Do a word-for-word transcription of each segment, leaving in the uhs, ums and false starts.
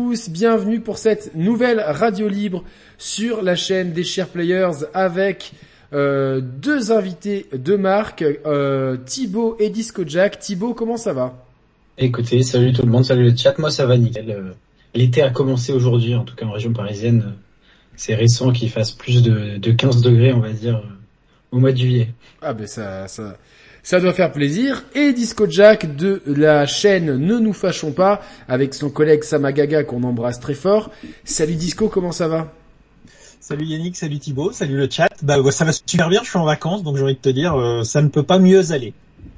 tous, bienvenue pour cette nouvelle radio libre sur la chaîne des Chers Players avec euh, deux invités de marque, euh, Thibaut et Disco Jack. Thibaut, comment ça va ? Écoutez, salut tout le monde, salut le chat, moi ça va nickel. Euh, l'été a commencé aujourd'hui, en tout cas en région parisienne. C'est récent qu'il fasse plus de, de quinze degrés, on va dire, euh, au mois de juillet. Ah ben ça, ça, ça doit faire plaisir. Et Disco Jack de la chaîne Ne nous fâchons pas, avec son collègue Samagaga qu'on embrasse très fort. Salut Disco, comment ça va ? Salut Yannick, salut Thibaut, salut le chat. Bah ça va super bien, je suis en vacances, donc j'ai envie de te dire, euh, ça ne peut pas mieux aller.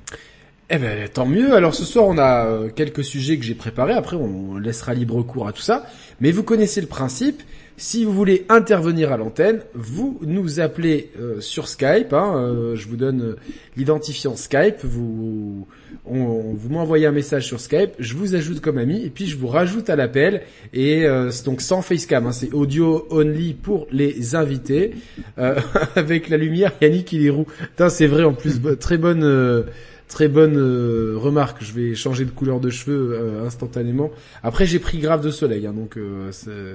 Eh ben tant mieux. Alors ce soir on a euh, quelques sujets que j'ai préparés. Après on laissera libre cours à tout ça. Mais vous connaissez le principe. Si vous voulez intervenir à l'antenne, vous nous appelez euh, sur Skype. Hein, euh, je vous donne euh, l'identifiant Skype. Vous, on, vous m'envoyez un message sur Skype. Je vous ajoute comme ami et puis je vous rajoute à l'appel. Et euh, c'est donc sans facecam. Hein, c'est audio only pour les invités. Euh, avec la lumière, Yannick il est roux. Putain, c'est vrai en plus. Très bonne. Euh, Très bonne euh, remarque, je vais changer de couleur de cheveux euh, instantanément. Après j'ai pris grave de soleil, hein, donc euh,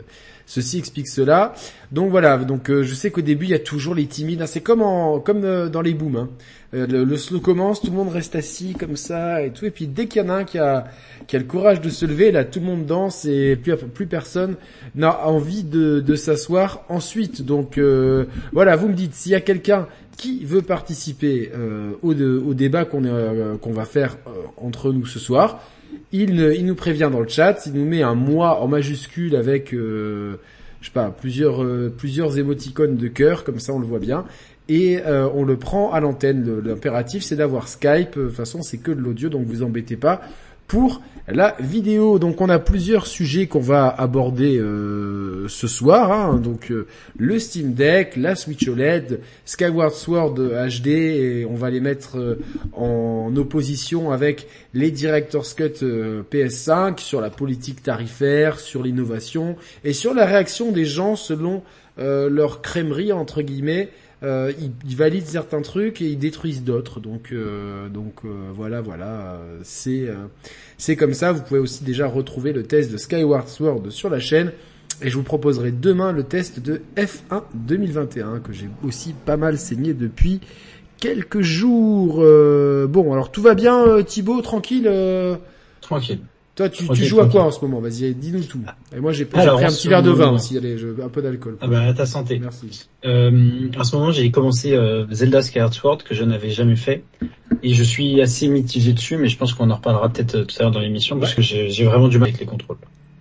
ceci explique cela. Donc voilà, donc euh, je sais qu'au début il y a toujours les timides, hein, c'est comme en, comme euh, dans les booms. Hein. Euh, le, le slow commence, tout le monde reste assis comme ça et tout, et puis dès qu'il y en a un qui a, qui a le courage de se lever, là tout le monde danse et plus, plus personne n'a envie de, de s'asseoir ensuite. Donc euh, voilà, vous me dites s'il y a quelqu'un qui veut participer euh, au, de, au débat qu'on, est, euh, qu'on va faire euh, entre nous ce soir, il, ne, il nous prévient dans le chat, il nous met un moi en majuscule avec, euh, je sais pas, plusieurs, euh, plusieurs émoticônes de cœur, comme ça on le voit bien, et euh, on le prend à l'antenne. Le, l'impératif c'est d'avoir Skype, de toute façon c'est que de l'audio, donc vous embêtez pas pour la vidéo. Donc on a plusieurs sujets qu'on va aborder euh, ce soir, hein. Donc euh, le Steam Deck, la Switch O L E D, Skyward Sword H D, et on va les mettre euh, en opposition avec les Director's Cut euh, P S cinq, sur la politique tarifaire, sur l'innovation et sur la réaction des gens selon euh, leur crèmerie entre guillemets. Euh, ils, ils valident certains trucs et ils détruisent d'autres. Donc, euh, donc euh, voilà, voilà, c'est euh, c'est comme ça. Vous pouvez aussi déjà retrouver le test de Skyward Sword sur la chaîne. Et je vous proposerai demain le test de F un deux mille vingt et un que j'ai aussi pas mal saigné depuis quelques jours. Euh, bon, alors tout va bien, euh, Thibaut, tranquille. Euh... Tranquille. Toi, tu, tranquille, tu joues tranquille. À quoi en ce moment ? Vas-y, dis-nous tout. Et moi, j'ai, j'ai Alors, pris un petit verre de vin aussi. Allez, je, un peu d'alcool. Ah bah, à ta santé. Merci. Euh, en ce moment, j'ai commencé euh, Zelda Skyward Sword, que je n'avais jamais fait. Et je suis assez mitigé dessus, mais je pense qu'on en reparlera peut-être euh, tout à l'heure dans l'émission, ouais. Parce que j'ai, j'ai vraiment du mal avec les contrôles.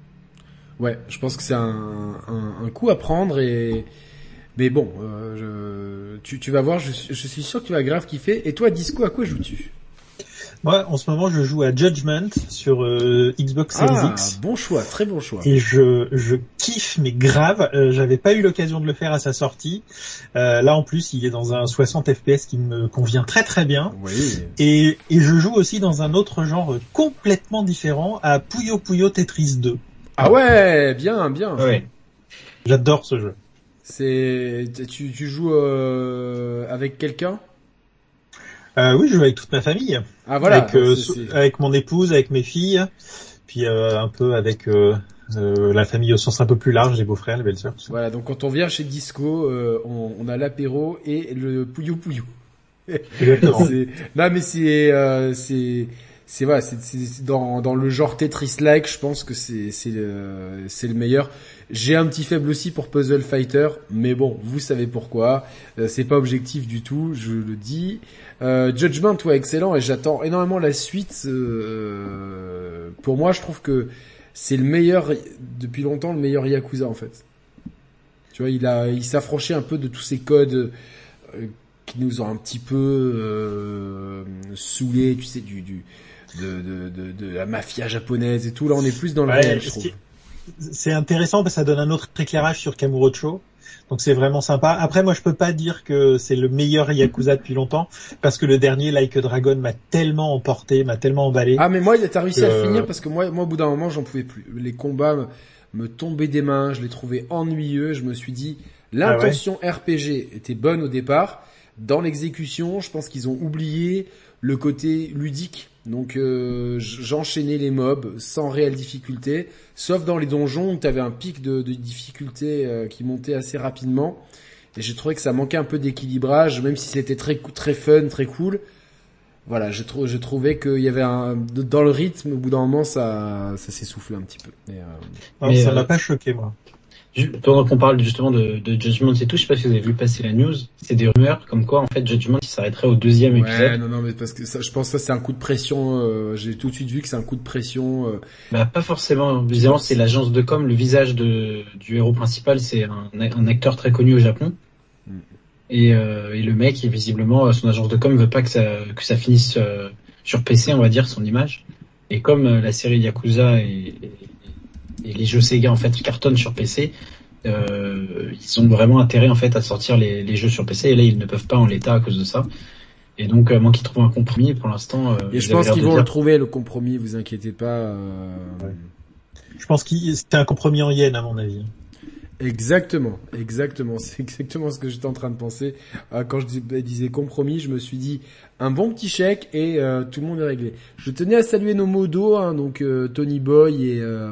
Ouais, je pense que c'est un, un, un coup à prendre et... Mais bon, euh, je, tu, tu vas voir, je, je suis sûr que tu vas grave kiffer. Et toi, Disco, à quoi joues-tu ? Moi, en ce moment, je joue à Judgment sur euh, Xbox Series ah, X. Bon choix, très bon choix. Et je je kiffe, mais grave. Euh, j'avais pas eu l'occasion de le faire à sa sortie. Euh, là, en plus, il est dans un soixante F P S qui me convient très très bien. Oui. Et et je joue aussi dans un autre genre complètement différent, à Puyo Puyo Tetris deux. Ah ouais, bien, bien. Ouais. J'adore ce jeu. C'est tu tu joues euh, avec quelqu'un ? Euh, oui, je joue avec toute ma famille. Ah voilà. Avec, euh, c'est, c'est... avec mon épouse, avec mes filles, puis euh, un peu avec euh, euh, la famille au sens un peu plus large, les beaux-frères, les belles-sœurs. Voilà, donc quand on vient chez Disco, euh, on, on a l'apéro et le Puyo Puyo. c'est... Non mais c'est euh, c'est c'est voilà, c'est, c'est dans dans le genre Tetris-like, je pense que c'est c'est le c'est le meilleur. J'ai un petit faible aussi pour Puzzle Fighter, mais bon, vous savez pourquoi. Euh, c'est pas objectif du tout, je le dis. Euh, Judgment, ouais, excellent, et j'attends énormément la suite. Euh, pour moi, je trouve que c'est le meilleur depuis longtemps, le meilleur Yakuza en fait. Tu vois, il a, il s'affranchit un peu de tous ces codes euh, qui nous ont un petit peu euh, saoulés, tu sais, du, du de, de, de, de la mafia japonaise et tout. Là, on est plus dans le ouais, réel, je trouve. C'est intéressant parce que ça donne un autre éclairage sur Kamurocho. Donc c'est vraiment sympa. Après, moi, je peux pas dire que c'est le meilleur Yakuza depuis longtemps parce que le dernier Like a Dragon m'a tellement emporté, m'a tellement emballé. Ah, mais moi, t'as réussi que... à le finir parce que moi, moi, au bout d'un moment, j'en pouvais plus. Les combats me, me tombaient des mains, je les trouvais ennuyeux. Je me suis dit, l'intention ah ouais. R P G était bonne au départ. Dans l'exécution, je pense qu'ils ont oublié le côté ludique Donc euh, j'enchaînais les mobs sans réelle difficulté, sauf dans les donjons où t'avais un pic de, de difficulté euh, qui montait assez rapidement. Et j'ai trouvé que ça manquait un peu d'équilibrage, même si c'était très très fun, très cool. Voilà, je, trou- je trouvais qu'il y avait un dans le rythme, au bout d'un moment, ça ça s'essoufflait un petit peu. Mais, euh... non, ça euh, m'a pas choqué, moi. Pendant qu'on parle justement de, de Judgment et tout, je sais pas si vous avez vu passer la news, c'est des rumeurs comme quoi en fait Judgment il s'arrêterait au deuxième ouais, épisode. non, non, mais parce que ça, je pense que ça c'est un coup de pression. Euh, j'ai tout de suite vu que c'est un coup de pression. Euh... Bah pas forcément. Visiblement c'est l'agence de com, le visage de du héros principal, c'est un, un acteur très connu au Japon. Mm. Et, euh, et le mec, il, visiblement, son agence de com veut pas que ça que ça finisse euh, sur P C, on va dire, son image. Et comme euh, la série Yakuza et, et et les jeux Sega en fait cartonnent sur P C, euh, ils ont vraiment intérêt en fait à sortir les, les jeux sur P C et là ils ne peuvent pas en l'état à cause de ça. Et donc euh, moi qui trouve un compromis pour l'instant. Euh, et je pense qu'ils vont dire... le trouver le compromis, vous inquiétez pas. Euh... Ouais. Je pense que c'était un compromis en yen à mon avis. Exactement, exactement, c'est exactement ce que j'étais en train de penser. Euh, quand je disais compromis, je me suis dit un bon petit chèque et euh, tout le monde est réglé. Je tenais à saluer nos modos, hein, donc euh, Tony Boy et euh,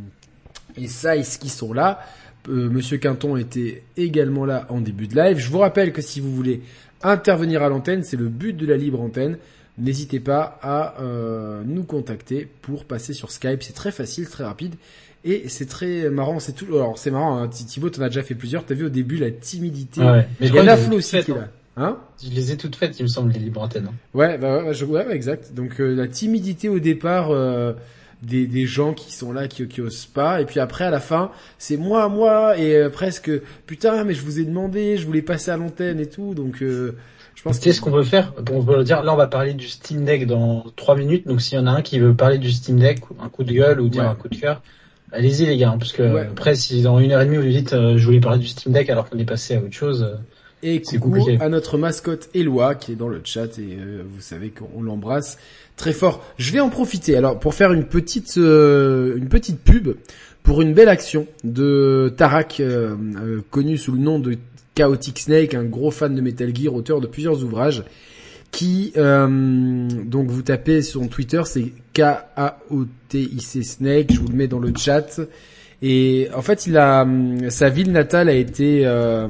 et Saïs qui sont là. Euh, Monsieur Quinton était également là en début de live. Je vous rappelle que si vous voulez intervenir à l'antenne, c'est le but de la libre antenne. N'hésitez pas à euh, nous contacter pour passer sur Skype. C'est très facile, très rapide. Et c'est très marrant, c'est tout. Alors c'est marrant, hein, Thibaut, t'en as déjà fait plusieurs. T'as vu au début la timidité. Ah ouais. Mais il y a la Flo aussi qui est là. Hein? Je les ai toutes faites, il me semble, les libres antennes. Hein. Ouais, bah ouais, je, ouais, exact. Donc euh, la timidité au départ euh, des, des gens qui sont là, qui, qui osent pas, et puis après à la fin, c'est moi, moi, et euh, presque putain, mais je vous ai demandé, je voulais passer à l'antenne et tout, donc. Euh, je pense. Tu sais ce qu'on veut faire? On peut dire, là, on va parler du Steam Deck dans trois minutes. Donc s'il y en a un qui veut parler du Steam Deck, un coup de gueule ou dire ouais. un coup de cœur. Allez-y les gars, hein, parce que ouais. après si dans une heure et demie vous lui dites euh, je voulais parler du Steam Deck alors qu'on est passé à autre chose, euh, et c'est coucou compliqué. À notre mascotte Eloi qui est dans le chat et euh, vous savez qu'on l'embrasse très fort. Je vais en profiter alors pour faire une petite euh, une petite pub pour une belle action de Tarak euh, euh, connu sous le nom de Chaotic Snake, un gros fan de Metal Gear, auteur de plusieurs ouvrages. Qui euh, donc vous tapez sur son Twitter, c'est K A O T I C Snake, je vous le mets dans le chat. Et en fait, il a sa ville natale a été euh,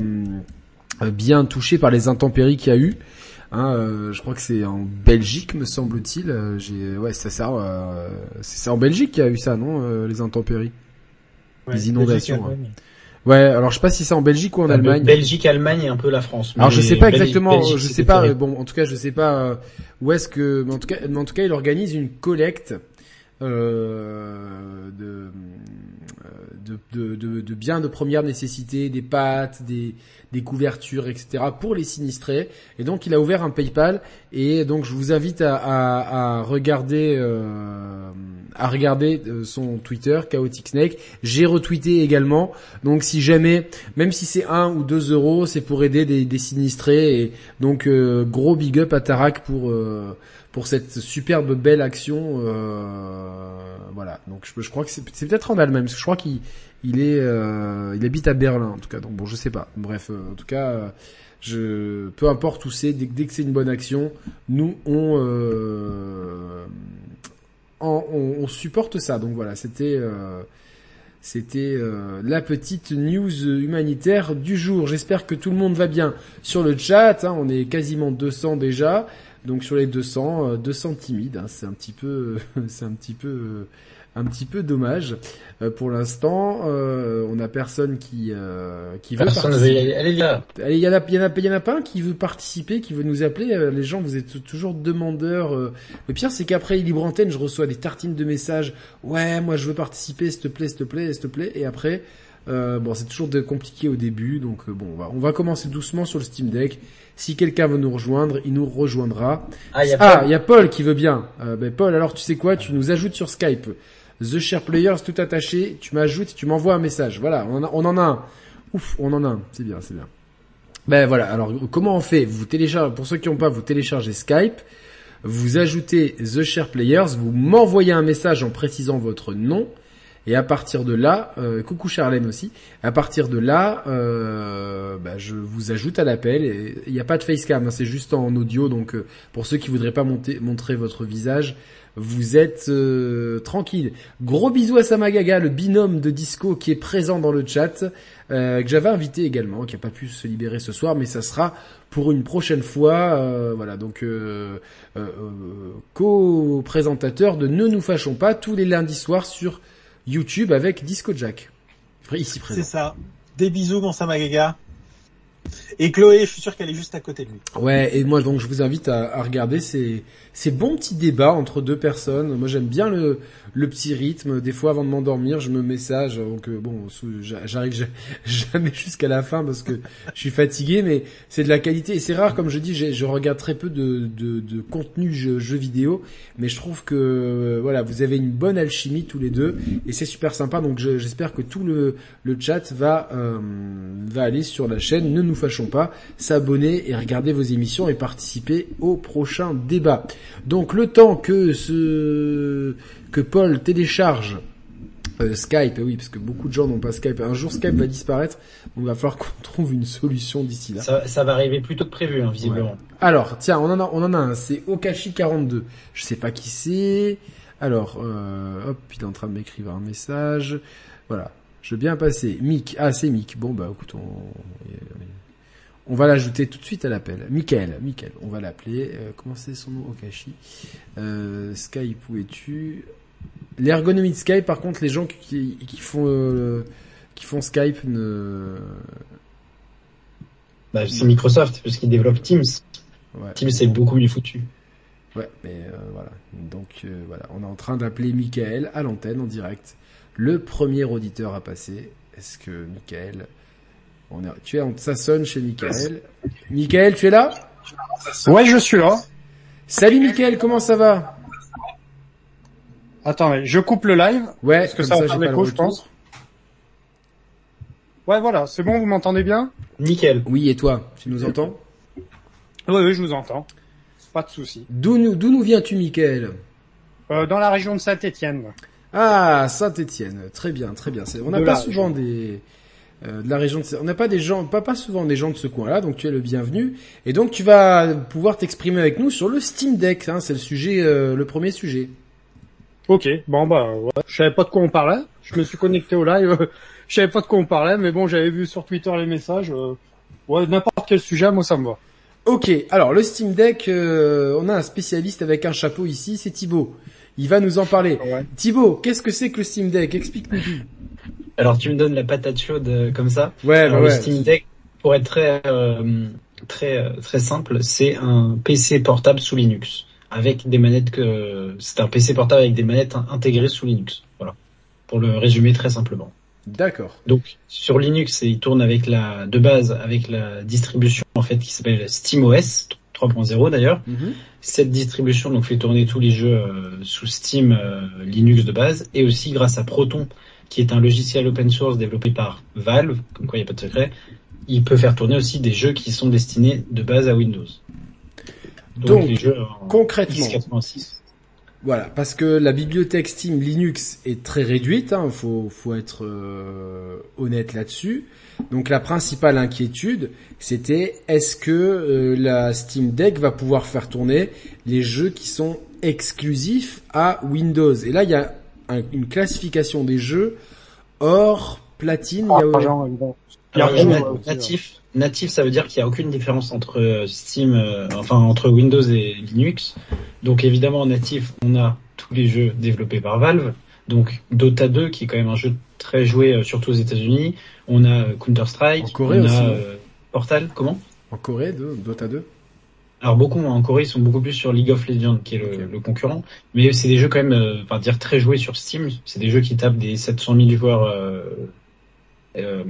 bien touchée par les intempéries qu'il y a eu. Hein, euh, je crois que c'est en Belgique, me semble-t-il. J'ai ouais, ça ça euh, c'est en Belgique qu'il y a eu ça, non, euh, les intempéries, ouais, les inondations. Belgique, Ouais, alors je sais pas si c'est en Belgique ou en enfin, Allemagne. Belgique, Allemagne et un peu la France. Alors je sais pas exactement, Belgique, je sais pas, terrible. Bon, en tout cas je sais pas euh, où est-ce que, mais en tout cas, mais en tout cas il organise une collecte euh, de, de, de, de, de biens de première nécessité, des pâtes, des, des couvertures, et cetera pour les sinistrés. Et donc il a ouvert un PayPal et donc je vous invite à, à, à regarder. Euh, à regarder son Twitter, Chaotic Snake. J'ai retweeté également. Donc si jamais, même si c'est un ou deux euros, c'est pour aider des, des sinistrés. Et donc euh, gros big up à Tarak pour euh, pour cette superbe belle action. Euh, voilà. Donc je, je crois que c'est, c'est peut-être en Allemagne, parce que je crois qu'il il est euh, il habite à Berlin en tout cas. Donc bon, je sais pas. Bref, euh, en tout cas. Euh, je, peu importe où c'est, dès, dès que c'est une bonne action, nous on euh, On, on supporte ça, donc voilà, c'était euh, c'était euh, la petite news humanitaire du jour. J'espère que tout le monde va bien sur le chat. Hein, on est quasiment deux cents déjà, donc sur les deux cents, euh, deux cents timides. Hein, c'est un petit peu, c'est un petit peu, euh, un petit peu dommage euh, pour l'instant. Euh, on a personne qui euh, qui veut personne participer. Veut... Allez, il y a, il y en a, il y en a, il y en a pas un qui veut participer, qui veut nous appeler. Les gens, vous êtes toujours demandeurs. Le pire, c'est qu'après Libre Antenne, je reçois des tartines de messages. Ouais, moi, je veux participer, s'il te plaît, s'il te plaît, s'il te plaît. Et après, euh, bon, c'est toujours de compliqué au début. Donc, euh, bon, on va, on va commencer doucement sur le Steam Deck. Si quelqu'un veut nous rejoindre, il nous rejoindra. Ah, il y a ah, Paul. Y a Paul qui veut bien. Euh, ben, Paul, alors, tu sais quoi? Tu nous ajoutes sur Skype. The Share Players, tout attaché. Tu m'ajoutes, tu m'envoies un message. Voilà, on en a, on en a un. Ouf, on en a un. C'est bien, c'est bien. Ben voilà, alors comment on fait? Vous téléchargez, pour ceux qui n'ont pas, vous téléchargez Skype, vous ajoutez The Share Players, vous m'envoyez un message en précisant votre nom, Et à partir de là, euh, coucou Charlène aussi. À partir de là, euh, bah, je vous ajoute à l'appel. Et il n'y a pas de facecam, hein, c'est juste en audio. Donc euh, pour ceux qui voudraient pas monter, montrer votre visage, vous êtes euh, tranquille. Gros bisous à Samagaga, le binôme de Disco qui est présent dans le chat, euh, que j'avais invité également, qui a pas pu se libérer ce soir, mais ça sera pour une prochaine fois. Euh, voilà, donc euh, euh, euh, co-présentateur de Ne nous fâchons pas tous les lundis soirs sur YouTube avec Disco Jack. Ici présent. C'est ça. Des bisous, mon Samagaga. Et Chloé, je suis sûr qu'elle est juste à côté de lui. Ouais, et moi donc je vous invite à, à regarder ces, ces bons petits débats entre deux personnes. Moi j'aime bien le, le petit rythme. Des fois avant de m'endormir, je me message. Donc euh, bon, j'arrive jamais jusqu'à la fin parce que je suis fatigué, mais c'est de la qualité. Et c'est rare, comme je dis, je regarde très peu de, de, de contenu jeux jeu vidéo, mais je trouve que euh, voilà, vous avez une bonne alchimie tous les deux et c'est super sympa. Donc je, j'espère que tout le, le chat va euh, va aller sur la chaîne. Ne nous fâchons pas, s'abonner et regarder vos émissions et participer au prochain débat. Donc le temps que ce que Paul télécharge euh, Skype, oui, parce que beaucoup de gens n'ont pas Skype. Un jour Skype va disparaître, donc il va falloir qu'on trouve une solution d'ici là. Ça, ça va arriver plus tôt que prévu, hein, visiblement. Ouais. Alors, tiens, on en a, on en a un, c'est Okashi quarante-deux. Je sais pas qui c'est. Alors, euh, hop, il est en train de m'écrire un message. Voilà. Je veux bien passer. Mick. Ah, c'est Mick. Bon, bah, écoute, on, on va l'ajouter tout de suite à l'appel. Michael. Michael. On va l'appeler. Euh, comment c'est son nom? Okashi. Euh, Skype, où es-tu? L'ergonomie de Skype, par contre, les gens qui, qui font, euh, qui font Skype ne... Bah, c'est Microsoft, parce qu'ils développent Teams. Ouais. Teams, c'est beaucoup mieux foutu. Ouais, mais euh, voilà. Donc, euh, voilà. On est en train d'appeler Michael à l'antenne, en direct. Le premier auditeur à passer. Est-ce que Michael... On est... Tu es en... Ça sonne chez Michael. Michael, tu es là? Ouais, je suis là. Salut Michael, comment ça va? Attends, je coupe le live. Ouais, parce que ça va faire l'écho, je pense. Ouais, voilà, c'est bon, vous m'entendez bien? Nickel. Oui, et toi, tu nous entends? Oui, oui, je vous entends. Pas de souci. D'où nous, d'où nous viens-tu, Michael? euh, Dans la région de Saint-Étienne. Ah, Saint-Étienne, très bien, très bien. C'est... On n'a pas souvent des... Euh, de la région de... On n'a pas des gens, pas, pas souvent des gens de ce coin-là, donc tu es le bienvenu. Et donc tu vas pouvoir t'exprimer avec nous sur le Steam Deck, hein, c'est le sujet, euh, le premier sujet. Ok, bon bah, ouais. Je savais pas de quoi on parlait. Je me suis connecté au live. Je savais pas de quoi on parlait, mais bon, j'avais vu sur Twitter les messages. Euh... Ouais, n'importe quel sujet, moi ça me va. Ok, alors le Steam Deck, euh, on a un spécialiste avec un chapeau ici, c'est Thibaut. Il va nous en parler. Ouais. Thibaut, qu'est-ce que c'est que le Steam Deck? Explique-nous tout. Alors tu me donnes la patate chaude euh, comme ça. Ouais, alors, bah le ouais. Steam Deck, pour être très euh, très euh, très simple, c'est un P C portable sous Linux avec des manettes que c'est un P C portable avec des manettes intégrées sous Linux. Voilà. Pour le résumer très simplement. D'accord. Donc sur Linux, il tourne avec la de base avec la distribution en fait qui s'appelle SteamOS trois point zéro d'ailleurs. Mm-hmm. Cette distribution donc fait tourner tous les jeux euh, sous Steam euh, Linux de base et aussi grâce à Proton qui est un logiciel open source développé par Valve, comme quoi il n'y a pas de secret, il peut faire tourner aussi des jeux qui sont destinés de base à Windows. Donc, Donc les jeux concrètement, x quatre-vingt-six. Voilà, parce que la bibliothèque Steam Linux est très réduite, hein, faut, faut être euh, honnête là-dessus. Donc la principale inquiétude, c'était est-ce que euh, la Steam Deck va pouvoir faire tourner les jeux qui sont exclusifs à Windows. Et là, il y a un, une classification des jeux hors platine. Oh, il y a... genre, il y a Alors, na- natif, natif, ça veut dire qu'il n'y a aucune différence entre Steam, euh, enfin entre Windows et Linux. Donc évidemment, en natif, on a tous les jeux développés par Valve. Donc Dota deux, qui est quand même un jeu très joué, euh, surtout aux États-Unis. On a Counter-Strike. En Corée on aussi. a euh, Portal. Comment? En Corée, de, Dota deux. Alors beaucoup en Corée, ils sont beaucoup plus sur League of Legends, qui est le, okay. le concurrent. Mais c'est des jeux quand même, euh, enfin dire très joués sur Steam. C'est des jeux qui tapent des sept cent mille joueurs euh, euh,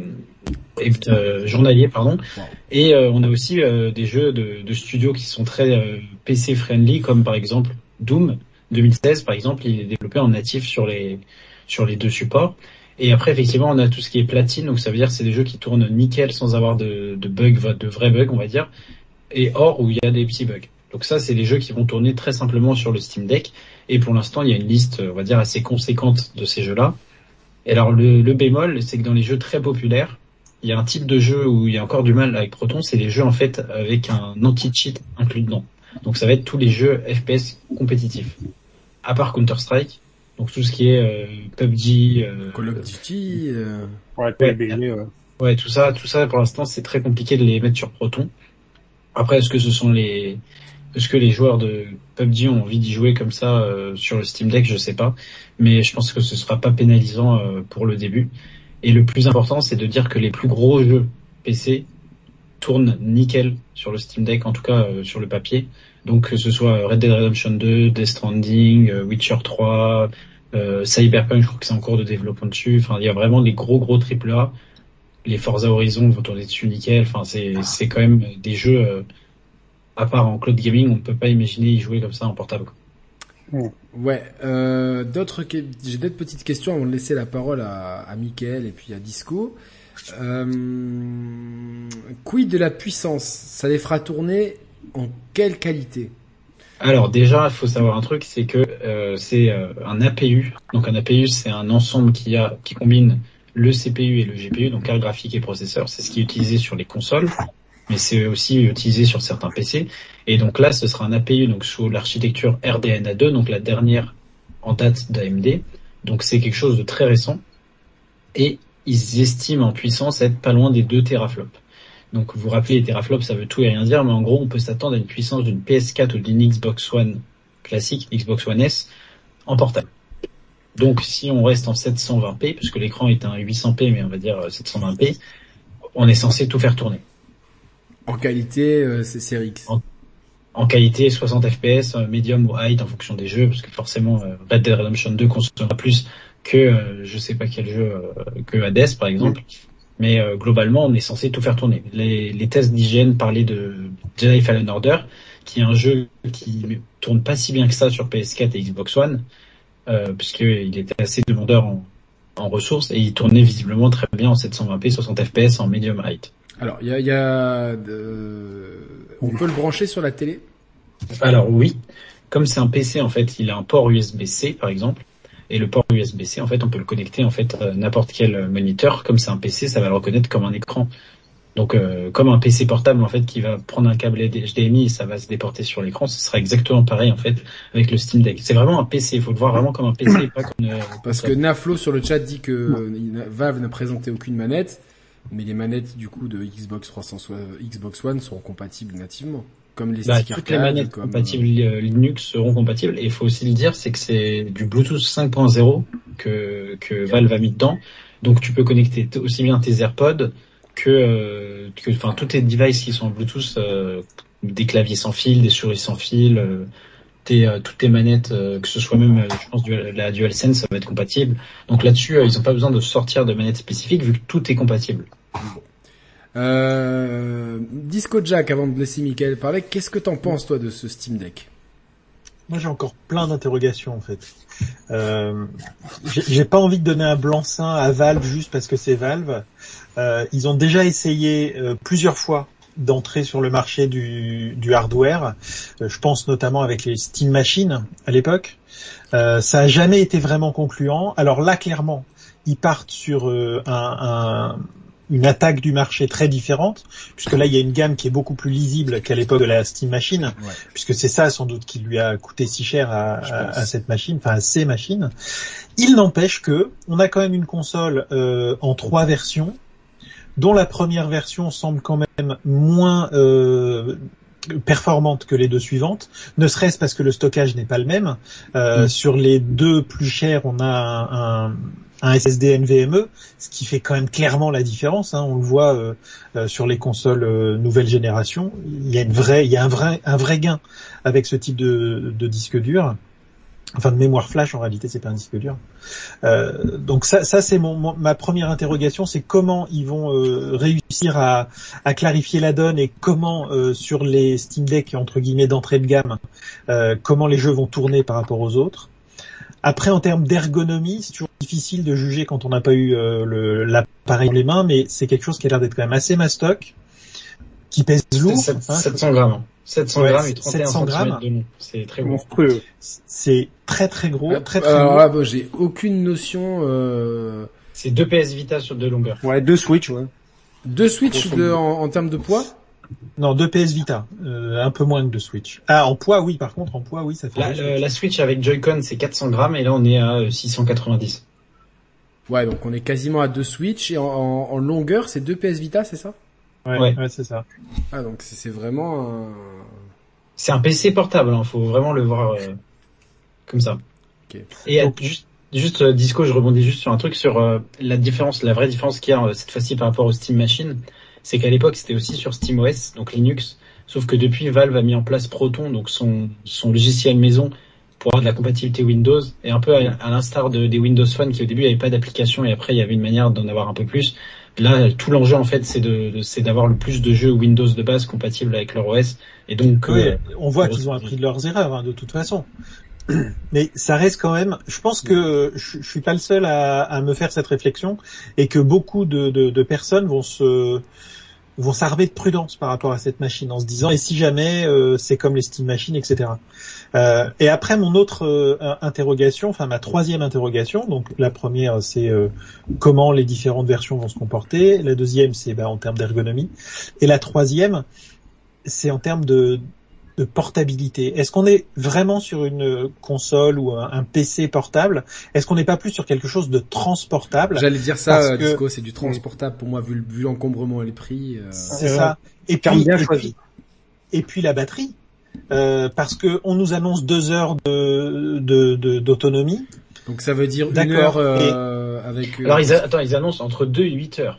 euh, journaliers, pardon. Wow. Et euh, on a aussi euh, des jeux de, de studios qui sont très euh, P C friendly, comme par exemple Doom deux mille seize, par exemple, il est développé en natif sur les sur les deux supports. Et après, effectivement, on a tout ce qui est platine, donc ça veut dire que c'est des jeux qui tournent nickel sans avoir de, de bugs, de vrais bugs, on va dire. Et or où il y a des petits bugs. Donc ça, c'est les jeux qui vont tourner très simplement sur le Steam Deck. Et pour l'instant, il y a une liste, on va dire, assez conséquente de ces jeux-là. Et alors le, le bémol, c'est que dans les jeux très populaires, il y a un type de jeu où il y a encore du mal avec Proton, c'est les jeux en fait avec un anti-cheat inclus dedans. Donc ça va être tous les jeux F P S compétitifs. À part Counter-Strike, donc tout ce qui est euh, P U B G, euh, Call of Duty, euh... Ouais, P U B G, ouais. Ouais, tout ça, tout ça pour l'instant c'est très compliqué de les mettre sur Proton. Après, est-ce que ce sont les, est-ce que les joueurs de P U B G ont envie d'y jouer comme ça euh, sur le Steam Deck, je sais pas, mais je pense que ce sera pas pénalisant euh, pour le début. Et le plus important, c'est de dire que les plus gros jeux P C tournent nickel sur le Steam Deck, en tout cas euh, sur le papier. Donc que ce soit Red Dead Redemption deux, Death Stranding, euh, Witcher trois, euh, Cyberpunk, je crois que c'est en cours de développement dessus. Enfin, il y a vraiment des gros gros triple A. Les Forza Horizon vont tourner dessus nickel. Enfin, c'est c'est quand même des jeux euh, à part en cloud gaming, on ne peut pas imaginer y jouer comme ça en portable. Ouais, euh, d'autres, j'ai d'autres petites questions avant de laisser la parole à, à Mickaël et puis à Disco. Euh, quid de la puissance? Ça les fera tourner en quelle qualité? Alors déjà, il faut savoir un truc, c'est que euh, c'est euh, un A P U. Donc un A P U, c'est un ensemble qui a qui combine le C P U et le G P U, donc carte graphique et processeur. C'est ce qui est utilisé sur les consoles, mais c'est aussi utilisé sur certains P C. Et donc là, ce sera un A P U donc sous l'architecture R D N A deux, donc la dernière en date d'A M D. Donc c'est quelque chose de très récent. Et ils estiment en puissance être pas loin des deux teraflops. Donc vous vous rappelez, les teraflops, ça veut tout et rien dire, mais en gros, on peut s'attendre à une puissance d'une P S quatre ou d'une Xbox One classique, Xbox One S, en portable. Donc si on reste en sept cent vingt p, puisque l'écran est un huit cents p, mais on va dire sept cent vingt p, on est censé tout faire tourner. En qualité, euh, c'est Series X. En, en qualité, soixante F P S, medium ou high en fonction des jeux, parce que forcément, euh, Red Dead Redemption deux consommera plus que, euh, je sais pas quel jeu, euh, que Hades par exemple. Mmh. Mais euh, globalement, on est censé tout faire tourner. Les, les tests d'hygiène parlaient de Jedi Fallen Order, qui est un jeu qui tourne pas si bien que ça sur P S quatre et Xbox One, euh, puisqu'il était assez demandeur en, en ressources, et il tournait visiblement très bien en sept cent vingt p, soixante F P S en medium height. Alors, il y a, y a de... on peut le brancher sur la télé? Alors oui, comme c'est un P C en fait, il a un port U S B C par exemple. Et le port U S B C, en fait, on peut le connecter en fait à n'importe quel moniteur. Comme c'est un P C, ça va le reconnaître comme un écran. Donc, euh, comme un P C portable en fait qui va prendre un câble H D M I et ça va se déporter sur l'écran, ce sera exactement pareil en fait avec le Steam Deck. C'est vraiment un P C. Il faut le voir vraiment comme un P C, pas comme. Euh, Parce que Naflo sur le chat dit que euh, Valve n'a présenté aucune manette, mais les manettes du coup de Xbox trois cents, Xbox One seront compatibles nativement. Comme les bah, toutes les manettes comme... compatibles euh, Linux seront compatibles. Et il faut aussi le dire, c'est que c'est du Bluetooth cinq point zéro que, que Valve a mis dedans. Donc tu peux connecter t- aussi bien tes AirPods que, euh, que, enfin, toutes les devices qui sont en Bluetooth, euh, des claviers sans fil, des souris sans fil, euh, tes, euh, toutes tes manettes, euh, que ce soit même, euh, je pense, du, la DualSense, ça va être compatible. Donc là-dessus, euh, ils n'ont pas besoin de sortir de manettes spécifiques vu que tout est compatible. Euh, Disco Jack, avant de laisser Mickaël parler, qu'est-ce que t'en penses toi de ce Steam Deck? Moi j'ai encore plein d'interrogations en fait. Euh, j'ai, j'ai pas envie de donner un blanc-seing à Valve juste parce que c'est Valve. Euh, ils ont déjà essayé euh, plusieurs fois d'entrer sur le marché du, du hardware. Euh, je pense notamment avec les Steam Machines à l'époque. Euh, ça a jamais été vraiment concluant. Alors là clairement, ils partent sur euh, un, un une attaque du marché très différente, puisque là il y a une gamme qui est beaucoup plus lisible qu'à l'époque de la Steam Machine, ouais. Puisque c'est ça sans doute qui lui a coûté si cher à, à, à cette machine, enfin à ces machines. Il n'empêche que on a quand même une console euh, en trois versions, dont la première version semble quand même moins euh, performante que les deux suivantes, ne serait-ce parce que le stockage n'est pas le même. Euh, mmh. Sur les deux plus chers, on a un, un un S S D N V M e, ce qui fait quand même clairement la différence. Hein. On le voit euh, euh, sur les consoles euh, nouvelle génération. Il y a une vraie, il y a un vrai, un vrai gain avec ce type de, de disque dur. Enfin, de mémoire flash. En réalité, c'est pas un disque dur. Euh, donc ça, ça c'est mon, mon, ma première interrogation, c'est comment ils vont euh, réussir à, à clarifier la donne et comment euh, sur les Steam Deck entre guillemets d'entrée de gamme, euh, comment les jeux vont tourner par rapport aux autres. Après, en termes d'ergonomie, c'est toujours difficile de juger quand on n'a pas eu euh, le, l'appareil dans les mains, mais c'est quelque chose qui a l'air d'être quand même assez mastoc, qui pèse lourd. sept cents grammes. sept cents Ouais, grammes et trente et un sept cents grammes. centimètres de long. C'est très gros. Monstrueux. C'est très très gros, Ah, très très alors gros. là, bon, j'ai aucune notion. Euh... C'est deux P S Vita sur deux longueurs. Ouais, deux Switch, ouais. Deux Switch Grosso de, modo. en, en termes de poids. Non, deux P S Vita, euh, un peu moins que deux Switch. Ah, en poids, oui, par contre, en poids, oui, ça fait Là, deux le- Switch. la Switch avec Joy-Con, c'est quatre cents grammes et là, on est à euh, six cent quatre-vingt-dix. Ouais, donc on est quasiment à deux Switch et en, en, en longueur, c'est deux P S Vita, c'est ça? Ouais, ouais. ouais, c'est ça. Ah, donc c'est, c'est vraiment un... C'est un P C portable, hein, faut vraiment le voir euh, comme ça. Ok. Et euh, Donc- juste, juste euh, Disco, je rebondis juste sur un truc sur euh, la différence, la vraie différence qu'il y a euh, cette fois-ci par rapport au Steam Machine, c'est qu'à l'époque c'était aussi sur SteamOS, donc Linux, sauf que depuis Valve a mis en place Proton, donc son son logiciel maison pour avoir de la compatibilité Windows, et un peu à, à l'instar de, des Windows Phone qui au début n'avaient pas d'application et après il y avait une manière d'en avoir un peu plus. Là, tout l'enjeu en fait, c'est de, de c'est d'avoir le plus de jeux Windows de base compatibles avec leur O S, et donc Oui, euh, on voit grosse- qu'ils ont appris de leurs erreurs, hein, de toute façon. Mais ça reste quand même. Je pense que je, je suis pas le seul à, à me faire cette réflexion et que beaucoup de, de, de personnes vont se vont s'armer de prudence par rapport à cette machine en se disant et si jamais euh, c'est comme les Steam Machines, et cetera. Euh, et après mon autre euh, interrogation, enfin ma troisième interrogation, donc la première c'est euh, comment les différentes versions vont se comporter, la deuxième c'est bah, en termes d'ergonomie, et la troisième c'est en termes de de portabilité. Est-ce qu'on est vraiment sur une console ou un, un P C portable? Est-ce qu'on n'est pas plus sur quelque chose de transportable? J'allais dire ça, Parce euh, que- Disco, c'est du transportable pour moi, vu, le- vu l'encombrement et les prix. Euh... C'est Euh, ça. Et terme puis, bien et choisi. puis, et puis la batterie. Euh, parce que on nous annonce deux heures de, de, de- d'autonomie. Donc ça veut dire une D'accord. heure euh, avec... euh, Alors ils a... attends, ils annoncent entre deux et huit heures.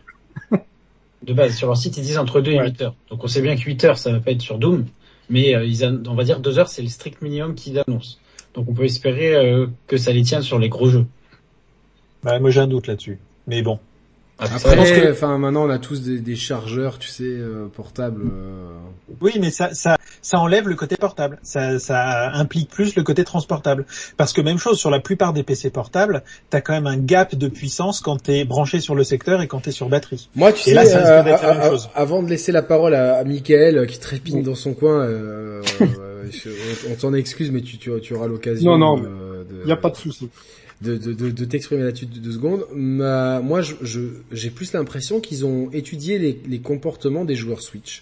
De base, sur leur site, ils disent entre deux et Ouais. huit heures. Donc on sait bien que huit heures, ça va pas être sur Doom, mais euh, ils an- on va dire deux heures, c'est le strict minimum qu'ils annoncent. Donc on peut espérer euh, que ça les tienne sur les gros jeux. Bah, moi j'ai un doute là-dessus. Mais bon. Après, Après, je pense que- enfin maintenant on a tous des, des chargeurs, tu sais, euh, portables. euh. Oui, mais ça, ça, ça enlève le côté portable. Ça, ça implique plus le côté transportable. Parce que même chose sur la plupart des P C portables, t'as quand même un gap de puissance quand t'es branché sur le secteur et quand t'es sur batterie. Moi, tu Et sais, là, ça risque euh, d'être la même à- à- chose. avant de laisser la parole à, à Michael euh, qui trépigne dans son coin, euh, euh, je- on, on t'en excuse, mais tu, tu, tu auras l'occasion. Non, non, euh, de, Y a pas de souci. de, de, de, de t'exprimer là-dessus de deux secondes. Ma, moi, je, je, j'ai plus l'impression qu'ils ont étudié les, les comportements des joueurs Switch.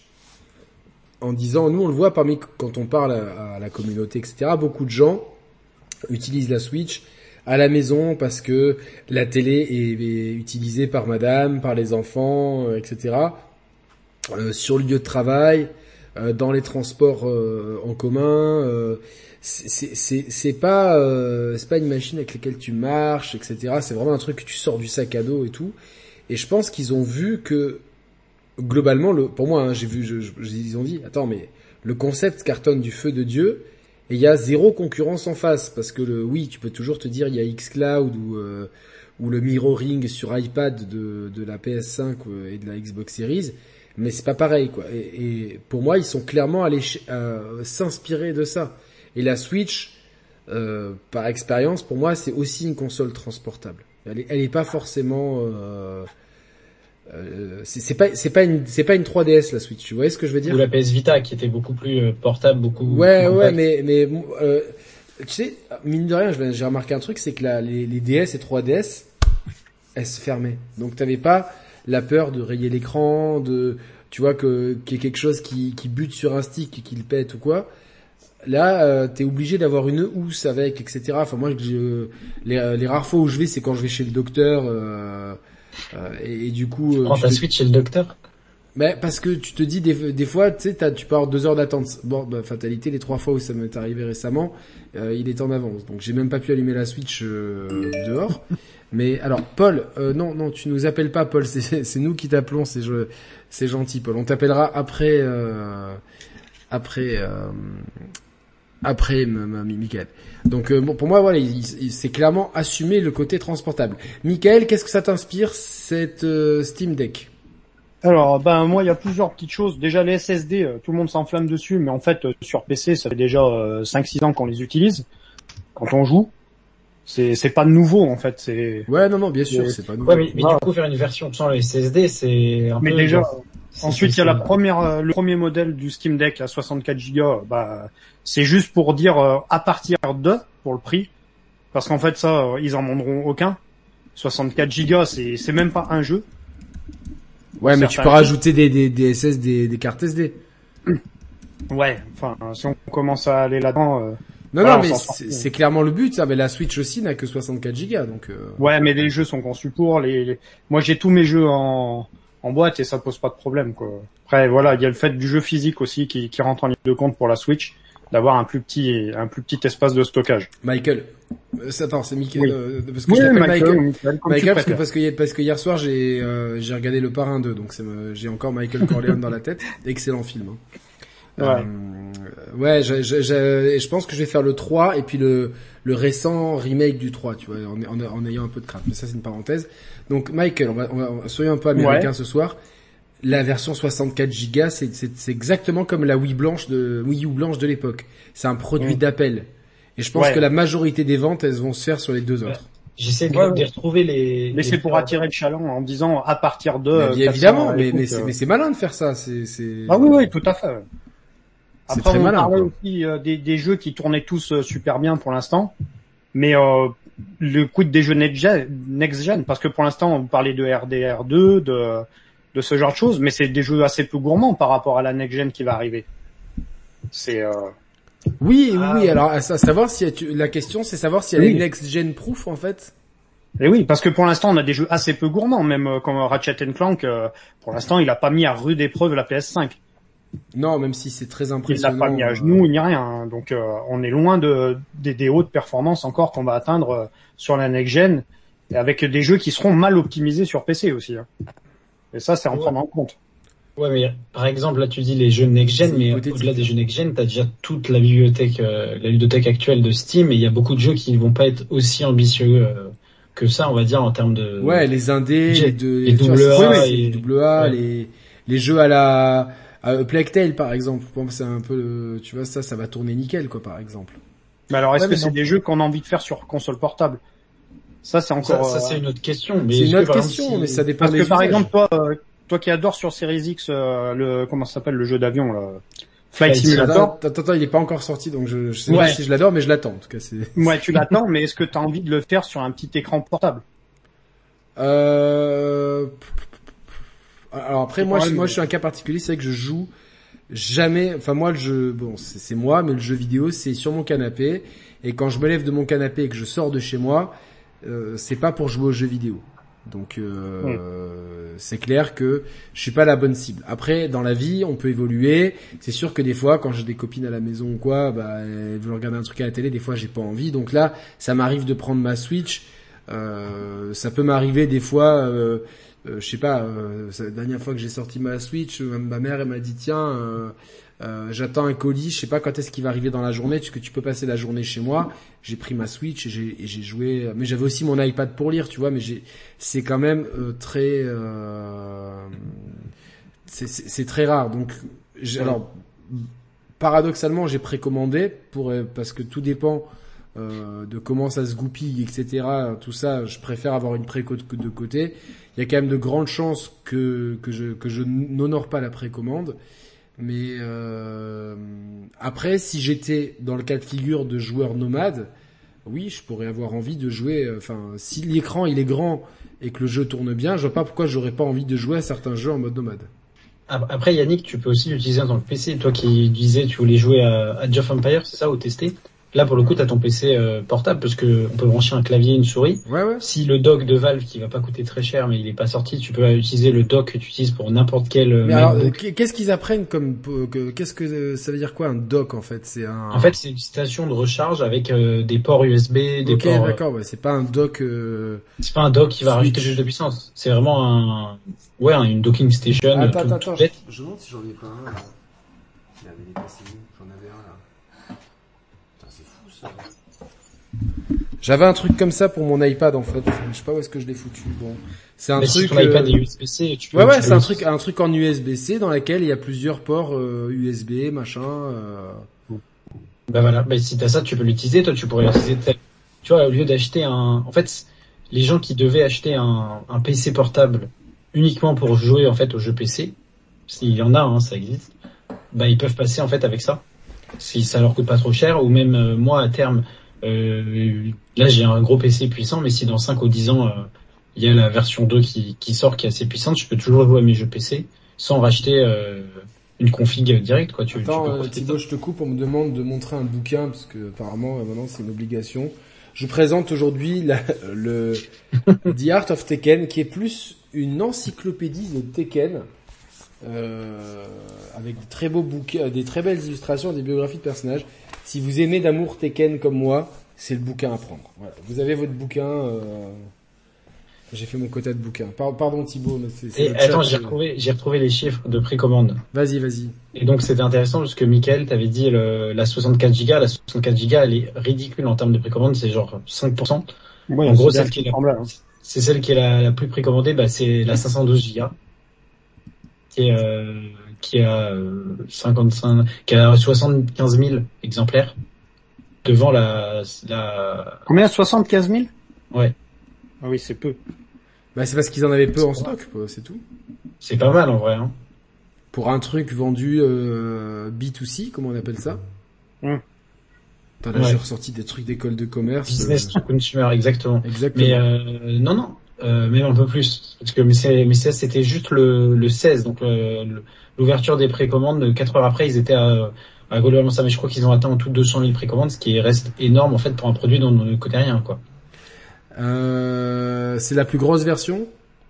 En disant, nous on le voit parmi, quand on parle à, à la communauté, et cetera, beaucoup de gens utilisent la Switch à la maison parce que la télé est, est utilisée par madame, par les enfants, euh, et cetera. Euh, sur le lieu de travail, euh, dans les transports euh, en commun, euh, c'est c'est c'est pas euh, c'est pas une machine avec laquelle tu marches, et cetera. C'est vraiment un truc que tu sors du sac à dos et tout. Et je pense qu'ils ont vu que globalement, le, pour moi, hein, j'ai vu, je, je, ils ont dit, attends, mais le concept cartonne du feu de Dieu et il y a zéro concurrence en face parce que le, oui, tu peux toujours te dire il y a xCloud ou euh, ou le mirroring sur iPad de de la P S cinq et de la Xbox Series, mais c'est pas pareil quoi. Et, et pour moi, ils sont clairement allés euh, s'inspirer de ça. Et la Switch, euh, par expérience, pour moi, c'est aussi une console transportable. Elle est, elle est pas forcément euh, Euh, c'est c'est pas c'est pas une c'est pas une trois D S la Switch, tu vois ce que je veux dire? ou la P S Vita qui était beaucoup plus euh, portable, beaucoup. Ouais plus ouais compact. mais mais euh, tu sais mine de rien j'ai remarqué un truc, c'est que la, les, les D S et trois D S elles se fermaient, donc t'avais pas la peur de rayer l'écran, de tu vois que qu'il y ait quelque chose qui qui bute sur un stick et qui le pète ou quoi. Là, euh, t'es obligé d'avoir une housse avec, et cetera. Enfin moi, je, les, les rares fois où je vais, c'est quand je vais chez le docteur. Euh, euh, et, et du coup, euh, Prends tu ta te- Switch chez le docteur. mais parce que tu te dis des, des fois, tu sais, t'as- tu peux avoir deux heures d'attente. Bon, bah, fatalité, les trois fois où ça m'est arrivé récemment, euh, il est en avance. Donc j'ai même pas pu allumer la Switch euh, dehors. Mais alors, Paul, euh, non, non, tu nous appelles pas, Paul. C'est, c'est nous qui t'appelons. C'est, je- c'est gentil, Paul. On t'appellera après, euh, après, euh, après, m- m- Michael. Donc euh, bon, pour moi, voilà, il, il- c'est clairement assumer le côté transportable. Michael, qu'est-ce que ça t'inspire cette euh, Steam Deck? Alors, ben moi, il y a plusieurs petites choses. Déjà, les S S D, euh, tout le monde s'enflamme dessus, mais en fait, euh, sur P C, ça fait déjà euh, cinq six ans qu'on les utilise quand on joue. C'est c'est pas nouveau en fait. C'est Ouais, non, non, bien sûr, Mais- c'est pas nouveau. Ouais, mais, mais Ah. du coup, faire une version sans le S S D, c'est un mais peu. déjà, genre, Ensuite, il y a la première, euh, le premier modèle du Steam Deck à soixante-quatre gigas. Bah, c'est juste pour dire euh, à partir de pour le prix, parce qu'en fait ça, euh, ils en vendront aucun. soixante-quatre gigas, c'est c'est même pas un jeu. Ouais, mais tu peux rajouter des des des S S, des des cartes S D. Ouais, enfin, si on commence à aller là-dedans. Euh, non, voilà, non, mais c'est, c'est clairement le but. Ça, mais la Switch aussi n'a que soixante-quatre gigas, donc. Euh... Ouais, mais les jeux sont conçus pour les. les... Moi, j'ai tous mes jeux en en boîte et ça pose pas de problème, quoi. Après, voilà, il y a le fait du jeu physique aussi qui, qui rentre en ligne de compte pour la Switch, d'avoir un plus petit, un plus petit espace de stockage. Michael. Euh, attends, c'est Michael, oui. euh, parce que oui, je t'appelle Michael. Michael, Michael, Michael parce que, parce que, parce que hier soir, j'ai, euh, j'ai regardé Le Parrain deux, donc c'est, j'ai encore Michael Corleone dans la tête. Excellent film, hein. Ouais. Euh, ouais, je, je, je, je pense que je vais faire le trois et puis le, le récent remake du trois, tu vois, en, en, en ayant un peu de crainte. Mais ça, c'est une parenthèse. Donc, Michael, on va, on va soyons un peu américains ouais. ce soir. La version soixante-quatre gigas, c'est, c'est, c'est exactement comme la Wii blanche de, Wii U blanche de l'époque. C'est un produit mmh. d'appel. Et je pense ouais. que la majorité des ventes, elles vont se faire sur les deux autres. Ouais. J'essaie de, ouais, de retrouver les... Mais les c'est pour attirer le chaland en disant à partir de... Mais bien évidemment, mais, mais, c'est, euh... mais c'est malin de faire ça. C'est, c'est... Ah oui, oui, tout à fait. C'est Après, très on malin, parlait quoi. aussi euh, des, des jeux qui tournaient tous euh, super bien pour l'instant. Mais euh, le coup des jeux next-gen, next-gen, parce que pour l'instant, on parlait de R D R deux, de... de ce genre de choses, mais c'est des jeux assez peu gourmands par rapport à la next-gen qui va arriver. C'est... Euh... Oui, ah, oui, alors à savoir si tu... la question c'est savoir si elle oui. est next-gen proof en fait. Et oui, parce que pour l'instant on a des jeux assez peu gourmands, même euh, comme Ratchet and Clank, euh, pour l'instant il a pas mis à rude épreuve la P S cinq. Non, même si c'est très impressionnant. Il l'a pas mis à genoux, euh... ni rien, hein. Donc euh, on est loin de des, des hautes performances encore qu'on va atteindre euh, sur la next-gen, et avec des jeux qui seront mal optimisés sur P C aussi. Hein. Et ça, c'est en ouais. prendre en compte. Ouais, mais par exemple, là, tu dis les jeux next-gen, mais au-delà des jeux next-gen, t'as déjà toute la bibliothèque, euh, la bibliothèque actuelle de Steam, et il y a beaucoup de jeux qui ne vont pas être aussi ambitieux euh, que ça, on va dire, en termes de... Ouais, les indés, les, de, les double A, les double A, les, les jeux à la, à Plague Tale, par exemple. Bon, c'est un peu, le, tu vois, ça, ça va tourner nickel, quoi, par exemple. Mais alors, est-ce ouais, que mais c'est non. des jeux qu'on a envie de faire sur console portable? Ça, c'est encore... Ça, ça c'est une autre question. Mais c'est une autre que, question, exemple, mais si... ça dépend Parce des que, par usages. exemple, toi, euh, toi qui adores sur Series X, euh, le, comment ça s'appelle, le jeu d'avion, là, Flight Simulator. Attends, attends, il est pas encore sorti, donc je, je sais ouais. pas si je l'adore, mais je l'attends, en tout cas, c'est... Ouais, tu l'attends, mais est-ce que t'as envie de le faire sur un petit écran portable? Euh, alors après, moi, je, moi, je suis un cas particulier, c'est vrai que je joue jamais, enfin, moi, le jeu, bon, c'est, c'est moi, mais le jeu vidéo, c'est sur mon canapé, et quand je me lève de mon canapé et que je sors de chez moi, euh, c'est pas pour jouer aux jeux vidéo. Donc euh, oui. c'est clair que je suis pas la bonne cible. Après, dans la vie, on peut évoluer. C'est sûr que des fois, quand j'ai des copines à la maison ou quoi, bah elles veulent regarder un truc à la télé. Des fois, j'ai pas envie. Donc là, ça m'arrive de prendre ma Switch. Euh, ça peut m'arriver des fois. Euh, euh, je sais pas. Euh, la dernière fois que j'ai sorti ma Switch, ma mère elle m'a dit tiens. Euh, Euh, j'attends un colis, je sais pas quand est-ce qu'il va arriver dans la journée, est-ce que tu peux passer la journée chez moi. J'ai pris ma Switch et j'ai, et j'ai joué, mais j'avais aussi mon iPad pour lire, tu vois, mais j'ai, c'est quand même euh, très, euh, c'est, c'est, c'est très rare. Donc, j'ai, alors, paradoxalement, j'ai précommandé pour, parce que tout dépend euh, de comment ça se goupille, et cetera. Tout ça, je préfère avoir une préco de, de côté. Il y a quand même de grandes chances que que je que je n'honore pas la précommande. Mais euh, après, si j'étais dans le cas de figure de joueur nomade, oui, je pourrais avoir envie de jouer. Enfin, si l'écran il est grand et que le jeu tourne bien, je vois pas pourquoi j'aurais pas envie de jouer à certains jeux en mode nomade. Après, Yannick, tu peux aussi l'utiliser dans le P C. Toi qui disais, tu voulais jouer à Age of Empires, c'est ça, ou tester? Là, pour le coup, t'as ton P C euh, portable parce que on peut brancher un clavier et une souris. Ouais, ouais. Si le dock de Valve, qui va pas coûter très cher, mais il est pas sorti, tu peux utiliser le dock que tu utilises pour n'importe quel euh, mais alors, MacBook. Qu'est-ce qu'ils apprennent comme que, qu'est-ce que ça veut dire quoi un dock en fait? C'est un. En fait, c'est une station de recharge avec euh, des ports U S B, des okay, ports. Ok, d'accord. Ouais, c'est pas un dock. Euh... C'est pas un dock qui va Switch. Rajouter plus de puissance. C'est vraiment un, ouais, une docking station. Attends, tout, attends, tout je, je me demande si j'en ai pas un. Là. Il avait dépassé où? J'en avais un là. Putain, c'est fou ça. J'avais un truc comme ça pour mon iPad en fait. Je sais pas où est-ce que je l'ai foutu. Bon, c'est un mais truc. Si ton euh... iPad est U S B C, tu peux. Ouais ouais, tu c'est peux un aussi. truc, un truc en U S B C dans lequel il y a plusieurs ports euh, U S B, machin. Euh... Bah voilà. Bah si t'as ça, tu peux l'utiliser. Toi, tu pourrais l'utiliser. Tu vois, au lieu d'acheter un, en fait, les gens qui devaient acheter un, un P C portable uniquement pour jouer en fait aux jeux P C, s'il y en a, hein, ça existe, bah ils peuvent passer en fait avec ça, si ça leur coûte pas trop cher, ou même euh, moi à terme, euh, là j'ai un gros P C puissant, mais si dans cinq ou dix ans, il euh, y a la version deux qui, qui sort qui est assez puissante, je peux toujours jouer à mes jeux P C sans racheter euh, une config directe, quoi. Tu, Attends, tu peux euh, Thibaut, je te coupe, on me demande de montrer un bouquin, parce que apparemment euh, maintenant c'est une obligation. Je présente aujourd'hui la, le The Art of Tekken, qui est plus une encyclopédie de Tekken, euh, avec des très beaux bouquins, des très belles illustrations, des biographies de personnages. Si vous aimez d'amour Tekken comme moi, c'est le bouquin à prendre. Voilà. Vous avez votre bouquin. Euh... J'ai fait mon quota de bouquins. Pardon Thibaut, mais c'est. c'est Et attends, j'ai retrouvé, j'ai retrouvé les chiffres de précommande. Vas-y, vas-y. Et donc c'était intéressant parce que Mickaël t'avait dit le, la soixante-quatre gigas, la soixante-quatre gigas, elle est ridicule en termes de précommande, c'est genre cinq pour cent. Ouais, en gros, c'est celle qui est, la, hein. c'est celle qui est la, la plus précommandée, bah c'est la cinq cent douze gigas, qui est euh, qui est à euh, cinquante-cinq, qui a soixante-quinze mille exemplaires devant la la. Combien? soixante-quinze mille? Ouais. Ah oui, c'est peu. Bah c'est parce qu'ils en avaient peu en stock, quoi, c'est tout. C'est pas mal en vrai, hein. Pour un truc vendu euh, B deux C, comment on appelle ça? Mmh. Attends, là Ouais. j'ai ressorti des trucs d'école de commerce. Business euh... to consumer, exactement. Exactement. Mais euh, non, non, euh, même un peu plus, parce que mais c'est, mais ça c'était juste le, le seize, donc le, le- l'ouverture des précommandes. Quatre heures après, ils étaient à, à globalement ça, mais je crois qu'ils ont atteint en tout deux cent mille précommandes, ce qui reste énorme en fait pour un produit dont on ne connaît rien, quoi. Euh, c'est la plus grosse version.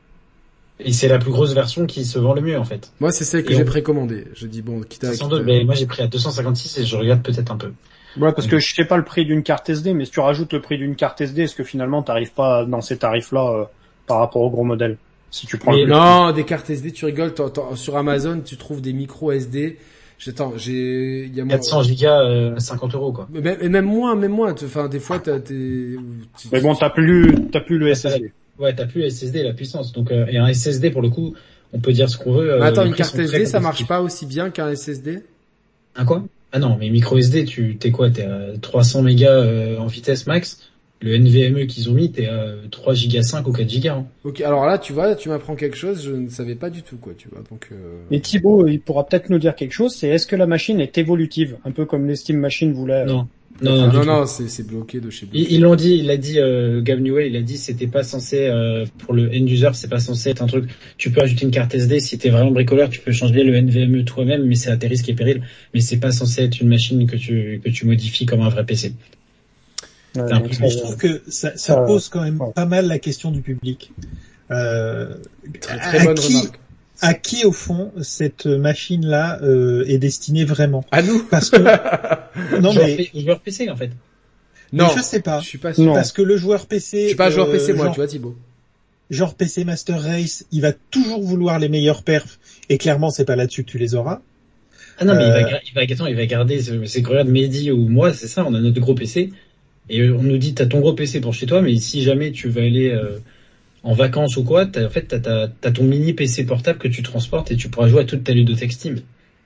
Et c'est la plus grosse version qui se vend le mieux en fait. Moi, c'est celle que Et j'ai on- précommandée. Je dis bon, quitte à. Sans quitte doute, à- mais moi j'ai pris à deux cent cinquante-six et je regarde peut-être un peu. Ouais, parce que je sais pas le prix d'une carte S D, mais si tu rajoutes le prix d'une carte S D, est-ce que finalement t'arrives pas dans ces tarifs-là euh, par rapport au gros modèle? Si tu prends Mais le Non, des cartes S D, tu rigoles. t'en- t'en- sur Amazon, tu trouves des micros S D. J'attends, j'ai, il y a moi. quatre cents gigas, euh, cinquante euros quoi. Mais même, et même moins, même moins. tu- Enfin, des fois, t'as tes. tu- Mais bon, t'as plus, t'as plus le S S D. Ouais, t'as plus le S S D, la puissance. Donc euh, et un S S D pour le coup, on peut dire ce qu'on veut. euh, Mais attends, les une prix carte sont S très D, ça marche compétitifs. pas aussi bien qu'un S S D? Un quoi? Ah non, mais micro S D, tu t'es quoi? T'es à trois cents mégas euh, en vitesse max. Le N V M e qu'ils ont mis, t'es à trois gigas cinq ou quatre gigas. Hein. Ok, alors là, tu vois, tu m'apprends quelque chose, je ne savais pas du tout, quoi, tu vois, donc... Euh... Et Thibaut, il pourra peut-être nous dire quelque chose, c'est est-ce que la machine est évolutive? Un peu comme les Steam Machines voulaient. Non, Non, non, non, du non, tout. non, c'est, c'est bloqué de chez Ils, ils l'ont dit, il l'a dit, euh, Gabe Newell, il a dit, c'était pas censé euh, pour le end user, c'est pas censé être un truc. Tu peux ajouter une carte S D si t'es vraiment bricoleur, tu peux changer le N V M e toi-même, mais c'est à tes risques et périls. Mais c'est pas censé être une machine que tu que tu modifies comme un vrai P C. Ouais, C'est un donc peu- ça, Mais je trouve que ça, ça ça- pose quand même ouais. pas mal la question du public. Euh, Très, à très bonne qui, remarque. à qui au fond cette machine-là euh, est destinée vraiment? À nous? Parce que non Joueur mais P- joueur P C en fait. Non, je sais pas. je suis pas sûr. Non. Parce que le joueur P C, Je suis pas un joueur P C, euh, moi, genre, tu vois, Thibaut. genre P C Master Race, il va toujours vouloir les meilleurs perfs, et clairement c'est pas là-dessus que tu les auras. Ah non, mais Euh, il va, gar- il va, attends, il va garder, c'est c'est que regarde Mehdi ou moi, c'est ça, on a notre gros P C, et on nous dit, t'as ton gros P C pour chez toi, mais si jamais tu vas aller euh, en vacances ou quoi, t'as, en fait, t'as, t'as, t'as ton mini P C portable que tu transportes et tu pourras jouer à toute ta ludothèque Steam.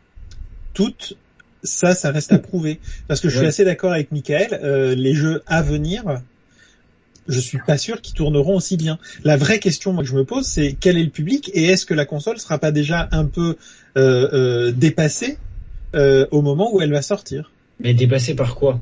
Toutes, ça, ça reste à prouver. Parce que je suis Ouais. assez d'accord avec Michael, euh, les jeux à venir, je suis pas sûr qu'ils tourneront aussi bien. La vraie question moi, que je me pose, c'est quel est le public et est-ce que la console sera pas déjà un peu euh, euh, dépassée euh, au moment où elle va sortir? Mais dépassé par quoi?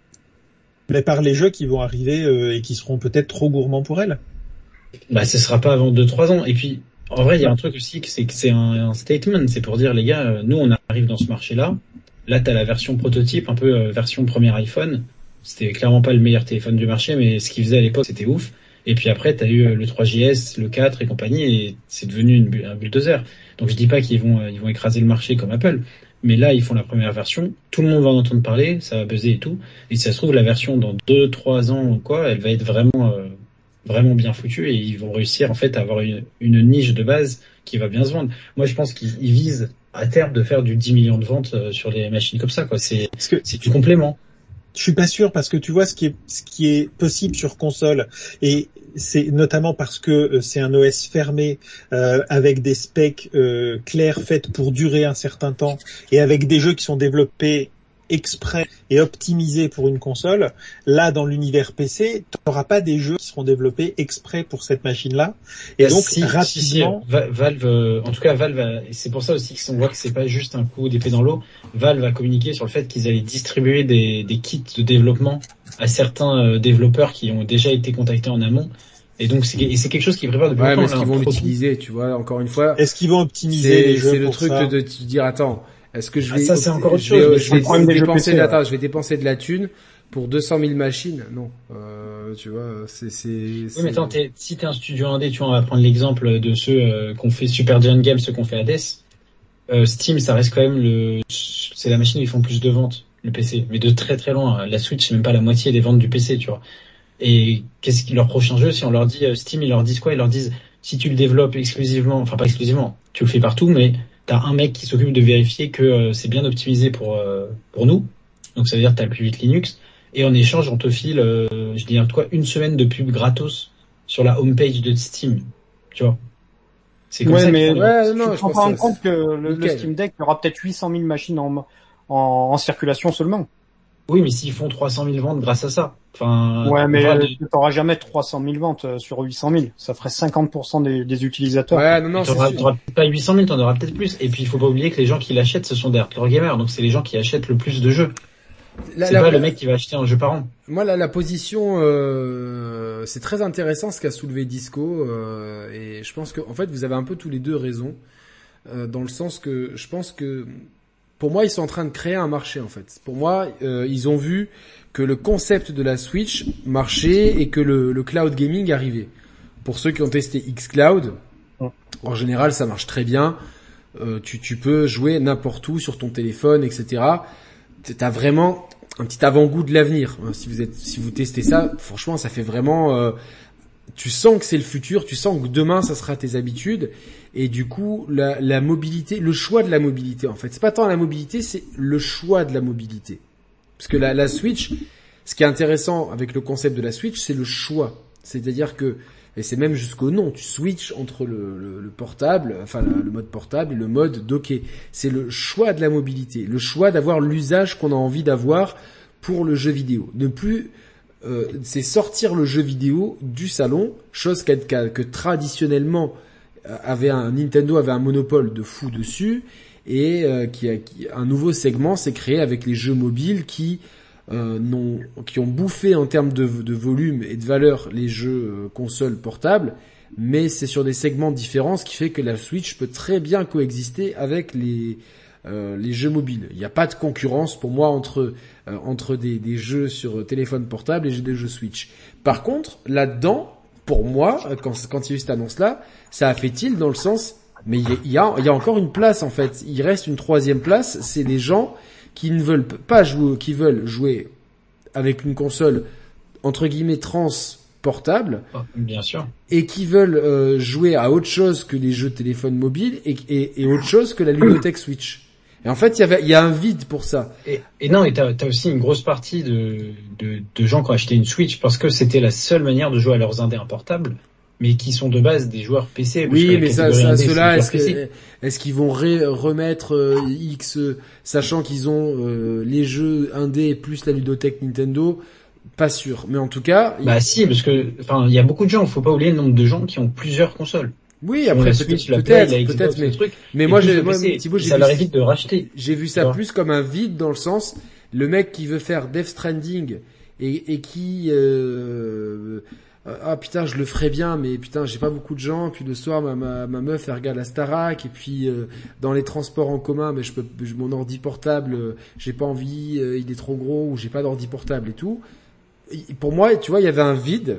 Mais par les jeux qui vont arriver euh, et qui seront peut-être trop gourmands pour elle. Bah, ce sera pas avant deux trois ans. Et puis, en vrai, il y a un truc aussi, que c'est que c'est un, un statement, c'est pour dire, les gars, euh, nous, on arrive dans ce marché-là. Là, t'as la version prototype, un peu euh, version premier iPhone. C'était clairement pas le meilleur téléphone du marché, mais ce qu'ils faisaient à l'époque, c'était ouf. Et puis après, t'as eu euh, le trois G S, le quatre et compagnie, et c'est devenu une, bu- un bulldozer. Donc je dis pas qu'ils vont, euh, ils vont écraser le marché comme Apple. Mais là, ils font la première version. Tout le monde va en entendre parler, ça va buzzer et tout. Et si ça se trouve, la version dans deux trois ans ou quoi, elle va être vraiment, euh, vraiment bien foutue et ils vont réussir, en fait, à avoir une, une niche de base qui va bien se vendre. Moi, je pense qu'ils ils visent à terme de faire du dix millions de ventes euh, sur les machines comme ça, quoi. C'est, Parce que c'est du complément. je suis pas sûr parce que tu vois ce qui est ce qui est possible sur console et c'est notamment parce que euh, c'est un O S fermé euh, avec des specs euh, clairs faites pour durer un certain temps et avec des jeux qui sont développés exprès et optimisés pour une console. Là, dans l'univers P C, tu n'auras pas des jeux qui seront développés exprès pour cette machine-là. Et donc, si, rapidement... Si, si, Valve, euh, en tout cas, Valve, a, et c'est pour ça aussi qu'on voit que c'est pas juste un coup d'épée dans l'eau. Valve a communiqué sur le fait qu'ils allaient distribuer des, des kits de développement à certains euh, développeurs qui ont déjà été contactés en amont. Et donc, c'est, et c'est quelque chose qu'ils préparent depuis ouais, longtemps. Ouais, mais est-ce qu'ils vont l'utiliser, tu vois, encore une fois. Est-ce qu'ils vont optimiser c'est, les jeux c'est le pour truc ça de te dire, attends, est-ce que je vais, ah, ça, c'est encore autre je vais, chose, je vais, je vais dépenser, P C, attends, ouais. je vais dépenser de la thune pour deux cent mille machines? Non, euh, tu vois, c'est, c'est, c'est... Oui, mais attends, t'es, si t'es un studio indé, tu vois, on va prendre l'exemple de ceux euh, qu'on fait Super Giant Games, ceux qu'on fait Hades. Euh, Steam, ça reste quand même le, c'est la machine où ils font plus de ventes, le P C. Mais de très très loin. La Switch, c'est même pas la moitié des ventes du P C, tu vois. Et qu'est-ce qui leur prochain jeu, si on leur dit, euh, Steam, ils leur disent quoi? Ils leur disent, si tu le développes exclusivement, enfin pas exclusivement, tu le fais partout, mais t'as un mec qui s'occupe de vérifier que euh, c'est bien optimisé pour euh, pour nous. Donc ça veut dire que t'as le plus vite Linux. Et en échange, on te file, euh, je dis quoi, une semaine de pub gratos sur la homepage de Steam. Tu vois. C'est comme ouais, ça. Mais ouais, tu non, te je rends pense pas que compte que le, le nickel. Steam Deck, il y aura peut-être huit cent mille machines en, en, en circulation seulement. Oui, mais s'ils font trois cent mille ventes grâce à ça. Enfin. Ouais, mais de... tu n'auras jamais trois cent mille ventes sur huit cent mille. Ça ferait cinquante pour cent des, des utilisateurs. Ouais, non, non, t'auras, c'est t'auras peut-être pas huit cent mille, t'en auras peut-être plus. Et puis, il faut pas oublier que les gens qui l'achètent, ce sont des hardcore gamers. Donc, c'est les gens qui achètent le plus de jeux. La, c'est la, pas la, le mec qui va acheter un jeu par an. Moi, la, la position, euh, c'est très intéressant ce qu'a soulevé Disco, euh, et je pense que, en fait, vous avez un peu tous les deux raison, euh, dans le sens que je pense que, pour moi, ils sont en train de créer un marché, en fait. Pour moi, euh, ils ont vu que le concept de la Switch marchait et que le, le cloud gaming arrivait. Pour ceux qui ont testé xCloud, en général, ça marche très bien. Euh, tu, tu peux jouer n'importe où sur ton téléphone, et cetera. T'as vraiment un petit avant-goût de l'avenir. Si vous êtes, si vous testez ça, franchement, ça fait vraiment. Euh, tu sens que c'est le futur, tu sens que demain, ça sera tes habitudes, et du coup, la, la mobilité, le choix de la mobilité, en fait, c'est pas tant la mobilité, c'est le choix de la mobilité. Parce que la, la Switch, ce qui est intéressant avec le concept de la Switch, c'est le choix. C'est-à-dire que, et c'est même jusqu'au nom, tu switches entre le, le, le portable, enfin le, le mode portable et le mode docké. C'est le choix de la mobilité, le choix d'avoir l'usage qu'on a envie d'avoir pour le jeu vidéo. Ne plus, euh, c'est sortir le jeu vidéo du salon, chose que, que, que traditionnellement avait un Nintendo avait un monopole de fou dessus, et euh, qui, a, qui un nouveau segment s'est créé avec les jeux mobiles qui Euh, non, qui ont bouffé en termes de, de volume et de valeur les jeux euh, consoles portables, mais c'est sur des segments différents, ce qui fait que la Switch peut très bien coexister avec les euh, les jeux mobiles. Il n'y a pas de concurrence pour moi entre euh, entre des, des jeux sur téléphone portable et des jeux Switch. Par contre, là-dedans, pour moi, quand quand il y a eu cette annonce-là, ça a fait tilt dans le sens, mais il y a il y a, il y a encore une place en fait. Il reste une troisième place, c'est les gens qui ne veulent pas jouer, qui veulent jouer avec une console entre guillemets transportable, oh, bien sûr, et qui veulent euh, jouer à autre chose que les jeux de téléphone mobile et, et, et autre chose que la ludothèque Switch. Et en fait, il y avait, il y a un vide pour ça. Et, et non, et t'as, t'as aussi une grosse partie de, de, de gens qui ont acheté une Switch parce que c'était la seule manière de jouer à leurs indés portables, mais qui sont de base des joueurs P C. Oui, mais ça, ça ceux-là, est-ce, que, est-ce qu'ils vont ré, remettre euh, X, euh, sachant qu'ils ont euh, les jeux indés plus la ludothèque Nintendo? Pas sûr, mais en tout cas. Bah il... si, parce que, enfin, il y a beaucoup de gens. Faut pas oublier le nombre de gens qui ont plusieurs consoles. Oui, après la Switch, peut-être, peut-être, Play, peut-être, mais, truc, mais moi, j'ai, moi, Thibaut, j'ai ça vu, leur évite de racheter. J'ai vu ça plus comme un vide dans le sens, le mec qui veut faire Death Stranding et, et qui, euh, ah putain, je le ferais bien, mais putain, j'ai pas beaucoup de gens. Puis le soir, ma ma, ma meuf elle regarde la Starac, et puis euh, dans les transports en commun, mais je peux, mon ordi portable, euh, j'ai pas envie, euh, il est trop gros, ou j'ai pas d'ordi portable et tout. Et pour moi, tu vois, il y avait un vide,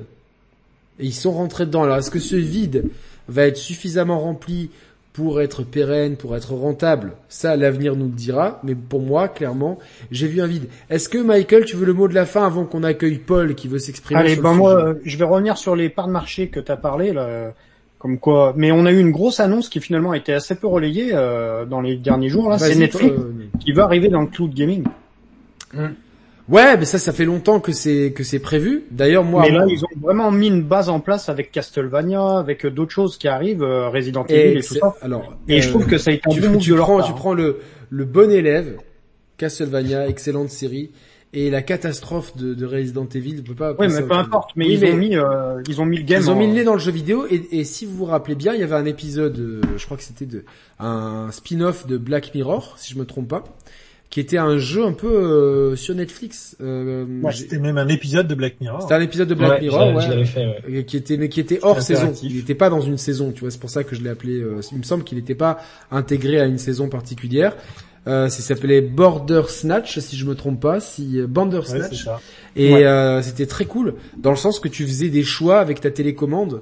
et ils sont rentrés dedans. Alors, est-ce que ce vide va être suffisamment rempli pour être pérenne, pour être rentable? Ça, l'avenir nous le dira. Mais pour moi, clairement, j'ai vu un vide. Est-ce que, Michael, tu veux le mot de la fin avant qu'on accueille Paul qui veut s'exprimer? Allez, sur ben le moi, sujet. euh, je vais revenir sur les parts de marché que tu as parlé, là, comme quoi. Mais on a eu une grosse annonce qui finalement a été assez peu relayée euh, dans les derniers jours. Là, Vas-y, c'est Netflix euh... qui va arriver dans le cloud gaming. Mmh. Ouais, mais ça, ça fait longtemps que c'est que c'est prévu. D'ailleurs, moi. Mais là, moi... ils ont vraiment mis une base en place avec Castlevania, avec d'autres choses qui arrivent, euh, Resident Evil et, et tout ça. Alors, et euh, je trouve que ça a été un tu, bon move tu de leur prends, part. tu prends le le bon élève, Castlevania, excellente série. Et la catastrophe de, de Resident Evil, on peut pas. Oui, mais peu importe. Mais oui, ils mais ont mis, euh, ils ont mis le game. Ils ont en... mis le nez dans le jeu vidéo. Et, et si vous vous rappelez bien, il y avait un épisode, euh, je crois que c'était de un spin-off de Black Mirror, si je me trompe pas, qui était un jeu un peu euh, sur Netflix. Euh, ouais, c'était même un épisode de Black Mirror. C'était un épisode de Black ouais, Mirror, ouais, je l'avais fait, ouais. qui était mais qui était hors C'était saison. interactif. Il n'était pas dans une saison, tu vois. C'est pour ça que je l'ai appelé. Euh, il me semble qu'il n'était pas intégré à une saison particulière. Euh, ça s'appelait Border Snatch, si je me trompe pas, si euh, Bandersnatch. Ouais, c'est ça. Et Ouais. euh, c'était très cool dans le sens que tu faisais des choix avec ta télécommande.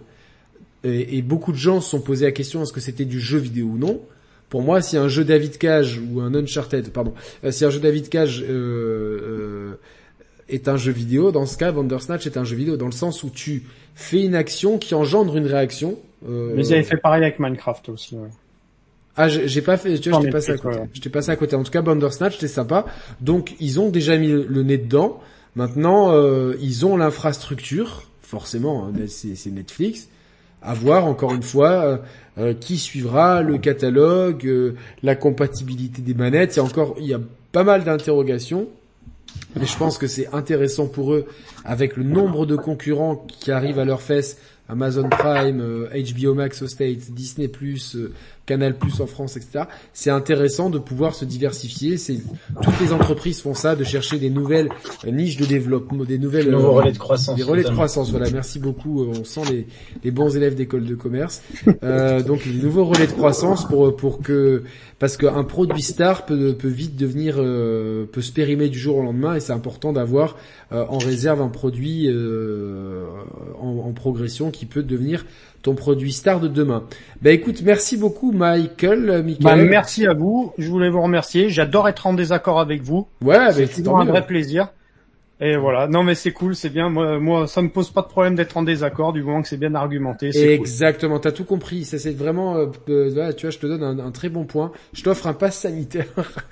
Et, et beaucoup de gens se sont posé la question est-ce que c'était du jeu vidéo ou non. Pour moi, si un jeu David Cage ou un Uncharted, pardon, euh, si un jeu David Cage euh, euh, est un jeu vidéo, dans ce cas, Bandersnatch est un jeu vidéo dans le sens où tu fais une action qui engendre une réaction. Euh, Mais ils avaient fait pareil avec Minecraft aussi. Ouais. Ah, j'ai j'ai pas fait, tu vois, Non, j'étais mais passé à peut-être, côté. ouais. J'étais passé à côté. En tout cas, Bandersnatch, c'était sympa. Donc, ils ont déjà mis le, le nez dedans. Maintenant, euh, ils ont l'infrastructure. Forcément, hein, c'est, c'est Netflix. À voir, encore une fois, euh, euh, qui suivra le catalogue, euh, la compatibilité des manettes. Il y a encore, il y a pas mal d'interrogations. Mais je pense que c'est intéressant pour eux, avec le nombre de concurrents qui arrivent à leurs fesses, Amazon Prime, euh, H B O Max aux States, Disney+, euh, Canal+, en France, et cetera. C'est intéressant de pouvoir se diversifier. C'est toutes les entreprises font ça, de chercher des nouvelles euh, niches de développement, des nouvelles Des nouveaux euh, relais de croissance. des relais de notamment. croissance. Voilà, merci beaucoup. Euh, On sent les, les bons élèves d'école de commerce. Euh, donc les nouveaux relais de croissance pour pour que parce qu'un produit star peut peut vite devenir euh, peut se périmer du jour au lendemain et c'est important d'avoir euh, en réserve un produit euh, en, en progression qui peut devenir ton produit star de demain. Bah écoute, merci beaucoup Michael. euh, Michael. Bah, merci à vous. Je voulais vous remercier. J'adore être en désaccord avec vous. Ouais, bah, C'est c'est toujours tant un mieux. vrai plaisir. Et voilà. Non, mais c'est cool, c'est bien. Moi, moi, ça me pose pas de problème d'être en désaccord du moment que c'est bien argumenté. C'est cool. Exactement, t'as tout compris. Ça c'est vraiment, euh, euh, voilà, tu vois, je te donne un, un très bon point. Je t'offre un pass sanitaire.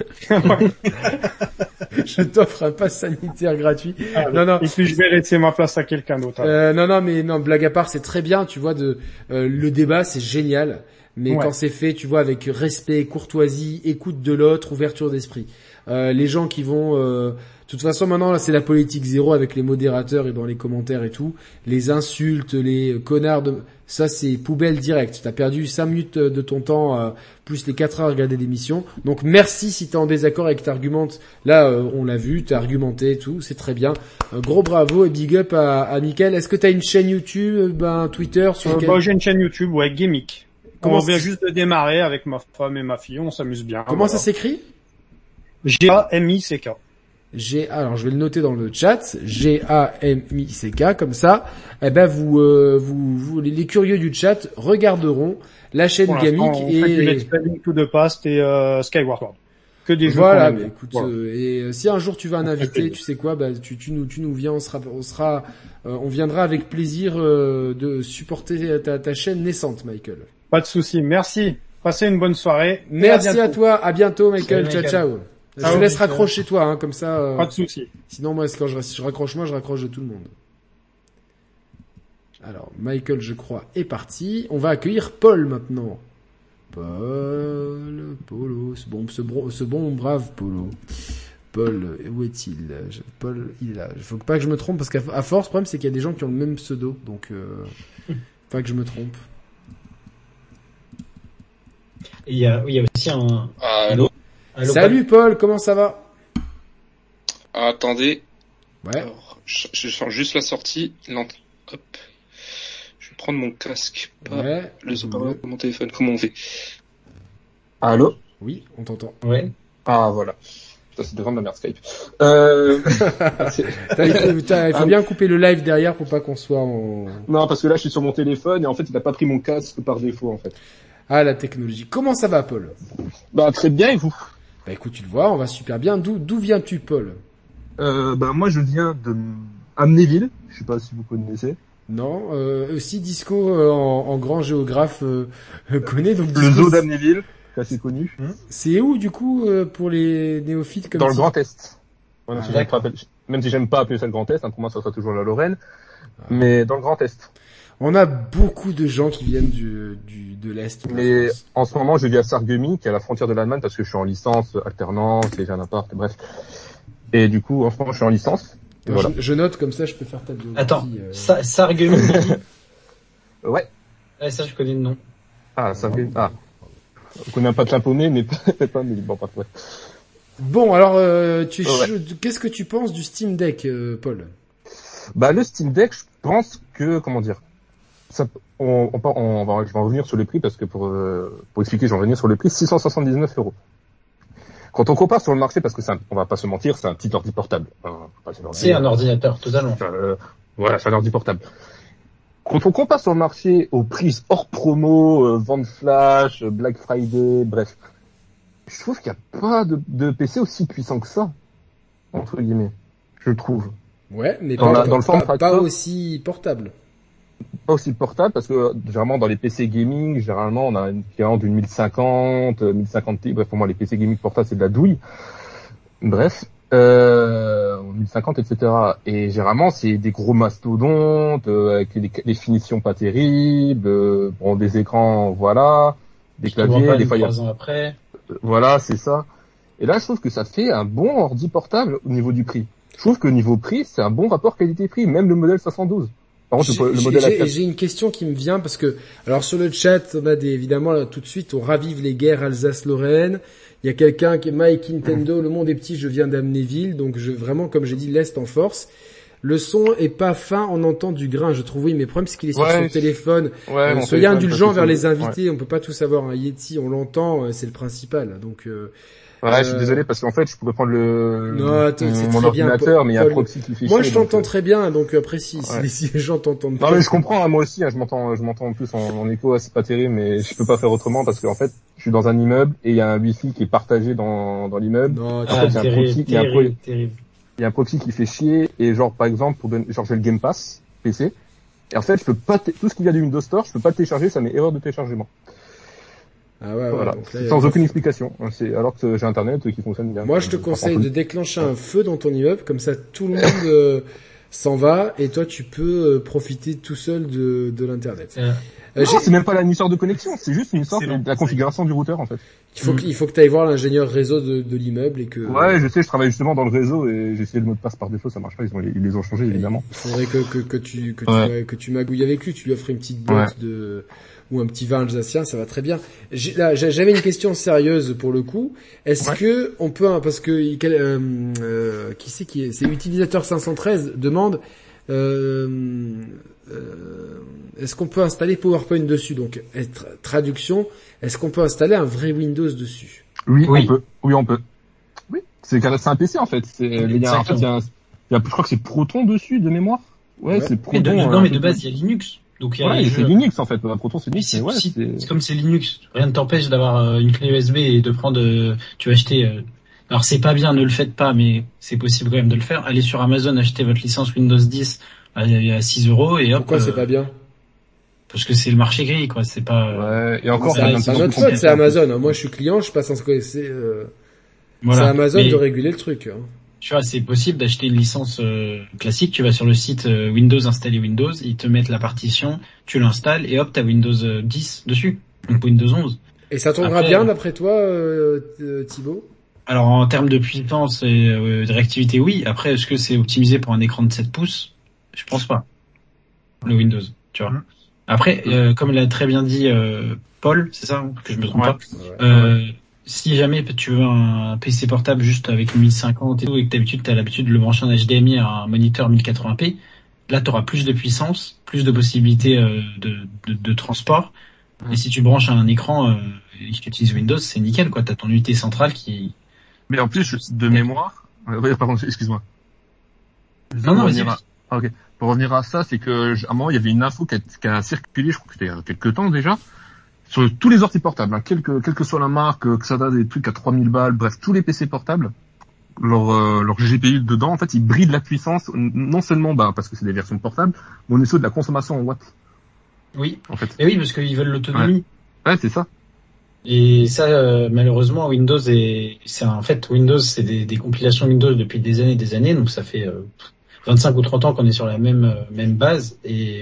Je t'offre un pass sanitaire gratuit. Ah, non, non. Et puis je vais laisser ma place à quelqu'un d'autre. alors. Euh, non, non, mais non, blague à part, c'est très bien, tu vois, de euh, le débat, c'est génial. Mais Ouais. quand c'est fait, tu vois, avec respect, courtoisie, écoute de l'autre, ouverture d'esprit. Euh, les gens qui vont... Euh, de toute façon, maintenant, là, c'est la politique zéro avec les modérateurs et dans les commentaires et tout. Les insultes, les connards, de... ça, c'est poubelle directe. T'as perdu cinq minutes de ton temps, euh, plus les quatre heures à regarder l'émission. Donc, merci si t'es en désaccord avec t'argumentes. Là, euh, on l'a vu, t'as argumenté et tout, c'est très bien. Un gros bravo et big up à, à Mickaël. Est-ce que t'as une chaîne YouTube, ben, Twitter, sur Euh, lequel... bah, j'ai une chaîne YouTube, ouais, Gimmick. Comment On vient c'est- juste de démarrer avec ma femme et ma fille, on s'amuse bien. Comment ça s'écrit? G A M I C K. G, alors je vais le noter dans le chat, G A M I C K, comme ça, eh ben vous, euh, vous, vous, les curieux du chat regarderont la chaîne Pour l'instant, Gamic on fait du et Let's Play Link to the Past et euh, Skyward Sword. Que des jeux voilà. qu'on Mais aime. écoute, Voilà. euh, et euh, si un jour tu veux un fait invité, plaisir. tu sais quoi, bah tu, tu nous, tu nous viens, on sera, on sera, euh, on viendra avec plaisir euh, de supporter ta, ta chaîne naissante, Michael. Pas de souci. Merci. Passez une bonne soirée. et Merci à, bientôt. toi, à bientôt, Michael. Salut, ciao, Michael. ciao. Je Ciao, te laisse Michael. raccrocher toi, hein, comme ça. euh, Pas de souci. Sinon, moi, quand je, si je raccroche moi, je raccroche de tout le monde. Alors, Michael, je crois, est parti. On va accueillir Paul maintenant. Paul, Polo, ce bon, ce, bro- ce bon brave Polo. Paul, où est-il? Je- Paul, il est là. Il faut pas que je me trompe parce qu'à à force, le problème, c'est qu'il y a des gens qui ont le même pseudo, donc euh, pas que je me trompe. Et Il y a, il y a aussi un... Allô. Allô, Salut Paul, comment ça va? Attendez. Ouais. Alors, je, je sens juste la sortie. Lent- Hop. Je vais prendre mon casque, pas Ouais. le haut-parleur de mon téléphone. Comment on fait? Allô? Oui, on t'entend. Paul. Ouais. Ah, voilà. Putain, c'est devant ma mère Skype. Euh... c'est- T'as- il faut, t'as- il faut bien couper le live derrière pour pas qu'on soit en... non, parce que là, je suis sur mon téléphone et en fait, il a pas pris mon casque par défaut, en fait. Ah, la technologie. Comment ça va, Paul? Bah, très bien, et vous? Bah écoute, tu le vois, on va super bien. D'où d'où viens-tu, Paul? Euh, bah, moi, je viens de Amnéville. Je sais pas si vous connaissez. Non, euh, aussi Disco euh, en, en grand géographe euh, euh, connaît donc Le Disco, zoo d'Amnéville, c'est assez connu. c'est où du coup euh, pour les néophytes comme Dans le ça Grand Est. Ouais, même, Ah, si j'aime pas appeler- même si j'aime pas appeler ça le Grand Est, hein, pour moi, ça sera toujours la Lorraine. Ah. Mais dans le Grand Est. On a beaucoup de gens qui viennent du, du de l'Est. Mais en ce moment, je vis à Sarreguemines, qui est à la frontière de l'Allemagne, parce que je suis en licence, alternance, et j'ai un appart, bref. Et du coup, en ce moment, je suis en licence. Et Alors, voilà. je, je note comme ça, je peux faire ta biographie. Attends, euh... Sa- Sarreguemines. Ouais. Ouais, ça je connais le nom. Ah, Sarreguemines. Ah. On connaît un patelin paumé, mais pas, pas, mais bon, pas, ouais. Bon, alors, euh, tu es Ouais. chaud- qu'est-ce que tu penses du Steam Deck, euh, Paul? Bah, le Steam Deck, je pense que, comment dire, ça, on, on, on, va, je vais en revenir sur le prix parce que pour, euh, pour expliquer, je vais en revenir sur le prix, six cent soixante-dix-neuf euros. Quand on compare sur le marché, parce que c'est un, on va pas se mentir, c'est un petit ordi portable. Enfin, pas un ordi, C'est un ordinateur, totalement. euh, voilà, c'est un ordi portable. Quand on compare sur le marché aux prises hors promo, euh, vente flash, euh, Black Friday, bref, je trouve qu'il n'y a pas de, de P C aussi puissant que ça, entre guillemets, je trouve. Ouais, mais Dans pas, la- dans le pas, form pas factor. aussi portable. Pas aussi portable parce que euh, généralement dans les P C gaming, généralement on a une équivalent d'une mille cinquante, euh, mille cinquante Ti. Bref, pour moi les P C gaming portables c'est de la douille. Bref, euh, mille cinquante et cetera. Et généralement c'est des gros mastodontes euh, avec des, des finitions pas terribles, euh, bon des écrans voilà, des Je te vois claviers, pas des deux, fois il y a trois ans après. voilà c'est ça. Et là je trouve que ça fait un bon ordi portable au niveau du prix. Je trouve que niveau prix c'est un bon rapport qualité-prix, même le modèle cinq cent douze. Par contre, J'ai- le, le j'ai- modèle J'ai A4, j'ai une question qui me vient parce que, alors sur le chat, on a des, évidemment, là, tout de suite, on ravive les guerres Alsace-Lorraine. Il y a quelqu'un qui est Mike Nintendo, le monde est petit, je viens d'Amnéville, donc je, vraiment, comme j'ai dit, l'Est en force. Le son est pas fin, on entend du grain, je trouve, oui, mais le problème, c'est qu'il est sur Ouais, son téléphone. ouais, Euh, mon soyez téléphone, indulgents parce que vers les c'est- invités, on peut pas tous avoir un Yeti, on l'entend, euh, c'est le principal. Donc, euh, Ouais, je suis Euh, désolé parce qu'en fait, je pourrais prendre le Non, attends, c'est mon très bien, ordinateur, Paul- mais il y a un Paul. proxy qui fait moi, chier, je t'entends donc, très bien, donc après, si, si- Ouais. si les gens t'entendent euh, pas. Non, mais je comprends, hein, moi aussi, hein, je m'entends, je m'entends en plus en, en écho, c'est pas terrible, mais je peux pas faire autrement parce qu'en fait, je suis dans un immeuble et il y a un wifi qui est partagé dans dans l'immeuble. Non, En tu- fait, Ah, il y a un terrible, proxy, il y a un pro- terrible, terrible. il y a un proxy qui fait chier et genre par exemple pour donner, genre j'ai le Game Pass P C et en fait, je peux pas t- tout ce qu'il y a du Windows Store, je peux pas le télécharger, ça met erreur de téléchargement. ah ouais, ouais, Voilà, donc là, il y a- sans aucune explication. hein, C'est alors que j'ai internet qui fonctionne bien. Moi, je te Euh, conseille par de contre, déclencher un feu dans ton immeuble, comme ça tout le monde euh, s'en va et toi tu peux euh, profiter tout seul de, de l'internet. Euh, Euh, Non, j'ai- c'est même pas une histoire de connexion, c'est juste une histoire C'est de long, la ça. configuration du routeur en fait. il faut que, il faut que tu ailles voir l'ingénieur réseau de, de l'immeuble et que Ouais, je sais, je travaille justement dans le réseau et j'ai essayé le mot de passe par défaut, ça marche pas, ils, ont, ils les ont changés évidemment. il faudrait que que, que tu que Ouais. tu que tu magouilles avec lui, tu lui offres une petite boîte de ou un petit vin alsacien, ça va très bien. J'ai- Là, j'ai- j'avais une question sérieuse pour le coup. Est-ce Ouais. que on peut parce que quel, euh, euh, qui c'est qui est c'est utilisateur cinq cent treize demande euh, euh, est-ce qu'on peut installer PowerPoint dessus? Donc, être, traduction, est-ce qu'on peut installer un vrai Windows dessus? Oui, Oui. on peut. Oui, on peut. Oui. C'est c'est un P C en fait. C'est, il y a, en fait, il y a, un- il y a, je crois que c'est Proton dessus de mémoire. Ouais, Ouais. c'est mais Proton. de, non, euh, mais de base, il y a Linux. Donc, il y a ouais, les c'est jeux- Linux en fait. Proton c'est Oui, Linux. c'est mais ouais, si- c'est- c'est comme c'est Linux. Rien ne t'empêche d'avoir euh, une clé U S B et de prendre, euh, tu vas acheter, euh, alors c'est pas bien, ne le faites pas, mais c'est possible quand même de le faire. Allez sur Amazon, achetez votre licence Windows dix à, à six euros et hop. Pourquoi c'est euh, pas bien? Parce que c'est le marché gris, quoi. C'est pas, euh, Ouais, et encore, C'est ça pas devient de plus en notre plus faute, compliqué. c'est Amazon. hein. Moi, je suis client, je passe en c'est euh, voilà. c'est Amazon Mais, de réguler le truc. Hein. tu vois, c'est possible d'acheter une licence euh, classique. Tu vas sur le site euh, Windows, installer Windows, ils te mettent la partition, tu l'installes et hop, t'as Windows euh, dix dessus. Donc Windows onze. Et ça tournera Après, bien euh, d'après toi, euh, euh, Thibaut? Alors en termes de puissance et euh, de réactivité, oui. Après, est-ce que c'est optimisé pour un écran de sept pouces? Je pense pas. Le Windows, tu vois. Après, euh, comme l'a très bien dit euh, Paul, c'est ça, que je me trompe Ouais. pas. Euh, si jamais tu veux un P C portable juste avec mille cinquante et tout, et que d'habitude t'as l'habitude de le brancher en H D M I à un moniteur mille quatre-vingts p, là tu auras plus de puissance, plus de possibilités euh, de, de, de transport. Ouais. Et si tu branches un écran euh, et que tu utilises Windows, c'est nickel, quoi. T'as ton unité centrale qui. Mais en plus, je- de mémoire, euh, ouais, pardon, excuse-moi. Non, non, revenir vas-y. à- ah, ok. Pour revenir à ça, c'est que, à un moment, il y avait une info qui a, qui a circulé, je crois que c'était il y a quelques temps déjà, sur tous les ordi portables, hein, quelle, que, quelle que soit la marque, que ça donne des trucs à trois mille balles, bref, tous les P C portables, leur, euh, leur G P U dedans, en fait, ils brident la puissance, non seulement, bah, parce que c'est des versions portables, mais au niveau de la consommation en watts, Oui. en fait. Et oui, parce qu'ils veulent l'autonomie. Ouais, c'est ça. Et ça, euh, malheureusement, Windows est, c'est un- en fait, Windows, c'est des, des compilations Windows depuis des années et des années, donc ça fait euh, vingt-cinq ou trente ans qu'on est sur la même euh, même base, et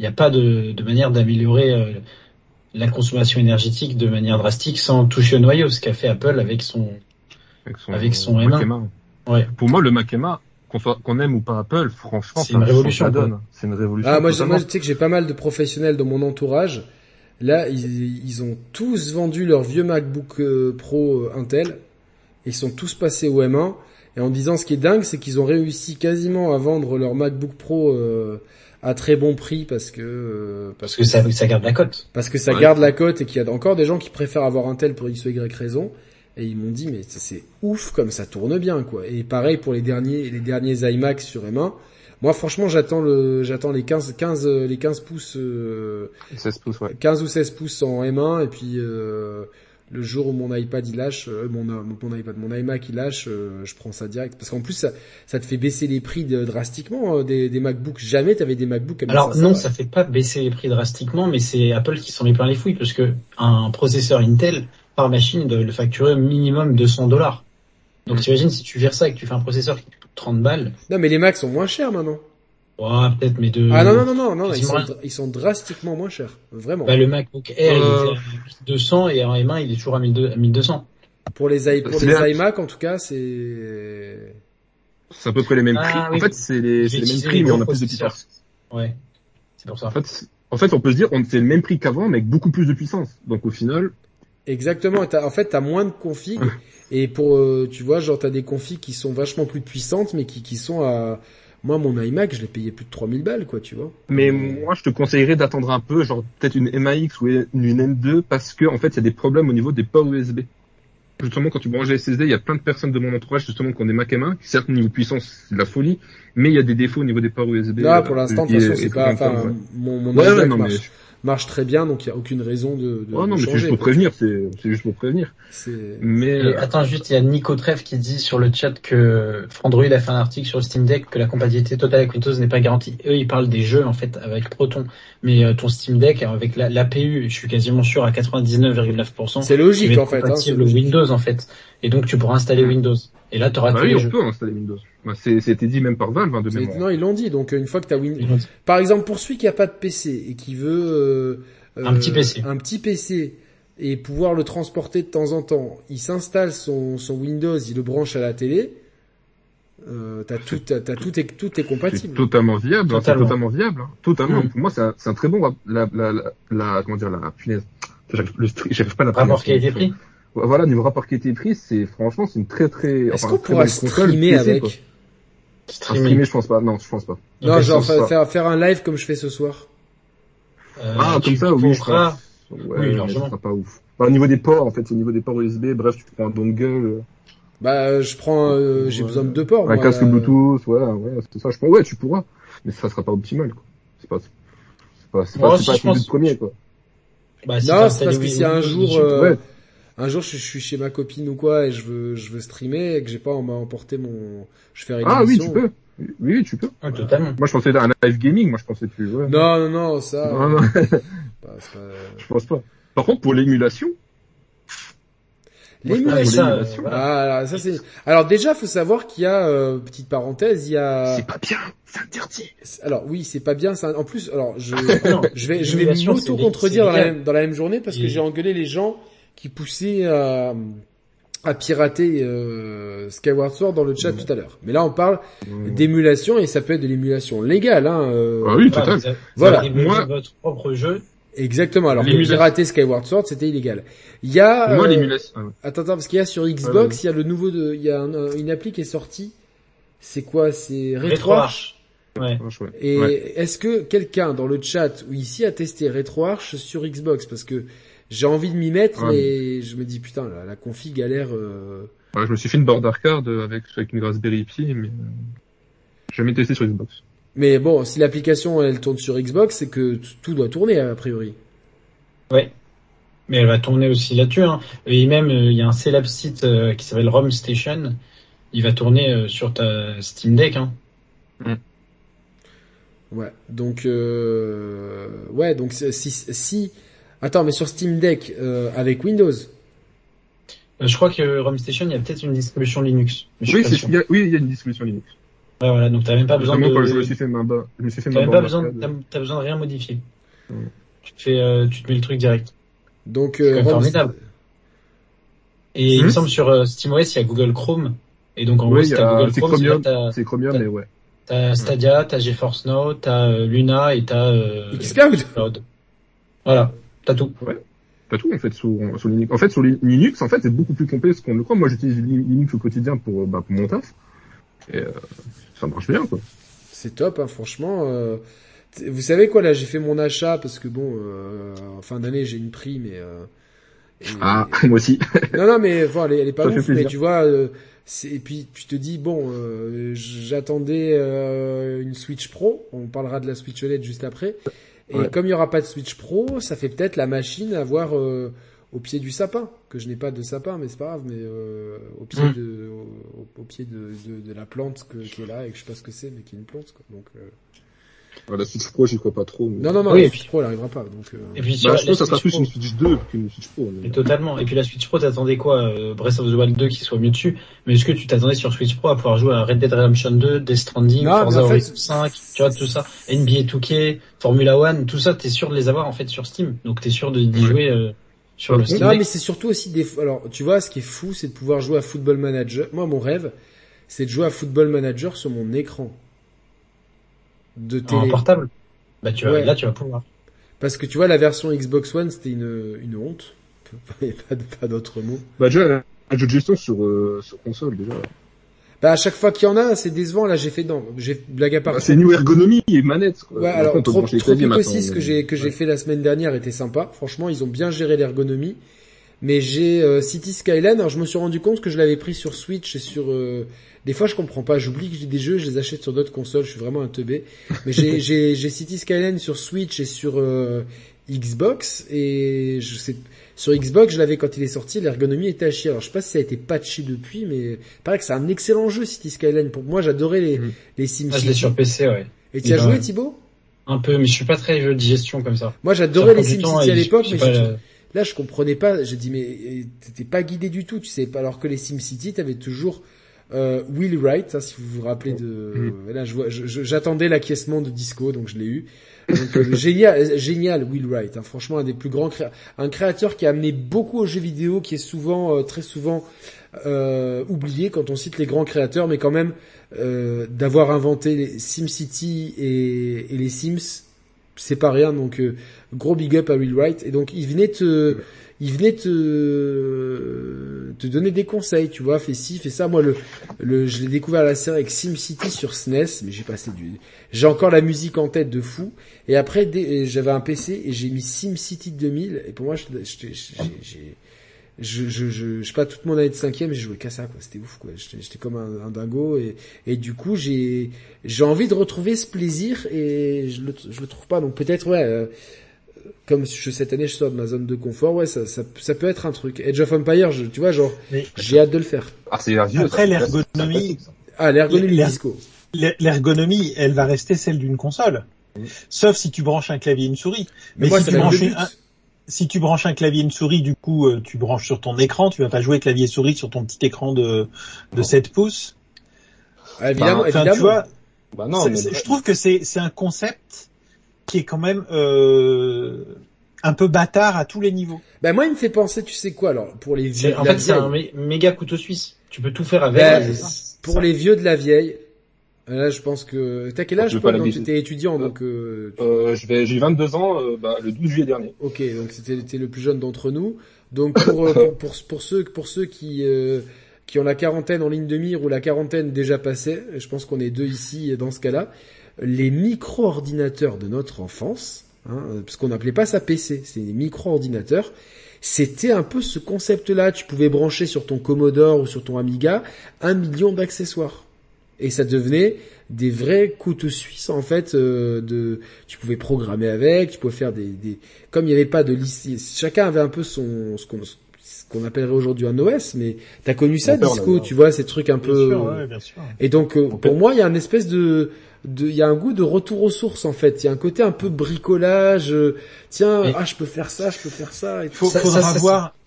il n'y a pas de, de manière d'améliorer euh, la consommation énergétique de manière drastique sans toucher au noyau, ce qu'a fait Apple avec son avec son, avec son M un. Makema. Ouais. Pour moi, le Makema, qu'on, soit, qu'on aime ou pas Apple, franchement, c'est une révolution. Ça donne. C'est une révolution. Ah, moi, moi, tu sais que j'ai pas mal de professionnels dans mon entourage. Là, ils, ils ont tous vendu leur vieux MacBook euh, Pro euh, Intel. Ils sont tous passés au M un. Et en disant, ce qui est dingue, c'est qu'ils ont réussi quasiment à vendre leur MacBook Pro euh, à très bon prix parce que euh, parce, parce que ça, ça garde la cote. Parce que ça ouais. garde la cote et qu'il y a encore des gens qui préfèrent avoir Intel pour X ou Y raison. Et ils m'ont dit, mais c'est ouf comme ça tourne bien, quoi. Et pareil pour les derniers, les derniers iMac sur M un. Moi, franchement, j'attends le, j'attends les quinze, quinze, les quinze pouces, euh, seize pouces, ouais. quinze ou seize pouces en M un, et puis, euh, le jour où mon iPad il lâche, euh, mon, mon iPad, mon iMac il lâche, euh, je prends ça direct. Parce qu'en plus, ça, ça te fait baisser les prix de, drastiquement, euh, des, des MacBooks. Jamais t'avais des MacBooks. Alors, non, ça fait pas baisser les prix drastiquement, mais c'est Apple qui s'en met plein les fouilles, parce que un processeur Intel, par machine, doit le facturer au minimum deux cents dollars. Donc, mmh. t'imagines si tu vires ça et que tu fais un processeur qui coûte trente balles. Non, mais les Macs sont moins chers maintenant. Ouais, peut-être, mais de... Ah non, non, non, non, non, ils sont, ils sont drastiquement moins chers. Vraiment. Bah, le MacBook Air, euh... il était à mille deux cents et en M un, il est toujours à mille deux cents. Pour les, i... pour les iMac, en tout cas, c'est... C'est à peu près les mêmes prix. Ah, oui. En fait, c'est les, c'est les mêmes prix, mais on a plus de puissance. Ouais. C'est pour ça. En fait, en fait, on peut se dire, on c'est le même prix qu'avant, mais avec beaucoup plus de puissance. Donc, au final... Exactement. T'as, en fait, t'as moins de configs. Et pour, euh, tu vois, genre, t'as des configs qui sont vachement plus puissantes, mais qui, qui sont à... Moi, mon iMac, je l'ai payé plus de trois mille balles, quoi, tu vois. Mais euh... moi, je te conseillerais d'attendre un peu, genre peut-être une M A X ou une M deux, parce que en fait, il y a des problèmes au niveau des ports U S B. Justement, quand tu branches les S S D, il y a plein de personnes de mon entourage, justement, qui ont des Mac M un, qui certes, niveau puissance, c'est de la folie, mais il y a des défauts au niveau des ports U S B. Là, pour l'instant, de toute façon, c'est pas, enfin, ouais. mon, mon ouais, iMac ouais, non, marche, mais... marche très bien, donc il y a aucune raison de, de, oh, non, de mais changer. c'est juste pour quoi. prévenir, c'est, c'est juste pour prévenir. C'est... Mais, et, attends, juste, il y a Nico Treff qui dit sur le chat que Frandroid a fait un article sur le Steam Deck que la compatibilité totale avec Windows n'est pas garantie. Eux, ils parlent des jeux, en fait, avec Proton. Mais euh, ton Steam Deck, avec la, l'A P U, je suis quasiment sûr à quatre-vingt-dix-neuf virgule neuf pour cent. C'est logique, en fait. C'est compatible hein, Windows, en fait. Et donc, tu pourras installer Windows. Et là, tu auras bah tous oui, les on jeux. peut installer Windows. Bah, c'est, c'était dit même par Valve, hein, de c'est, mémoire. Non, ils l'ont dit. Donc, une fois que tu as Windows... Par exemple, pour celui qui a pas de P C et qui veut... Euh, un euh, petit P C. Un petit P C et pouvoir le transporter de temps en temps, il s'installe son, son Windows, il le branche à la télé... Euh, t'as tout, t'as, t'as tout est, tout est compatible. C'est totalement viable, totalement. Hein, c'est totalement viable, hein, totalement. Mmh. Pour moi, c'est un, c'est un très bon, la, la, la, la, comment dire, la punaise. Le, j'arrive pas à la rapport qualité-prix. Voilà, niveau rapport qualité-prix, c'est, franchement, c'est une très très, est-ce enfin, qu'on pourra streamer console, avec? P C, streamer. streamer, je pense pas, non, je pense pas. Non, non genre, faire, faire, faire un live comme je fais ce soir. Euh, ah, comme ça, oui, je pense. Ouais, oui, mais ça sera pas ouf. Enfin, au niveau des ports, en fait, c'est au niveau des ports U S B, bref, tu prends un dongle, Bah, je prends, euh, j'ai ouais. besoin de deux ports. Un moi, casque là. Bluetooth, ouais, ouais, c'est ça. Je pense, ouais, tu pourras, mais ça sera pas optimal, quoi. C'est pas, c'est pas, c'est bon, pas, si c'est pas pense... le premier, quoi. Bah, si non, c'est parce que si un jour, euh, ouais. un jour, je suis chez ma copine ou quoi et je veux, je veux streamer et que j'ai pas à emporter mon, je fais une Ah émission. oui, tu peux. Oui, oui, tu peux. Ah, totalement. Moi, je pensais à un live gaming, moi, je pensais plus, ouais. Non, non, non, ça. Non, non. bah, c'est pas... Je pense pas. Par contre, pour l'émulation, L'émulation. Euh, ah, alors, ça c'est. Alors déjà, faut savoir qu'il y a euh, petite parenthèse, il y a. C'est pas bien, c'est interdit. Alors oui, c'est pas bien. Ça... En plus, alors je, non, je vais, je vais m'auto-contredire dans la même, dans la même journée parce que j'ai engueulé les gens qui poussaient à, à pirater euh, Skyward Sword dans le chat mmh. tout à l'heure. Mais là, on parle mmh. d'émulation et ça peut être de l'émulation légale. Hein, euh... Ah oui, total. Voilà. Moi, votre propre jeu. Exactement. Alors, pirater Skyward Sword, c'était illégal. Il y a, moi, euh... l'émulation. Ah ouais. Attends, attends, parce qu'il y a sur Xbox, ah, il y a le nouveau de, il y a un, une appli qui est sortie. C'est quoi? C'est RetroArch. Ouais. Et ouais. est-ce que quelqu'un dans le chat ou ici a testé RetroArch sur Xbox? Parce que j'ai envie de m'y mettre, ouais. mais je me dis putain, la, la config a l'air. Euh... Ouais, je me suis fait une border card avec avec une Raspberry Pi, mais euh... j'ai jamais testé sur Xbox. Mais bon, si l'application elle tourne sur Xbox, c'est que tout doit tourner a priori. Ouais. Mais elle va tourner aussi là-dessus. Hein. Et même, il euh, y a un célèbre site euh, qui s'appelle ROM Station. Il va tourner euh, sur ta Steam Deck. Hein. Mm. Ouais. Donc, euh... ouais. Donc si, si, attends, mais sur Steam Deck euh, avec Windows. Euh, je crois que ROM Station, il y a peut-être une distribution Linux. Oui, c'est, il y a, oui, il y a une distribution Linux. Ouais, voilà, donc t'as même pas besoin Vraiment, de... quand je me suis fait main bas, je me suis fait T'as main même bas. pas besoin, t'as, t'as besoin de rien modifier. Mm. Tu te fais, euh, tu te mets le truc direct. Donc, C'est euh, quand même Rob, formidable. Et il Hmm. me semble sur euh, SteamOS, il y a Google Chrome. Et donc, en Oui, gros, il si y t'as a, Google c'est Chrome, c'est-à-dire Chromium, t'as, c'est Chromium, t'as, mais ouais. t'as Stadia, t'as GeForce Now, t'as euh, Luna et t'as, euh, Xcloud. Xcloud. Voilà. T'as tout. Ouais. T'as tout, en fait, sous, sous Linux. En fait, sur Linux, en fait, c'est beaucoup plus complet ce qu'on le croit. Moi, j'utilise Linux au quotidien pour, bah, pour mon taf. Et, euh, ça marche bien, quoi. C'est top, hein, franchement. Euh... Vous savez quoi, là, j'ai fait mon achat parce que bon, euh, en fin d'année, j'ai une prime et... Euh... et... Ah, moi aussi. Non, non, mais bon, elle, est, elle est pas Ça ouf, fait plaisir. mais tu vois, euh, c'est... et puis tu te dis bon, euh, j'attendais euh, une Switch Pro. On parlera de la Switch O L E D juste après. Et Ouais. comme il y aura pas de Switch Pro, ça fait peut-être la machine à voir euh, au pied du sapin. Que je n'ai pas de sapin, mais c'est pas grave. Mais euh, au pied Mm. de, au, au pied de, de, de la plante que, qui est là et que je sais pas ce que c'est, mais qui est une plante, quoi. Donc euh... Ah, la Switch Pro, j'y crois pas trop. Mais... non, non, non, Oui, la et Switch puis- Pro, elle arrivera pas. Donc euh... Et puis, sur Bah, la je pense que ça sera Switch plus Pro- une Switch deux qu'une Switch Pro. Mais... Et totalement. Et puis la Switch Pro, t'attendais quoi euh, Breath of the Wild deux qui soit mieux dessus. Mais est-ce que tu t'attendais sur Switch Pro à pouvoir jouer à Red Dead Redemption deux, Death Stranding, Non, Forza mais en fait, Horizon cinq, tu vois, tout ça, N B A deux K, Formula One, tout ça, t'es sûr de les avoir en fait sur Steam. Donc t'es sûr de- d'y Ouais. jouer euh, sur Par le contre- Steam non, Deck. mais c'est surtout aussi des. Alors, tu vois, ce qui est fou, c'est de pouvoir jouer à Football Manager. Moi, mon rêve, c'est de jouer à Football Manager sur mon écran de En télé. portable. Bah tu vas, Ouais. là tu vas pouvoir. Parce que tu vois, la version Xbox One, c'était une, une honte. Il n'y a pas, de- pas d'autre mot. Bah, déjà, un jeu de gestion sur, euh, sur console, déjà. Bah, à chaque fois qu'il y en a, c'est décevant. Là, j'ai fait, non, j'ai blague à part. Bah, c'est new ergonomie et manette, quoi. Ouais, Après, alors on peut trop, brancher les Tropico claviers maintenant, six que mais- j'ai que j'ai ouais. fait la semaine dernière était sympa. Franchement, ils ont bien géré l'ergonomie. Mais j'ai euh, City Skyline. Alors je me suis rendu compte que je l'avais pris sur Switch et sur. Euh... Des fois, je comprends pas. J'oublie que j'ai des jeux, je les achète sur d'autres consoles. Je suis vraiment un teubé. Mais j'ai j'ai j'ai City Skyline sur Switch et sur euh, Xbox et je sais sur Xbox, je l'avais quand il est sorti. L'ergonomie était à chier. Alors je sais pas si ça a été patché depuis, mais pareil que c'est un excellent jeu City Skyline. Pour moi, j'adorais les Mm. les SimCity. Ah, je l'ai sur P C, ouais. Et tu as Il joué va- Thibaut? Un peu, mais je suis pas très jeu de gestion comme ça. Moi, j'adorais les Ça prend du temps SimCity à et l'époque, je mais sais pas, je- euh, là, je comprenais pas. J'ai dit, mais euh, t'étais pas guidé du tout, tu sais pas. Alors que les SimCity, t'avais toujours euh, Will Wright, hein, si vous vous rappelez de. Mm. Là, je vois, je- je- j'attendais l'acquiescement de Disco, donc je l'ai eu. Donc euh, génial, génial, Will Wright. Hein, franchement, un des plus grands créa- un créateur qui a amené beaucoup aux jeux vidéo, qui est souvent, euh, très souvent euh, oublié quand on cite les grands créateurs, mais quand même euh, d'avoir inventé les SimCity et, et les Sims, c'est pas rien. Donc euh, gros big up à Will Wright. Et donc il venait te, il venait te, te donner des conseils, tu vois, fais ci, fais ça. Moi, le, le, je l'ai découvert la série avec SimCity sur S N E S, mais j'ai passé du, j'ai encore la musique en tête de fou. Et après, dès- j'avais un P C et j'ai mis SimCity deux mille. Et pour moi, je, je, j'ai, j'ai, je, je, je, je sais pas, toute mon année de cinquième, j'ai joué qu'à ça, quoi. C'était ouf, quoi. J'étais, j'étais comme un, un dingo et, et du coup, j'ai, j'ai envie de retrouver ce plaisir et je le, je le trouve pas. Donc peut-être, ouais, euh, comme je, cette année je sors de ma zone de confort, ouais, ça, ça, ça peut être un truc. Age of Empire, je, tu vois, genre, Mais j'ai hâte de le faire. Ah, c'est un vieux, après, ça. l'ergonomie, C'est un classique, ça. Ah, l'ergonomie L'er- disco. l'er- l'ergonomie, elle va rester celle d'une console. Oui. Sauf si tu branches un clavier et une souris. Mais Mais, moi, si, c'est tu la branches le une- but. un, si tu branches un clavier et une souris, du coup, euh, tu branches sur ton écran, tu vas pas jouer clavier et souris sur ton petit écran de, de Non. sept pouces. Ah, évidemment, Enfin, évidemment. tu vois, Bah non, c'est- mais... c'est- je trouve que c'est, c'est un concept qui est quand même euh, un peu bâtard à tous les niveaux. Bah, moi, il me fait penser, tu sais quoi, alors, pour les vieux c'est- en de la fait, c'est un vieille, mé- méga couteau suisse. Tu peux tout faire avec. Bah, c'est ça. pour les vieux de la vieille, là, je pense que, t'as quel Je âge, vais Paul? pas Donc, l'abuser. t'étais étudiant, donc, euh, tu- Euh, je vais, j'ai vingt-deux ans, euh, bah, le douze juillet dernier. ok, donc c'était, t'es le plus jeune d'entre nous. Donc, pour, euh, pour, pour, pour ceux, pour ceux qui, euh, qui ont la quarantaine en ligne de mire ou la quarantaine déjà passée, je pense qu'on est deux ici dans ce cas-là, les micro-ordinateurs de notre enfance, hein, parce qu'on n'appelait pas ça P C, c'est des micro-ordinateurs, c'était un peu ce concept-là. Tu pouvais brancher sur ton Commodore ou sur ton Amiga un million d'accessoires. Et ça devenait des vrais couteaux suisses, en fait, euh, de, tu pouvais programmer avec, tu pouvais faire des, des, comme il n'y avait pas de liste, chacun avait un peu son, ce qu'on, ce qu'on appellerait aujourd'hui un O S, mais t'as connu ça, Mon père Disco, l'avait. tu vois, ces trucs un Bien peu, sûr, ouais, bien sûr. et donc, euh, Mon pour père- moi, il y a une espèce de, de, il y a un goût de retour aux sources, en fait. Il y a un côté un peu bricolage, euh, tiens, Mais- ah, je peux faire ça, je peux faire ça, et tout. Faut, Ça- faudra ça- ça- voir,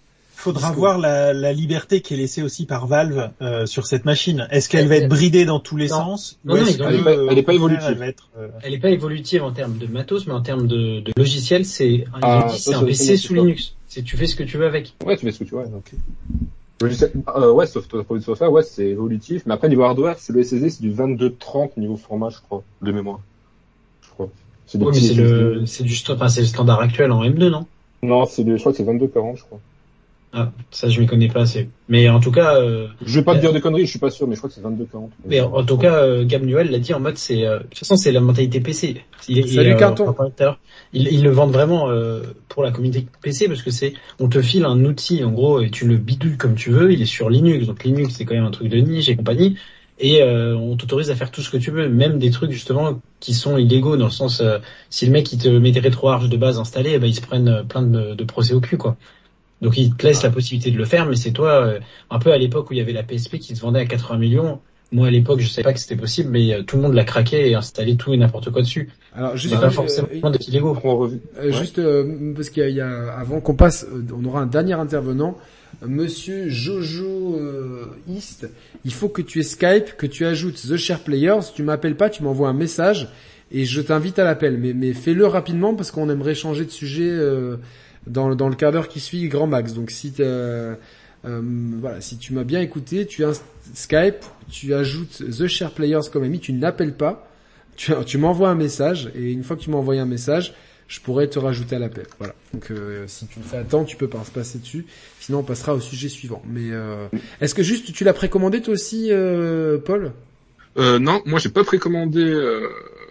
faudra Disco. voir la, la liberté qui est laissée aussi par Valve euh, sur cette machine. Est-ce qu'elle Elle- va être elle- bridée dans tous les Non. sens Non, ou non, est-ce ils ont- que, elle est pas- elle est pas au contraire, évolutive. elle va être, euh, Elle est pas évolutive en termes de matos, mais en termes de, de logiciel, c'est, ils Ah, ont dit, ça, c'est un ça, P C ça, sous ça. Linux. C'est, tu fais ce que tu veux avec. Ouais, tu fais ce que tu veux. Ouais, ok. Logiciel- euh, ouais, software, produit de software, ouais, c'est évolutif. Mais après, niveau hardware, c'est le S S D, c'est du vingt-deux trente niveau format, je crois, de mémoire. Je crois. C'est des Oui, mais petits c'est S S D. le, c'est du, sto- enfin, c'est le standard actuel en M deux, non? Non, c'est le, je crois que c'est vingt-deux quarante, je crois. Ah, ça, je m'y connais pas assez. Mais en tout cas, euh, Je vais pas te Euh, dire des conneries, je suis pas sûr, mais je crois que c'est vingt-deux quarante. mais en, en tout cas, euh, Gab Newell l'a dit en mode, c'est, euh, de toute façon, c'est la mentalité P C. Il, est- Salut, il, euh, Carton. on en parlait tout à l'heure. Ils, ils le vendent vraiment euh, pour la communauté P C parce que c'est, on te file un outil en gros et tu le bidules comme tu veux. Il est sur Linux, donc Linux c'est quand même un truc de niche et compagnie. Et euh, on t'autorise à faire tout ce que tu veux, même des trucs justement qui sont illégaux dans le sens, euh, si le mec il te met des rétro-arches de base installés, eh ben, ils se prennent euh, plein de, de procès au cul quoi. Donc ils te laissent la possibilité de le faire, mais c'est toi, euh, un peu à l'époque où il y avait la P S P qui se vendait à quatre-vingts millions. Moi à l'époque je savais pas que c'était possible, mais euh, tout le monde l'a craqué et installé tout et n'importe quoi dessus. Alors juste C'est euh, pas forcément euh, d'être illégaux. On revue. Euh, Juste euh, parce qu'il y a, il y a- avant qu'on passe, euh, on aura un dernier intervenant, euh, Monsieur Jojo euh, East. Il faut que tu aies Skype, que tu ajoutes The Share Players. Si tu m'appelles pas, tu m'envoies un message et je t'invite à l'appel. Mais, mais fais-le rapidement parce qu'on aimerait changer de sujet euh, dans, dans le quart d'heure qui suit, grand max. Donc si t'as, euh, voilà, si tu m'as bien écouté, tu as un Skype, tu ajoutes The Share Players comme ami, tu n'appelles pas. Tu, tu m'envoies un message et une fois que tu m'as envoyé un message, je pourrais te rajouter à l'appel. Voilà. Donc euh, si tu le fais à temps, tu peux pas se passer dessus. Sinon, on passera au sujet suivant. Mais euh, est-ce que juste tu l'as précommandé toi aussi, euh, Paul? Euh, non, moi j'ai pas précommandé euh,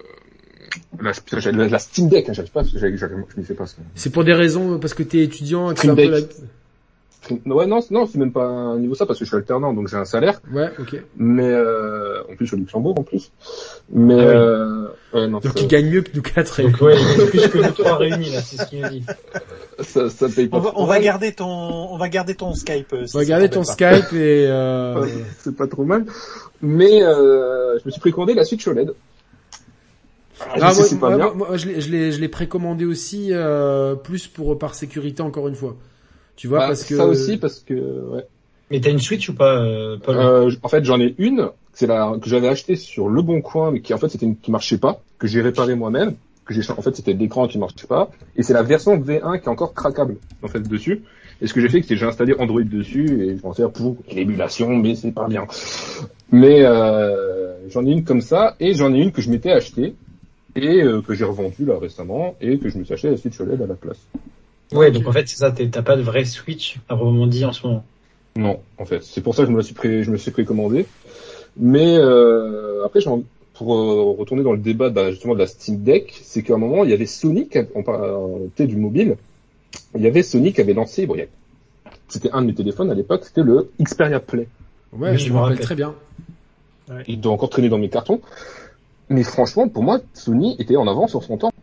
la, la, la Steam Deck, hein, j'arrive pas, j'arrive, j'arrive, je m'y fais pas ça. C'est pour des raisons parce que t'es étudiant et que c'est Steam un peu la... Deck. Ouais, non, non, c'est même pas un niveau ça parce que je suis alternant, donc j'ai un salaire. Ouais, ok. Mais euh, en plus, je suis au Luxembourg en plus. Mais Ah oui. euh, ouais, non, Donc ça, il gagne mieux que nous quatre. Donc ouais, il gagne plus que nous trois réunis là, c'est ce qu'il nous dit. ça, ça paye pas. On va, trop on va mal. garder ton, on va garder ton Skype. euh, si On va ça garder ton t'embête pas. Skype et euh... Ouais, c'est pas trop mal. Mais euh, je me suis précommandé la Switch O L E D. Ah, Ah, je sais, moi, c'est pas moi, bien. moi, moi, je l'ai, je l'ai, je l'ai précommandé aussi euh, plus pour par sécurité encore une fois. Tu vois Bah, parce que ça aussi parce que ouais. Mais t'as une Switch ou pas, euh, Paul? Euh, en fait, j'en ai une, c'est la que j'avais achetée sur Le Bon Coin, mais qui en fait c'était une qui marchait pas, que j'ai réparé moi-même, que j'ai en fait c'était l'écran qui marchait pas, et c'est la version V un qui est encore craquable en fait dessus. Et ce que j'ai fait, c'est que j'ai installé Android dessus et je m'en sers pour l'émulation, mais c'est pas bien. Mais euh, j'en ai une comme ça, et j'en ai une que je m'étais achetée et euh, que j'ai revendue là récemment, et que je me suis acheté la Switch O L E D à la place. Ouais, donc en fait c'est ça, t'es- t'as pas de vraie Switch à proprement dit en ce moment. Non, en fait, c'est pour ça que je me la suis pré... je me suis précommandé. Mais euh, après, j'en- pour euh, retourner dans le débat bah, justement de la Steam Deck, c'est qu'à un moment il y avait Sony, qui a- on parlait du mobile, il y avait Sony qui avait lancé, bon, il y a... c'était un de mes téléphones à l'époque, c'était le Xperia Play. ouais, Oui, je je me me rappelle rappelle. très bien. Il doit encore traîner dans mes cartons. Mais franchement, pour moi, Sony était en avance sur son temps.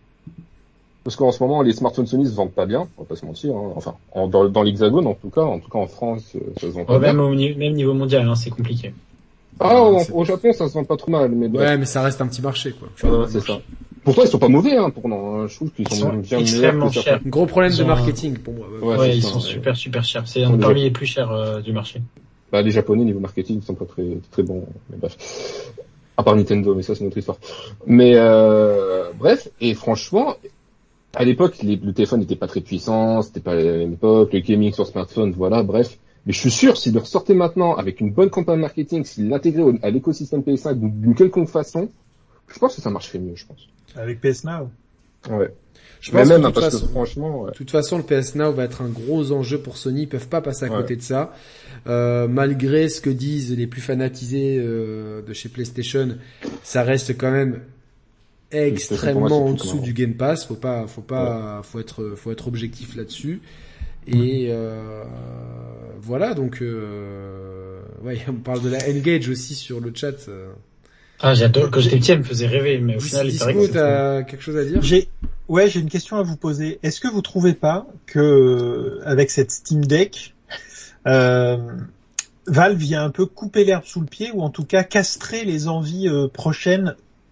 Parce qu'en ce moment, les smartphones Sony se vendent pas bien, on va pas se mentir. Hein. Enfin, en, dans, dans l'Hexagone en tout cas, en tout cas en France, euh, ça se vend pas Ouais, bien. même au ni- même niveau mondial, hein, c'est compliqué. Ah, au, c'est- au Japon, ça se vend pas trop mal, mais bref. Ouais, mais ça reste un petit marché quoi. Ouais, c'est ça. Pourtant, ils sont pas mauvais, hein, pourtant. hein. Je trouve qu'ils Ils sont, sont bien extrêmement meilleurs que certains. chers. Gros problème Ils de ont un- marketing pour moi. Ouais, Ouais, c'est ils ça, sont ouais. super super chers. C'est Ils un sont parmi déjà- les plus chers euh, du marché. Bah, les Japonais, niveau marketing, ils sont pas très, très bons. Mais bref. À part Nintendo, mais ça, c'est notre histoire. Mais, euh, bref. Et franchement, à l'époque, les- le téléphone n'était pas très puissant, c'était pas la même époque, le gaming sur smartphone, voilà, bref. Mais je suis sûr, s'il le ressortait maintenant avec une bonne campagne marketing, s'il l'intégrait au- à l'écosystème P S cinq d'une d'une quelconque façon, je pense que ça marcherait mieux, je pense. Avec P S Now. Ouais. Je Mais pense même, que de hein, toute parce façon, que franchement, ouais. de toute façon, le P S Now va être un gros enjeu pour Sony. Ils peuvent pas passer à Ouais. côté de ça. Euh, malgré ce que disent les plus fanatisés euh, de chez PlayStation, ça reste quand même extrêmement pour moi, c'est en tout dessous comme du Game Pass. Faut pas, faut pas, faut être, faut être objectif là-dessus. Et euh, voilà, donc euh, ouais, on parle de la N-Gage aussi sur le chat. euh. Ah, j'adore. Quand j'étais petit, elle me faisait rêver, mais au Dis- final, il paraît que Disco, c'est t'as quelque chose à dire? J'ai, ouais, j'ai une question à vous poser. Est-ce que vous trouvez pas que avec cette Steam Deck, euh, Valve vient un peu couper l'herbe sous le pied ou en tout cas castrer les envies euh, prochaines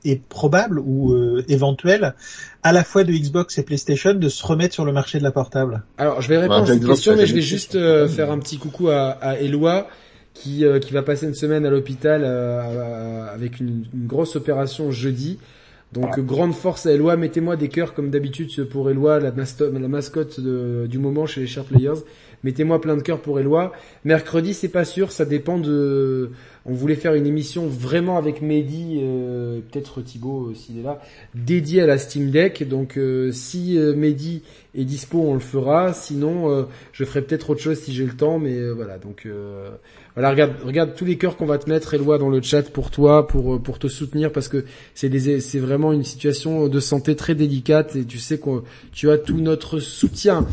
est probable ou euh, éventuel, à la fois de Xbox et PlayStation, de se remettre sur le marché de la portable? Alors, je vais répondre Bah, à cette Xbox, question, ça, mais j'ai je vais des juste questions. euh, faire un petit coucou à, à Eloi, qui euh, qui va passer une semaine à l'hôpital euh, avec une, une grosse opération jeudi. Donc, euh, grande force à Eloi. Mettez-moi des cœurs comme d'habitude pour Eloi, la, masto- la mascotte de- du moment chez les Share Players. Mettez-moi plein de cœurs pour Eloi. Mercredi, c'est pas sûr, ça dépend de... On voulait faire une émission vraiment avec Mehdi, euh, peut-être Thibaut euh, s'il est là, dédiée à la Steam Deck. Donc euh, si euh, Mehdi est dispo, on le fera. Sinon, euh, je ferai peut-être autre chose si j'ai le temps. Mais euh, voilà, donc euh, voilà, regarde, regarde tous les cœurs qu'on va te mettre, Eloi, dans le chat pour toi, pour pour te soutenir, parce que c'est des, c'est vraiment une situation de santé très délicate et tu sais que tu as tout notre soutien.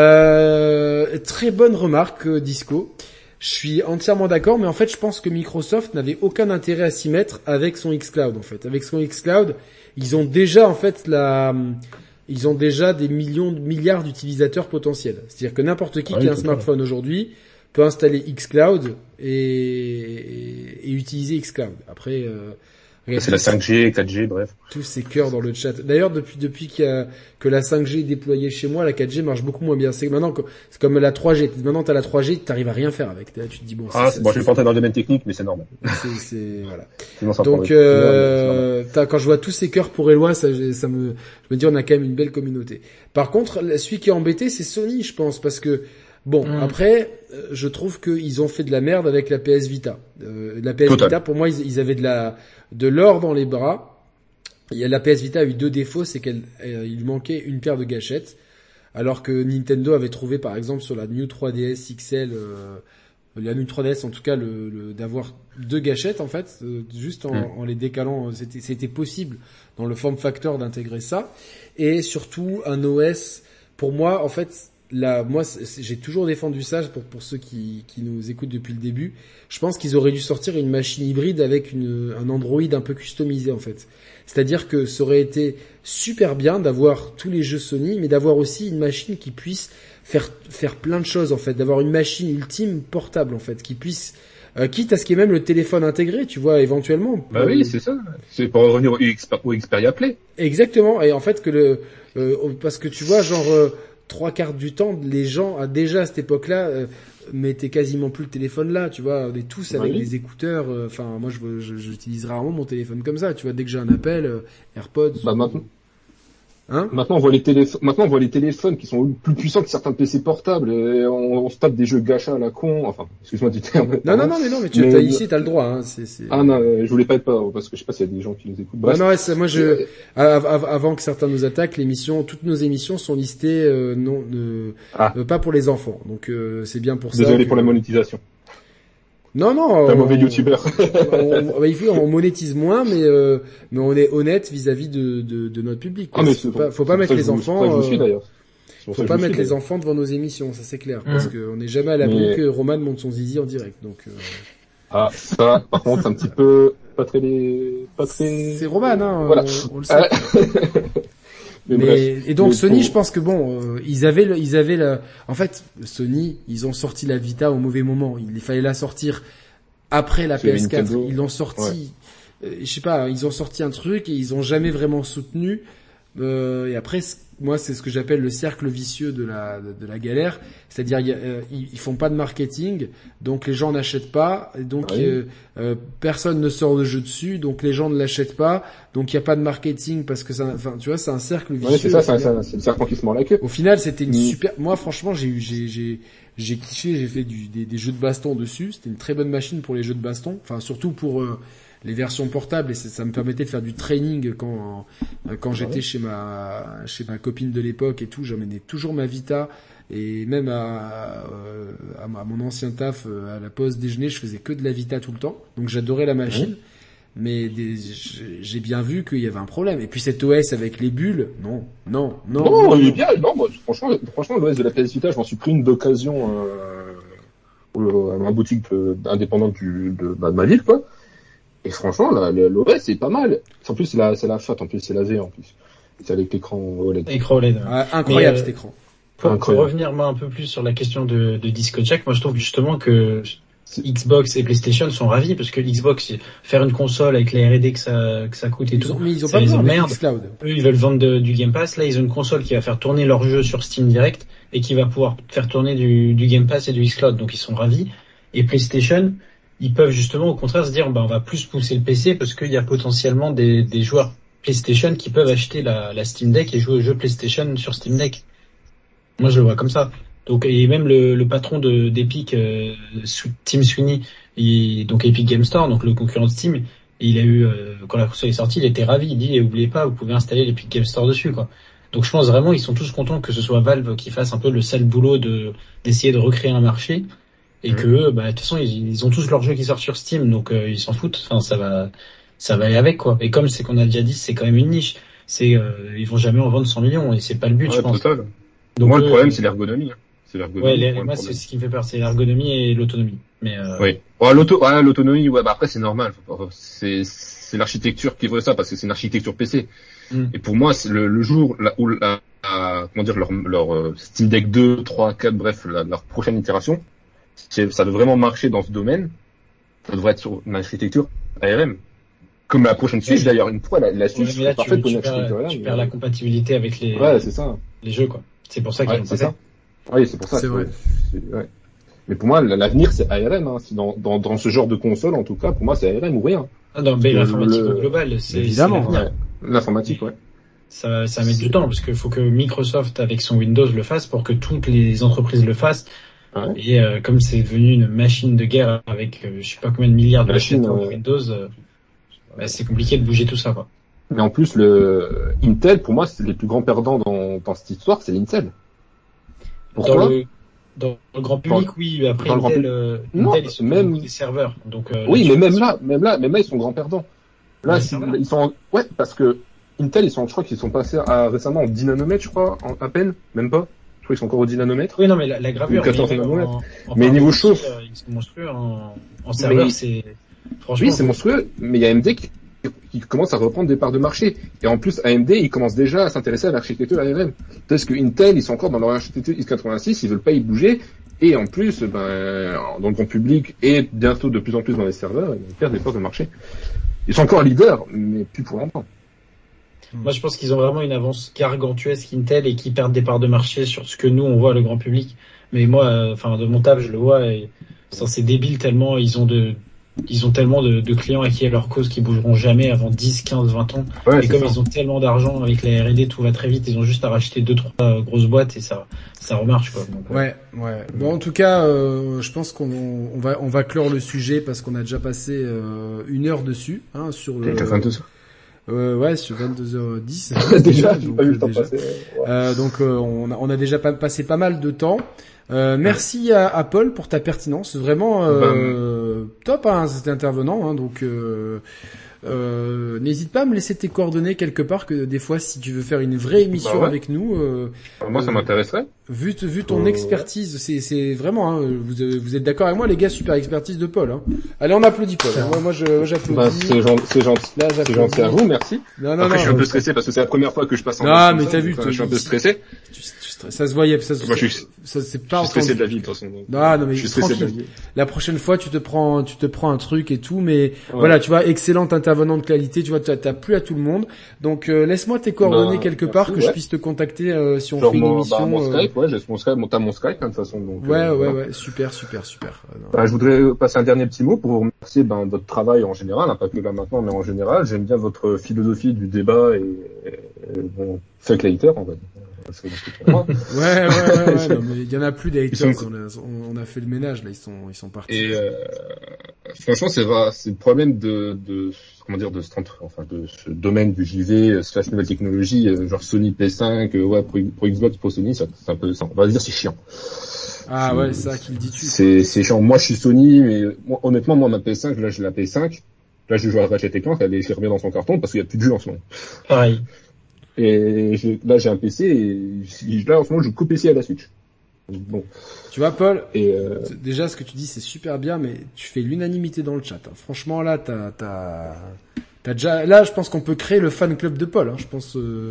Euh, très bonne remarque, Disco. Je suis entièrement d'accord, mais en fait, je pense que Microsoft n'avait aucun intérêt à s'y mettre avec son xCloud, en fait. Avec son xCloud, ils ont déjà, en fait, la, ils ont déjà des millions, de milliards d'utilisateurs potentiels. C'est-à-dire que n'importe qui Ah qui oui, a un smartphone aujourd'hui peut installer xCloud et, et, et utiliser xCloud. Après, euh, C'est la cinq G, quatre G, bref. tous ces cœurs dans le chat. D'ailleurs, depuis depuis qu'il y a, que la cinq G est déployée chez moi, la quatre G marche beaucoup moins bien. C'est maintenant que c'est comme la trois G. Maintenant, t'as la trois G, t'arrives à rien faire avec. Là, tu te dis bon. Ah, c'est, bon, c'est, je vais pas entrer dans le domaine technique, mais c'est normal. c'est, c'est voilà. Sinon, ça Donc, prendrait- euh, t'as, quand je vois tous ces cœurs pour Eloi, ça, ça me, je me dis on a quand même une belle communauté. Par contre, celui qui est embêté, c'est Sony, je pense, parce que bon, Mm. après, euh, je trouve qu'ils ont fait de la merde avec la P S Vita. Euh, la P S Total. Vita, pour moi, ils, ils avaient de la, de l'or dans les bras. Il y a- La P S Vita a eu deux défauts, c'est qu'elle, euh, il manquait une paire de gâchettes, alors que Nintendo avait trouvé, par exemple, sur la New trois D S X L, euh, la New trois D S en tout cas, le, le- d'avoir deux gâchettes en fait, euh, juste en, Mm. en les décalant, c'était, c'était possible dans le form factor d'intégrer ça, et surtout un O S. Pour moi, en fait, là, moi, c'est- j'ai toujours défendu ça pour pour ceux qui qui nous écoutent depuis le début. Je pense qu'ils auraient dû sortir une machine hybride avec une, un Android un peu customisé en fait. C'est-à-dire que ça aurait été super bien d'avoir tous les jeux Sony, mais d'avoir aussi une machine qui puisse faire faire plein de choses en fait, d'avoir une machine ultime portable en fait, qui puisse euh, quitte à ce qu'il y ait même le téléphone intégré, tu vois, éventuellement. Bah oui, c'est ça. C'est pour revenir au, Xper- au Xperia Play. Exactement, et en fait que le euh, parce que tu vois genre euh, trois quarts du temps les gens à déjà à cette époque-là euh, mettaient quasiment plus le téléphone là, tu vois, on est tous avec Oui. des écouteurs, euh, enfin moi je veux- je- j'utilise rarement mon téléphone comme ça, tu vois, dès que j'ai un appel euh, AirPods Bah ou- maintenant, hein maintenant on voit les téléphones, maintenant on voit les téléphones qui sont plus puissants que certains P C portables et on, on se tape des jeux gachas à la con. Enfin, excuse-moi du terme. Non non non mais non mais tu Mais- t'as ici t'as le droit hein, c'est c'est Ah non, euh, je voulais pas être pas parce que je sais pas s'il y a des gens qui nous écoutent. Bref. Non, non, ouais, c'est- moi je av- av- avant que certains nous attaquent, l'émission, toutes nos émissions sont listées euh, non euh, Ah. euh, pas pour les enfants. Donc euh, c'est bien pour ça. Désolé que- pour la monétisation. Non non, T'es un on- mauvais youtubeur. on, on, il faut- on monétise moins, mais euh, mais on est honnête vis-à-vis de, de, de notre public. Ah, mais faut c'est pas, bon. faut pas C'est mettre pour les ça que je vous- enfants. c'est pour ça que je vous suis euh, d'ailleurs. C'est pour ça faut que pas je vous mettre suis, les d'ailleurs. enfants devant nos émissions, ça c'est clair, Mm. parce qu'on n'est jamais à l'abri Mais- que Roman monte son zizi en direct. Donc euh, Ah, ça, par contre, c'est un petit peu pas très les, pas très. c'est Roman, hein, Voilà. on, on le sait. Ah. Mais Mais, bref. et donc Mais Sony, pour- je pense que bon, euh, ils avaient, le, ils avaient la, en fait, Sony, ils ont sorti la Vita au mauvais moment. Il fallait la sortir après la C'est P S quatre. Nintendo. Ils l'ont sorti, euh, je sais pas, ils ont sorti un truc et ils ont jamais vraiment soutenu. Euh, et après, c- moi, c'est ce que j'appelle le cercle vicieux de la de, de la galère. C'est-à-dire, il y a, euh, ils, ils font pas de marketing, donc les gens n'achètent pas, et donc Ah oui. euh, euh, personne ne sort de jeu dessus, donc les gens ne l'achètent pas, donc il y a pas de marketing parce que ça, enfin, tu vois, c'est un cercle vicieux. Ouais, c'est ça, c'est, c'est, c'est le serpent qui se mord la queue. Au final, c'était une Mm. super. Moi, franchement, j'ai eu, j'ai, j'ai, j'ai kiffé. J'ai fait du, des, des jeux de baston dessus. C'était une très bonne machine pour les jeux de baston. Enfin, surtout pour euh, les versions portables. Et ça, ça me permettait de faire du training quand euh, quand j'étais chez ma chez ma copine de l'époque et tout. J'emmenais toujours ma Vita. Et même à, euh, à, ma- à mon ancien taf, euh, à la pause déjeuner, je faisais que de la Vita tout le temps. Donc j'adorais la machine. Mais des, j'ai j'ai bien vu qu'il y avait un problème. Et puis cet O S avec les bulles, non, non, non. Non, non, il est non. bien. Non, moi, franchement, franchement, l'O S de la P S Vita, je m'en suis pris une d'occasion euh, au- à ma boutique euh, indépendante du, de, bah, de ma ville, quoi. Et franchement, la- la- l'O S c'est pas mal. En plus, c'est la, c'est la F A T, en plus, c'est la V en plus. C'est avec l'écran O L E D. Écran O L E D. ouais. Ah, incroyable Mais, euh, cet écran. Pour, pour Incroyable. revenir moi un peu plus sur la question de, de Disco Jack, moi je trouve justement que Xbox et PlayStation sont ravis parce que Xbox, faire une console avec les R et D que ça, que ça coûte et Ils tout, ont, mais ils ont ça pas les besoin de emmerde. Xcloud. Eux, ils veulent vendre de- du Game Pass. Là, ils ont une console qui va faire tourner leur jeu sur Steam Direct et qui va pouvoir faire tourner du, du Game Pass et du Xcloud. Donc, ils sont ravis. Et PlayStation, ils peuvent justement, au contraire, se dire, bah, on va plus pousser le P C parce qu'il y a potentiellement des, des joueurs PlayStation qui peuvent acheter la, la Steam Deck et jouer aux jeux PlayStation sur Steam Deck. Moi, je le vois comme ça. Donc, et même le, le patron de d'Epic, euh, Sou- Tim Sweeney, il, donc Epic Game Store, donc le concurrent de Steam, il a eu, euh, quand la console est sortie, il était ravi. Il dit, et oubliez pas, vous pouvez installer l'Epic Game Store dessus, quoi. Donc, je pense vraiment, ils sont tous contents que ce soit Valve qui fasse un peu le sale boulot de d'essayer de recréer un marché et Mhm. que, eux, bah, de toute façon, ils, ils ont tous leurs jeux qui sortent sur Steam, donc euh, ils s'en foutent. Enfin, ça va, ça va aller avec, quoi. Et comme c'est qu'on a déjà dit, c'est quand même une niche. C'est, euh, ils vont jamais en vendre cent millions et c'est pas le but, je Ouais, pense. total. Donc, Moi, le eux, problème, c'est l'ergonomie. hein. C'est l'ergonomie. Ouais, les- moi, le moi, c'est problème. ce qui me fait peur, c'est l'ergonomie et l'autonomie. Mais euh, Oui. Ouais, l'auto, ouais, l'autonomie, ouais, bah après, c'est normal. Faut pas- C'est, c'est l'architecture qui veut ça parce que c'est une architecture P C. Mm. Et pour moi, c'est le, le jour là, où la, la- comment dire, leur, leur euh, Steam Deck deux, trois, quatre, bref, la- leur prochaine itération, c'est- ça veut vraiment marcher dans ce domaine, ça devrait être sur une architecture A R M. Comme la prochaine Switch Ouais. d'ailleurs, une fois la, la ouais, Switch mais serait là, tu, parfaite pour tu une architecture perds, A R M. tu perds la compatibilité avec les, Ouais, c'est ça. les jeux, quoi. C'est pour ça qu'ils Ouais, ont c'est pas ça. fait. Oui, c'est pour ça. C'est qu'il vrai. faut- c'est- ouais. Mais pour moi, l'avenir, c'est A R M. Hein. C'est Dans, dans, dans ce genre de console, en tout cas, pour moi, c'est A R M ou rien. Ah non, mais Le- l'informatique le- au global, c'est Évidemment, c'est l'avenir. Ouais. L'informatique, ouais. Ça, ça met du temps parce qu'il faut que Microsoft avec son Windows le fasse pour que toutes les entreprises le fassent. Ouais. Et euh, comme c'est devenu une machine de guerre avec euh, je sais pas combien de milliards de Machine, recettes ouais. de Windows, euh, bah, c'est compliqué de bouger tout ça, quoi. Mais en plus, le Intel, pour moi, c'est les plus grands perdants dans, dans cette histoire, c'est l'Intel. Pourquoi Dans le, dans le grand public, oui. Après, dans le grand Intel, public. euh, Non, Intel, ils sont même- même des serveurs. Donc, euh, Oui, là-dessus, mais même là, même là, même là, ils sont grands perdants. Là, Ouais, si- c'est vrai. ils sont, ouais, parce que Intel, ils sont, je crois qu'ils sont passés à, récemment en dix nanomètres, je crois, en, à peine, même pas. Je crois qu'ils sont encore au dix nanomètres. Oui, non, mais la, la gravure, Ou quatorze mais même nanomètres. en, en Mais part niveau de chauffe. style, euh, ils sont monstrueux. En, en serveur, Mais- c'est franchement. Oui, c'est monstrueux, mais il y a A M D qui, qui commence à reprendre des parts de marché. Et en plus, A M D, ils commencent déjà à s'intéresser à l'architecture A R M. Parce que Intel, ils sont encore dans leur architecture x quatre-vingt-six, ils veulent pas y bouger. Et en plus, ben, dans le grand public et bientôt de plus en plus dans les serveurs, ils perdent des parts de marché. Ils sont encore leaders, mais plus pour longtemps. Moi, je pense qu'ils ont vraiment une avance gargantuesque Intel et qu'ils perdent des parts de marché sur ce que nous on voit le grand public. Mais moi, euh, enfin de mon table, je le vois et ça, c'est débile tellement ils ont de ils ont tellement de, de clients acquis à leur cause qui bougeront jamais avant dix, quinze, vingt ans. Ouais, et c'est comme ça. ils ont tellement d'argent avec la R et D, tout va très vite. Ils ont juste à racheter deux, trois euh, grosses boîtes et ça ça remarche, quoi. Donc, euh, Ouais, ouais. Bon, en tout cas, euh, je pense qu'on on va on va clore le sujet parce qu'on a déjà passé euh, une heure dessus, hein, sur le. T'as vingt-deux. Euh, ouais, sur vingt-deux heures dix. déjà, j'ai donc, pas eu euh, le temps de déjà. passer. Ouais. Euh, donc euh, on, a, on a déjà pas, passé pas mal de temps. Euh, merci à, à Paul pour ta pertinence, vraiment euh, top hein, cet intervenant. Hein, donc euh, euh, n'hésite pas à me laisser tes coordonnées quelque part, que des fois si tu veux faire une vraie émission Bah ouais. avec nous, euh, Moi, ça Euh, m'intéresserait. vu, t- vu ton Euh, expertise, c'est, c'est vraiment, hein, vous, euh, vous êtes d'accord avec moi les gars, super expertise de Paul. Hein. Allez, on applaudit Paul. Moi, moi, je, moi, j'applaudis. Bah, c'est gen- c'est gentil. Là, C'est j'applaudis. gentil à vous, merci. Non, non, Après, non. je suis un peu stressé parce que c'est la première fois que je passe en Non, live comme mais ça, t'as vu, donc, toi, euh, je suis un peu tu- stressé. Tu- tu- ça se voyait, ça, se- Moi, je suis, ça, c'est je pas suis stressé entendu. de la vie, de toute façon. donc, Non, non, mais je suis stressé de la tranquille. vie. La prochaine fois, tu te prends, tu te prends un truc et tout, mais voilà, tu vois, excellent intervenant de qualité, tu vois, t'as, t'as plu à tout le monde. Donc, euh, laisse-moi tes coordonnées Bah, quelque merci, part, que je ouais. puisse te contacter euh, si on Genre fait une mon, émission. bah, mon euh, Skype, ouais, j'ai mon Skype, mon, t'as mon Skype, hein, de toute façon, donc. Ouais, euh, ouais, voilà. ouais, super, super, super. Euh, non. Bah, je voudrais passer un dernier petit mot pour vous remercier ben, de votre travail en général, hein, pas que là maintenant, mais en général. J'aime bien votre philosophie du débat et, et, et bon, fake later, on va dire. Parce que c'est pour moi. Ouais, ouais, ouais, ouais, non, mais il y en a plus des Ils sont- haters, on a, on, on a fait le ménage, là, ils sont, ils sont partis. Et euh, franchement, c'est vrai, c'est le problème de, de comment dire, de ce, enfin, de ce domaine du J V slash nouvelle technologie, euh, genre Sony P cinq, euh, ouais, pour, pour Xbox, pour Sony, ça- c'est un peu ça. On va dire c'est chiant. Ah ouais, c'est ça qui le dit tu. C'est c'est chiant. Moi, je suis Sony, mais moi, honnêtement, moi, ma P cinq, là, j'ai la P cinq. Là, je joue à Ratchet et Clank, elle est fermée dans son carton parce qu'il n'y a plus de jeu en ce moment. pareil. Et j'ai- là, j'ai un P C et là, en ce moment, je joue qu'au P C à la Switch. Bon. Tu vois, Paul, Et euh, déjà, ce que tu dis, c'est super bien, mais tu fais l'unanimité dans le chat. Hein. Franchement, là, t'as, t'as, T'as déjà, là, je pense qu'on peut créer le fan club de Paul, hein, je pense, euh...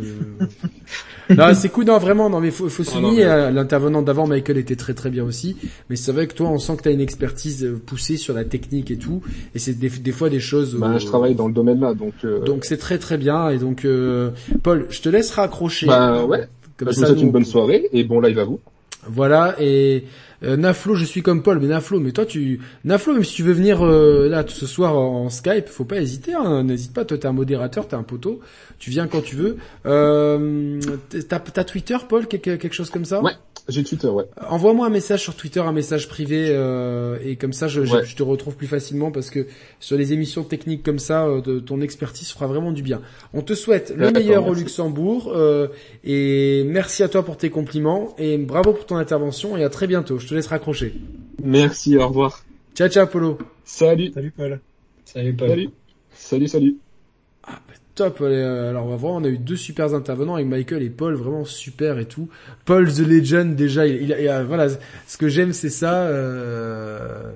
non, c'est cool, non, vraiment, non, mais faut, faut souligner, oh, non, mais... euh, l'intervenant d'avant, Michael, était très très bien aussi, mais c'est vrai que toi, on sent que t'as une expertise poussée sur la technique et tout, et c'est des, des fois des choses... Bah, euh... je travaille dans le domaine là, donc... Euh... Donc c'est très très bien, et donc, euh... Paul, je te laisse raccrocher. Bah, ouais. Comme bah, ça, je vous souhaite nous... une bonne soirée, et bon live à vous. Voilà, et euh, Naflo, je suis comme Paul, mais Naflo, mais toi tu... Naflo, même si tu veux venir euh, là ce soir en, en Skype, faut pas hésiter, hein, n'hésite pas, toi t'es un modérateur, t'es un poteau, tu viens quand tu veux. Euh, t'as, t'as Twitter, Paul, quelque, quelque chose comme ça? Ouais, j'ai Twitter, ouais. Envoie-moi un message sur Twitter, un message privé, euh, et comme ça je, ouais. je, je te retrouve plus facilement, parce que sur les émissions techniques comme ça, euh, de, ton expertise fera vraiment du bien. On te souhaite le meilleur merci. Au Luxembourg, euh, et merci à toi pour tes compliments, et bravo pour ton intervention, et à très bientôt. Je te laisse raccrocher. Merci, au revoir. Ciao, ciao, Polo. Salut. Salut, Paul. Salut, Paul. Salut. Salut, salut. Ah, bah, top. Alors, on va voir, on a eu deux super intervenants avec Michael et Paul, vraiment super et tout. Paul the Legend, déjà, il, il, il, voilà, ce que j'aime, c'est ça, euh,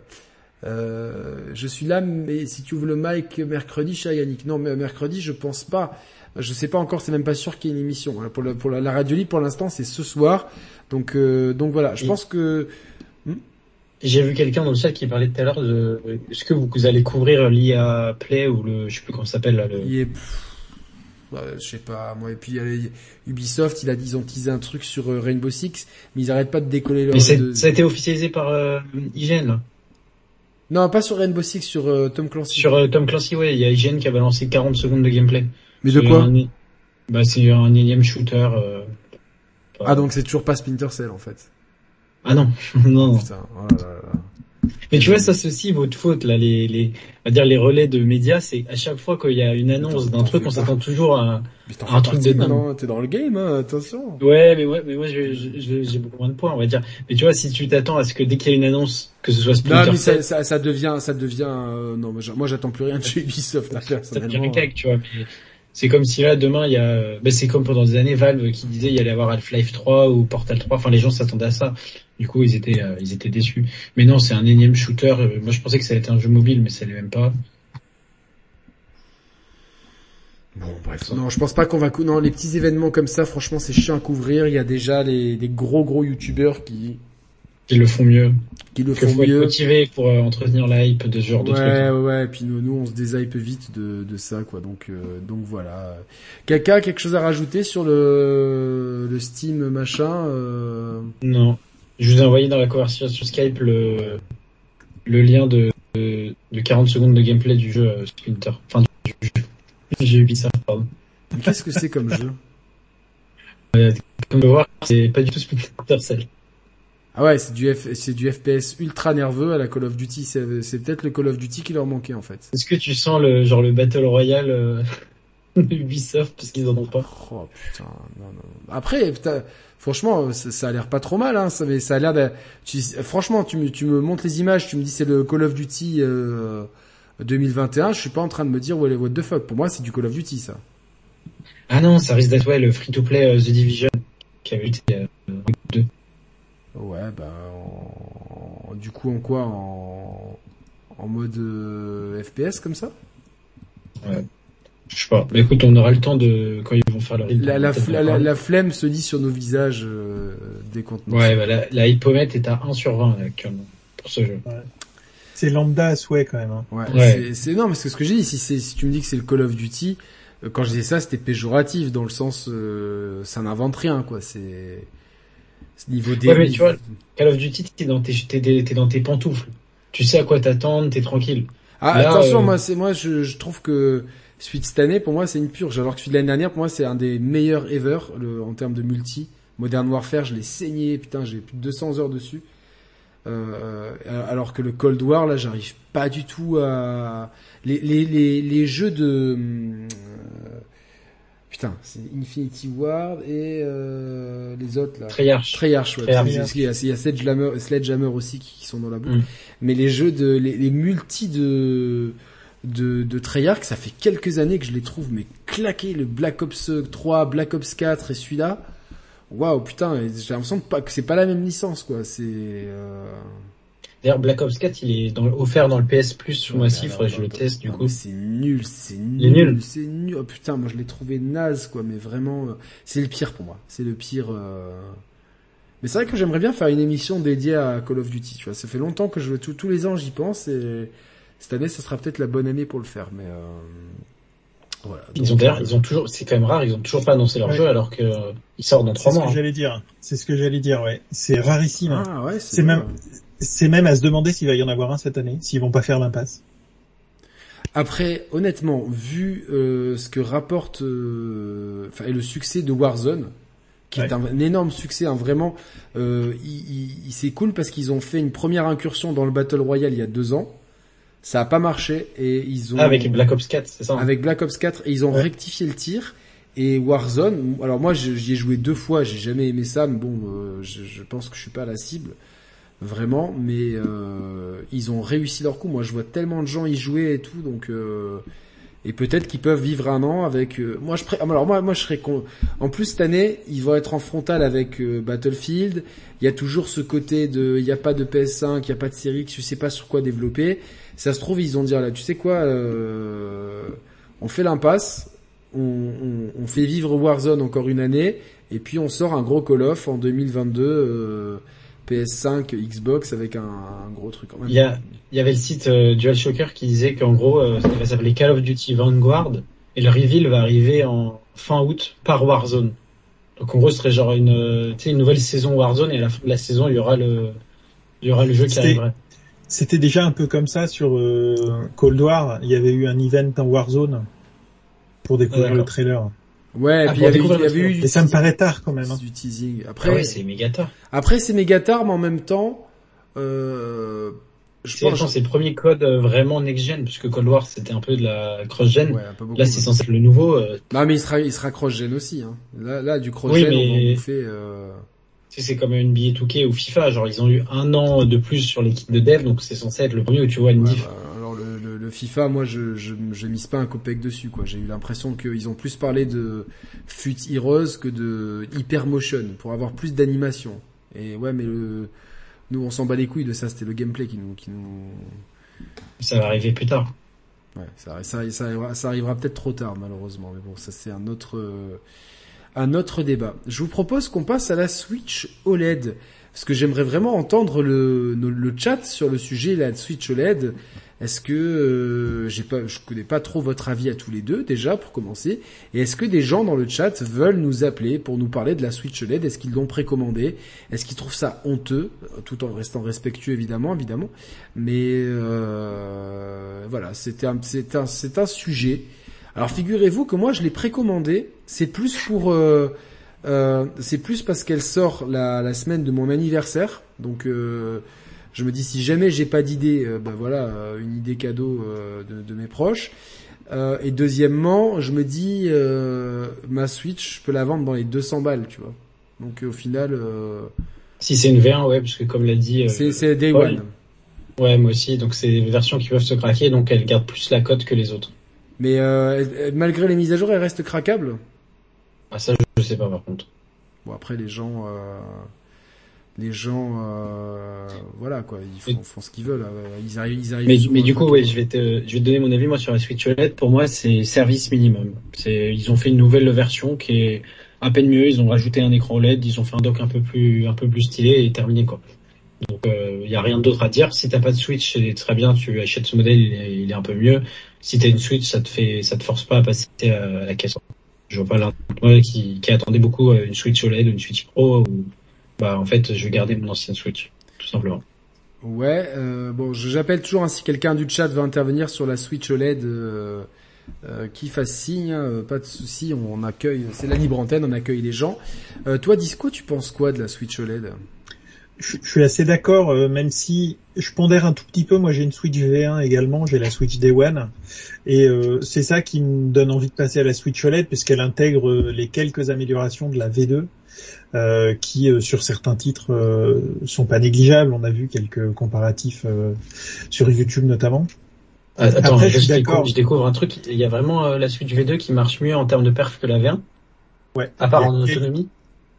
euh, je suis là, mais si tu ouvres le mic mercredi, chez Yannick. Non, mais mercredi, je pense pas. Je sais pas encore, c'est même pas sûr qu'il y ait une émission. Pour, le, pour la, la radio libre, pour l'instant, c'est ce soir. Donc, euh, donc voilà. Je et pense que. Hmm J'ai vu quelqu'un dans le chat qui parlait tout à l'heure de. Est-ce que vous, vous allez couvrir l'I A Play ou le, je sais plus comment ça s'appelle là. Le... Il est... bah, je sais pas moi. Et puis il y a Ubisoft, il a ils ont teasé un truc sur Rainbow Six, mais ils arrêtent pas de décoller leur. Mais de... ça a été officialisé par euh, I G N là. Non, pas sur Rainbow Six, sur euh, Tom Clancy. Sur euh, Tom Clancy, ouais, il y a I G N qui a balancé quarante secondes de gameplay. Mais de quoi? un... Bah c'est un énième shooter. Euh... Ah donc c'est toujours pas Splinter Cell en fait. Ah non, non. Oh, putain, oh là là là. Mais tu vois, ça c'est aussi votre faute là, les, les, on va dire les relais de médias, c'est à chaque fois qu'il y a une annonce d'un truc, on s'attend toujours à, à un truc de dingue. T'es dans le game, hein, attention. Ouais, mais ouais, mais moi je, je, je, j'ai beaucoup moins de points, on va dire. Mais tu vois, si tu t'attends à ce que dès qu'il y a une annonce, que ce soit Splinter Cell. Non, mais ça, ça, ça devient, ça devient, euh, non, moi j'attends plus rien de chez Ubisoft, là, personnellement. Ça devient cake, tu vois. Mais c'est comme si là demain il y a, ben c'est comme pendant des années Valve qui disait il y allait avoir Half-Life trois ou Portal trois. Enfin les gens s'attendaient à ça. Du coup ils étaient, euh, ils étaient déçus. Mais non, c'est un énième shooter. Moi je pensais que ça allait être un jeu mobile, mais ça l'est même pas. Bon bref. Non, je pense pas qu'on va cou... non les petits événements comme ça. Franchement c'est chiant à couvrir. Il y a déjà les des gros gros youtubeurs qui qui le font mieux. Qui le que font faut mieux. Être motivé pour euh, entretenir la hype de ce genre ouais, de trucs. Ouais, ouais, ouais. Et puis nous, nous, on se déshype vite de, de ça, quoi. Donc, euh, donc voilà. Quelqu'un a quelque chose à rajouter sur le, le Steam machin euh... Non. Je vous ai envoyé dans la conversation sur Skype le, le lien de, de, de quarante secondes de gameplay du jeu euh, Splinter. Enfin, du jeu. J'ai eu ça, pardon. Mais qu'est-ce que c'est comme jeu? euh, Comme le voir, c'est pas du tout Splinter Cell. Ah ouais, c'est du F, c'est du F P S ultra nerveux à la Call of Duty. C'est, c'est peut-être le Call of Duty qui leur manquait en fait. Est-ce que tu sens le genre le Battle Royale euh, Ubisoft parce qu'ils en ont pas? Oh putain, non non. Après, putain, franchement, ça, ça a l'air pas trop mal, hein. Ça, ça a l'air de. Tu, franchement, tu me, tu me montres les images, tu me dis c'est le Call of Duty euh, deux mille vingt et un. Je suis pas en train de me dire ouais, what the fuck. Pour moi, c'est du Call of Duty ça. Ah non, ça risque d'être ouais le free-to-play uh, The Division qui avait été euh, deux. Ouais, bah, en... du coup, en quoi, en, en mode euh, F P S comme ça? Ouais. Je sais pas. Mais écoute, on aura le temps de quand ils vont faire leur. La, la, la, la, la flemme se lit sur nos visages euh, dès qu'on. Ouais, bah la, la hypomètre est à un sur vingt là, actuellement pour ce jeu. Ouais. C'est lambda à souhait quand même. Hein. Ouais. ouais. C'est, c'est non, mais c'est ce que j'ai dit. Si c'est, si tu me dis que c'est le Call of Duty, euh, quand je disais ça, c'était péjoratif dans le sens, euh, ça n'invente rien, quoi. C'est niveau des. Ouais, mais tu vois, Call of Duty, t'es dans tes, t'es, t'es dans tes pantoufles. Tu sais à quoi t'attendre, t'es tranquille. Ah, là, attention, euh... moi, c'est, moi, je, je trouve que celui de cette année, pour moi, c'est une purge. Alors que celui de l'année dernière, pour moi, c'est un des meilleurs ever, le, en termes de multi. Modern Warfare, je l'ai saigné, putain, j'ai plus de deux cents heures dessus. Euh, alors que le Cold War, là, j'arrive pas du tout à, les, les, les, les jeux de, euh... putain, c'est Infinity Ward et euh, les autres là. Treyarch. Treyarch, ouais. Treyarch. Il y a, il y a Sledgehammer, Sledgehammer aussi qui, qui sont dans la boucle. Mm. Mais les jeux de, les, les multi de, de, de Treyarch, ça fait quelques années que je les trouve mais claqués. Le Black Ops trois, Black Ops quatre et celui-là. Waouh, putain, j'ai l'impression que, pas, que c'est pas la même licence, quoi. C'est. Euh... D'ailleurs, Black Ops quatre, il est dans, offert dans le P S Plus sur Ouais, Massif, alors, je le attends, teste du non, coup. mais c'est nul, c'est Il est nul, nul. c'est nul. Oh putain, moi je l'ai trouvé naze, quoi, mais vraiment, euh, c'est le pire pour moi. C'est le pire. Euh... Mais c'est vrai que j'aimerais bien faire une émission dédiée à Call of Duty. Tu vois, ça fait longtemps que je tous tous les ans j'y pense et cette année, ça sera peut-être la bonne année pour le faire. Mais euh... voilà. Ils Donc, ont d'ailleurs, euh, ils ont toujours, c'est quand même rare, ils ont toujours pas annoncé leur Ouais. jeu alors que euh, il sort dans C'est trois ce mois. que hein. j'allais dire. C'est ce que j'allais dire, ouais. C'est rarissime. hein. Ah ouais, C'est vrai, même, ouais. c'est même à se demander s'il va y en avoir un cette année, s'ils vont pas faire l'impasse. Après, honnêtement, vu euh, ce que rapporte, euh, enfin, et le succès de Warzone, qui est Ouais. un, un énorme succès, hein, vraiment, euh, il, il- il- c'est cool parce qu'ils ont fait une première incursion dans le Battle Royale il y a deux ans. Ça a pas marché et ils ont Ah, avec Black Ops quatre, c'est ça. hein. avec Black Ops quatre et ils ont Ouais. rectifié le tir. Et Warzone, alors moi je- j'y ai joué deux fois, j'ai jamais aimé ça, mais bon, euh, je, je pense que je suis pas la cible, vraiment. Mais euh, ils ont réussi leur coup. Moi je vois tellement de gens y jouer et tout, donc euh, et peut-être qu'ils peuvent vivre un an avec. Euh, moi je pré... alors moi moi je serais con... En plus cette année ils vont être en frontal avec euh, Battlefield. Il y a toujours ce côté de, il y a pas de P S cinq, il y a pas de série, que je sais pas sur quoi développer. Ça se trouve ils ont dit là, tu sais quoi, euh, on fait l'impasse. On, on, on fait vivre Warzone encore une année et puis on sort un gros Call of en deux mille vingt-deux euh, P S cinq, Xbox avec un, un gros truc quand même. Il y a, il y avait le site euh, DualShocker qui disait qu'en gros, euh, ça va s'appeler Call of Duty Vanguard et le reveal va arriver en fin août par Warzone. Donc en gros, ce serait genre une, euh, tu sais, une nouvelle saison Warzone et à la fin de la saison, il y aura le, il y aura le jeu qui C'était- arriverait. C'était déjà un peu comme ça sur euh, Cold War. Il y avait eu un event en Warzone pour découvrir Ah, d'accord. le trailer. Ouais, et Ah, puis il pour y avait, découvrir il y le avait eu trailer. du, Et ça me paraît tard quand même. Hein. du teasing. Ah Après, ouais, c'est méga tard. après c'est méga tard, mais en même temps, euh, je C'est, pense. attends, c'est le premier code euh, vraiment next-gen, puisque Cold War c'était un peu de la cross-gen. Ouais, un peu beaucoup. Là, c'est censé être le nouveau. euh, Non, mais il sera, il sera cross-gen aussi. Hein. Là, là, du Oui, cross-gen, on va en mais- bouffer. Euh... Tu sais, c'est comme N B A deux K ou FIFA, genre ils ont eu un an de plus sur l'équipe de dev, donc c'est censé être le premier où tu vois une Ouais, diff. bah, alors le, le, le FIFA, moi, je, je, je mise pas un copec dessus, quoi. J'ai eu l'impression qu'ils ont plus parlé de Fut Heroes que de Hypermotion pour avoir plus d'animation. Et ouais, mais le, nous, on s'en bat les couilles de ça. C'était le gameplay qui nous, qui nous. Ça va arriver plus tard. Ouais, ça, ça, ça arrivera, ça arrivera peut-être trop tard, malheureusement. Mais bon, ça c'est un autre, euh, un autre débat. Je vous propose qu'on passe à la Switch O L E D, parce que j'aimerais vraiment entendre le, le, le chat sur le sujet la Switch O L E D. Est-ce que euh, j'ai pas, je connais pas trop votre avis à tous les deux déjà pour commencer. Et est-ce que des gens dans le chat veulent nous appeler pour nous parler de la Switch O L E D? Est-ce qu'ils l'ont précommandé? Est-ce qu'ils trouvent ça honteux, tout en restant respectueux évidemment, évidemment. Mais euh, voilà, c'était un, c'est un, c'est un sujet. Alors figurez-vous que moi je l'ai précommandé. C'est plus pour, euh, euh, c'est plus parce qu'elle sort la, la semaine de mon anniversaire. Donc euh, je me dis si jamais j'ai pas d'idée, euh, ben voilà, euh, une idée cadeau euh, de, de mes proches. Euh, et deuxièmement, je me dis euh, ma Switch, je peux la vendre dans les deux cents balles, tu vois. Donc au final, euh, Si c'est une V un, ouais, parce que comme l'a dit, euh, c'est, c'est Day Paul, One. ouais, moi aussi, donc c'est des versions qui peuvent se craquer, donc elles gardent plus la cote que les autres. Mais euh, elle- elle- malgré les mises à jour, elle reste craquable. Ah, ça, je sais pas par contre. Bon après les gens, euh, les gens, euh, voilà quoi, ils font, Mais- font ce qu'ils veulent. euh, Ils arrivent, ils arrivent. Mais, sur mais un du coup, truc- ouais, je vais te, je vais te donner mon avis, moi, sur la Switch O L E D. Pour moi, c'est service minimum. C'est, ils ont fait une nouvelle version qui est à peine mieux. Ils ont rajouté un écran O L E D, ils ont fait un dock un peu plus, un peu plus stylé et terminé, quoi. Donc, il euh, y a rien d'autre à dire. Si t'as pas de Switch, c'est très bien, tu achètes ce modèle, il est, il est un peu mieux. Si t'as une Switch, ça te fait, ça te force pas à passer à la caisse. Je vois pas l'intérêt qui, qui attendait beaucoup une Switch O L E D ou une Switch Pro, ou, bah, en fait, je vais garder mon ancienne Switch, tout simplement. Ouais, euh, bon, je- j'appelle toujours hein, si quelqu'un du chat veut intervenir sur la Switch O L E D, euh, euh, qui fasse signe, hein, pas de souci, on, on accueille, c'est la libre antenne, on accueille les gens. Euh, toi, Disco, tu penses quoi de la Switch O L E D? Je, je suis assez d'accord, euh, même si je pondère un tout petit peu. Moi, j'ai une Switch V un également, j'ai la Switch Day One, et euh, c'est ça qui me donne envie de passer à la Switch O L E D, puisqu'elle intègre euh, les quelques améliorations de la V deux, euh, qui euh, sur certains titres euh, sont pas négligeables. On a vu quelques comparatifs euh, sur YouTube notamment. Ah, Attends, Après, je, je suis je découvre, d'accord. je découvre un truc. Il y a vraiment euh, la Switch V deux qui marche mieux en termes de perf que la V un, Ouais. à part Il y a en quel- autonomie.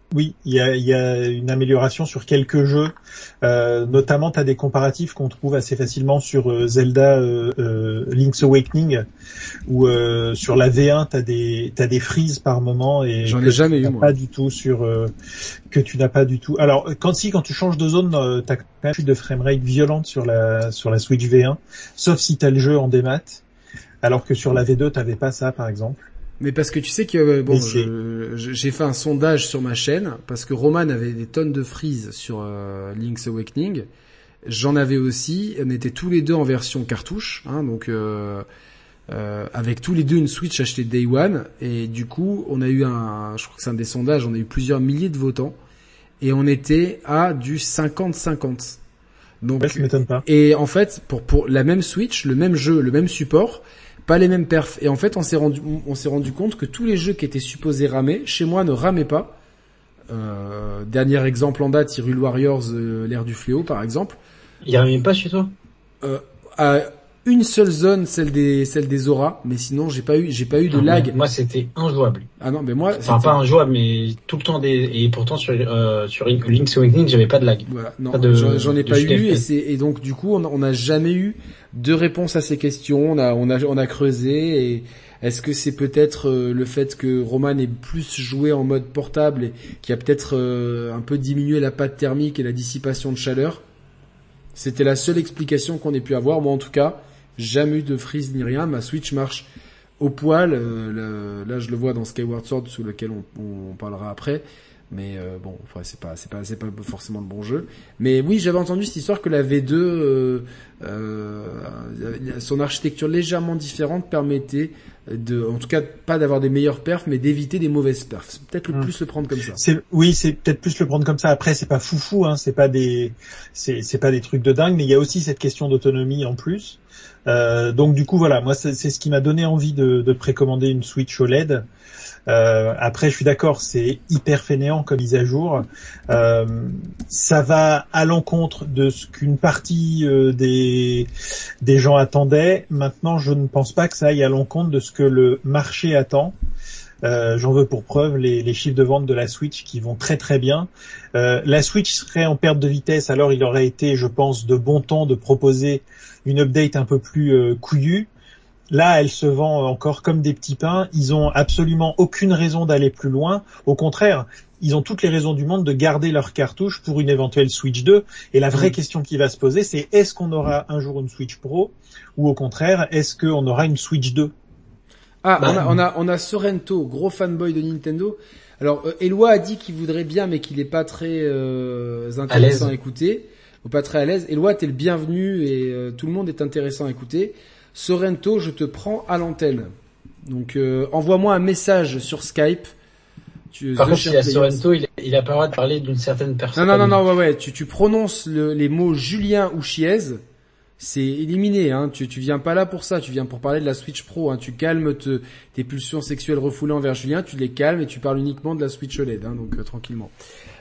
Oui, il y a, il y a une amélioration sur quelques jeux. Euh, notamment, tu as des comparatifs qu'on trouve assez facilement sur euh, Zelda euh, euh, Link's Awakening, où euh, sur la V un, tu as des t'as des freezes par moment et J'en ai que jamais tu eu, n'as moi. pas du tout sur euh, que tu n'as pas du tout. Alors quand si quand tu changes de zone, euh, tu as quand même une chute de framerate violente sur la sur la Switch V un, sauf si tu as le jeu en démat, alors que sur la V deux, tu avais pas ça par exemple. Mais parce que tu sais que euh, bon, Mais c'est- je- je- j'ai fait un sondage sur ma chaîne parce que Roman avait des tonnes de freeze sur euh, Link's Awakening. J'en avais aussi. On était tous les deux en version cartouche, hein, donc euh, euh, avec tous les deux une Switch achetée Day One. Et du coup, on a eu un, je crois que c'est un des sondages, on a eu plusieurs milliers de votants et on était à du cinquante cinquante. Donc Ouais, ça m'étonne pas. et en fait, pour pour la même Switch, le même jeu, le même support, pas les mêmes perfs. Et en fait, on s'est rendu on s'est rendu compte que tous les jeux qui étaient supposés ramer, chez moi ne ramaient pas. Euh, dernier exemple en date, Hyrule Warriors, euh, l'ère du fléau par exemple. Il y a même pas chez toi? Euh, à une seule zone, celle des celle des auras, mais sinon j'ai pas eu j'ai pas eu de Non, lag. Moi, c'était injouable. Ah non, mais moi Enfin, c'était- pas injouable, mais tout le temps des, et pourtant sur, euh, sur Link's Awakening, j'avais pas de lag. Voilà, non, Pas de- j'en, j'en ai de pas chute eu et F P S. c'est et donc du coup on on n'a jamais eu de réponse à ces questions. On a on a on a creusé et est-ce que c'est peut-être euh, le fait que Roman ait plus joué en mode portable et qui a peut-être euh, un peu diminué la patte thermique et la dissipation de chaleur? C'était la seule explication qu'on ait pu avoir. Moi en tout cas, jamais eu de freeze ni rien. Ma Switch marche au poil. Euh, le- là je le vois dans Skyward Sword sous lequel on, on parlera après. Mais euh, bon, enfin, c'est pas, c'est pas, c'est pas forcément le bon jeu. Mais oui, j'avais entendu cette histoire que la V deux, euh, euh, son architecture légèrement différente permettait de, en tout cas, pas d'avoir des meilleures perfs, mais d'éviter des mauvaises perfs. C'est peut-être le Hum. plus le prendre comme ça. C'est oui, c'est peut-être plus le prendre comme ça. Après, c'est pas foufou, hein, c'est pas des, c'est c'est pas des trucs de dingue, mais il y a aussi cette question d'autonomie en plus. Euh, donc du coup, voilà, moi c'est c'est ce qui m'a donné envie de, de précommander une Switch O L E D. Euh, après, je suis d'accord, c'est hyper fainéant comme mise à jour. Euh, ça va à l'encontre de ce qu'une partie euh, des des gens attendaient. Maintenant, je ne pense pas que ça aille à l'encontre de ce que le marché attend. Euh, j'en veux pour preuve les, les chiffres de vente de la Switch qui vont très très bien. Euh, la Switch serait en perte de vitesse, alors il aurait été, je pense, de bon ton de proposer une update un peu plus euh, couillue. Là, elle se vend encore comme des petits pains. Ils ont absolument aucune raison d'aller plus loin. Au contraire, ils ont toutes les raisons du monde de garder leur cartouche pour une éventuelle Switch deux. Et la vraie Mmh. question qui va se poser, c'est est-ce qu'on aura un jour une Switch Pro ou au contraire, est-ce qu'on aura une Switch deux? Ah, Bah, on a, on a, on a Sorrento, gros fanboy de Nintendo. Alors, euh, Eloi a dit qu'il voudrait bien, mais qu'il est pas très euh, intéressant à, l'aise. écouter, ou pas très à l'aise. Eloi, t'es le bienvenu et euh, tout le monde est intéressant à écouter. Sorrento, je te prends à l'antenne. Donc, euh, envoie-moi un message sur Skype. Tu, Par The contre, Share il y a Players. Sorrento, il, il a pas le droit de parler d'une certaine personne. Non, non, non, non, ouais, ouais. Tu, tu prononces le- les mots Julien ou Chiez. C'est éliminé, hein. Tu, tu viens pas là pour ça. Tu viens pour parler de la Switch Pro, hein. Tu calmes te, tes pulsions sexuelles refoulées envers Julien, tu les calmes et tu parles uniquement de la Switch O L E D, hein. Donc, euh, tranquillement.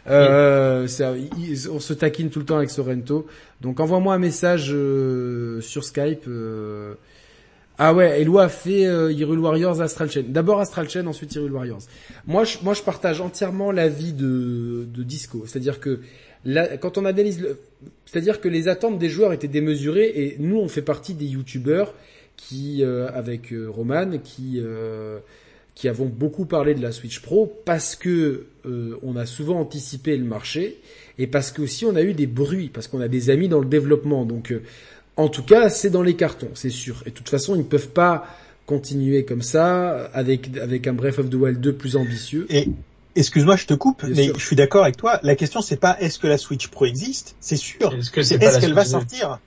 Euh, c'est- il- on se taquine tout le temps avec Sorrento. Donc, envoie-moi un message, euh, sur Skype, euh... Ah ouais, Eloi a fait euh, Hyrule Warriors, Astral Chain. D'abord Astral Chain, ensuite Hyrule Warriors. Moi, je, moi, je partage entièrement l'avis de, de Disco. C'est-à-dire que là, quand on analyse, le, c'est-à-dire que les attentes des joueurs étaient démesurées et nous, on fait partie des youtubeurs qui, euh, avec euh, Roman, qui euh, qui avons beaucoup parlé de la Switch Pro parce que euh, on a souvent anticipé le marché et parce que aussi on a eu des bruits, parce qu'on a des amis dans le développement. Donc euh, en tout cas, c'est dans les cartons, c'est sûr. Et de toute façon, ils ne peuvent pas continuer comme ça avec avec un Breath of the Wild deux plus ambitieux. Et excuse-moi, je te coupe, Bien mais sûr. je suis d'accord avec toi. La question, c'est pas est-ce que la Switch Pro existe, c'est sûr. Est-ce que c'est C'est pas est-ce la qu'elle va Switch deux? sortir.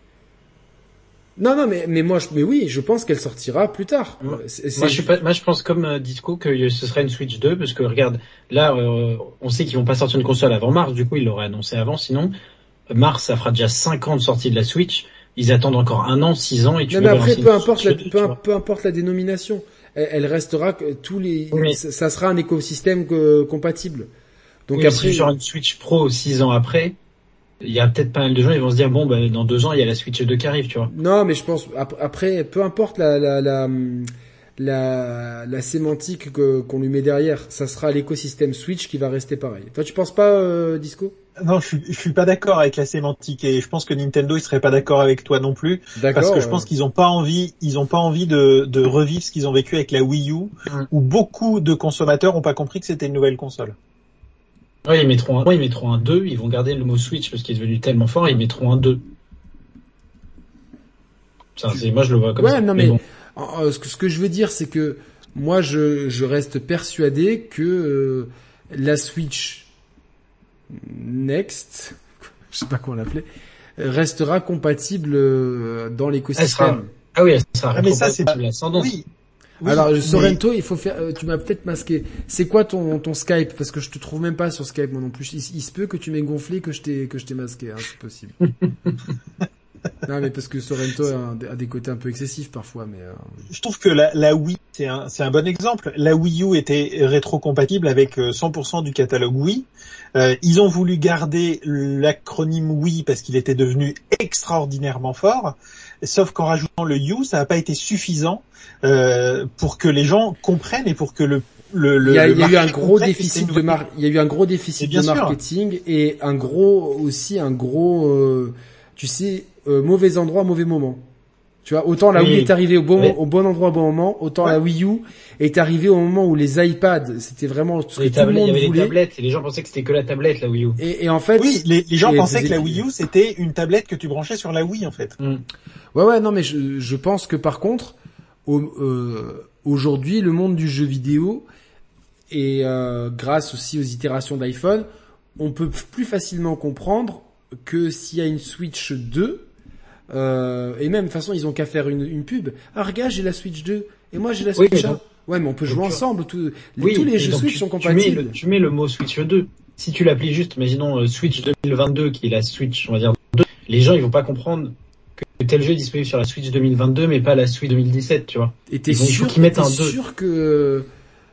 Non, non, mais mais moi, je, mais oui, je pense qu'elle sortira plus tard. Moi, C'est- c'est- Moi, je suis pas, moi, je pense comme euh, Disco que ce serait une Switch deux parce que regarde, là, euh, on sait qu'ils vont pas sortir une console avant mars. Du coup, ils l'auraient annoncé avant. Sinon, mars, ça fera déjà cinq ans de sortie de la Switch. Ils attendent encore un an, six ans et tu Non, veux mais après, balancer peu une importe la, Switch deux, peu, tu vois. peu importe la dénomination, elle, elle restera que tous les, Oui. ça, ça sera un écosystème que- compatible. Donc Oui, mais après, si genre une Switch Pro six ans après, il y a peut-être pas mal de gens, ils vont se dire bon, bah, dans deux ans, il y a la Switch deux qui arrive, tu vois. non, mais je pense ap- après, peu importe la la la, la, la sémantique que, qu'on lui met derrière. Ça sera l'écosystème Switch qui va rester pareil. Toi, tu penses pas, euh, Disco? Non, je suis, je suis pas d'accord avec la sémantique et je pense que Nintendo il serait pas d'accord avec toi non plus. D'accord. Parce que je euh, pense qu'ils ont pas envie, ils ont pas envie de, de revivre ce qu'ils ont vécu avec la Wii U, Mm. où beaucoup de consommateurs ont pas compris que c'était une nouvelle console. Ouais, ils mettront un, ouais, ils mettront un deux, ils vont garder le mot Switch parce qu'il est devenu tellement fort, ils mettront un deux. Ça, c'est, moi je le vois comme ouais, ça. non mais, bon. euh, ce, que, ce que je veux dire, c'est que moi, je, je reste persuadé que euh, la Switch Next, je sais pas comment l'appeler, restera compatible euh, dans l'écosystème. Elle sera- Ah oui, ça sera Ah, mais ça, c'est rétrocompatible à cent. Oui. Oui, Alors, mais- Sorrento, il faut faire. euh, tu m'as peut-être masqué. C'est quoi ton ton Skype? Parce que je te trouve même pas sur Skype moi non plus. Il, il se peut que tu m'aies gonflé, que je t'ai que je t'ai masqué. Hein, c'est possible. Non, mais parce que Sorrento a, un- a des côtés un peu excessifs parfois, mais. Euh... Je trouve que la, la Wii, c'est un, c'est un bon exemple. La Wii U était rétro-compatible avec euh, cent pour cent du catalogue Wii. Euh, ils ont voulu garder l'acronyme Wii parce qu'il était devenu extraordinairement fort. Sauf qu'en rajoutant le U, ça n'a pas été suffisant euh, pour que les gens comprennent et pour que le le, le Il y a, le il y a eu un marché gros comprenne que c'est déficit une de nouvelle- mar... il y a eu un gros Et déficit bien de sûr. marketing et un gros aussi un gros euh, tu sais euh, mauvais endroit mauvais moment. Tu vois, autant la Oui. Wii est arrivée au bon Ouais. au bon endroit au bon moment, autant Ouais. la Wii U est arrivée au moment où les iPads, c'était vraiment ce que Les tout le tablettes, il y monde avait les voulait. tablettes et les gens pensaient que c'était que la tablette, la Wii U. Et, et en fait, Oui, les, les gens et pensaient faisait- que la Wii U c'était une tablette que tu branchais sur la Wii en fait. Ouais, ouais, non, mais je, je pense que par contre, au, euh, aujourd'hui, le monde du jeu vidéo, et euh, grâce aussi aux itérations d'iPhone, on peut plus facilement comprendre que s'il y a une Switch deux, euh, et même de toute façon, ils ont qu'à faire une, une pub. Ah, regarde, j'ai la Switch deux, et moi j'ai la Oui, Switch mais un. donc- Ouais, mais on peut donc jouer tu- ensemble. Tout, les- Oui, tous les et jeux donc Switch tu, sont tu mets, compatibles. le, tu mets le mot Switch deux. Si tu l'appelles juste, imaginons euh, Switch deux mille vingt-deux, qui est la Switch, on va dire deux, les gens ils vont pas comprendre que tel jeu est disponible sur la Switch deux mille vingt-deux, mais pas la Switch deux mille dix-sept, tu vois. Et t'es Ils vont- il faut sûr, qu'ils mettent t'es un deux. sûr que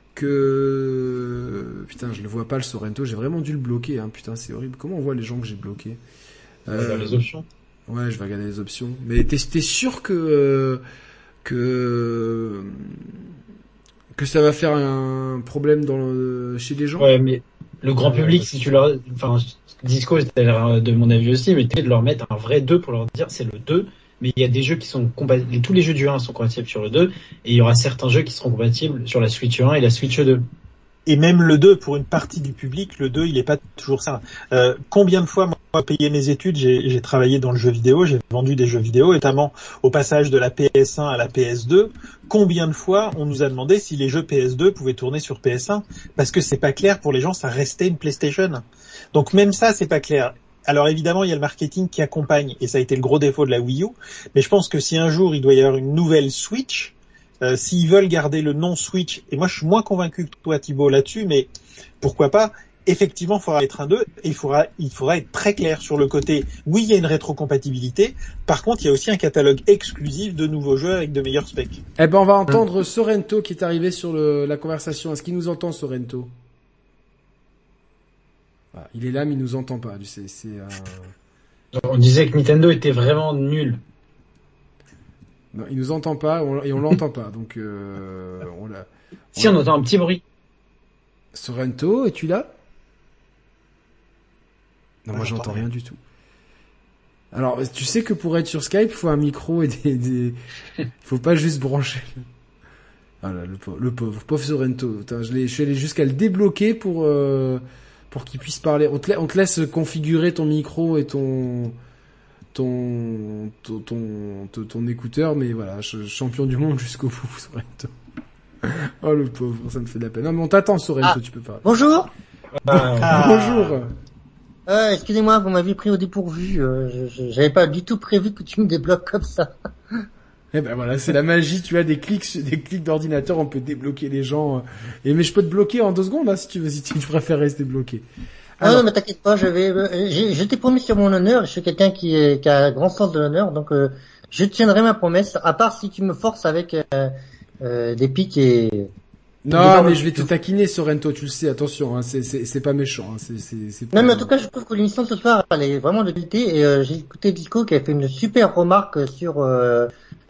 que putain, je le vois pas le Sorrento. J'ai vraiment dû le bloquer. Hein. Putain, c'est horrible. Comment on voit les gens que j'ai bloqués? On va voir les options. Ouais, je vais regarder les options. Mais t'es, t'es sûr que euh, que que ça va faire un problème dans le, chez les gens? Ouais, mais le grand Euh, public, si tu leur, enfin, Disco, c'était de mon avis aussi, mais t'es de leur mettre un vrai deux pour leur dire c'est le deux, mais il y a des jeux qui sont compatibles, tous les jeux du un sont compatibles sur le deux, et il y aura certains jeux qui seront compatibles sur la Switch un et la Switch deux. Et même le deux, pour une partie du public, le deux, il est pas toujours ça. Euh, combien de fois, moi, payé mes études, j'ai, j'ai travaillé dans le jeu vidéo, j'ai vendu des jeux vidéo, notamment au passage de la P S un à la P S deux. Combien de fois on nous a demandé si les jeux P S deux pouvaient tourner sur P S un? Parce que c'est pas clair pour les gens, ça restait une PlayStation. Donc même ça, c'est pas clair. Alors évidemment, il y a le marketing qui accompagne, et ça a été le gros défaut de la Wii U. Mais je pense que si un jour il doit y avoir une nouvelle Switch, Euh, s'ils veulent garder le nom Switch, et moi je suis moins convaincu que toi Thibaut là-dessus, mais pourquoi pas, effectivement il faudra être un deux, et il faudra, il faudra être très clair sur le côté, oui il y a une rétrocompatibilité, par contre il y a aussi un catalogue exclusif de nouveaux jeux avec de meilleurs specs. Eh ben, on va entendre Sorrento qui est arrivé sur le, la conversation. Est-ce qu'il nous entend, Sorrento? Ah, il est là, mais il nous entend pas. C'est, c'est, euh... On disait que Nintendo était vraiment nul. non, il nous entend pas on, et on l'entend pas. Donc, euh, on l'a. Si on entend un petit bruit. Sorrento, es-tu là? Non, moi Moi, j'entends j'entends rien du tout. Alors, tu sais que pour être sur Skype, il faut un micro et des, des... faut pas juste brancher. Ah là, le pauvre, le pauvre, pauvre Sorrento. Putain, je l'ai, je suis allé jusqu'à le débloquer pour, euh, pour qu'il puisse parler. On te, la- on te laisse configurer ton micro et ton, ton, ton, ton, ton, ton écouteur, mais voilà, ch- champion du monde jusqu'au bout, Sorrento. Oh le pauvre, ça me fait de la peine. Non mais on t'attend, Sorrento, Ah. tu peux parler. Bonjour. Ah, Ah. Bonjour. Euh, excusez-moi, vous m'avez pris au dépourvu. Euh, je, je- j'avais pas du tout prévu que tu me débloques comme ça. Eh ben voilà, c'est la magie, tu vois, des clics, des clics d'ordinateur, on peut débloquer les gens. euh, Et mais je peux te bloquer en deux secondes, hein, si tu veux, si tu préfères rester bloqué. Ah Alors, non, mais t'inquiète pas, je vais. euh, j'ai- je t'ai promis sur mon honneur. Je suis quelqu'un qui, est, qui a un grand sens de l'honneur, donc euh, je tiendrai ma promesse. À part si tu me forces avec euh, euh, des pics et. non, Déjà, mais moi, je vais te je- taquiner, Sorrento, tu le sais, attention, hein, c'est, c'est, c'est pas méchant, hein, c'est, c'est, c'est Non, pas- mais en tout cas, je trouve que l'émission de ce soir, elle est vraiment de qualité. Et euh, j'ai écouté Disco qui a fait une super remarque sur euh,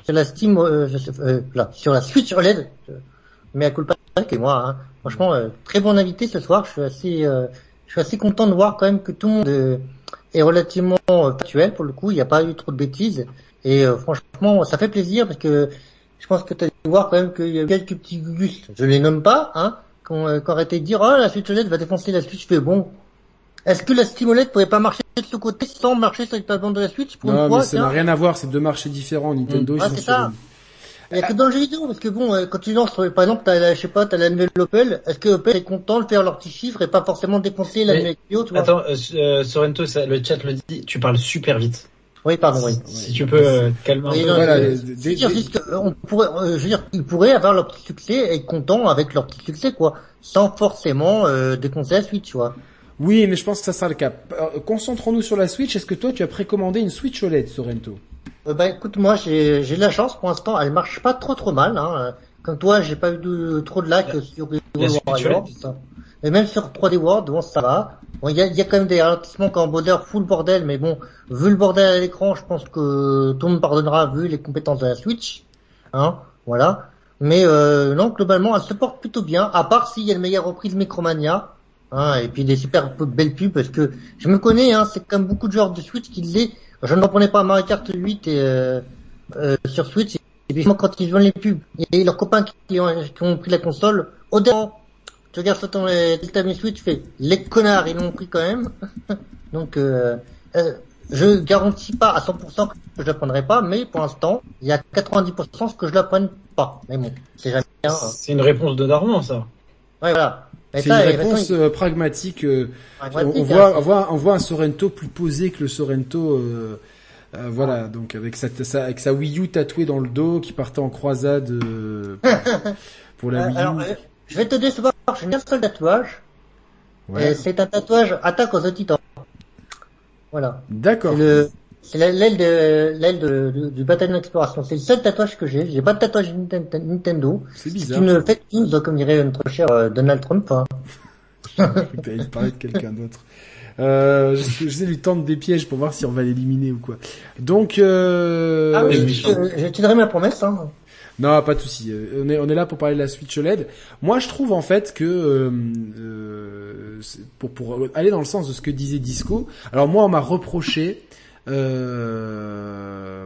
sur la Steam, euh, euh, là, sur la Switch O L E D, euh, mais à culpa que moi, hein. Franchement, euh, très bon invité ce soir. Je suis assez, euh, je suis assez content de voir quand même que tout le monde euh, est relativement euh, factuel pour le coup. Il n'y a pas eu trop de bêtises et euh, franchement, ça fait plaisir parce que je pense que tu as dû voir quand même qu'il y a quelques petits gugus, je les nomme pas, hein, qui ont euh, arrêté de dire oh la Switch O L E D va défoncer la Switch. Fait bon. Est-ce que la Steam O L E D pourrait pas marcher de ce côté sans marcher sur la bande de la Switch pour non, une fois? mais ça n'a rien à voir, c'est deux marchés différents. Nintendo, mmh. ils ah, sont c'est sur ça. Il y a que dans le jeu vidéo, parce que bon, quand tu lances, par exemple, t'as la, je sais pas, t'as la nouvelle Opel, est-ce que Opel est content de faire leurs petits chiffres et pas forcément défoncer la nouvelle Clio, tu vois? Attends, euh, Sorrento, ça, le chat le dit, tu parles super vite. Oui, pardon, oui. Si, si tu peux euh, calmer un oui, peu. Non, voilà, je, des, je des, veux dire des... juste que, on pourrait, euh, je veux dire, ils pourraient avoir leur petit succès et être contents avec leur petit succès, quoi, sans forcément euh, défoncer la Switch, tu vois. Oui, mais je pense que ça sera le cas. Euh, concentrons-nous sur la Switch. Est-ce que toi, tu as précommandé une Switch O L E D, Sorrento? Euh, bah écoute, moi j'ai j'ai de la chance pour l'instant, elle marche pas trop trop mal. Hein. Comme toi, j'ai pas eu de, trop de lag sur Warriors. Et même sur trois D World, bon ça va. Bon, il y a, y a quand même des ralentissements quand Border full bordel, mais bon, vu le bordel à l'écran, je pense que tout le monde pardonnera vu les compétences de la Switch. Hein, voilà. Mais euh, non, globalement, elle se porte plutôt bien, à part s'il y a une meilleure reprise Micromania. Hein, et puis des super belles pubs, parce que je me connais, hein, c'est comme beaucoup de joueurs de Switch qui disaient, je ne reprenais pas Mario Kart huit et, euh, euh, sur Switch, et puis quand ils vendent les pubs, et leurs copains qui ont, qui ont pris la console, au dernier, tu regardes sur ton Delta Switch, tu fais, les connards, ils l'ont pris quand même. Donc, euh, euh, je garantis pas à cent pour cent que je la prendrai pas, mais pour l'instant, il y a quatre-vingt-dix pour cent que je la prenne pas. Mais bon, c'est jamais bien. Hein. C'est une réponse de Darman, ça. Ouais, voilà. C'est une réponse euh, pragmatique. Euh, pragmatique. On, on voit, on voit, on voit un Sorrento plus posé que le Sorrento. Euh, euh, voilà, ah. donc avec sa, sa, avec sa Wii U tatouée dans le dos, qui partait en croisade euh, pour, pour la Wii U. Alors, euh, je vais te décevoir. J'ai un seul tatouage. Ouais. C'est un tatouage attaque aux titans. Voilà. D'accord. C'est l'aile de l'aile de, de, du Bataillon d'Exploration. C'est le seul tatouage que j'ai. J'ai pas de tatouage Nintendo. C'est bizarre. C'est une fake news, comme dirait notre cher euh, Donald Trump. Hein. Il parlait de quelqu'un d'autre. Euh, je sais lui tendre des pièges pour voir si on va l'éliminer ou quoi. Donc, euh... ah oui, je, je, je tiendrai ma promesse. Hein. Non, pas de souci. On est on est là pour parler de la Switch O L E D. Moi, je trouve en fait que euh, euh, pour pour aller dans le sens de ce que disait Disco. Alors moi, on m'a reproché. Euh,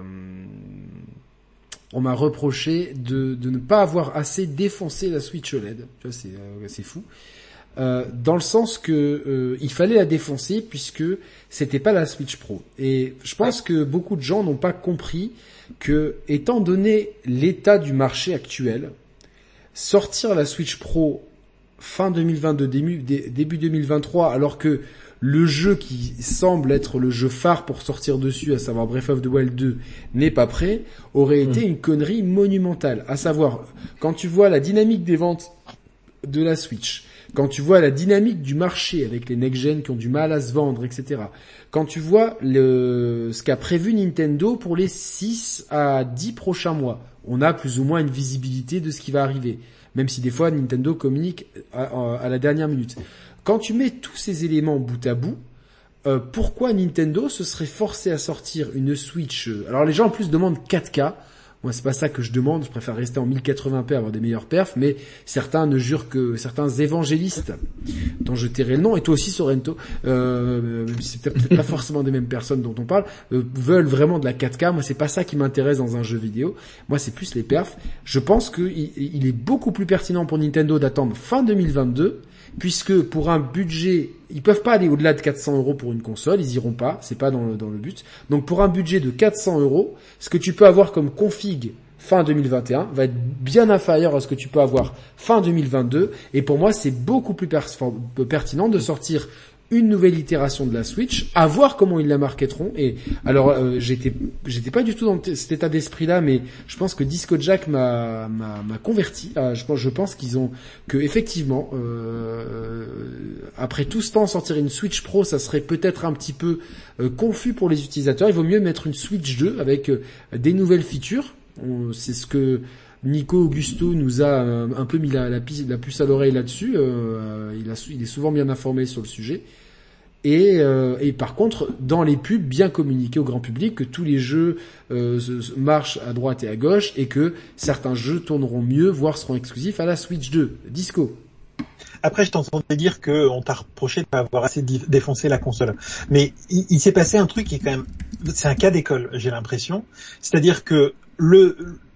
on m'a reproché de, de ne pas avoir assez défoncé la Switch O L E D. Tu vois, c'est, euh, c'est fou. Euh, dans le sens que euh, il fallait la défoncer puisque c'était pas la Switch Pro. Et je pense ouais. que beaucoup de gens n'ont pas compris que, étant donné l'état du marché actuel, sortir la Switch Pro fin deux mille vingt-deux, début, début deux mille vingt-trois, alors que le jeu qui semble être le jeu phare pour sortir dessus, à savoir Breath of the Wild deux, n'est pas prêt, aurait été mmh. une connerie monumentale. À savoir, quand tu vois la dynamique des ventes de la Switch, quand tu vois la dynamique du marché avec les next-gen qui ont du mal à se vendre, et cetera. Quand tu vois le, ce qu'a prévu Nintendo pour les six à dix prochains mois, on a plus ou moins une visibilité de ce qui va arriver. Même si des fois Nintendo communique à, à, à la dernière minute. Quand tu mets tous ces éléments bout à bout, euh, pourquoi Nintendo se serait forcé à sortir une Switch euh, Alors les gens en plus demandent quatre K. Moi, c'est pas ça que je demande. Je préfère rester en mille quatre-vingts p, avoir des meilleurs perfs. Mais certains ne jurent que certains évangélistes, dont je tairai le nom, et toi aussi, Sorrento, euh, même si c'est peut-être pas forcément des mêmes personnes dont on parle, euh, veulent vraiment de la quatre K. Moi, c'est pas ça qui m'intéresse dans un jeu vidéo. Moi, c'est plus les perfs. Je pense qu'il il est beaucoup plus pertinent pour Nintendo d'attendre fin deux mille vingt-deux, puisque pour un budget, ils peuvent pas aller au-delà de quatre cents euros pour une console, ils iront pas, c'est pas dans le, dans le but. Donc pour un budget de quatre cents euros, ce que tu peux avoir comme config fin deux mille vingt et un va être bien inférieur à ce que tu peux avoir fin deux mille vingt-deux, et pour moi c'est beaucoup plus per- pertinent de sortir une nouvelle itération de la Switch, à voir comment ils la marketeront. Et alors euh, j'étais j'étais pas du tout dans cet état d'esprit-là, mais je pense que Disco Jack m'a m'a, m'a converti. Euh, je pense je pense qu'ils ont que effectivement euh, après tout ce temps sortir une Switch Pro, ça serait peut-être un petit peu euh, confus pour les utilisateurs. Il vaut mieux mettre une Switch deux avec euh, des nouvelles features. On, c'est ce que Nico Augusto nous a euh, un peu mis la, la, la puce à l'oreille là-dessus. Euh, il, a, il est souvent bien informé sur le sujet. Et, euh, et par contre, dans les pubs, bien communiquer au grand public que tous les jeux euh, marchent à droite et à gauche et que certains jeux tourneront mieux, voire seront exclusifs à la Switch deux. Disco. Après, je t'entendais dire que on t'a reproché de pas avoir assez défoncé la console. Mais il, il s'est passé un truc qui est quand même, c'est un cas d'école, j'ai l'impression. C'est-à-dire que le,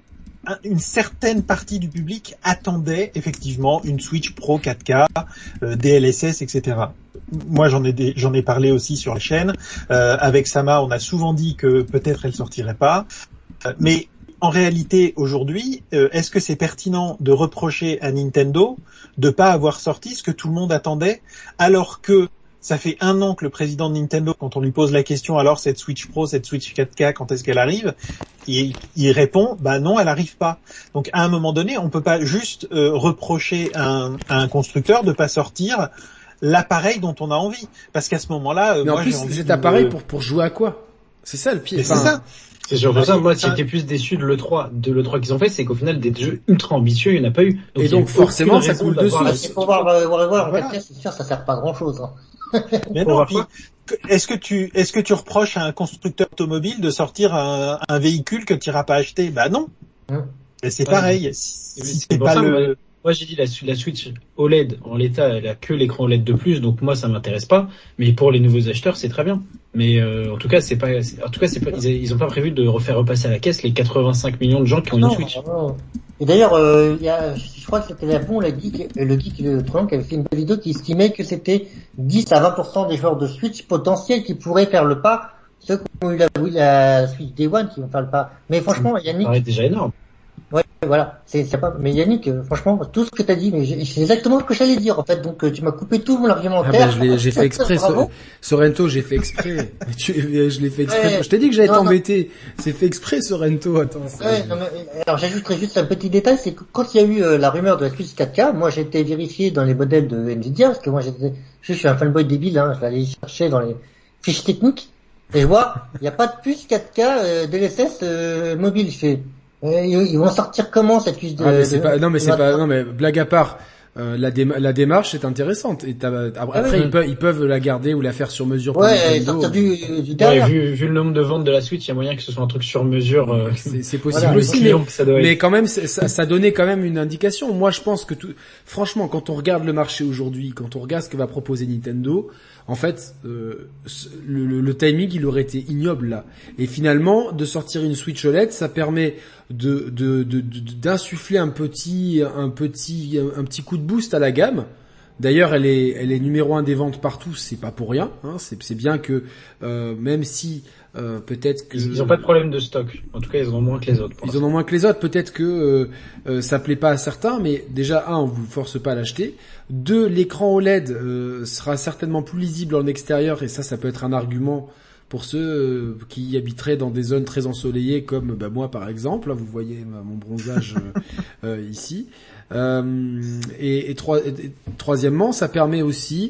une certaine partie du public attendait effectivement une Switch Pro quatre K, euh, D L S S, et cetera. Moi, j'en ai des, j'en ai parlé aussi sur la chaîne. Euh, avec Sama, on a souvent dit que peut-être elle sortirait pas. Euh, mais en réalité, aujourd'hui, euh, est-ce que c'est pertinent de reprocher à Nintendo de pas avoir sorti ce que tout le monde attendait, alors que ça fait un an que le président de Nintendo, quand on lui pose la question, alors cette Switch Pro, cette Switch quatre K, quand est-ce qu'elle arrive, il, il répond, bah non, elle arrive pas. Donc à un moment donné, on peut pas juste euh, reprocher à un, à un constructeur de pas sortir l'appareil dont on a envie, parce qu'à ce moment-là, euh, mais moi en plus, j'ai envie cet de... appareil pour pour jouer à quoi? C'est ça le pire. Enfin, c'est ça. C'est genre pour ça, moi, si j'étais plus déçu de l'E trois, de l'E trois qu'ils ont fait, c'est qu'au final, des jeux ultra ambitieux, il n'y en a pas eu. Donc, et donc, forcément, ça coule dessus. Ah, c'est pour voir, euh, voir, voir, voilà. C'est sûr, ça sert pas à grand chose, hein. Mais non, puis, est-ce que tu, est-ce que tu reproches à un constructeur automobile de sortir un, un véhicule que tu n'iras pas acheter? Bah non. Hum. Et c'est ouais, pareil. Si, si c'est pas ça, le... moi, moi, j'ai dit la, la Switch O L E D, en l'état, elle a que l'écran O L E D de plus, donc moi, ça m'intéresse pas. Mais pour les nouveaux acheteurs, c'est très bien. Mais euh, en tout cas, c'est pas, en tout cas, c'est pas, ils, ils ont pas prévu de refaire repasser à la caisse les quatre-vingt-cinq millions de gens qui ont non, une Switch. Non. Et d'ailleurs, euh, il y a, je crois que c'était Lapon, le geek, le geek le Tron, qui avait fait une vidéo qui estimait que c'était dix à vingt pour cent des joueurs de Switch potentiels qui pourraient faire le pas, ceux qui ont eu la, la Switch Day One qui vont faire le pas. Mais franchement, Yannick. C'est déjà énorme. Ouais, voilà, c'est, c'est pas, mais Yannick, euh, franchement, tout ce que t'as dit, mais c'est exactement ce que j'allais dire, en fait, donc, euh, tu m'as coupé tout mon argumentaire. Ah bah, j'ai fait exprès, so- Sorrento, j'ai fait exprès. tu, je l'ai fait exprès. Ouais, je t'ai dit que j'allais non, t'embêter. Non. C'est fait exprès, Sorrento, attends. Ouais, non, mais, alors, j'ajouterais juste un petit détail, c'est que quand il y a eu euh, la rumeur de la Switch quatre K, moi, j'ai été vérifié dans les modèles de Nvidia, parce que moi, j'étais, je suis un fanboy débile, hein, je vais aller chercher dans les fiches techniques, et je vois, il n'y a pas de puce quatre K, euh, D L S S, euh, mobile, je fais, ils vont sortir comment cette puce de... Ah, mais c'est de, pas, non mais c'est de... pas, non mais blague à part, euh, la, dé- la démarche est intéressante. Et t'as, après, ah oui, ils, peuvent, ils peuvent la garder ou la faire sur mesure. Ouais, sortir du, du derrière. Ouais, vu, vu le nombre de ventes de la Switch, il y a moyen que ce soit un truc sur mesure. Euh, c'est, c'est possible voilà, aussi, mais, mais quand même, ça, ça donnait quand même une indication. Moi, je pense que tout, franchement, quand on regarde le marché aujourd'hui, quand on regarde ce que va proposer Nintendo, en fait, euh, le, le, le timing, il aurait été ignoble là. Et finalement, de sortir une Switch O L E D, ça permet de, de, de, de d'insuffler un petit, un petit, un petit coup de boost à la gamme. D'ailleurs, elle est, elle est numéro un des ventes partout. C'est pas pour rien. Hein. C'est, c'est bien que euh, même si euh, peut-être que ils ont pas de problème de stock. En tout cas, ils en ont moins que les autres. Ils en ont moins que les autres. Peut-être que euh, euh, ça plaît pas à certains, mais déjà un, on vous force pas à l'acheter. Deux, l'écran O L E D euh, sera certainement plus lisible en extérieur, et ça, ça peut être un argument pour ceux euh, qui habiteraient dans des zones très ensoleillées, comme bah, moi par exemple. Là, vous voyez bah, mon bronzage euh, euh, ici. Euh, et, et, trois, et troisièmement, ça permet aussi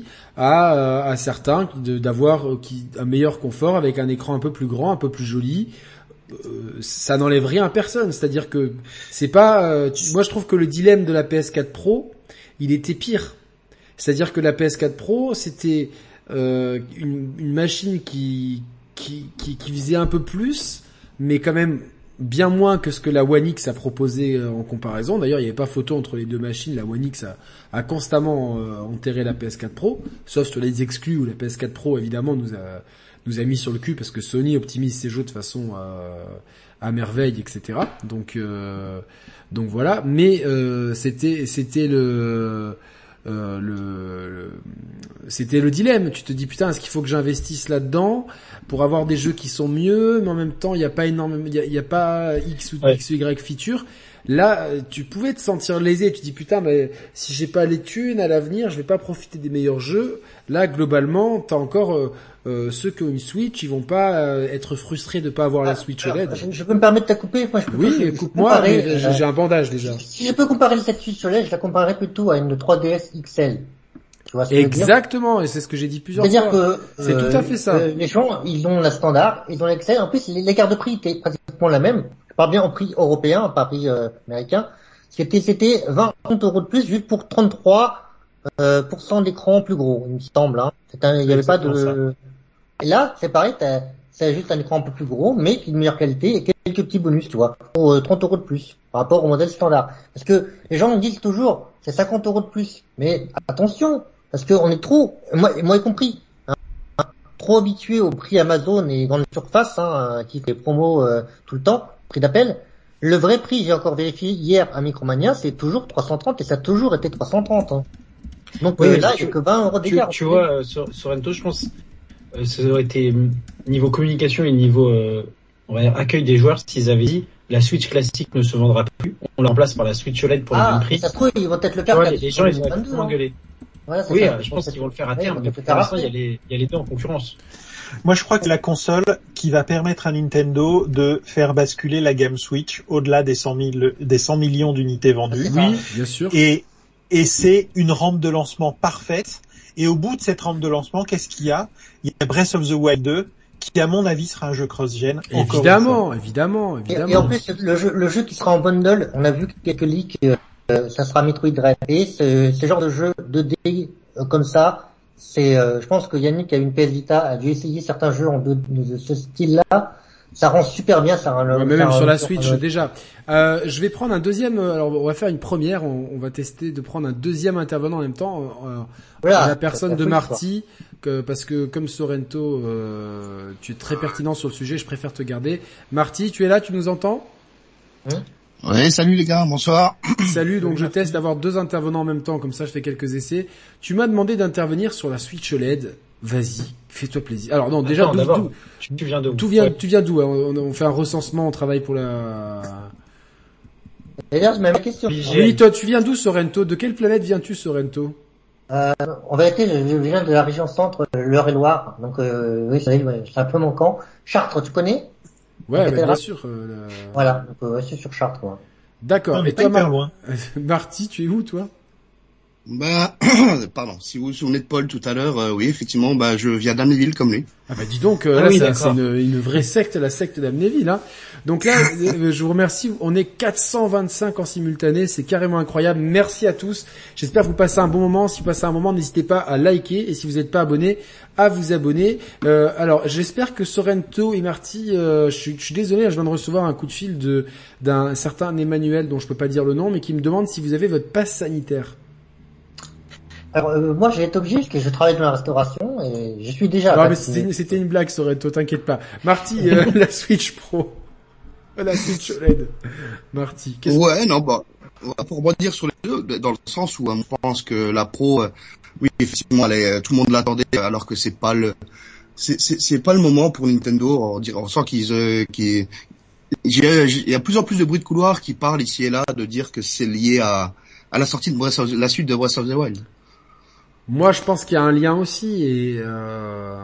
à, à certains de, d'avoir euh, qui, un meilleur confort avec un écran un peu plus grand, un peu plus joli. Euh, ça n'enlève rien à personne. C'est-à-dire que c'est pas. Euh, tu, moi, je trouve que le dilemme de la P S quatre Pro, il était pire. C'est-à-dire que la P S quatre Pro, c'était euh, une, une machine qui, qui, qui, qui visait un peu plus, mais quand même bien moins que ce que la One X a proposé en comparaison. D'ailleurs, il n'y avait pas photo entre les deux machines. La One X a, a constamment euh, enterré la P S quatre Pro, sauf sur les exclus où la P S quatre Pro, évidemment, nous a, nous a mis sur le cul parce que Sony optimise ses jeux de façon euh, à merveille, et cetera. Donc, euh, donc voilà. Mais euh, c'était, c'était le... Euh, le, le, c'était le dilemme. Tu te dis putain, est-ce qu'il faut que j'investisse là-dedans pour avoir des jeux qui sont mieux, mais en même temps il n'y a pas énormément, il y a, y a pas X ou ouais. X ou Y feature. Là, tu pouvais te sentir lésé. Tu te dis putain, mais si j'ai pas les thunes à l'avenir, je vais pas profiter des meilleurs jeux. Là, globalement, t'as encore euh, euh, ceux qui ont une Switch, ils vont pas euh, être frustrés de pas avoir ah, la Switch alors, O L E D. Je, je peux me permettre de te couper. Moi, je peux oui, coupe-moi. Mais j'ai, j'ai un bandage déjà. Si, si je peux comparer cette Switch O L E D, je la comparerais plutôt à une trois D S X L. Tu vois ce que Exactement, et c'est ce que j'ai dit plusieurs C'est-à-dire fois. Que, c'est euh, tout à fait ça. Euh, les gens, ils ont la standard, ils ont l'X L. En plus, l'écart de prix était pratiquement la même. Je parle bien en prix européen, pas prix euh, américain. C'était, c'était vingt euros de plus juste pour trente-trois euh, pour cent d'écran plus gros, il me semble. Hein. C'est un, il y avait pas de. Et là, c'est pareil, t'as, c'est juste un écran un peu plus gros, mais qui est de meilleure qualité et quelques petits bonus, tu vois, pour euh, trente euros de plus par rapport au modèle standard. Parce que les gens me disent toujours, c'est cinquante euros de plus. Mais attention, parce que on est trop, moi, moi y compris, hein, trop habitué au prix Amazon et grandes surfaces, hein, qui fait promo euh, tout le temps, prix d'appel. Le vrai prix, j'ai encore vérifié hier à Micromania, c'est toujours trois cent trente et ça a toujours été trois cent trente. Hein. Donc oui, euh, là, il n'y a que vingt euros d'écart. Tu, tu vois, euh, sur, sur Sorrento, je pense, euh, ça aurait été niveau communication et niveau euh, on va dire, accueil des joueurs s'ils avaient dit la Switch classique ne se vendra plus, on la remplace par la Switch O L E D pour ah, le même prix. Ça se trouve, ils vont peut-être le faire. Vois, les, les gens, ils vont être engueulés. Voilà, oui, ça, je pense qu'ils vont le faire à terme, ouais, mais pour l'instant, il y a les, il y a les deux en concurrence. Moi, je crois que la console qui va permettre à Nintendo de faire basculer la gamme Switch au-delà des cent mille, des cent millions d'unités vendues. Oui, bien sûr. Et, et c'est une rampe de lancement parfaite. Et au bout de cette rampe de lancement, qu'est-ce qu'il y a? Il y a Breath of the Wild deux, qui à mon avis sera un jeu cross-gen. Évidemment, évidemment, évidemment. Et, et en plus, le jeu, le jeu qui sera en bundle, on a vu quelques leaks, euh, ça sera Metroid Dread. Et ce, ce genre de jeu deux D euh, comme ça, c'est, euh, je pense que Yannick a une P S Vita, a dû essayer certains jeux en deux, de ce style-là. Ça rend super bien, ça rend. Ouais, mais même ça sur la rend, Switch euh, déjà. Euh, je vais prendre un deuxième. Alors on va faire une première. On, on va tester de prendre un deuxième intervenant en même temps. Euh, voilà, la personne la de Switch, Marty, que, parce que comme Sorrento, euh, tu es très pertinent sur le sujet. Je préfère te garder. Marty, tu es là, tu nous entends? hein Ouais, salut les gars, bonsoir. Salut. Donc je teste d'avoir deux intervenants en même temps. Comme ça, je fais quelques essais. Tu m'as demandé d'intervenir sur la Switch O L E D. Vas-y, fais-toi plaisir. Alors non, déjà, Attends, d'où, d'où, tu, tu viens d'où? tu viens, ouais. tu viens d'où? On, on fait un recensement, on travaille pour la. D'ailleurs, c'est même la question. Oui, toi, tu viens d'où, Sorrento? De quelle planète viens-tu, Sorrento? Euh, en vérité, je, je viens de la région centre, l'Eure-et-Loire. Donc, euh, oui, c'est, ouais, c'est un peu manquant. Chartres, tu connais? Ouais, bah, bien sûr. Euh, la... Voilà, donc euh, c'est sur Chartres. Ouais. D'accord. Non, Et toi, Mar- loin. Marty, tu es où, toi? Bah, pardon, si vous vous souvenez de Paul tout à l'heure, euh, oui, effectivement, bah, je viens d'Amnéville comme lui. Ah bah dis donc, euh, ah là, oui, ça, d'accord. c'est une, une vraie secte, la secte d'Amnéville. Hein. Donc là, euh, je vous remercie. On est quatre cent vingt-cinq en simultané, c'est carrément incroyable. Merci à tous. J'espère que vous passez un bon moment. Si vous passez un moment, n'hésitez pas à liker et si vous n'êtes pas abonné, à vous abonner. Euh, alors, j'espère que Sorrento et Marty, euh, je, suis, je suis désolé, je viens de recevoir un coup de fil de d'un certain Emmanuel dont je peux pas dire le nom, mais qui me demande si vous avez votre passe sanitaire. Alors, euh, moi, j'ai été obligé parce que je travaille dans la restauration et je suis déjà. Non, mais c'était une, c'était une blague, Sorrento, t'inquiète pas. Marty, euh, la Switch Pro. La Switch O L E D. Marty, qu'est-ce Ouais, que... non, bah, pour rebondir sur les deux, dans le sens où euh, je pense que la Pro, euh, oui, effectivement, elle est, tout le monde l'attendait, alors que c'est pas le, c'est, c'est, c'est pas le moment pour Nintendo. On, dit, on sent qu'ils, euh, qu'ils, j'ai, j'ai, il y a plus en plus de bruit de couloir qui parlent ici et là de dire que c'est lié à, à la sortie de Breath of, la suite de Breath of the Wild. Moi, je pense qu'il y a un lien aussi, et euh...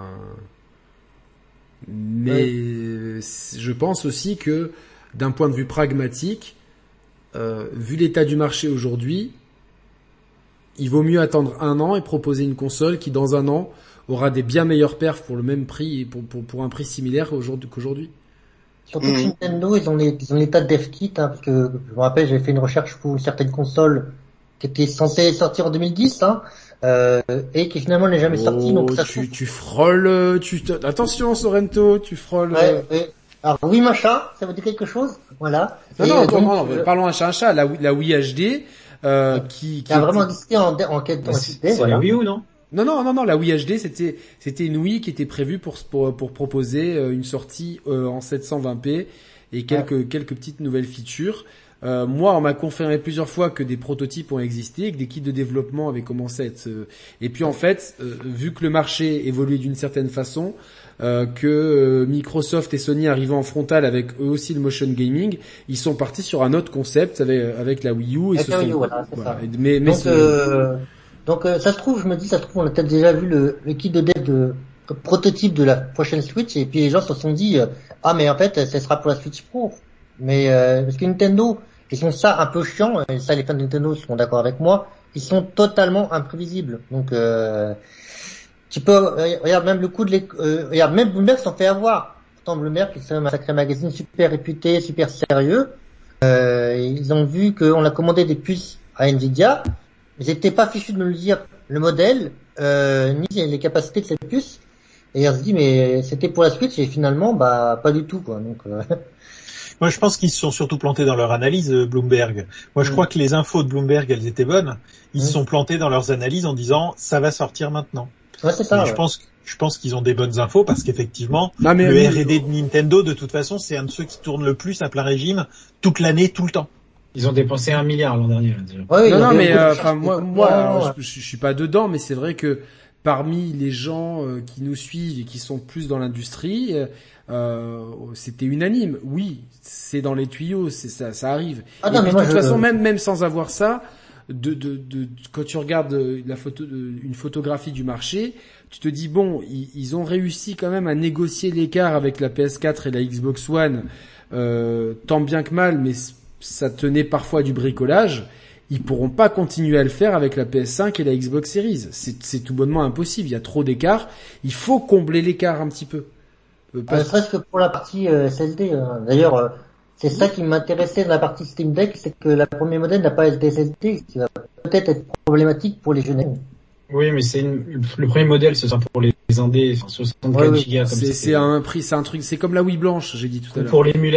mais ouais. Je pense aussi que, d'un point de vue pragmatique, euh, vu l'état du marché aujourd'hui, il vaut mieux attendre un an et proposer une console qui, dans un an, aura des bien meilleurs perfs pour le même prix, pour pour, pour un prix similaire qu'aujourd'hui. Surtout que mmh. Nintendo, ils ont les, ils ont les tas de dev kit, hein, parce que je me rappelle, j'avais fait une recherche pour certaines consoles qui étaient censées sortir en deux mille dix, hein. Euh, et qui finalement n'est jamais oh, sorti, donc ça tu, tu frôles, tu, attention Sorrento, tu frôles. Ouais, ouais. Alors oui, machin, ça vous dit quelque chose? Voilà. Non, et non, donc, non, non, euh, parlons un chat un chat, la, la Wii H D, euh, ouais. qui, qui, qui a vraiment existé en, en quête bah, c'est, c'est voilà. la Wii U, non? Non, non, non, non, la Wii H D, c'était, c'était une Wii qui était prévue pour, pour, pour proposer une sortie euh, en sept cent vingt p et quelques, ouais. quelques petites nouvelles features. Euh, moi, on m'a confirmé plusieurs fois que des prototypes ont existé, que des kits de développement avaient commencé à être... Euh, et puis en fait, euh, vu que le marché évoluait d'une certaine façon, euh, que euh, Microsoft et Sony arrivaient en frontal avec eux aussi le motion gaming, ils sont partis sur un autre concept avec, avec la Wii U. Et ce Wii U, sont... voilà, c'est voilà. ça. Mais, mais donc, euh, donc euh, ça se trouve, je me dis, ça se trouve, on a peut-être déjà vu le, le kit de dev de prototype de la prochaine Switch, et puis les gens se sont dit, euh, ah mais en fait, ce sera pour la Switch Pro. Mais euh, parce que Nintendo... Ils sont ça un peu chiants, et ça les fans de Nintendo seront d'accord avec moi, ils sont totalement imprévisibles. Donc euh, tu peux euh, regarde même le coup de l'éc- euh, regarde même Bloomberg s'en fait avoir. Pourtant Bloomberg qui est un sacré magazine super réputé, super sérieux. Euh, ils ont vu qu'on a commandé des puces à Nvidia, ils étaient pas fichus de me le dire le modèle, euh, ni les capacités de cette puce. Et on se dit, mais c'était pour la Switch, et finalement, bah, pas du tout, quoi. Donc, euh... Moi, je pense qu'ils se sont surtout plantés dans leur analyse, Bloomberg. Moi, je mmh. crois que les infos de Bloomberg, elles étaient bonnes. Ils mmh. se sont plantés dans leurs analyses en disant, ça va sortir maintenant. Ouais, c'est ça. Et ouais. je pense, je pense qu'ils ont des bonnes infos parce qu'effectivement, non, mais le oui, R et D de Nintendo, de toute façon, c'est un de ceux qui tourne le plus à plein régime, toute l'année, tout le temps. Ils ont dépensé un milliard l'an dernier, là, déjà. Ouais, non, non, mais, enfin, euh, moi, moi, alors, je, je, je suis pas dedans, mais c'est vrai que parmi les gens euh, qui nous suivent et qui sont plus dans l'industrie, euh, c'était unanime. Oui, c'est dans les tuyaux, c'est ça, ça arrive. Ah, et non, puis, mais moi, de toute je... façon, même même sans avoir ça, de, de, de, quand tu regardes la photo, une photographie du marché, tu te dis bon, ils, ils ont réussi quand même à négocier l'écart avec la P S quatre et la Xbox One, euh, tant bien que mal, mais ça tenait parfois du bricolage. Ils pourront pas continuer à le faire avec la P S cinq et la Xbox Series. C'est, c'est tout bonnement impossible. Il y a trop d'écart. Il faut combler l'écart un petit peu. Euh, pas... Ne serait-ce que pour la partie euh, S S D. Hein. D'ailleurs, euh, c'est ça qui m'intéressait dans la partie Steam Deck, c'est que la premier modèle n'a pas S D S D, ce qui va peut-être être problématique pour les jeunes. Oui, mais c'est une... le premier modèle, ce sera pour les indés, enfin soixante-quatre ouais, gigas. C'est, c'est, c'est un prix, c'est un truc, c'est comme la Wii blanche, j'ai dit tout à l'heure. Pour l'émulateur.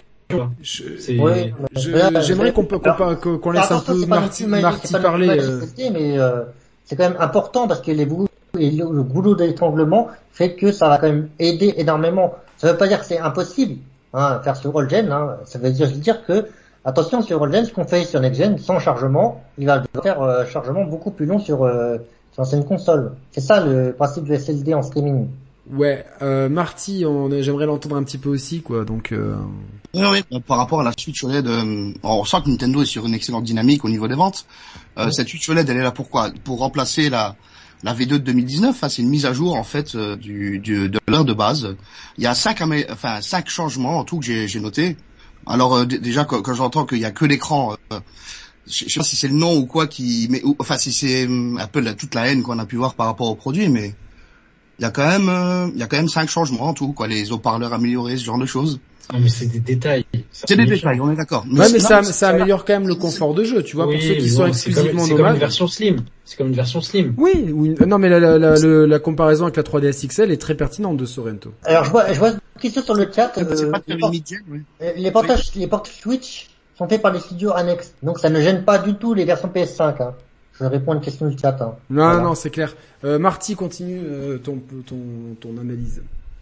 Je, ouais, je, là, j'aimerais qu'on, qu'on, qu'on, qu'on laisse un peu Marty, Marty parler. Euh... Mais euh, c'est quand même important parce que les boulots et le, le goulot d'étranglement fait que ça va quand même aider énormément. Ça veut pas dire que c'est impossible, hein, faire ce roll gen. Hein. Ça veut dire, dire que attention sur roll gen, ce qu'on fait sur next gen sans chargement, il va faire euh, chargement beaucoup plus long sur euh, sur l'ancienne console. C'est ça le principe du S S D en streaming. Ouais, euh, Marty, on, j'aimerais l'entendre un petit peu aussi, quoi. Donc. Euh... Oui, oui. Bon, par rapport à la Switch O L E D, euh, on sent que Nintendo est sur une excellente dynamique au niveau des ventes. Euh, ouais. Cette Switch O L E D, elle est là pour quoi? Pour remplacer la la V deux de deux mille dix-neuf. Hein, c'est une mise à jour en fait euh, du, du de l'heure de base. Il y a cinq enfin cinq changements en tout que j'ai j'ai noté. Alors euh, d- déjà quand, quand j'entends qu'il y a que l'écran, euh, je sais pas si c'est le nom ou quoi qui, mais ou, enfin si c'est un peu la, toute la haine qu'on a pu voir par rapport au produit, mais il y a quand même euh, il y a quand même cinq changements en tout, quoi, les haut-parleurs améliorés, ce genre de choses. Non mais c'est des détails. Ça c'est des détails, on est d'accord. Mais ouais, mais ça, ça améliore quand même le confort de jeu, tu vois, oui, pour ceux qui sont exclusivement nomades. C'est comme une version slim. C'est comme une version slim. Oui, oui. Non, mais la, la, la, la, la comparaison avec la trois D S X L est très pertinente de Sorrento. Alors, je vois, je vois une question sur le chat. Euh, euh, pas les, port- oui. les portages, oui. les portages Switch sont faits par les studios annexes. Donc, ça ne gêne pas du tout les versions P S cinq, hein. Je réponds à une question du chat, hein. Non, voilà. non, c'est clair. Euh, Marty, continue, euh, ton, ton, ton analyse.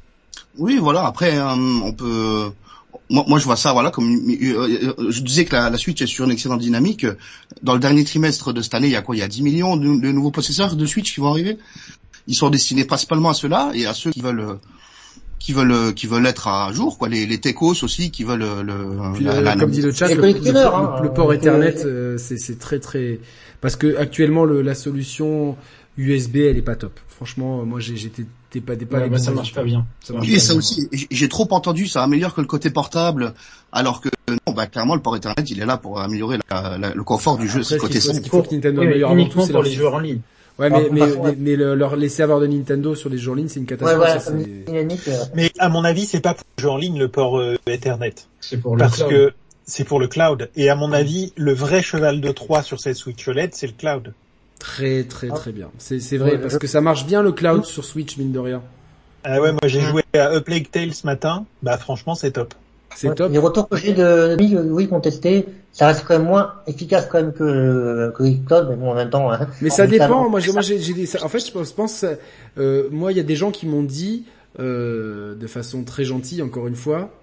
Oui, voilà. Après, euh, on peut, Moi, moi, je vois ça, voilà, comme euh, je disais que la, la Switch est sur une excellente dynamique. Dans le dernier trimestre de cette année, il y a quoi? Il y a dix millions de, de nouveaux processeurs de Switch qui vont arriver. Ils sont destinés principalement à ceux-là et à ceux qui veulent, qui veulent, qui veulent être à jour, quoi. Les, les techos aussi qui veulent le. Puis, la, euh, la, comme la... dit le chat, le, le, le, le port Ethernet, euh, c'est, c'est très très, parce que actuellement le, la solution U S B, elle est pas top. Franchement, moi, j'ai, j'étais T'es pas, t'es pas ouais, bah ça marche pas bien. Ça marche oui, pas ça bien. Aussi. J'ai trop entendu, ça améliore que le côté portable, alors que non, bah clairement le port Ethernet, il est là pour améliorer la, la, le confort du jeu. Après, ce côté qu'il faut, ce qu'il faut que Nintendo oui, améliore uniquement avant tout, pour les joueurs en ligne. Ouais, mais, mais, mais, mais le, leur, les serveurs de Nintendo sur les jeux en ligne, c'est une catastrophe. Ouais, ça, c'est... Mais à mon avis, c'est pas pour les jeux en ligne le port euh, Ethernet. C'est pour le Parce cloud. que c'est pour le cloud. Et à mon avis, le vrai cheval de Troie sur cette Switch O L E D, c'est le cloud. Très, très, très bien. C'est, c'est vrai, ouais, parce je... que ça marche bien le cloud sur Switch, mine de rien. Ah ouais, moi j'ai joué à A Plague Tale ce matin. Bah franchement, c'est top. C'est ouais, top. Les retours que j'ai de oui, oui, qu'on testé, ça reste quand même moins efficace quand même que que Xcloud, mais bon en même temps. Hein, mais ça dépend. Moi, j'ai, moi, j'ai, j'ai des. En fait, je pense, je pense euh, moi, il y a des gens qui m'ont dit euh, de façon très gentille, encore une fois.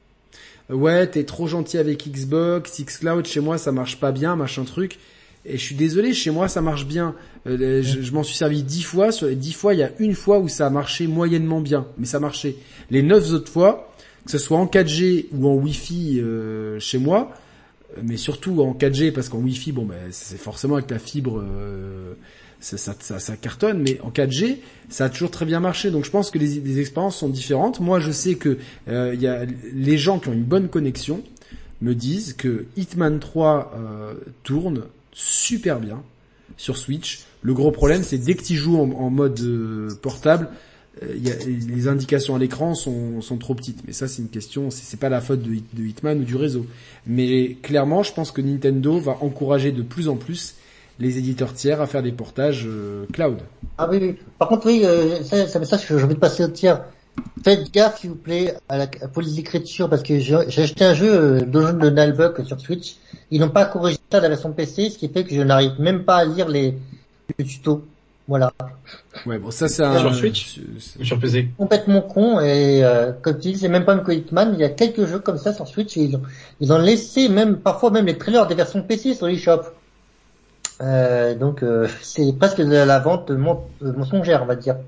Ouais, t'es trop gentil avec Xbox, Xcloud. Chez moi, ça marche pas bien, machin truc. Et je suis désolé, chez moi ça marche bien. Euh, je, je m'en suis servi dix fois. Sur les dix fois, il y a une fois où ça a marché moyennement bien, mais ça marchait. Les neuf autres fois, que ce soit en quatre G ou en Wi-Fi euh, chez moi, mais surtout en quatre G parce qu'en Wi-Fi, bon ben c'est forcément avec la fibre, euh, ça, ça, ça, ça cartonne. Mais en quatre G, ça a toujours très bien marché. Donc je pense que les, les expériences sont différentes. Moi, je sais que euh, il y a les gens qui ont une bonne connexion me disent que Hitman trois euh, tourne super bien sur Switch. Le gros problème, c'est dès que tu joues en, en mode euh, portable, euh, y a, les indications à l'écran sont, sont trop petites. Mais ça, c'est une question, c'est, c'est pas la faute de, de Hitman ou du réseau. Mais clairement, je pense que Nintendo va encourager de plus en plus les éditeurs tiers à faire des portages euh, cloud. Ah oui, oui. Par contre, oui, euh, ça, ça, ça, j'ai envie de passer au tiers. Faites gaffe, s'il vous plaît, à la, à la police d'écriture, parce que j'ai, j'ai acheté un jeu, euh, Dungeon de Nullbuck sur Switch. Ils n'ont pas corrigé ça dans la version P C, ce qui fait que je n'arrive même pas à lire les, les tutos. Voilà. Ouais, bon, ça c'est un... Sur Switch ou sur P C? Complètement con, et euh, comme tu dis, c'est même pas une Hitman, il y a quelques jeux comme ça sur Switch, et ils ont, ils ont laissé même, parfois même les trailers des versions P C sur l'eShop. Euh, donc, euh, c'est presque de la vente mon- mensongère, on va dire.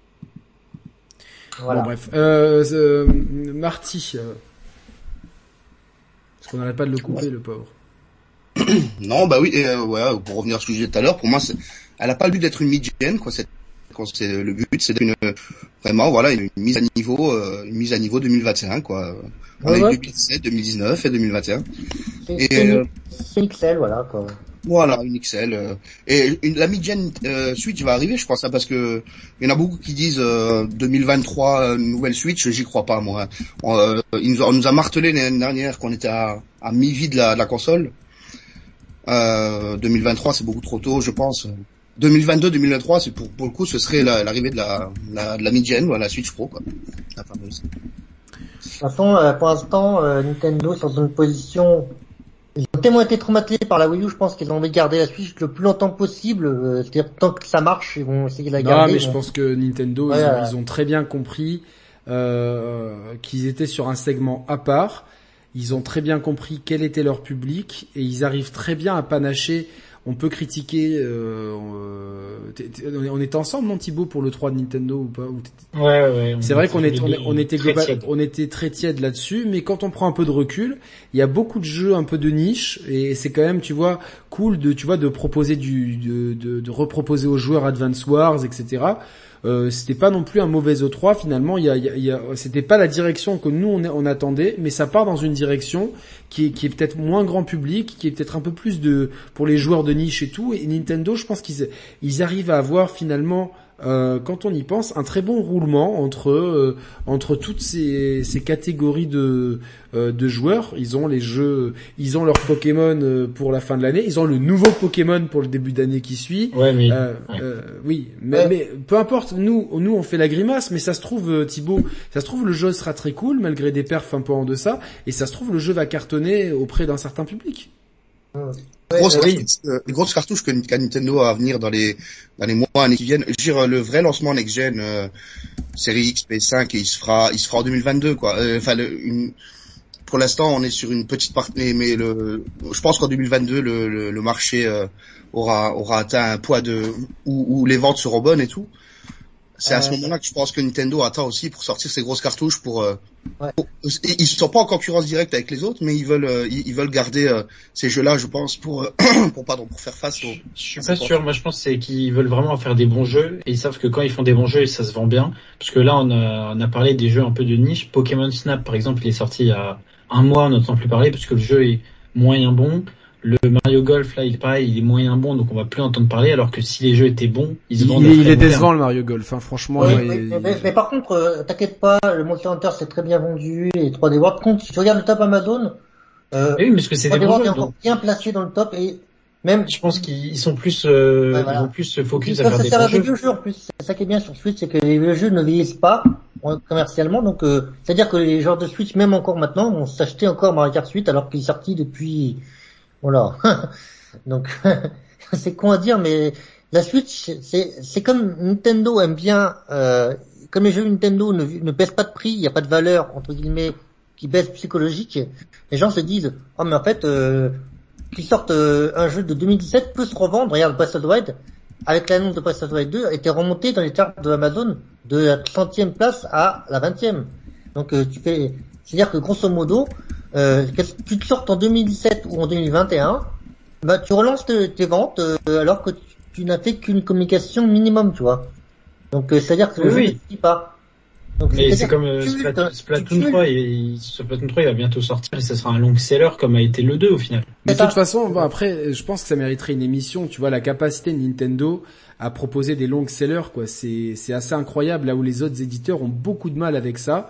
Voilà. Bon, bref. Euh, euh, Marty, euh... parce qu'on n'arrête pas de le couper, le pauvre. Non, bah oui, et, euh, ouais, pour revenir à ce que je disais tout à l'heure, pour moi, c'est, elle a pas le but d'être une mid-gen, quoi. C'est, c'est le but, c'est d'être une, vraiment, voilà, une, une mise à niveau, euh, une mise à niveau deux mille vingt et un, quoi. On Ouais, a ouais. eu deux mille dix-sept, deux mille dix-neuf et deux mille vingt et un. C'est, Et, c'est, euh, une, c'est une X L, voilà, quoi. Voilà, une X L. Euh, et une, la mid-gen euh, Switch va arriver, je pense, hein, parce que il y en a beaucoup qui disent euh, deux mille vingt-trois euh, nouvelle Switch. J'y crois pas, moi. On, euh, il nous a, on nous a martelé l'année dernière qu'on était à, à mi-vie de la, de la console. Euh, deux mille vingt-trois, c'est beaucoup trop tôt, je pense. deux mille vingt-deux, deux mille vingt-trois, c'est pour, pour le coup, ce serait la, l'arrivée de la, la, de la mid-gen, voilà, la Switch Pro, quoi. La fameuse. De toute façon, euh, pour l'instant, euh, Nintendo sont dans une position... Ils ont tellement été traumatisés par la Wii U, je pense qu'ils ont envie de garder la Switch le plus longtemps possible. Euh, c'est-à-dire, tant que ça marche, ils vont essayer de la Non, garder. mais je bon. pense que Nintendo, Ouais, ils, ont, ouais. ils ont très bien compris euh, qu'ils étaient sur un segment à part. Ils ont très bien compris quel était leur public et ils arrivent très bien à panacher. On peut critiquer. Euh, euh, t'es- t'es- on était ensemble, non, Thibaut, pour le trois de Nintendo ou pas ou t'étais- Ouais, ouais, ouais. C'est vrai qu'on est, on, est- on était très global- tiède. on était très tiède là-dessus, mais quand on prend un peu de recul, il y a beaucoup de jeux un peu de niche et c'est quand même, tu vois, cool de, tu vois, de proposer du, de, de, de reproposer aux joueurs Advance Wars, et cetera. Euh, c'était pas non plus un mauvais O trois finalement. Il y a, il y a, il y a- c'était pas la direction que nous on, on attendait, mais ça part dans une direction qui est, qui est peut-être moins grand public, qui est peut-être un peu plus de pour les joueurs de niche et tout. Et Nintendo, je pense qu'ils ils arrivent à avoir finalement, euh, quand on y pense, un très bon roulement entre euh, entre toutes ces, ces catégories de euh, de joueurs. Ils ont les jeux, ils ont leur Pokémon euh, pour la fin de l'année, ils ont le nouveau Pokémon pour le début d'année qui suit. Ouais, mais Euh, ouais. euh, oui, mais, Ouais. mais peu importe. Nous, nous, on fait la grimace, mais ça se trouve, euh, Thibaut, ça se trouve le jeu sera très cool malgré des perfs un peu en deçà, et ça se trouve le jeu va cartonner auprès d'un certain public. Grosse, euh, cartouche, euh, grosse cartouche que qu'a Nintendo à venir dans les dans les mois années qui viennent. Je veux dire, le vrai lancement next gen euh, série X, P S cinq, il se fera il se fera en deux mille vingt-deux, quoi. Euh, Enfin, le, une, pour l'instant, on est sur une petite partie, mais, mais le, je pense qu'en deux mille vingt-deux, le, le, le marché euh, aura aura atteint un poids de où, où les ventes seront bonnes et tout. C'est à ce Euh, moment-là que je pense que Nintendo attend aussi pour sortir ses grosses cartouches pour, euh, Ouais. pour- ils ils sont pas en concurrence directe avec les autres, mais ils veulent euh, ils, ils veulent garder euh, ces jeux-là, je pense, pour euh, pour pardon pour faire face aux. Je suis pas sûr. Moi, je pense que c'est qu'ils veulent vraiment faire des bons jeux et ils savent que quand ils font des bons jeux, ça se vend bien. Parce que là, on a, on a parlé des jeux un peu de niche. Pokémon Snap, par exemple, il est sorti il y a un mois, on n'entend plus parler parce que le jeu est moyen bon. Le Mario Golf, là, il est pareil, il est moyen bon, donc on va plus entendre parler. Alors que si les jeux étaient bons, ils se Il, vendent. il est, très il est bien. décevant le Mario Golf, hein, franchement. Oui, il- oui, il- mais, mais- mais par contre, euh, t'inquiète pas, le Monster Hunter c'est très bien vendu, et trois D World. Contre, si tu regardes le top Amazon, euh, Oui, parce que c'est des trois D bons World est jeux. encore Donc, bien placé dans le top, et même, je pense qu'ils sont plus, euh, Ouais, voilà. ils vont plus se ils focus à peuvent faire se des servir bons des jeux. vieux jeux en plus. C'est ça qui est bien sur Switch, c'est que les vieux jeux ne vieillissent pas euh, commercialement, donc euh, c'est-à-dire que les joueurs de Switch, même encore maintenant, vont s'acheter encore Mario Kart huit alors qu'il est sorti depuis, voilà. Donc, c'est con à dire, mais la Switch, c'est c'est comme Nintendo aime bien, euh, comme les jeux Nintendo ne, ne baissent pas de prix, il n'y a pas de valeur entre guillemets qui baisse psychologique. Les gens se disent, oh mais en fait, euh, qu'ils sortent euh, un jeu de deux mille dix-sept peut se revendre. Regarde, Breath of the Wild, avec l'annonce de Breath of the Wild deux, était remonté dans les charts de Amazon de la trentième place à la vingtième. Donc euh, tu fais, c'est-à-dire que grosso modo, euh, que tu te sortes en deux mille dix-sept ou en deux mille vingt et un, bah tu relances te- tes ventes euh, alors que tu, tu n'as fait qu'une communication minimum, tu vois. Donc euh, c'est-à-dire que le Oui, jeu oui. ne suit pas. Donc, Mais c'est c'est-à-dire comme que euh, tu cultes, Splatoon, tu Splatoon cultes. trois, et, Splatoon trois il va bientôt sortir et ça sera un long seller comme a été le deux au final. Mais de C'est toute ça. façon, bon, après, je pense que ça mériterait une émission. Tu vois, la capacité de Nintendo à proposer des long sellers, quoi, c'est c'est assez incroyable. Là où les autres éditeurs ont beaucoup de mal avec ça.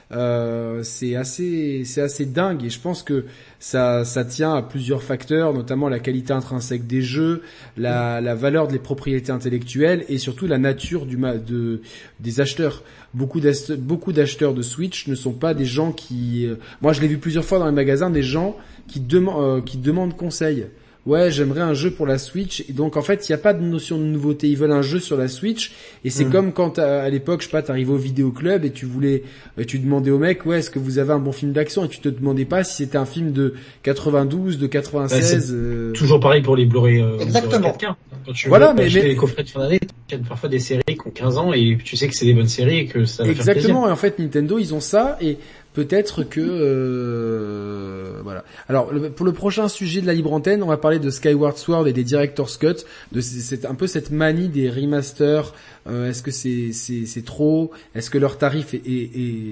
Euh, c'est assez, c'est assez dingue et je pense que ça, ça tient à plusieurs facteurs, notamment la qualité intrinsèque des jeux, la, la valeur des propriétés intellectuelles et surtout la nature du ma, de, des acheteurs. Beaucoup d'acheteurs, beaucoup d'acheteurs de Switch ne sont pas des gens qui, euh, moi je l'ai vu plusieurs fois dans les magasins, des gens qui demandent, euh, qui demandent conseil. Ouais, j'aimerais un jeu pour la Switch. Et donc en fait, il n'y a pas de notion de nouveauté. Ils veulent un jeu sur la Switch. Et c'est mmh. comme quand à l'époque, je sais pas, t'arrivais au vidéoclub et tu voulais, tu demandais au mec, ouais, est-ce que vous avez un bon film d'action? Et tu te demandais pas si c'était un film de quatre-vingt-douze, de quatre-vingt-seize. Bah, euh... toujours pareil pour les Blu-ray. Euh, Exactement. Blu-ray Quand tu voilà, veux mais, acheter mais... les coffrets de fin d'année, tu as parfois des séries qui ont quinze ans et tu sais que c'est des bonnes séries et que ça va Exactement. faire plaisir. Et en fait, Nintendo, ils ont ça et peut-être que euh, voilà. Alors le, pour le prochain sujet de la libre antenne, on va parler de Skyward Sword et des Director's Cut, de c'est un peu cette manie des remasters. Euh, est-ce que c'est c'est c'est trop? Est-ce que leur tarif est, est,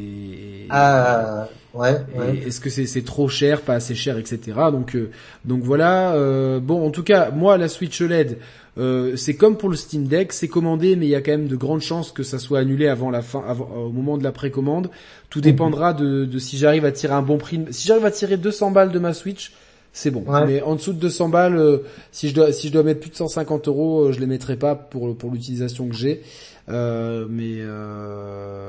est ah ouais, ouais. Est-ce que c'est c'est trop cher, pas assez cher, et cetera. Donc euh, donc voilà. Euh, bon, en tout cas, moi la Switch O L E D. Euh, c'est comme pour le Steam Deck, c'est commandé, mais il y a quand même de grandes chances que ça soit annulé avant la fin, avant, au moment de la précommande. Tout dépendra de, de si j'arrive à tirer un bon prix. Si j'arrive à tirer deux cents balles de ma Switch, c'est bon. Ouais. Mais en dessous de deux cents balles, euh, si je dois, si je dois mettre plus de cent cinquante euros, euh, je les mettrai pas pour pour l'utilisation que j'ai. Euh, mais euh,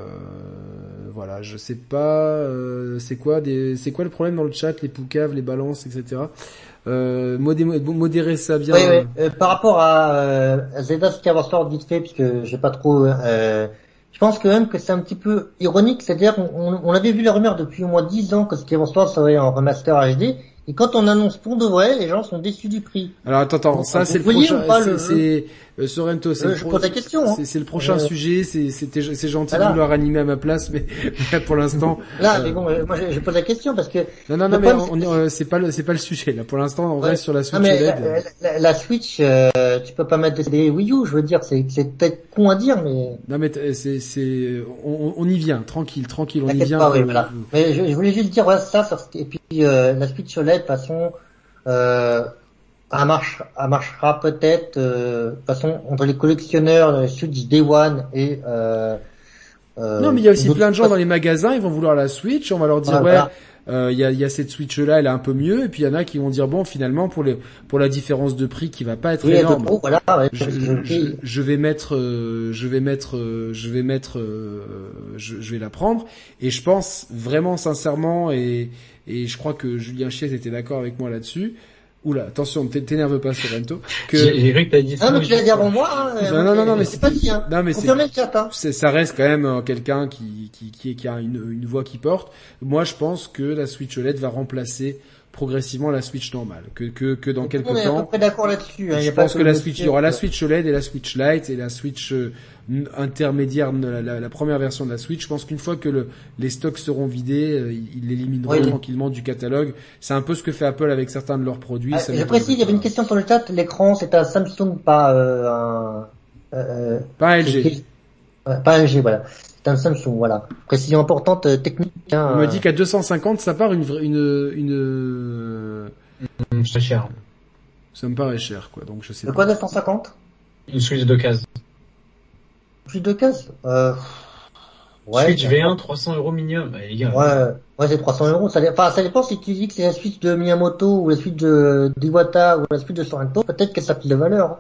voilà, je sais pas. Euh, c'est quoi des, c'est quoi le problème dans le chat, les poucaves, les balances, et cetera. Euh, modérer, modérer ça bien. Oui, oui. Euh, par rapport à, euh, à Zelda Skyward Sword vite fait, puisque j'ai pas trop. Euh, je pense quand même que c'est un petit peu ironique, c'est-à-dire on, on avait vu la rumeur depuis au moins dix ans que Skyward Sword serait en remaster H D. Et quand on annonce pour de vrai, les gens sont déçus du prix. Alors attends, attends, ça c'est le prochain. C'est euh, Sorrento, c'est euh, le, je pro... pose la question. Hein. C'est le prochain euh... sujet. C'est c'était c'est gentil voilà. de vouloir animer à ma place, mais pour l'instant. Là, euh... mais bon, moi je, je pose la question parce que. Non, non, non, mais on, on, euh, c'est pas le c'est pas le sujet là. Pour l'instant, on ouais. reste sur la Switch. Non, mais O L E D. La, la, la Switch, euh, tu peux pas mettre des Wii U. Je veux dire, c'est c'est peut-être con à dire, mais. Non, mais c'est c'est on, on y vient, tranquille, tranquille, on y vient. Pas, oui, voilà. Mais je, je voulais juste dire voilà, ça, ça, et puis euh, la Switch O L E D de toute façon. Euh, elle marche, elle marchera peut-être euh, de toute façon entre les collectionneurs de Switch Day One et euh, euh, non mais il y a aussi plein de gens dans les magasins, ils vont vouloir la Switch, on va leur dire ah, ouais il voilà. euh, y a il y a cette Switch là, elle est un peu mieux, et puis il y en a qui vont dire bon finalement pour les pour la différence de prix qui va pas être oui, énorme, trop, voilà, ouais, je, je, je, je vais mettre euh, je vais mettre euh, je vais mettre euh, je, je vais la prendre, et je pense vraiment sincèrement et et je crois que Julien Chiez était d'accord avec moi là-dessus. Oula, attention, t'énerve pas, Sorrento. Que... J'ai cru que t'as dit ça. Non, mais tu l'as dit avant moi, hein. Non, non, non, non, mais c'est pas dit, hein. Non, mais c'est, c'est, ça reste quand même euh, quelqu'un qui, qui, qui, qui a une, une voix qui porte. Moi, je pense que la Switch O L E D va remplacer progressivement la Switch normale, que que que dans quelques temps. On est à peu près d'accord là-dessus. Hein, je pense que, que la Switch, il y aura la Switch O L E D et la Switch Lite et la Switch euh, intermédiaire, la, la, la première version de la Switch. Je pense qu'une fois que le, les stocks seront vidés, euh, ils l'élimineront oui. tranquillement du catalogue. C'est un peu ce que fait Apple avec certains de leurs produits. Ah, je précise, il y avait une question sur le chat. L'écran, c'est un Samsung, pas euh, un. Euh, pas un L G. Pas un L G, voilà. C'est un Samsung, voilà. Précision importante euh, technique. Hein, On me dit qu'à deux cent cinquante, ça part une une une. Mmh, c'est cher. Ça me paraît cher, quoi. Donc je sais. De pas. quoi deux cent cinquante? Une Switch de case. Switch de case. Euh... Ouais. Switch V un, trois cents euros minimum, bah, les gars. Ouais, ouais, c'est trois cents euros. Ça, enfin, ça dépend si tu dis que c'est la Switch de Miyamoto ou la Switch de d'Iwata ou la Switch de Sorrento. Peut-être que ça pile de valeur.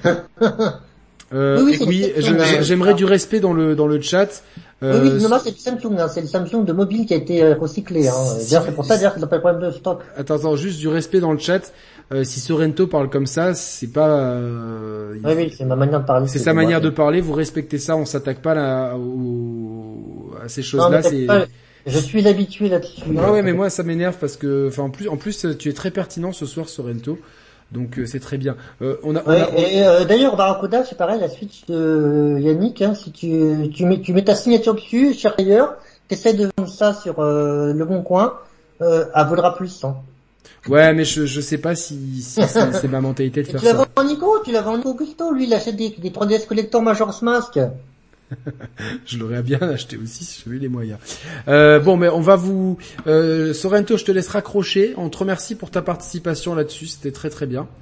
Euh, oui, oui, oui je, j'aimerais du respect dans le dans le chat. Euh, oui, oui, non, non, c'est le Samsung, hein, c'est le Samsung de mobile qui a été recyclé. Hein. Si, c'est pour ça d'ailleurs que ça n'a pas de problème de stock. Attends, attends, juste du respect dans le chat. Euh, si Sorrento parle comme ça, c'est pas. Euh, oui, oui, c'est ma manière de parler. C'est sa manière de parler. Vous respectez ça. On s'attaque pas là, au, à ces choses-là. Non, c'est. Pas, je suis habitué là-dessus. Ah ouais, mais moi ça m'énerve parce que, enfin, en plus, en plus, tu es très pertinent ce soir, Sorrento. Donc euh, c'est très bien. Euh, on a, on ouais, a, on... Et euh, d'ailleurs Barracuda, c'est pareil, la Switch de Yannick. Hein, si tu tu mets tu mets ta signature dessus, cher ailleurs, t'essaies de vendre ça sur euh, le Bon Coin, euh, elle vaudra plus. Hein. Ouais, mais je je sais pas si, si c'est, c'est ma mentalité de faire tu ça. Tu la vends à Nico, tu la vends à Nico Gusto, lui il achète des des trois D S Collector Majora's Mask. Je l'aurais bien acheté aussi si j'avais les moyens. Euh, bon, mais on va vous... Euh, Sorrento, je te laisse raccrocher. On te remercie pour ta participation là-dessus. C'était très très bien.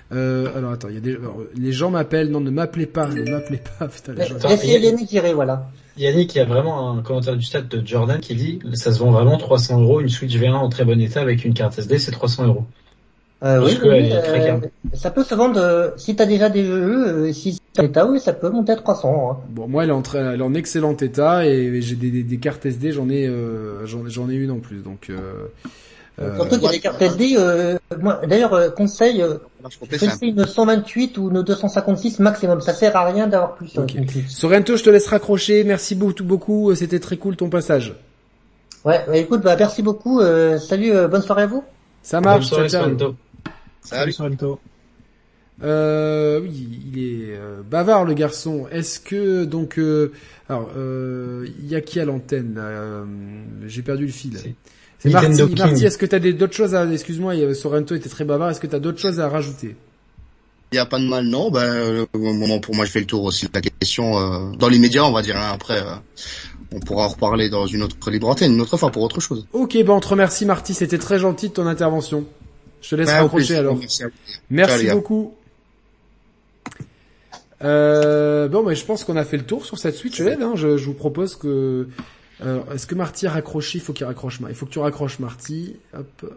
Euh, alors attends, il y a des, alors, les gens m'appellent, non ne m'appelez pas, ne m'appelez pas, putain les gens. Laissez Yannick tirer, voilà. Yannick, il y a vraiment un commentaire du stade de Jordan qui dit, ça se vend vraiment trois cents euros, une Switch V un en très bon état avec une carte S D, c'est trois cents euros. Euh, oui, que oui, elle est très euh, ça peut se vendre, euh, si t'as déjà des jeux, euh, si c'est en état, oui, ça peut monter à trois cents, hein. Bon, moi, elle est en, très, elle est en excellent état et j'ai des, des, des cartes S D, j'en ai, euh, j'en, j'en ai une en plus, donc. Euh, euh, Surtout qu'il y a des cartes S D. Euh, moi, d'ailleurs, euh, conseil, euh, je fais une cent vingt-huit ou une deux cent cinquante-six maximum. Ça sert à rien d'avoir plus. Okay. Euh, Sorrento, je te laisse raccrocher. Merci beaucoup, beaucoup. C'était très cool ton passage. Ouais, bah, écoute, bah merci beaucoup. Euh, salut, euh, bonne soirée à vous. Ça marche. Bonne soirée, Sorrento. Salut Sorrento. Euh, oui, il est euh, bavard le garçon. Est-ce que donc, euh, alors, euh, il y a qui à l'antenne euh, J'ai perdu le fil. C'est, C'est Marty. Marty, est-ce que t'as des, d'autres choses à, excuse-moi, Sorrento était très bavard. Est-ce que t'as d'autres choses à rajouter? Il y a pas de mal, non. Ben, euh, bon, pour moi, je fais le tour aussi de la question. Euh, dans les médias, on va dire. Hein, après, euh, on pourra en reparler dans une autre libre antenne, une autre fois pour autre chose. Ok, ben on te remercie, Marty. C'était très gentil de ton intervention. Je te laisse ben, raccrocher alors. Merci, Merci Ciao, beaucoup. Euh, bon, mais je pense qu'on a fait le tour sur cette Switch O L E D. Hein. Je, je vous propose que. Alors, est-ce que Marty a raccroché? Il faut qu'il raccroche. Il faut que tu raccroches Marty. Hop.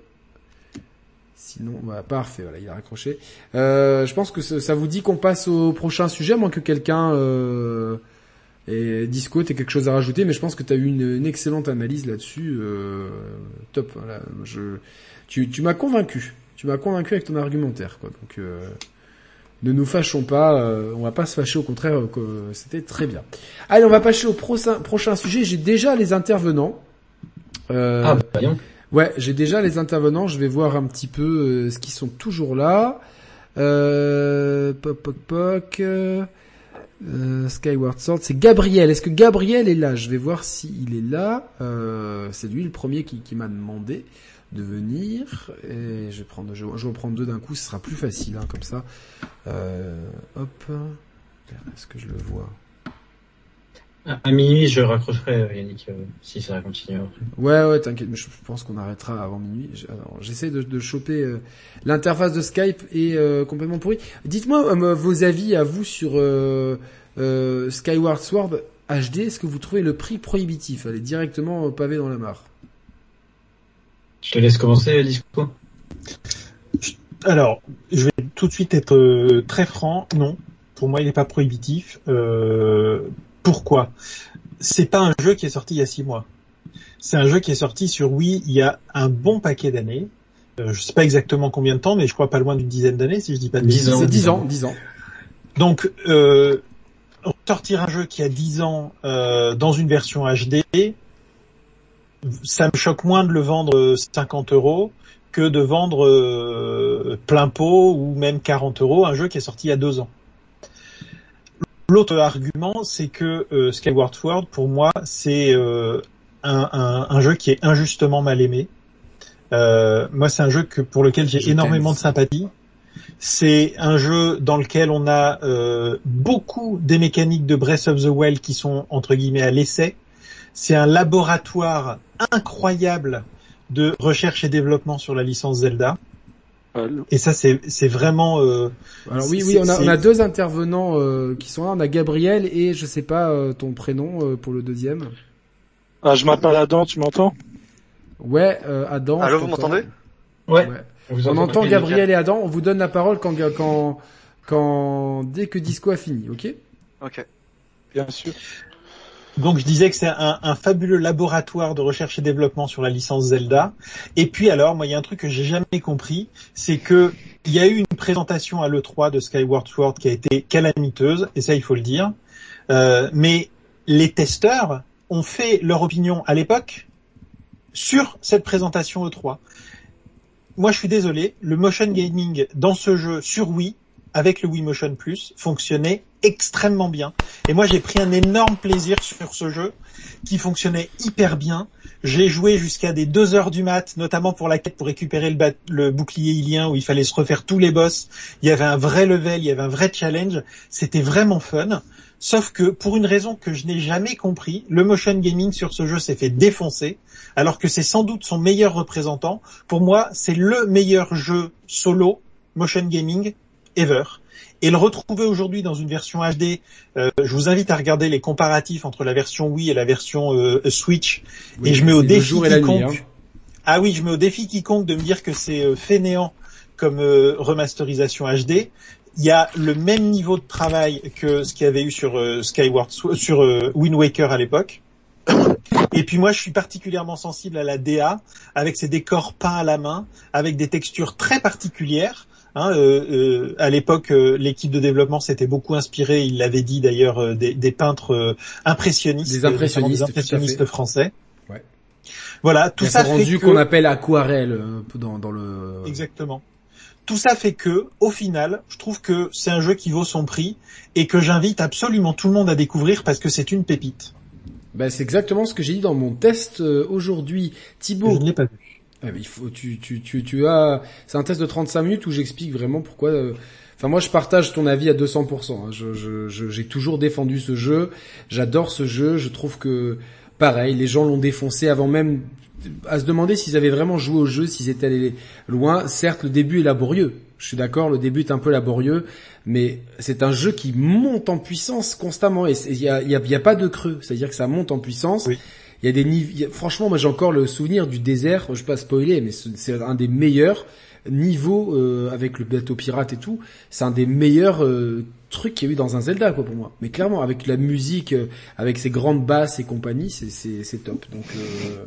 Sinon, bah, parfait. Voilà, il a raccroché. Euh, je pense que ça, ça vous dit qu'on passe au prochain sujet, à moins que quelqu'un euh, et Disco, t'aies quelque chose à rajouter. Mais je pense que t'as eu une, une excellente analyse là-dessus. Euh, top. Voilà. Je, tu, tu m'as convaincu. Tu m'as convaincu avec ton argumentaire, quoi. Donc. Euh, Ne nous fâchons pas, euh, on va pas se fâcher, au contraire, euh, que c'était très bien. Allez, on va passer au prochain, prochain sujet. J'ai déjà les intervenants. Euh, ah, bah, bien. Ouais, j'ai déjà les intervenants. Je vais voir un petit peu euh, ce qui sont toujours là. Euh, poc, poc, poc. Euh, Skyward Sword, c'est Gabriel. Est-ce que Gabriel est là? Je vais voir s'il est là. Euh, c'est lui le premier qui, qui m'a demandé de venir, et je vais prendre, je, je vais en prendre deux d'un coup, ce sera plus facile, hein, comme ça. Euh, hop, est-ce que je le vois? À, à minuit, je raccrocherai, Yannick, euh, si ça continue après. Ouais, ouais, t'inquiète, mais je pense qu'on arrêtera avant minuit. Alors, j'essaie de, de choper euh, l'interface de Skype est euh, complètement pourrie. Dites-moi euh, vos avis à vous sur euh, euh, Skyward Sword H D. Est-ce que vous trouvez le prix prohibitif? Elle est directement euh, pavé dans la mare. Je te laisse commencer, Disco. Alors, je vais tout de suite être euh, très franc. Non, pour moi, il n'est pas prohibitif. Euh, pourquoi? C'est pas un jeu qui est sorti il y a six mois. C'est un jeu qui est sorti sur Wii il y a un bon paquet d'années. Euh, je sais pas exactement combien de temps, mais je crois pas loin d'une dizaine d'années, si je dis pas de bêtises. C'est dix ans, dix ans. Donc, euh, sortir un jeu qui a dix ans euh, dans une version H D, ça me choque moins de le vendre cinquante euros que de vendre euh, plein pot ou même quarante euros un jeu qui est sorti il y a deux ans. L'autre argument, c'est que euh, Skyward Sword, pour moi, c'est euh, un, un, un jeu qui est injustement mal aimé. Euh, moi, c'est un jeu que pour lequel j'ai je énormément t'aime. de sympathie. C'est un jeu dans lequel on a euh, beaucoup des mécaniques de Breath of the Wild qui sont entre guillemets à l'essai. C'est un laboratoire incroyable de recherche et développement sur la licence Zelda. Et ça, c'est, c'est vraiment... Euh, Alors oui, oui, on a, on a deux intervenants euh, qui sont là. On a Gabriel et je sais pas euh, ton prénom euh, pour le deuxième. Ah, je m'appelle Adam, tu m'entends? Ouais, euh, Adam. Allô, vous m'entendez? Ouais. ouais. On, on entend Gabriel et Adam. On vous donne la parole quand, quand, quand, dès que Disco a fini, ok? Ok. Bien sûr. Donc je disais que c'est un, un fabuleux laboratoire de recherche et développement sur la licence Zelda. Et puis alors, moi il y a un truc que j'ai jamais compris, c'est que il y a eu une présentation à l'E trois de Skyward Sword qui a été calamiteuse, et ça il faut le dire. Euh, mais les testeurs ont fait leur opinion à l'époque sur cette présentation E trois. Moi je suis désolé, le motion gaming dans ce jeu sur Wii, avec le Wii Motion Plus, fonctionnait extrêmement bien. Et moi, j'ai pris un énorme plaisir sur ce jeu qui fonctionnait hyper bien. J'ai joué jusqu'à des deux heures du mat, notamment pour la quête pour récupérer le, bat- le bouclier ilien où il fallait se refaire tous les boss. Il y avait un vrai level, il y avait un vrai challenge. C'était vraiment fun. Sauf que, pour une raison que je n'ai jamais compris, le motion gaming sur ce jeu s'est fait défoncer, alors que c'est sans doute son meilleur représentant. Pour moi, c'est le meilleur jeu solo motion gaming ever. Et le retrouver aujourd'hui dans une version H D, euh, je vous invite à regarder les comparatifs entre la version Wii et la version euh, Switch. Oui, et je mets au défi quiconque. Nuit, hein. Ah oui, je mets au défi quiconque de me dire que c'est euh, fainéant comme euh, remasterisation H D. Il y a le même niveau de travail que ce qu'il y avait eu sur euh, Skyward sur euh, Wind Waker à l'époque. Et puis moi, je suis particulièrement sensible à la D A, avec ses décors peints à la main, avec des textures très particulières. Hein, euh, euh, à l'époque, euh, l'équipe de développement s'était beaucoup inspirée, il l'avait dit d'ailleurs, euh, des, des peintres euh, impressionnistes, des impressionnistes, des impressionnistes français. Ouais. Voilà, tout ça fait rendu que... qu'on appelle aquarelle euh, dans, dans le. Exactement. Tout ça fait que, au final, je trouve que c'est un jeu qui vaut son prix et que j'invite absolument tout le monde à découvrir parce que c'est une pépite. Ben, c'est exactement ce que j'ai dit dans mon test euh, aujourd'hui. Thibaut. Je ne l'ai pas vu. Eh ben, il faut, tu, tu, tu, tu as, c'est un test de trente-cinq minutes où j'explique vraiment pourquoi, euh... enfin, moi, je partage ton avis à deux cents pour cent. Hein. Je, je, je, j'ai toujours défendu ce jeu. J'adore ce jeu. Je trouve que, pareil, les gens l'ont défoncé avant même à se demander s'ils avaient vraiment joué au jeu, s'ils étaient allés loin. Certes, le début est laborieux. Je suis d'accord, le début est un peu laborieux, mais c'est un jeu qui monte en puissance constamment et il y a, y a, y a pas de creux. C'est-à-dire que ça monte en puissance. Oui. Il y a des niveaux. Franchement, moi j'ai encore le souvenir du désert. Je vais pas spoiler, mais c'est un des meilleurs niveaux euh, avec le bateau pirate et tout. C'est un des meilleurs euh, trucs qu'il y a eu dans un Zelda, quoi, pour moi. Mais clairement, avec la musique, euh, avec ses grandes basses et compagnie, c'est c'est, c'est top. Donc. Euh...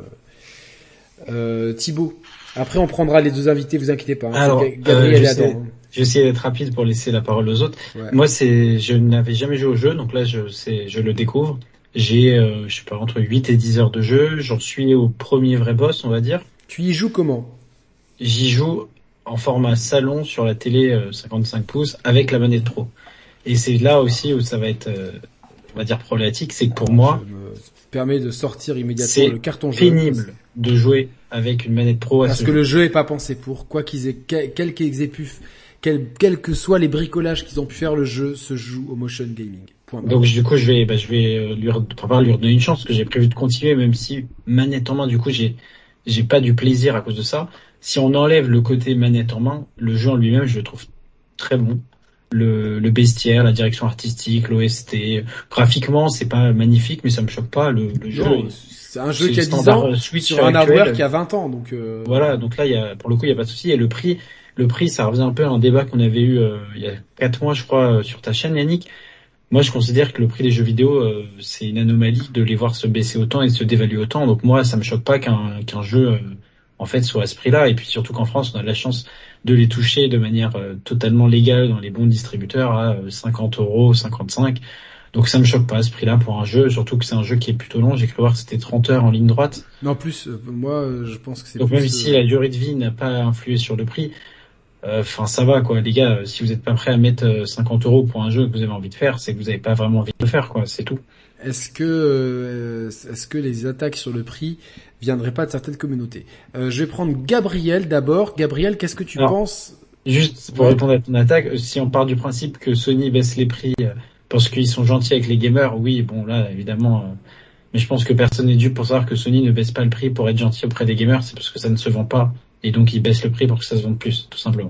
Euh, Thibaut. Après, on prendra les deux invités, vous inquiétez pas. Hein. Alors, Gabriel euh, et Adam. Je vais essayer d'être rapide pour laisser la parole aux autres. Ouais. Moi, c'est, je n'avais jamais joué au jeu, donc là, je, c'est, je le découvre. J'ai, euh, je sais pas, entre huit et dix heures de jeu. J'en suis au premier vrai boss, on va dire. Tu y joues comment? J'y joue en format salon sur la télé euh, cinquante-cinq pouces avec la manette pro. Et c'est là aussi où ça va être, euh, on va dire, problématique, c'est que pour moi, je me permets de sortir immédiatement c'est le carton jaune. pénible de jouer avec une manette pro à parce ce que jeu. le jeu est pas pensé pour. Quoi qu'ils aient, quel, quel qu'ils aient pu, quel, quels que soient les bricolages qu'ils ont pu faire, le jeu se joue au motion gaming. Point. Donc du coup, je vais, bah, je vais lui, préparer lui redonner une chance, parce que j'ai prévu de continuer, même si manette en main, du coup, j'ai, j'ai pas du plaisir à cause de ça. Si on enlève le côté manette en main, le jeu en lui-même, je le trouve très bon. Le, le bestiaire, la direction artistique, l'O S T, graphiquement, c'est pas magnifique, mais ça me choque pas. Le, le jeu, non, c'est un jeu c'est qui a dix ans Switch sur un hardware qui a vingt ans, donc. Euh... Voilà, donc là, il y a, pour le coup, il y a pas de souci. Et le prix, le prix, ça revient un peu à un débat qu'on avait eu euh, il y a quatre mois, je crois, sur ta chaîne, Yannick. Moi, je considère que le prix des jeux vidéo, euh, c'est une anomalie de les voir se baisser autant et se dévaluer autant. Donc moi, ça me choque pas qu'un qu'un jeu, euh, en fait, soit à ce prix-là. Et puis surtout qu'en France, on a de la chance de les toucher de manière euh, totalement légale dans les bons distributeurs à euh, cinquante euros, cinquante-cinq. Donc ça me choque pas à ce prix-là pour un jeu, surtout que c'est un jeu qui est plutôt long. J'ai cru voir que c'était trente heures en ligne droite. Non, plus, euh, moi, euh, je pense que c'est Donc plus, même si la durée de vie n'a pas influé sur le prix, enfin euh, ça va quoi, les gars. Si vous n'êtes pas prêt à mettre cinquante euros pour un jeu que vous avez envie de faire, c'est que vous n'avez pas vraiment envie de le faire, quoi. C'est tout. Est-ce que euh, est-ce que les attaques sur le prix viendraient pas de certaines communautés? euh, Je vais prendre Gabriel d'abord. Gabriel, qu'est-ce que tu Alors, penses? Juste pour ouais. répondre à ton attaque, si on part du principe que Sony baisse les prix parce qu'ils sont gentils avec les gamers, oui, bon là évidemment. Euh, mais je pense que personne n'est dupe pour savoir que Sony ne baisse pas le prix pour être gentil auprès des gamers, c'est parce que ça ne se vend pas. Et donc ils baissent le prix pour que ça se vende plus, tout simplement.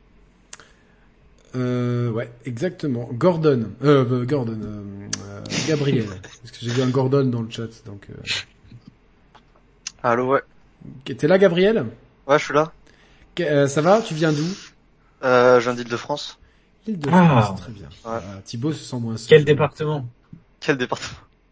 Euh, ouais, exactement. Gordon, euh, Gordon, euh, euh, Gabriel, parce que j'ai vu un Gordon dans le chat, donc. Euh... Allô, ouais. T'es là, Gabriel? Ouais, je suis là. Euh, ça va? Tu viens d'où? Euh, je viens d'Île-de-France. Île-de-France, ah. très bien. Ouais. Euh, Thibaut se sent moins seul. Quel département? Quel département?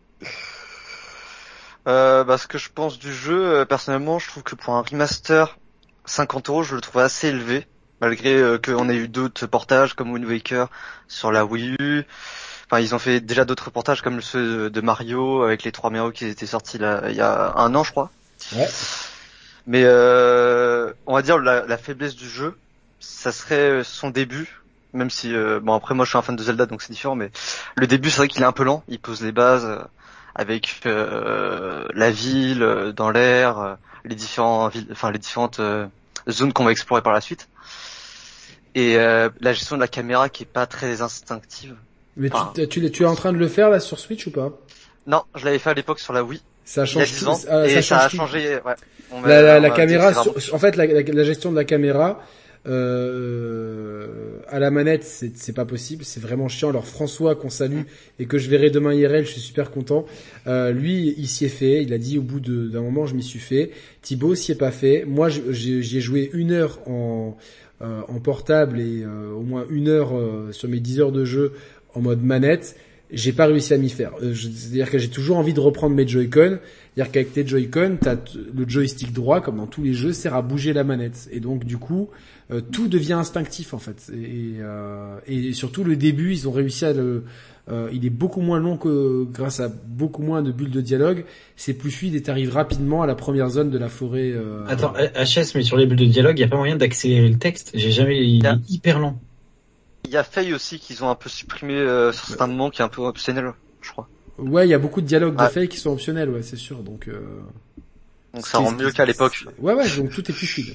euh, bah, ce que je pense du jeu, euh, personnellement, je trouve que pour un remaster, cinquante euros, je le trouve assez élevé. Malgré euh, qu'on ait eu d'autres portages comme Wind Waker sur la Wii U. Enfin, ils ont fait déjà d'autres portages comme ceux de Mario avec les trois Mario qui étaient sortis là il y a un an, je crois. Ouais. Mais euh, on va dire la, la faiblesse du jeu, ça serait son début. Même si euh, bon après moi je suis un fan de Zelda donc c'est différent, mais le début c'est vrai qu'il est un peu lent. Il pose les bases euh, avec euh, la ville euh, dans l'air, euh, les différents villes, enfin les différentes euh, zones qu'on va explorer par la suite. Et euh, la gestion de la caméra qui est pas très instinctive. Mais enfin, tu, tu, tu es en train de le faire là sur Switch ou pas? Non, je l'avais fait à l'époque sur la Wii. Ça change il y a dix ans, tout, ah, et ça, ça a tout. changé. Ouais. On la la, la on caméra, dit, sur, en fait, la, la, la gestion de la caméra Euh, à la manette, c'est, c'est pas possible, c'est vraiment chiant. Alors François qu'on salue et que je verrai demain I R L, je suis super content. Euh, lui, il s'y est fait. Il a dit au bout de, d'un moment, je m'y suis fait. Thibaut s'y est pas fait. Moi, j'ai, j'y ai joué une heure en, euh, en portable et euh, au moins une heure euh, sur mes dix heures de jeu en mode manette. J'ai pas réussi à m'y faire. Euh, je, c'est-à-dire que j'ai toujours envie de reprendre mes Joy-Con. C'est-à-dire qu'avec tes Joy-Con, t'as t- le joystick droit, comme dans tous les jeux, sert à bouger la manette. Et donc, du coup, euh, tout devient instinctif, en fait. Et, euh, et surtout, le début, ils ont réussi à le... Euh, il est beaucoup moins long que... Grâce à beaucoup moins de bulles de dialogue, c'est plus fluide et t'arrives rapidement à la première zone de la forêt. Euh... Attends, H S, mais sur les bulles de dialogue, il y a pas moyen d'accélérer le texte. J'ai jamais... Il est hyper lent. Il y a Faye aussi qu'ils ont un peu supprimé euh, sur certains moments, qui est un peu optionnel, je crois. Ouais, il y a beaucoup de dialogues ouais. de Faye qui sont optionnels, ouais, c'est sûr. Donc, euh... donc ça rend mieux qu'à l'époque. Ouais, ouais, donc tout est plus fluide.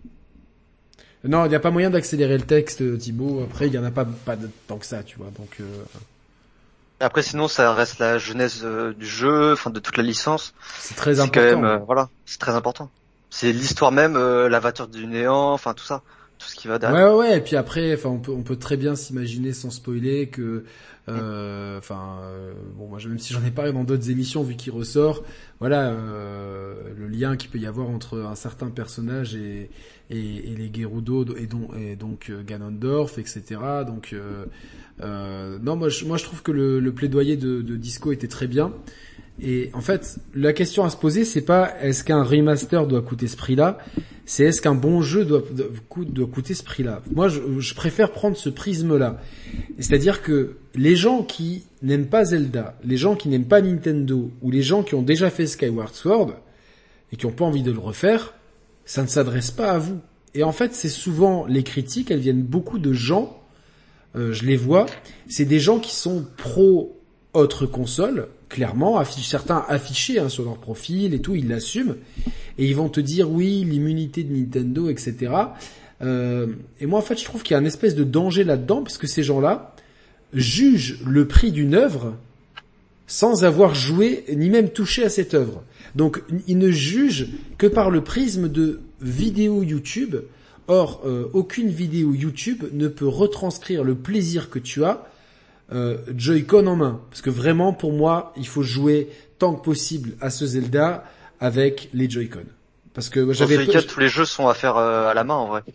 Non, il n'y a pas moyen d'accélérer le texte, Thibaut. Après, il y en a pas, pas de, tant que ça, tu vois. Donc. Euh... Et après, sinon, ça reste la genèse euh, du jeu, enfin de toute la licence. C'est très c'est important. Quand même, euh, voilà, c'est très important. C'est l'histoire même, euh, la voiture du néant, enfin tout ça, tout ce qui va derrière. Ouais, ouais, ouais. Et puis après, enfin, on peut, on peut très bien s'imaginer, sans spoiler, que, euh, enfin, euh, bon, moi, même si j'en ai parlé dans d'autres émissions, vu qu'il ressort, voilà, euh, le lien qu'il peut y avoir entre un certain personnage et et, et les Gerudo et, donc, et donc euh, Ganondorf, et cetera. Donc, euh, euh, non, moi, je, moi, je trouve que le, le plaidoyer de, de Disco était très bien. Et en fait, la question à se poser, c'est pas est-ce qu'un remaster doit coûter ce prix-là, c'est est-ce qu'un bon jeu doit, doit coûter ce prix-là. Moi, je, je préfère prendre ce prisme-là. C'est-à-dire que les gens qui n'aiment pas Zelda, les gens qui n'aiment pas Nintendo, ou les gens qui ont déjà fait Skyward Sword, et qui n'ont pas envie de le refaire, ça ne s'adresse pas à vous. Et en fait, c'est souvent, les critiques, elles viennent beaucoup de gens, euh, je les vois, c'est des gens qui sont pro autre console, clairement, affiche, certains affichés hein, sur leur profil et tout, ils l'assument, et ils vont te dire oui, l'immunité de Nintendo, et cetera. Euh, et moi, en fait, je trouve qu'il y a un espèce de danger là-dedans, parce que ces gens-là jugent le prix d'une œuvre sans avoir joué ni même touché à cette œuvre. Donc, ils ne jugent que par le prisme de vidéo YouTube. Or, euh, aucune vidéo YouTube ne peut retranscrire le plaisir que tu as Euh, Joy-Con en main, parce que vraiment pour moi il faut jouer tant que possible à ce Zelda avec les Joy-Con, parce que j'avais dans tous les cas tous les jeux sont à faire euh, à la main en vrai.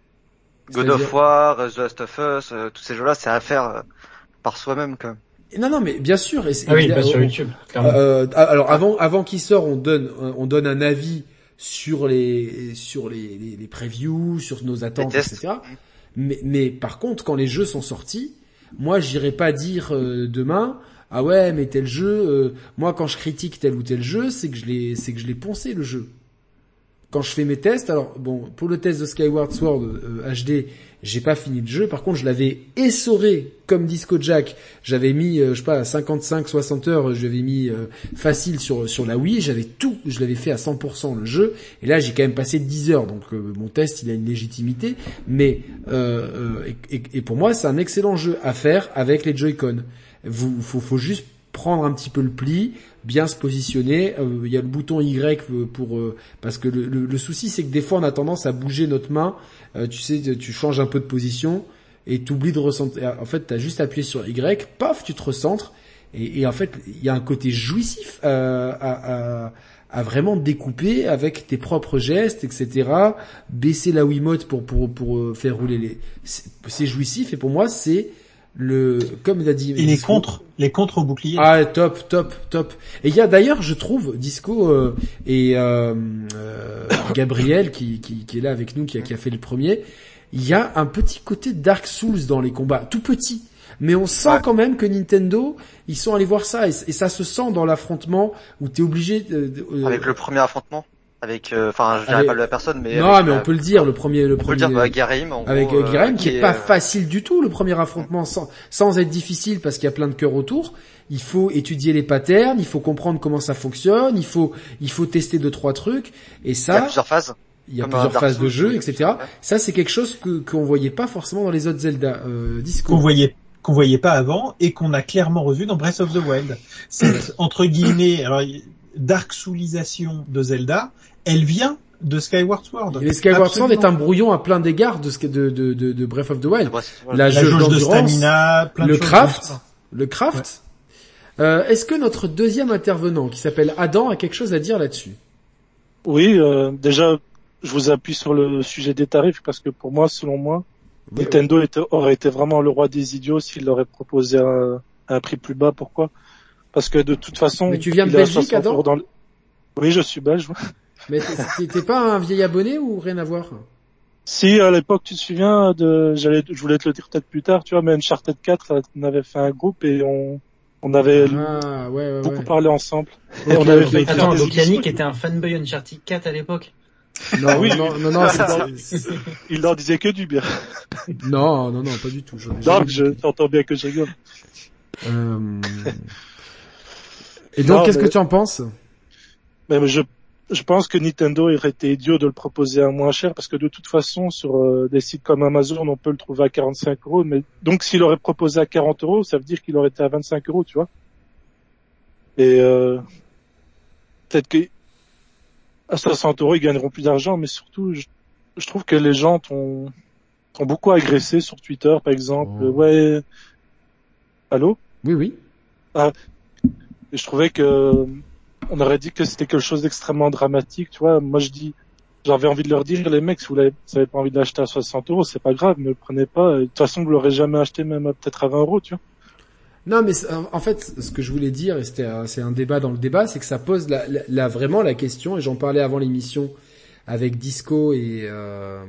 God of War, The Last of Us, euh, tous ces jeux là c'est à faire euh, par soi-même quand même. Non non mais bien sûr. Et ah oui, pas sur YouTube. Euh, alors avant avant qu'il sort on donne on donne un avis sur les sur les les, les previews, sur nos attentes, et cetera. Mais mais par contre quand les jeux sont sortis, moi, j'irai pas dire euh, demain, ah ouais, mais tel jeu, euh, moi quand je critique tel ou tel jeu, c'est que je l'ai, c'est que je l'ai poncé le jeu. Quand je fais mes tests, alors bon, pour le test de Skyward Sword euh, H D, j'ai pas fini le jeu. Par contre, je l'avais essoré comme Disco Jack. J'avais mis, euh, je sais pas, cinquante-cinq, soixante heures. Je l'avais mis euh, facile sur sur la Wii. J'avais tout, je l'avais fait à cent pour cent le jeu. Et là, j'ai quand même passé dix heures. Donc euh, mon test, il a une légitimité. Mais euh, euh, et, et pour moi, c'est un excellent jeu à faire avec les Joy-Con. Vous, faut, faut juste prendre un petit peu le pli, bien se positionner. Il euh, y a le bouton Y pour euh, parce que le, le, le souci c'est que des fois on a tendance à bouger notre main. Euh, tu sais, tu changes un peu de position et t'oublies de recentrer. En fait, t'as juste appuyé sur Y, paf, tu te recentres. Et, et en fait, il y a un côté jouissif euh, à, à, à vraiment découper avec tes propres gestes, et cetera. Baisser la Wiimote pour pour pour faire rouler les. C'est, c'est jouissif et pour moi c'est le, comme il a dit. Et les contres, les contres au bouclier. Ah, top, top, top. Et il y a d'ailleurs, je trouve, Disco euh, et euh, euh, Gabriel qui, qui, qui est là avec nous, qui a, qui a fait le premier. Il y a un petit côté Dark Souls dans les combats, tout petit. Mais on sent ouais. quand même que Nintendo, ils sont allés voir ça et, et ça se sent dans l'affrontement où t'es obligé de, de, euh, avec le premier affrontement. Avec, enfin, euh, je dirais avec... pas de la personne, mais non, mais la... on peut le dire, le premier, le on premier. peut le dire, bah, Garim, en avec gros, Garim, euh, qui est pas euh... facile du tout, le premier affrontement, sans, sans être difficile parce qu'il y a plein de cœurs autour. Il faut étudier les patterns, il faut comprendre comment ça fonctionne, il faut, il faut tester deux trois trucs, et ça. Il y a plusieurs phases. Il y a plusieurs phases de jeu, et cetera. Ça, c'est quelque chose que qu'on voyait pas forcément dans les autres Zelda, euh, Disco. Qu'on voyait qu'on voyait pas avant et qu'on a clairement revu dans Breath of the Wild. Cette entre guillemets, alors Dark Soulisation de Zelda, elle vient De Skyward Sword. Et Skyward Sword Absolument. est un brouillon à plein d'égards de, de, de, de, de Breath of the Wild. Voilà. La, La jauge jauge de d'endurance, stamina, plein de le choses craft, comme ça. le craft. Euh, est-ce que notre deuxième intervenant, qui s'appelle Adam, a quelque chose à dire là-dessus? Oui, euh, déjà, je vous appuie sur le sujet des tarifs parce que pour moi, selon moi, Oui, Nintendo était, aurait été vraiment le roi des idiots s'il aurait proposé un, un prix plus bas. Pourquoi? Parce que de toute façon, Mais tu viens de il est à Belgique, soixante Adam euros dans le... Oui, je suis belge. Mais t'es, t'es pas un vieil abonné ou rien à voir? Si, à l'époque, tu te souviens de, j'allais, je voulais te le dire peut-être plus tard, tu vois, mais Uncharted quatre, on avait fait un groupe et on, on avait Ah, ouais, ouais, beaucoup ouais. parlé ensemble. Et Ok, on avait ok, fait ok. Attends, des donc émissions. Yannick était un fanboy Uncharted quatre à l'époque. Non, oui. non, non, non, c'est- c'est- Il leur disait que du bien. non, non, non, pas du tout. J'en ai Non, jamais je dit. t'entends bien que je rigole. Euh... Et donc, Non, qu'est-ce mais- que tu en penses? Mais je, je pense que Nintendo aurait été idiot de le proposer à moins cher parce que de toute façon, sur euh, des sites comme Amazon, on peut le trouver à quarante-cinq euros. Mais donc, s'il aurait proposé à quarante euros, ça veut dire qu'il aurait été à vingt-cinq euros, tu vois. Et euh, peut-être que à soixante euros, ils gagneront plus d'argent, mais surtout, je, je trouve que les gens t'ont, t'ont beaucoup agressé sur Twitter, par exemple. Oh. Ouais. Allô? Oui, oui. Et je trouvais que on aurait dit que c'était quelque chose d'extrêmement dramatique, tu vois. Moi, je dis, j'avais envie de leur dire, les mecs, si vous n'avez pas envie de l'acheter à soixante euros, c'est pas grave, ne le prenez pas. De toute façon, vous l'aurez jamais acheté, même à- peut-être à vingt euros, tu vois. Non, mais c'est- en fait, ce que je voulais dire, et c'était, un- c'est un débat dans le débat, c'est que ça pose la, la, la- vraiment la question, et j'en parlais avant l'émission avec Disco et, euh,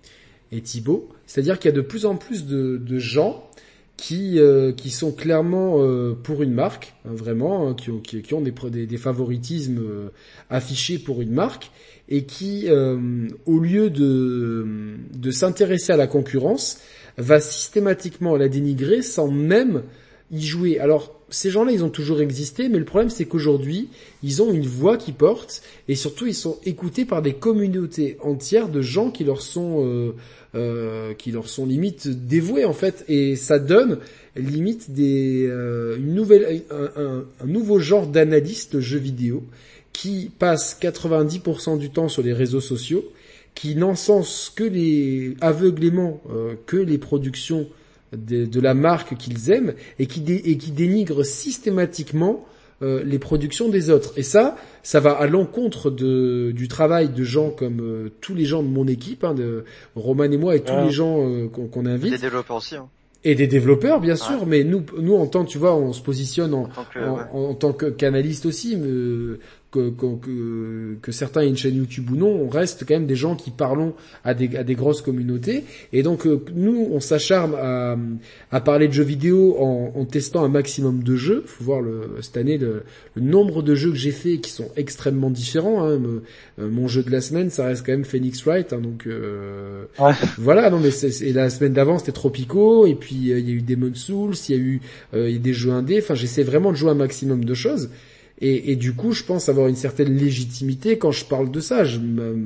et Thibaut, c'est-à-dire qu'il y a de plus en plus de, de gens qui euh, qui sont clairement euh, pour une marque, hein, vraiment, hein, qui ont qui, qui ont des, pro- des des favoritismes euh, affichés pour une marque et qui euh, au lieu de de s'intéresser à la concurrence, va systématiquement la dénigrer sans même y jouer. Alors ces gens-là, ils ont toujours existé, mais le problème c'est qu'aujourd'hui, ils ont une voix qui porte et surtout ils sont écoutés par des communautés entières de gens qui leur sont euh, euh, qui leur sont limite dévoués en fait, et ça donne limite des euh, une nouvelle un, un, un nouveau genre d'analyste jeux vidéo qui passe quatre-vingt-dix pour cent du temps sur les réseaux sociaux, qui n'encensent que les aveuglément euh, que les productions de, de la marque qu'ils aiment et qui dé, et qui dénigrent systématiquement euh, les productions des autres. Et ça, ça va à l'encontre de, du travail de gens comme euh, tous les gens de mon équipe, hein, de Roman et moi et tous Ouais. les gens euh, qu'on, qu'on invite. Des développeurs aussi, hein. Et des développeurs, bien sûr, Ouais. mais nous, nous en tant, tu vois, on se positionne en, En tant que, en, ouais. en tant que canaliste aussi, mais, que, que, que, que certains aient une chaîne YouTube ou non, on reste quand même des gens qui parlons à des, à des grosses communautés. Et donc, euh, nous, on s'acharne à, à parler de jeux vidéo en, en testant un maximum de jeux. Faut voir le, cette année le, le nombre de jeux que j'ai fait qui sont extrêmement différents. Hein. Me, euh, mon jeu de la semaine, ça reste quand même Phoenix Wright. Hein, donc, euh, Ouais. voilà. Non, mais c'est, c'est- la semaine d'avant, c'était Tropico. Et puis, euh, il y a eu Demon's Souls. Il y a eu euh, il y a des jeux indés. Enfin, j'essaie vraiment de jouer un maximum de choses. Et, et du coup, je pense avoir une certaine légitimité quand je parle de ça. Je me,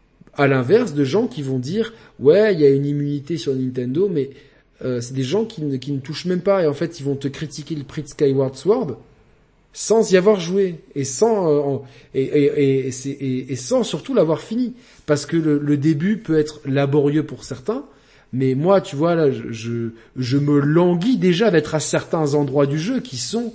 à l'inverse de gens qui vont dire ouais, il y a une immunité sur Nintendo, mais euh, c'est des gens qui ne, qui ne touchent même pas, et en fait ils vont te critiquer le prix de Skyward Sword sans y avoir joué et sans euh, en- et, et, et, c'est- et, et sans surtout l'avoir fini, parce que le, le début peut être laborieux pour certains. Mais moi, tu vois, là, je, je, je me languis déjà d'être à certains endroits du jeu qui sont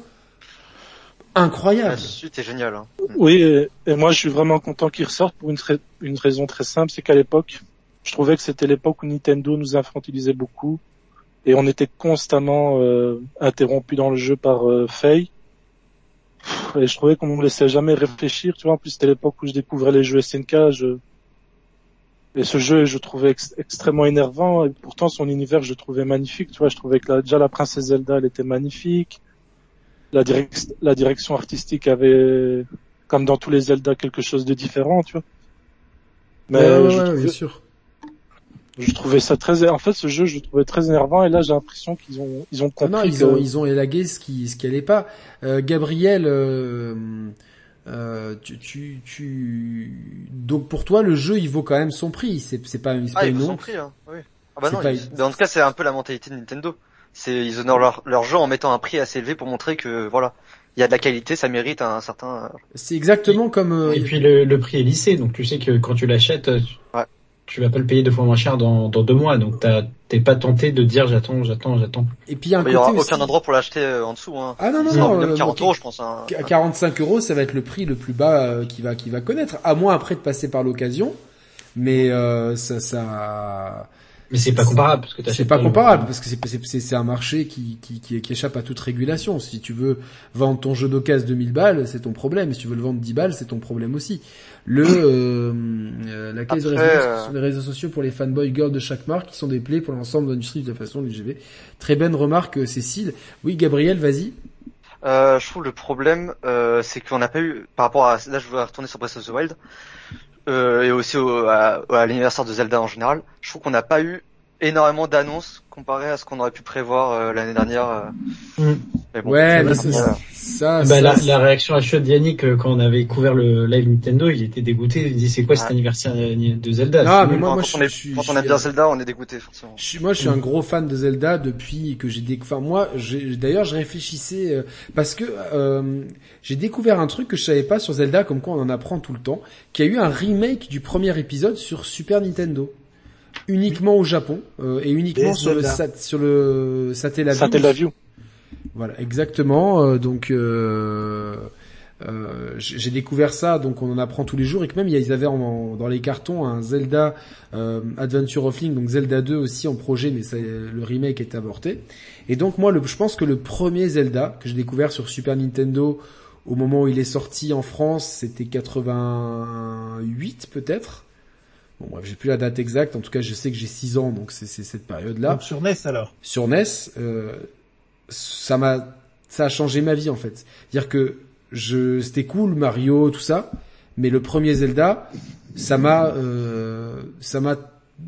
incroyables. La suite est géniale, hein. Oui, et, et moi je suis vraiment content qu'il ressorte pour une, tra- une raison très simple, c'est qu'à l'époque, je trouvais que c'était l'époque où Nintendo nous infantilisait beaucoup et on était constamment euh, interrompu dans le jeu par euh, Faye. Et je trouvais qu'on ne me laissait jamais réfléchir, tu vois. En plus, c'était l'époque où je découvrais les jeux S N K. Je... Et ce jeu, je trouvais ex- extrêmement énervant. Et pourtant, son univers, je le trouvais magnifique. Tu vois, je trouvais que la, déjà la princesse Zelda, elle était magnifique. La, direc- la direction artistique avait, comme dans tous les Zelda, quelque chose de différent, tu vois. Mais Ouais, ouais, je, ouais, trouvais, bien sûr. je trouvais ça très, en fait, ce jeu, je le trouvais très énervant. Et là, j'ai l'impression qu'ils ont, ils ont Ah compris non, ils que- ont ils ont élagué ce qui ce qui allait pas. Euh, Gabriel, euh, euh, tu, tu tu donc pour toi le jeu il vaut quand même son prix. C'est c'est pas c'est Ah, pas ils une vous ont honte. pris, hein. Oui. Ah bah C'est non, pas ils- une- mais en tout cas, c'est un peu la mentalité de Nintendo. C'est, ils honorent leur, leur jeu en mettant un prix assez élevé pour montrer que, voilà, il y a de la qualité, ça mérite un certain. C'est exactement comme. Euh... Et puis le, le prix est lissé, donc tu sais que quand tu l'achètes, ouais. tu vas pas le payer deux fois moins cher dans, dans deux mois, donc t'as, t'es pas tenté de dire j'attends, j'attends, j'attends. Et puis il y a un il y aura côté aucun aussi... endroit pour l'acheter euh, en dessous. Hein. Ah non non c'est non. Même euh, quarante bon, euros, je pense. Hein. À quarante-cinq euros, ça va être le prix le plus bas euh, qui va qui va connaître, à moins après de passer par l'occasion. Mais euh, ça ça. Mais c'est pas comparable parce que c'est pas comparable parce que c'est c'est c'est un marché qui qui qui qui échappe à toute régulation. Si tu veux vendre ton jeu d'occasion deux mille balles, c'est ton problème. Si tu veux le vendre dix balles, c'est ton problème aussi. Le euh, euh, la clé des réseaux, euh... sur les réseaux sociaux pour les fanboys girls de chaque marque qui sont des plaies pour l'ensemble de l'industrie de la façon du G V. Très bonne remarque, Cécile. Oui, Gabriel, vas-y. Euh, je trouve le problème, euh, c'est qu'on n'a pas eu, par rapport à, là je veux retourner sur Breath of the Wild, euh, et aussi au, à, à l'anniversaire de Zelda en général, je trouve qu'on n'a pas eu énormément d'annonces comparé à ce qu'on aurait pu prévoir euh, l'année dernière. Euh. Mm. Mais bon, ouais, mais ça, ça, ça, bah, ça, la, ça, la réaction à chaud d'Yannick euh, quand on avait couvert le live Nintendo, il était dégoûté. Il dit c'est quoi cet anniversaire de Zelda? Non, mais moi, quand, moi, quand, je, on, est, je, quand je, on aime bien Zelda, on est dégoûté forcément. Je suis, moi, je suis un gros fan de Zelda depuis que j'ai découvert. Enfin, moi, j'ai, d'ailleurs, je réfléchissais euh, parce que euh, j'ai découvert un truc que je savais pas sur Zelda, comme quoi on en apprend tout le temps, qu'il y a eu un remake du premier épisode sur Super Nintendo. Uniquement au Japon euh, et uniquement sur le, sat, sur le Satellaview. Satellaview. Voilà, exactement. Euh, donc euh, euh, j'ai découvert ça, donc on en apprend tous les jours et que même ils avaient en, en, dans les cartons un Zelda euh, Adventure of Link, donc Zelda deux aussi en projet, mais ça, le remake est avorté. Et donc moi, le, je pense que le premier Zelda que j'ai découvert sur Super Nintendo au moment où il est sorti en France, c'était quatre-vingt-huit peut-être. Bon bref, j'ai plus la date exacte, en tout cas je sais que j'ai six ans, donc c'est, c'est cette période-là. Donc sur N E S alors. Sur N E S, euh, ça m'a, ça a changé ma vie en fait. C'est-à-dire que je, c'était cool Mario, tout ça, mais le premier Zelda, ça m'a, euh, ça m'a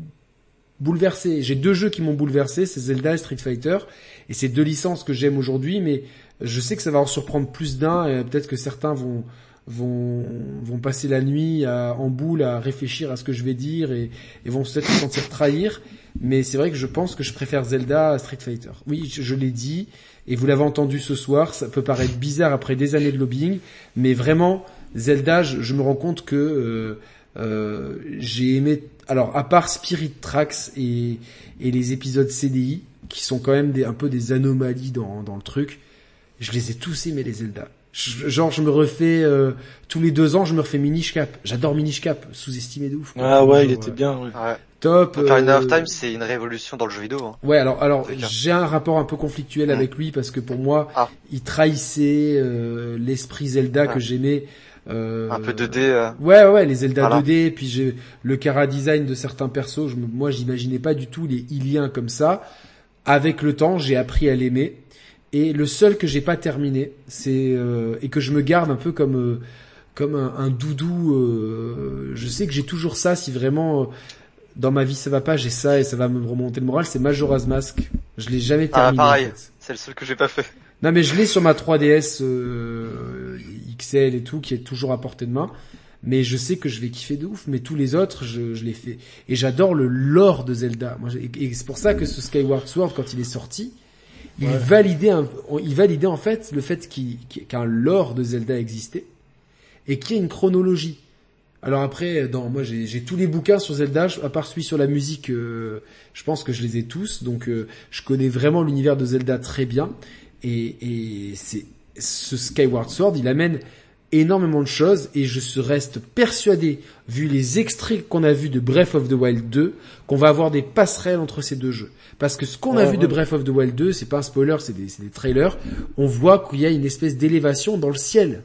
bouleversé. J'ai deux jeux qui m'ont bouleversé, c'est Zelda et Street Fighter, et c'est deux licences que j'aime aujourd'hui, mais je sais que ça va en surprendre plus d'un, et peut-être que certains vont vont vont passer la nuit à, en boule à réfléchir à ce que je vais dire et, et vont peut-être se sentir trahir, mais c'est vrai que je pense que je préfère Zelda à Street Fighter. Oui, je, je l'ai dit et vous l'avez entendu ce soir, ça peut paraître bizarre après des années de lobbying, mais vraiment Zelda, je, je me rends compte que euh, euh, j'ai aimé, alors à part Spirit Tracks et et les épisodes C D I qui sont quand même des un peu des anomalies dans dans le truc, je les ai tous aimés les Zelda. Je, genre je me refais euh, tous les deux ans je me refais Minish Cap. J'adore Minish Cap, sous-estimé de ouf. Ah ouais, il genre, était ouais. bien. Ouais. Ouais. Top. Ocarina euh... of Time, c'est une révolution dans le jeu vidéo. Hein. Ouais, alors alors j'ai un rapport un peu conflictuel mmh. avec lui parce que pour moi, ah. il trahissait euh, l'esprit Zelda ouais. que j'aimais. Euh, un peu deux D. Euh... Ouais ouais, les Zelda voilà. deux D, puis j'ai le chara design de certains persos. Je, moi, j'imaginais pas du tout les iliens comme ça. Avec le temps, j'ai appris à l'aimer. Et le seul que j'ai pas terminé, c'est euh, et que je me garde un peu comme euh, comme un, un doudou. Euh, je sais que j'ai toujours ça. Si vraiment euh, dans ma vie ça va pas, j'ai ça et ça va me remonter le moral. C'est Majora's Mask. Je l'ai jamais terminé. Ah pareil, en fait. C'est le seul que j'ai pas fait. Non mais je l'ai sur ma trois D S euh, X L et tout, qui est toujours à portée de main. Mais je sais que je vais kiffer de ouf. Mais tous les autres, je, je les fais. Et j'adore le lore de Zelda. Moi, et, et c'est pour ça que ce Skyward Sword, quand il est sorti. Il ouais. validait, un, il validait en fait le fait qu'il, qu'un lore de Zelda existait et qu'il y ait une chronologie. Alors après, dans moi j'ai, j'ai tous les bouquins sur Zelda, à part celui sur la musique, euh, je pense que je les ai tous, donc euh, je connais vraiment l'univers de Zelda très bien. Et, et c'est ce Skyward Sword, il amène énormément de choses et je reste persuadé, vu les extraits qu'on a vus de Breath of the Wild deux, qu'on va avoir des passerelles entre ces deux jeux. Parce que ce qu'on a ouais, vu ouais. de Breath of the Wild deux, c'est pas un spoiler, c'est des, c'est des trailers, on voit qu'il y a une espèce d'élévation dans le ciel.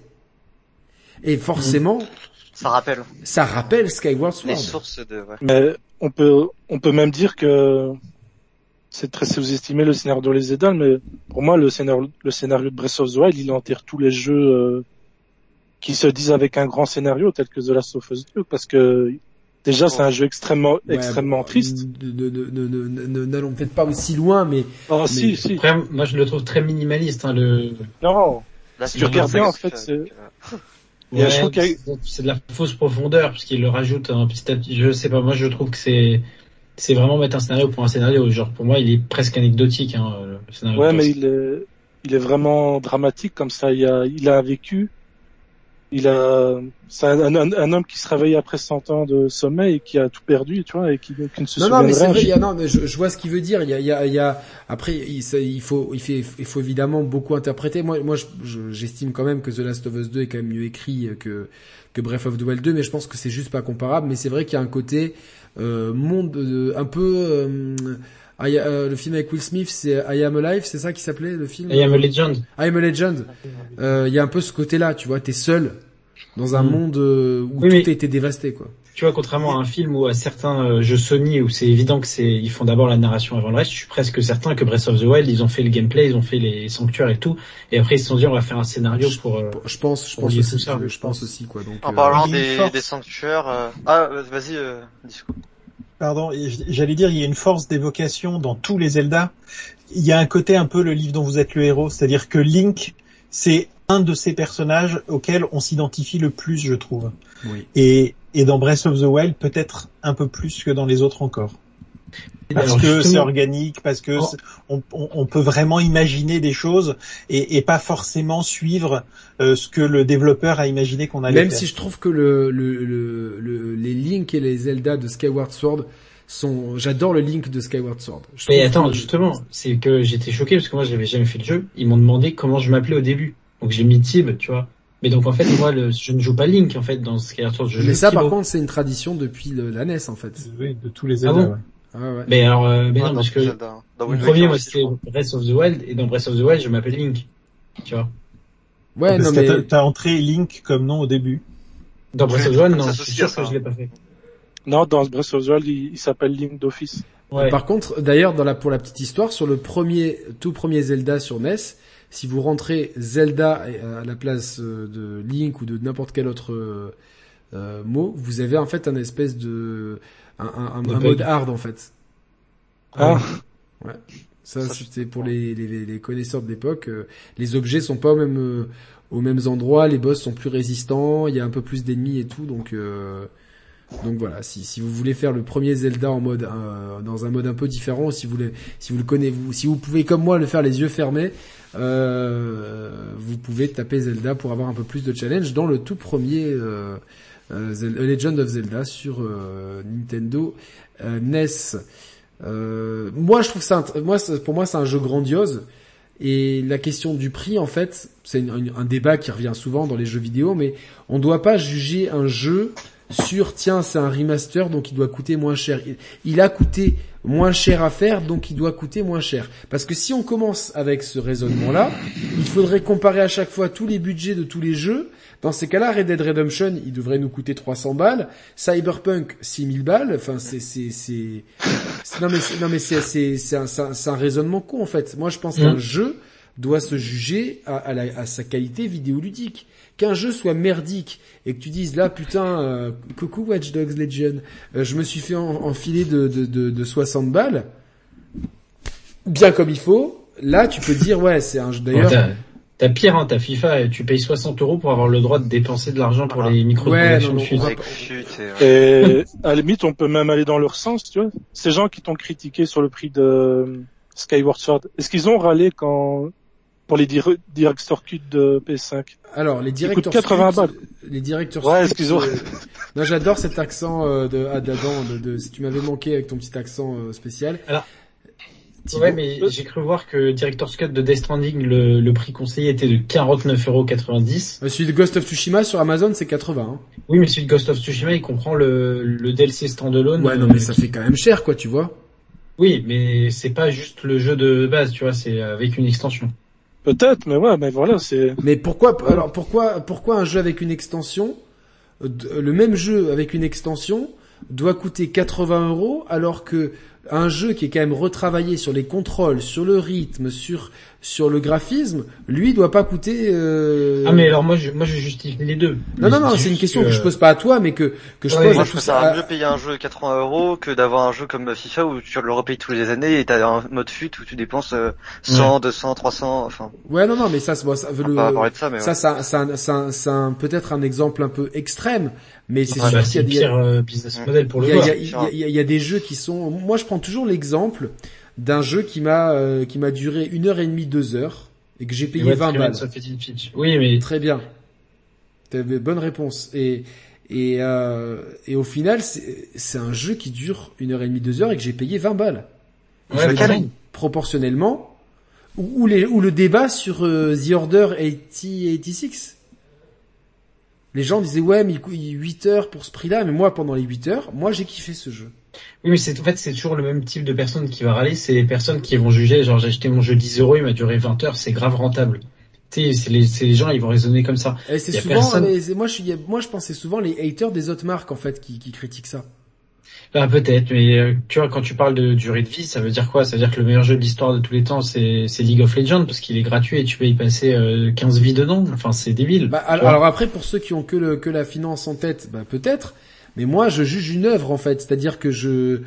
Et forcément... Ça rappelle. Ça rappelle Skyward Sword. Les sources de... Ouais. Mais on peut, on peut même dire que c'est très sous-estimé le scénario de les Zelda, mais pour moi, le scénario, le scénario de Breath of the Wild, il enterre tous les jeux euh, qui se disent avec un grand scénario, tel que The Last of Us deux, parce que déjà, c'est un jeu extrêmement, ouais, extrêmement bon, triste. Ne, ne, ne, ne, ne, n'allons peut-être pas aussi loin, mais... Oh, mais... si, si. Après, moi, je le trouve très minimaliste, hein, le... Non. Là, si tu regardes bien, en fait, c'est... Ouais, ouais, je c'est, c'est de la fausse profondeur, parce qu'il le rajoute un petit à petit. Je sais pas, moi, je trouve que c'est, c'est vraiment mettre un scénario pour un scénario. Genre, pour moi, il est presque anecdotique, hein, le scénario. Ouais, mais il est, il est vraiment dramatique comme ça. Il a, il a vécu. Il a, c'est un, un, un homme qui se réveille après cent ans de sommeil et qui a tout perdu, tu vois, et qui, qui ne se non, souvient non, mais c'est vrai, il y rien. a, non, mais je, je vois ce qu'il veut dire. Il y a, il y a, il y a après, il, ça, il faut, il fait, il faut évidemment beaucoup interpréter. Moi, moi, je, je, j'estime quand même que The Last of Us deux est quand même mieux écrit que, que Breath of the Wild deux, mais je pense que c'est juste pas comparable. Mais c'est vrai qu'il y a un côté, euh, monde, euh, un peu, euh, I, euh, le film avec Will Smith, c'est I Am Alive, c'est ça qui s'appelait, le film? I Am a Legend. I Am a Legend. Euh, il y a un peu ce côté-là, tu vois, t'es seul dans un Mm. monde euh, où Oui, tout mais- a été dévasté, quoi. Tu vois, contrairement à un film ou à certains euh, jeux Sony où c'est évident que c'est, ils font d'abord la narration avant le reste, je suis presque certain que Breath of the Wild, ils ont fait le gameplay, ils ont fait les sanctuaires et tout, et après ils se sont dit on va faire un scénario pour, euh, Je pense, je pour pense lier aussi, tout ça. je pense aussi, quoi. Donc, En euh, parlant il y a une des, force. des sanctuaires, euh... ah, euh, vas-y, euh, Disco. Pardon, et j- j'allais dire, il y a une force d'évocation dans tous les Zelda. Il y a un côté un peu le livre dont vous êtes le héros, c'est-à-dire que Link, c'est un de ces personnages auxquels on s'identifie le plus, je trouve. oui. Et, et dans Breath of the Wild, peut-être un peu plus que dans les autres encore. Parce Alors, que justement- c'est organique, parce que Oh. c'est- on, on, on peut vraiment imaginer des choses et, et pas forcément suivre euh, ce que le développeur a imaginé qu'on allait Même faire. si je trouve que le, le, le, le- les Link et les Zelda de Skyward Sword sont, j'adore le Link de Skyward Sword. Je Mais trouve attends, que- justement, c'est que j'étais choqué parce que moi j'avais jamais fait le jeu. Ils m'ont demandé comment je m'appelais au début. Donc j'ai mis Tib, tu vois. Mais donc en fait, moi, le, je ne joue pas Link en fait dans Skyward Sword. Je mais joue ça, par Thibaut. contre, c'est une tradition depuis le, la N E S, en fait. Oui, de tous les Ah Zelda. bon ouais. Ah ouais. Mais alors, euh, mais Ah, non, dans parce que Zelda. Dans le Wind premier, Waker moi, aussi, je c'était crois. Breath of the Wild, et dans Breath of the Wild, je m'appelle Link. Tu vois. Ouais, Parce non, que mais, t'as, t'as entré Link comme nom au début. Dans Breath Oui, of the Wild, ça non, je s'associe suis sûr à ça. que je l'ai pas fait. Non, dans Breath of the Wild, il, il s'appelle Link d'office. Ouais. par contre, d'ailleurs, dans la, pour la petite histoire, sur le premier, tout premier Zelda sur N E S, si vous rentrez Zelda à la place euh, de Link ou de n'importe quel autre euh, euh, mot, vous avez en fait un espèce de, un, un, un, De un bug. mode hard, en fait. Ah, Ça, c'était pour les, les, les connaisseurs de l'époque. euh, les objets sont pas au même, euh, aux mêmes endroits, les boss sont plus résistants, il y a un peu plus d'ennemis et tout, donc euh, donc voilà. Si, si vous voulez faire le premier Zelda en mode euh, dans un mode un peu différent, si vous voulez, si vous le connaissez, vous, si vous pouvez comme moi le faire les yeux fermés, euh, vous pouvez taper Zelda pour avoir un peu plus de challenge dans le tout premier euh, euh, Zelda, Legend of Zelda sur euh, Nintendo euh, N E S. Euh, moi, je trouve ça, moi, c'est- pour moi, c'est un jeu grandiose. Et la question du prix, en fait, c'est une- une- un débat qui revient souvent dans les jeux vidéo, mais on doit pas juger un jeu sur, tiens, c'est un remaster, donc il doit coûter moins cher. Il, il a coûté moins cher à faire, donc il doit coûter moins cher. Parce que si on commence avec ce raisonnement-là, il faudrait comparer à chaque fois tous les budgets de tous les jeux. Dans ces cas-là, Red Dead Redemption, il devrait nous coûter trois cents balles. Cyberpunk, six mille balles. Enfin, c'est, c'est, c'est, c'est- non mais, c'est, non mais c'est, c'est, c'est un, c'est un, c'est un raisonnement con, en fait. Moi, je pense qu'un Mm. jeu doit se juger à, à, la, à sa qualité vidéoludique. Qu'un jeu soit merdique et que tu dises là, putain, euh, coucou Watch Dogs Legion, euh, je me suis fait en- enfiler de, de, de, de soixante balles, bien comme il faut. Là, tu peux dire ouais, c'est un jeu. D'ailleurs, T'as, t'as pire, hein, t'as FIFA, et tu payes soixante euros pour avoir le droit de dépenser de l'argent pour les micros Ouais, de non, non, production de on va fusée. pas- Avec chute et, ouais. et à la limite, on peut même aller dans leur sens, tu vois. Ces gens qui t'ont critiqué sur le prix de Skyward Sword, est-ce qu'ils ont râlé quand pour les dir- Director Cut de P S cinq? alors les coûte directeurs quatre-vingts Cut, balles. les directeurs Ouais, Cut, est-ce qu'ils ont- euh, non, j'adore cet accent euh, de ah, d'Adam, de, de si tu m'avais manqué avec ton petit accent euh, spécial. Alors, Thibaut. Ouais, mais j'ai cru voir que Director's Cut de Death Stranding, le, le prix conseillé était de quarante-neuf euros quatre-vingt-dix. Euh, celui de Ghost of Tsushima sur Amazon, c'est quatre-vingts. Hein. Oui, mais celui de Ghost of Tsushima, il comprend le, le D L C standalone. Ouais, non, euh, mais ça qui- fait quand même cher, quoi, tu vois. Oui, mais c'est pas juste le jeu de base, tu vois, c'est avec une extension. Peut-être, mais ouais, mais voilà, c'est. Mais pourquoi, alors pourquoi, pourquoi un jeu avec une extension, euh, d- le même jeu avec une extension doit coûter quatre-vingts euros alors que un jeu qui est quand même retravaillé sur les contrôles, sur le rythme, sur sur le graphisme, lui doit pas coûter. Euh... Ah, mais alors moi, je, moi, je justifie les deux. Non, Mais non, non, dis c'est une juste question que... je pose pas à toi, mais que que je Ouais, pose Moi, à je tous. préfère à- mieux payer un jeu quatre-vingts euros que d'avoir un jeu comme FIFA où tu le repayes tous les années et t'as un mode fut où tu dépenses euh, cent, deux cents, trois cents, enfin. Ouais, non, non, mais ça, c'est bon, ça, On le- va pas parler de ça, mais ça, ouais. ça, ça, ça, c'est un- peut-être un exemple un peu extrême, mais c'est Ah, sûr bah, qu'il c'est le y a, il y a- pire euh, business model pour le Il y a, joueur. il y a- il y a- il y a- il y a des jeux qui sont. Moi, je prends toujours l'exemple d'un jeu qui m'a euh, qui m'a duré une heure et demie, deux heures. et que j'ai payé Ouais, vingt Freeman balles. Sophisticated Fitch. Oui, mais Très bien. T'avais bonne réponse. Et et euh, et au final, c'est c'est un jeu qui dure une heure et demie, deux heures et que j'ai payé vingt balles. Et Ouais, je veux lequel dire, proportionnellement, ou, ou les ou le débat sur euh, The Order eighty eighty-six. Les gens disaient ouais, mais il coûte huit heures pour ce prix-là, mais moi pendant les huit heures, moi j'ai kiffé ce jeu. oui, mais c'est en fait c'est toujours le même type de personnes qui va râler, c'est les personnes qui vont juger. Genre j'ai acheté mon jeu dix euros, il m'a duré vingt heures, c'est grave rentable. Tu sais, c'est les c'est les gens, ils vont raisonner comme ça. Et c'est Y a souvent, personne- mais c'est- moi je suis, moi je pense que c'est souvent les haters des autres marques en fait qui, qui critiquent ça. Bah peut-être, mais euh, tu vois, quand tu parles de durée de vie, ça veut dire quoi? Ça veut dire que le meilleur jeu de l'histoire de tous les temps, c'est c'est League of Legends parce qu'il est gratuit et tu peux y passer euh, quinze vies dedans. Enfin, c'est débile. Bah, tu alors, vois. alors après, pour ceux qui ont que le que la finance en tête, bah peut-être. Mais moi, je juge une œuvre en fait, c'est-à-dire que je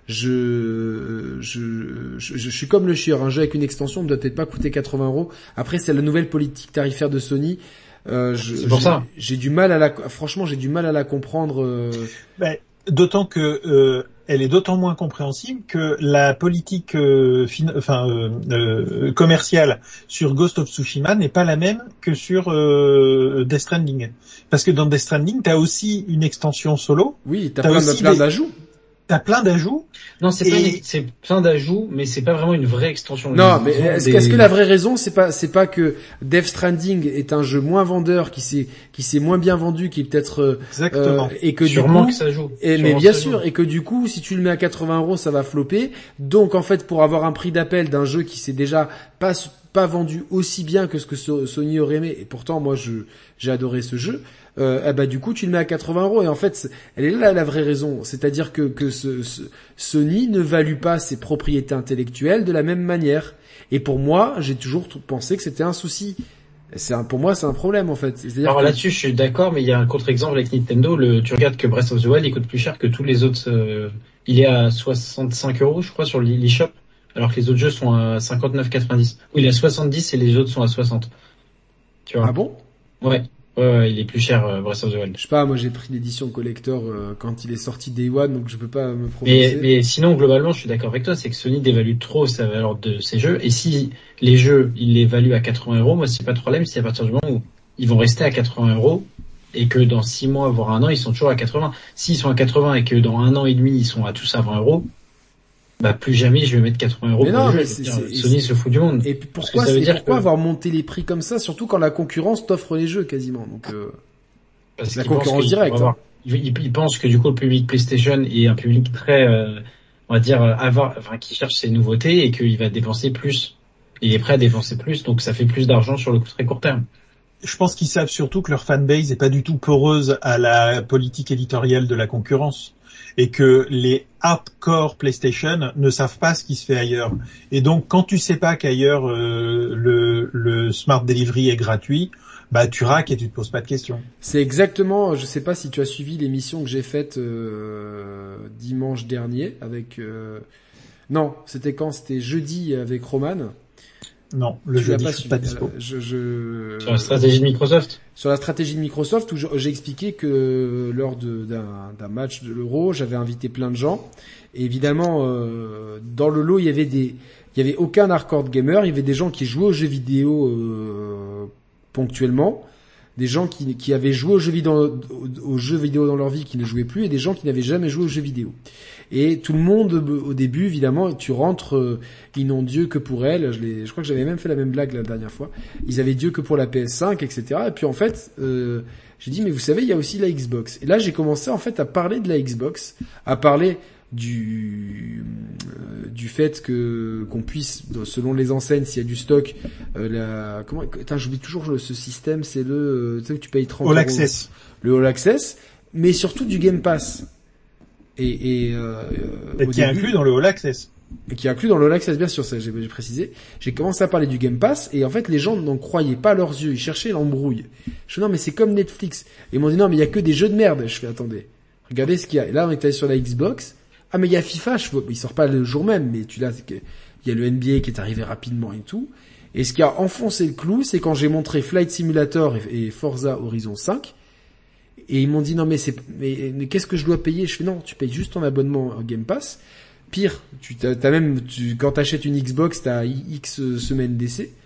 je je je, je suis comme le chieur. Un jeu avec une extension ne doit peut-être pas coûter quatre-vingts euros. Après, c'est la nouvelle politique tarifaire de Sony. Euh, je, C'est pour j'ai- ça. J'ai du mal à la, franchement, j'ai du mal à la comprendre. euh. Ben, d'autant que euh, elle est d'autant moins compréhensible que la politique euh, fin- enfin euh, euh, commerciale sur Ghost of Tsushima n'est pas la même que sur euh, Death Stranding. Parce que dans Death Stranding, t'as aussi une extension solo, Oui, t'as T'as plein, de- aussi plein des- d'ajouts. t'as plein d'ajouts. Non, c'est Et- pas une- c'est plein d'ajouts, mais c'est pas vraiment une vraie extension. Non, Ils mais ont est-ce, des- que- est-ce que la vraie raison, c'est pas, c'est pas que Death Stranding est un jeu moins vendeur, qui s'est, qui s'est moins bien vendu, qui est peut-être, euh, Exactement. euh, et que Sûrement du coup, que ça joue. et, mais Sûrement bien que ça sûr, joue. et que du coup, si tu le mets à quatre-vingts euros, ça va flopper. Donc, en fait, pour avoir un prix d'appel d'un jeu qui s'est déjà pas, pas vendu aussi bien que ce que So- Sony aurait aimé, et pourtant, moi, je, j'ai adoré ce jeu, euh, eh ben, du coup, tu le mets à quatre-vingts euros, et en fait, c'est- elle est là la vraie raison. C'est-à-dire que, que ce, ce- Sony ne value pas ses propriétés intellectuelles de la même manière. Et pour moi, j'ai toujours t- pensé que c'était un souci. C'est un, pour moi, c'est un problème, en fait. C'est-à-dire Alors que- là-dessus, je suis d'accord, mais il y a un contre-exemple avec Nintendo. Le, tu regardes que Breath of the Wild, il coûte plus cher que tous les autres. euh, il est à soixante-cinq euros, je crois, sur l'eShop, alors que les autres jeux sont à cinquante-neuf quatre-vingt-dix. Oui, il est à soixante-dix et les autres sont à soixante. Tu vois? Ah bon? Ouais. Ouais, ouais, il est plus cher, euh, Breath of the Wild. Je sais pas, moi j'ai pris l'édition collector euh, quand il est sorti Day One, donc je peux pas me Mais, prononcer. mais sinon, globalement, je suis d'accord avec toi, c'est que Sony dévalue trop sa valeur de ses jeux, et si les jeux, ils les valuent à quatre-vingts euros, moi, c'est pas de problème, si à partir du moment où ils vont rester à quatre-vingts euros, et que dans six mois, voire un an, ils sont toujours à quatre-vingts. S'ils sont à quatre-vingts et que dans un an et demi, ils sont à tous à vingt euros, bah, plus jamais je vais mettre quatre-vingts euros Mais pour non, le jeu. mais Je veux c'est- dire, c'est- Sony se fout du monde. Et puis Parce pourquoi, que ça veut c'est, dire pourquoi que- avoir monté les prix comme ça, surtout quand la concurrence t'offre les jeux quasiment. Donc euh, Parce la qu'ils pensent concurrence qu'ils directe, vont avoir- Ils, ils- ils pensent que du coup le public PlayStation est un public très, euh, on va dire, euh, avoir, enfin, qui cherche ses nouveautés et qu'il va dépenser plus. Il est prêt à dépenser plus, donc ça fait plus d'argent sur le très court terme. Je pense qu'ils savent surtout que leur fanbase est pas du tout poreuse à la politique éditoriale de la concurrence et que les hardcore PlayStation ne savent pas ce qui se fait ailleurs. Et donc, quand tu sais pas qu'ailleurs euh, le, le Smart Delivery est gratuit, bah tu raques et tu te poses pas de questions. c'est exactement, je sais pas si tu as suivi l'émission que j'ai faite euh, dimanche dernier avec. Euh... Non, c'était quand? C'était jeudi avec Roman. Non, le Tu l'as jeudi, pas je suis suivi. pas dispo. Euh, Je, je... Sur la stratégie de Microsoft. Sur la stratégie de Microsoft, où je- j'ai expliqué que lors de- d'un, d'un match de l'Euro, j'avais invité plein de gens. Et évidemment, euh, dans le lot, il y avait des, il y avait aucun hardcore gamer. Il y avait des gens qui jouaient aux jeux vidéo euh, ponctuellement, des gens qui, qui avaient joué aux jeux vidéo, aux jeux vidéo dans leur vie, qui ne jouaient plus, et des gens qui n'avaient jamais joué aux jeux vidéo. Et tout le monde, au début, évidemment, tu rentres, euh, ils n'ont Dieu que pour elle. Je, l'ai- je crois que j'avais même fait la même blague la dernière fois. Ils avaient Dieu que pour la P S cinq, et cetera. Et puis en fait, euh, j'ai dit, mais vous savez, il y a aussi la Xbox. Et là, j'ai commencé en fait à parler de la Xbox, à parler du euh, du fait que qu'on puisse, selon les enseignes, s'il y a du stock, euh, la comment, putain, j'oublie toujours le- ce système, c'est le, euh, tu sais que tu payes trente All euros. Access. Le All Access, mais surtout du Game Pass. Et, et, euh, Et au qui est début- inclus dans le All Access. et qui est inclus dans le All Access, bien sûr, ça j'ai, j'ai précisé. J'ai commencé à parler du Game Pass, et en fait, les gens n'en croyaient pas leurs yeux, ils cherchaient l'embrouille. Je fais, non, mais c'est comme Netflix. Et ils m'ont dit, non, mais il y a que des jeux de merde. Je fais, attendez, regardez ce qu'il y a. Et là, on est allé sur la Xbox. Ah, mais il y a FIFA, je vois, il sort pas le jour même, mais tu l'as, c'est que- il y a le N B A qui est arrivé rapidement et tout. Et ce qui a enfoncé le clou, c'est quand j'ai montré Flight Simulator et, et Forza Horizon cinq, et ils m'ont dit, non, mais c'est, mais, mais qu'est-ce que je dois payer? Je fais, non, tu payes juste ton abonnement au Game Pass. Pire, tu t'as, t'as même, tu, quand t'achètes une Xbox, t'as X semaines d'essai.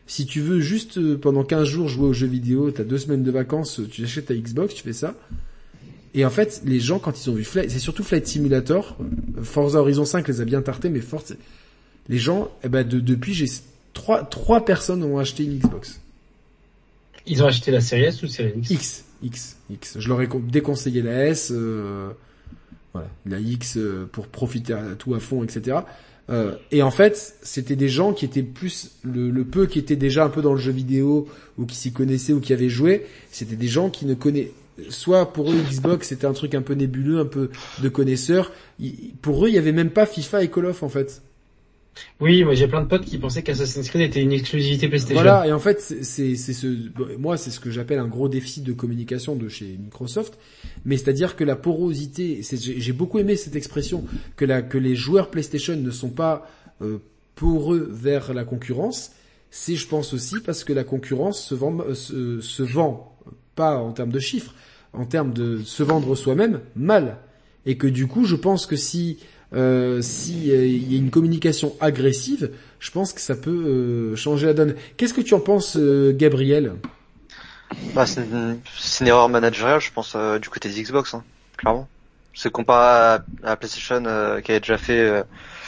Si tu veux juste euh, pendant quinze jours jouer aux jeux vidéo, t'as deux semaines de vacances, tu achètes ta Xbox, tu fais ça. Et en fait, les gens, quand ils ont vu Flight, c'est surtout Flight Simulator, Forza Horizon cinq les a bien tartés, mais Forza, les gens, eh ben, de, depuis, j'ai trois, trois personnes ont acheté une Xbox. Ils ont acheté la série S ou la série X? X, X, X. Je leur ai déconseillé la S, euh, voilà, la X euh, pour profiter à tout à fond, et cetera. Euh, et en fait, c'était des gens qui étaient plus le, le peu qui étaient déjà un peu dans le jeu vidéo ou qui s'y connaissaient ou qui avaient joué. C'était des gens qui ne connaissaient. Soit pour eux Xbox c'était un truc un peu nébuleux, un peu de connaisseurs. Pour eux il y avait même pas FIFA et Call of en fait. Oui, moi j'ai plein de potes qui pensaient qu'Assassin's Creed était une exclusivité PlayStation. Voilà, et en fait c'est c'est, c'est ce moi c'est ce que j'appelle un gros déficit de communication de chez Microsoft, mais c'est-à-dire que la porosité, c'est, j'ai, j'ai beaucoup aimé cette expression que la que les joueurs PlayStation ne sont pas euh, poreux vers la concurrence, c'est je pense aussi parce que la concurrence se vend euh, se, se vend pas en termes de chiffres, en termes de se vendre soi-même mal, et que du coup je pense que si euh, si euh, y a une communication agressive, je pense que ça peut euh, changer la donne. Qu'est-ce que tu en penses, euh, Gabriel? Bah, c'est une, c'est une erreur managériale, je pense, euh, du côté de Xbox, hein, clairement. C'est comparé à, à PlayStation euh, qui avait déjà fait. euh,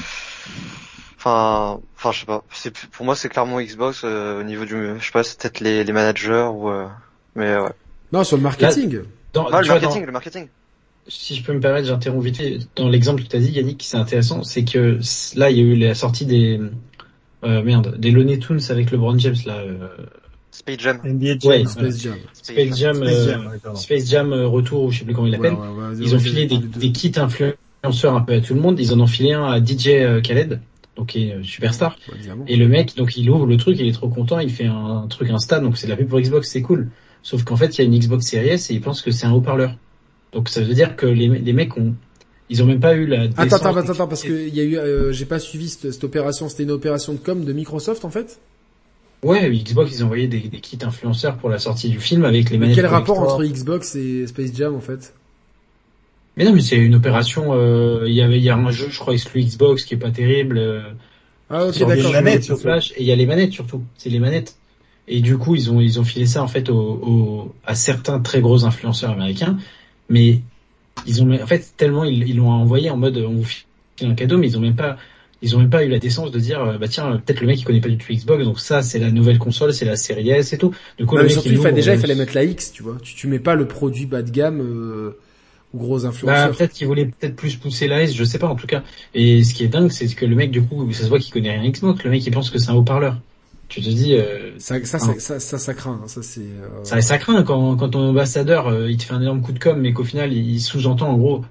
Enfin, enfin, je sais pas. C'est pour moi, c'est clairement Xbox euh, au niveau du, je sais pas, c'est peut-être les, les managers ou, euh, mais ouais. Non, sur le marketing. Là, dans, ah, le vois, marketing, dans, le marketing. Si je peux me permettre, j'interromps vite fait. Dans l'exemple que tu as dit, Yannick, c'est intéressant, c'est que là, il y a eu la sortie des euh, merde, des Looney Tunes avec LeBron James là. Euh... Space Jam. N B A Jam. Ouais, Space Jam. Space Jam, Space euh, Jam, ouais, Space Jam euh, retour, ou je sais plus comment il l'appelle. Ouais, ouais, ouais, ils ouais, ont ouais, filé des, les deux. des kits influenceurs un peu à tout le monde. Ils en ont filé un à D J Khaled, donc qui est superstar. Ouais, diamant. Et le mec, donc il ouvre le truc, il est trop content, il fait un, un truc Insta, donc c'est de la pub pour Xbox, c'est cool. Sauf qu'en fait, il y a une Xbox Series S et ils pensent que c'est un haut-parleur. Donc ça veut dire que les, les mecs ont, ils ont même pas eu la. Attends, attends, attends, attends, parce que il y a eu, euh, j'ai pas suivi cette, cette opération. C'était une opération de com de Microsoft en fait. Ouais, Xbox, ils ont envoyé des, des kits influenceurs pour la sortie du film avec les Mais manettes. quel rapport collector. entre Xbox et Space Jam en fait? Mais non, mais c'est une opération. Euh, il y avait, il y a un jeu, je crois, exclu Xbox qui est pas terrible. Euh, Ah ok, sur des d'accord. manettes, sur surtout. Flash, et il y a les manettes surtout. C'est les manettes. Et du coup, ils ont ils ont filé ça en fait au, au à certains très gros influenceurs américains, mais ils ont en fait tellement ils ils l'ont envoyé en mode on vous file un cadeau, mais ils ont même pas ils ont même pas eu la décence de dire bah tiens peut-être le mec il connaît pas du tout Xbox, donc ça c'est la nouvelle console, c'est la série S et tout. Du coup Non, le mais mec surtout, il il fallait, ouvre, déjà, il euh, fallait mettre la X, tu vois. Tu, tu mets pas le produit bas de gamme euh, ou gros bah, influenceur. peut-être qu'il voulait peut-être plus pousser la S, je sais pas en tout cas. Et ce qui est dingue, c'est que le mec du coup, ça se voit qu'il connaît rien Xbox, le mec il pense que c'est un haut-parleur. Tu te dis euh, Ça, ça, hein. ça, ça, ça, ça craint. hein, Ça, c'est. Euh... ça, ça craint quand quand ton ambassadeur euh, il te fait un énorme coup de com, mais qu'au final il sous-entend en gros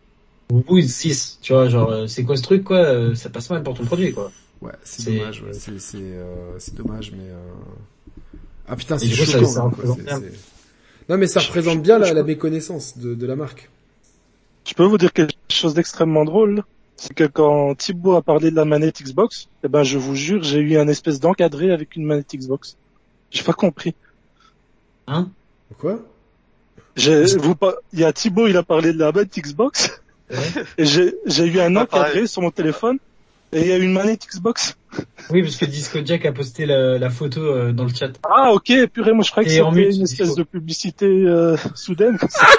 oui six, tu vois, genre euh, c'est quoi ce truc quoi, euh, ça passe mal pour ton produit quoi. Ouais, c'est, C'est- dommage. Ouais, c'est, c'est, euh, c'est dommage, mais. Euh... Ah putain, Et c'est du coup, ça- choquant. ça hein, représente quoi, bien. c'est, c'est... Non, mais ça représente bien la, la méconnaissance de, de la marque. Je peux vous dire quelque chose d'extrêmement drôle. C'est que quand Thibaut a parlé de la manette Xbox, eh ben, je vous jure, j'ai eu un espèce d'encadré avec une manette Xbox. J'ai pas compris. Hein? Quoi? J'ai, vous, pas- il y a Thibaut, il a parlé de la manette Xbox. Et j'ai, j'ai eu un Ah, encadré pareil. sur mon téléphone. Et il y a une manette Xbox. Oui, parce que Disco Jack a posté la, la photo euh, dans le chat. Ah, ok, purée, moi je croyais que Et en c'était mute, une espèce Disco. de publicité, euh, soudaine, comme ça.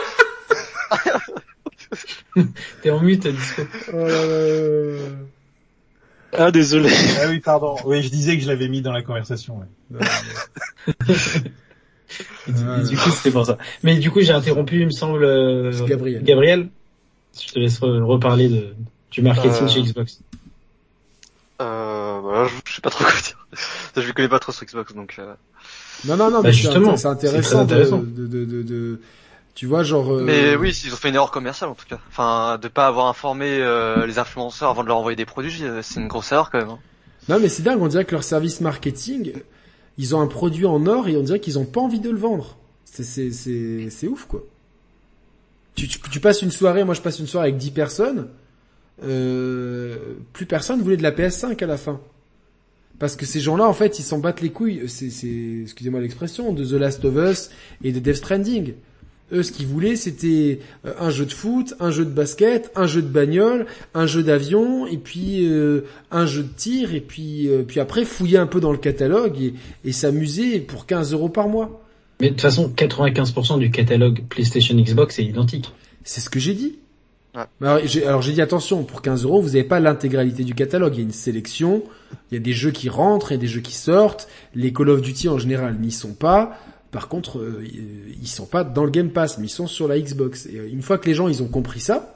T'es en mute, Disco. Oh là là là là. Ah, désolé. Ah oui, pardon. Oui, je disais que je l'avais mis dans la conversation. Ouais. Non, mais- Et du, Ah, et du coup, c'était pour ça. Mais du coup, j'ai interrompu, il me semble, euh, C'est Gabriel. Gabriel. Je te laisse re- reparler de, du marketing Euh, chez Xbox. Euh, voilà, je, je sais pas trop quoi dire. Je ne connais pas trop sur Xbox, donc. Euh... Non, non, non, Bah, mais c'est, justement, int- c'est intéressant, c'est très intéressant. De, de, de, de, de- tu vois, genre. Euh... Mais oui, ils ont fait une erreur commerciale en tout cas. Enfin, de pas avoir informé euh, les influenceurs avant de leur envoyer des produits, euh, c'est une grosse erreur quand même. Hein. Non, mais c'est dingue. On dirait que leur service marketing, ils ont un produit en or et on dirait qu'ils ont pas envie de le vendre. C'est, c'est, c'est, c'est ouf, quoi. Tu, tu, tu passes une soirée, moi je passe une soirée avec dix personnes, euh, plus personne voulait de la P S cinq à la fin. Parce que ces gens-là, en fait, ils s'en battent les couilles, c'est, c'est, excusez-moi l'expression, de The Last of Us et de Death Stranding. Eux, ce qu'ils voulaient, c'était euh, un jeu de foot, un jeu de basket, un jeu de bagnole, un jeu d'avion, et puis euh, un jeu de tir, et puis euh, puis après fouiller un peu dans le catalogue et, et s'amuser pour quinze euros par mois. Mais de toute façon, quatre-vingt-quinze pour cent du catalogue PlayStation Xbox est identique. C'est ce que j'ai dit. Ouais. Alors j'ai, alors j'ai dit attention, pour quinze euros, vous n'avez pas l'intégralité du catalogue. Il y a une sélection, il y a des jeux qui rentrent, il y a des jeux qui sortent. Les Call of Duty en général n'y sont pas. Par contre, euh, ils sont pas dans le Game Pass, mais ils sont sur la Xbox. Et une fois que les gens ils ont compris ça,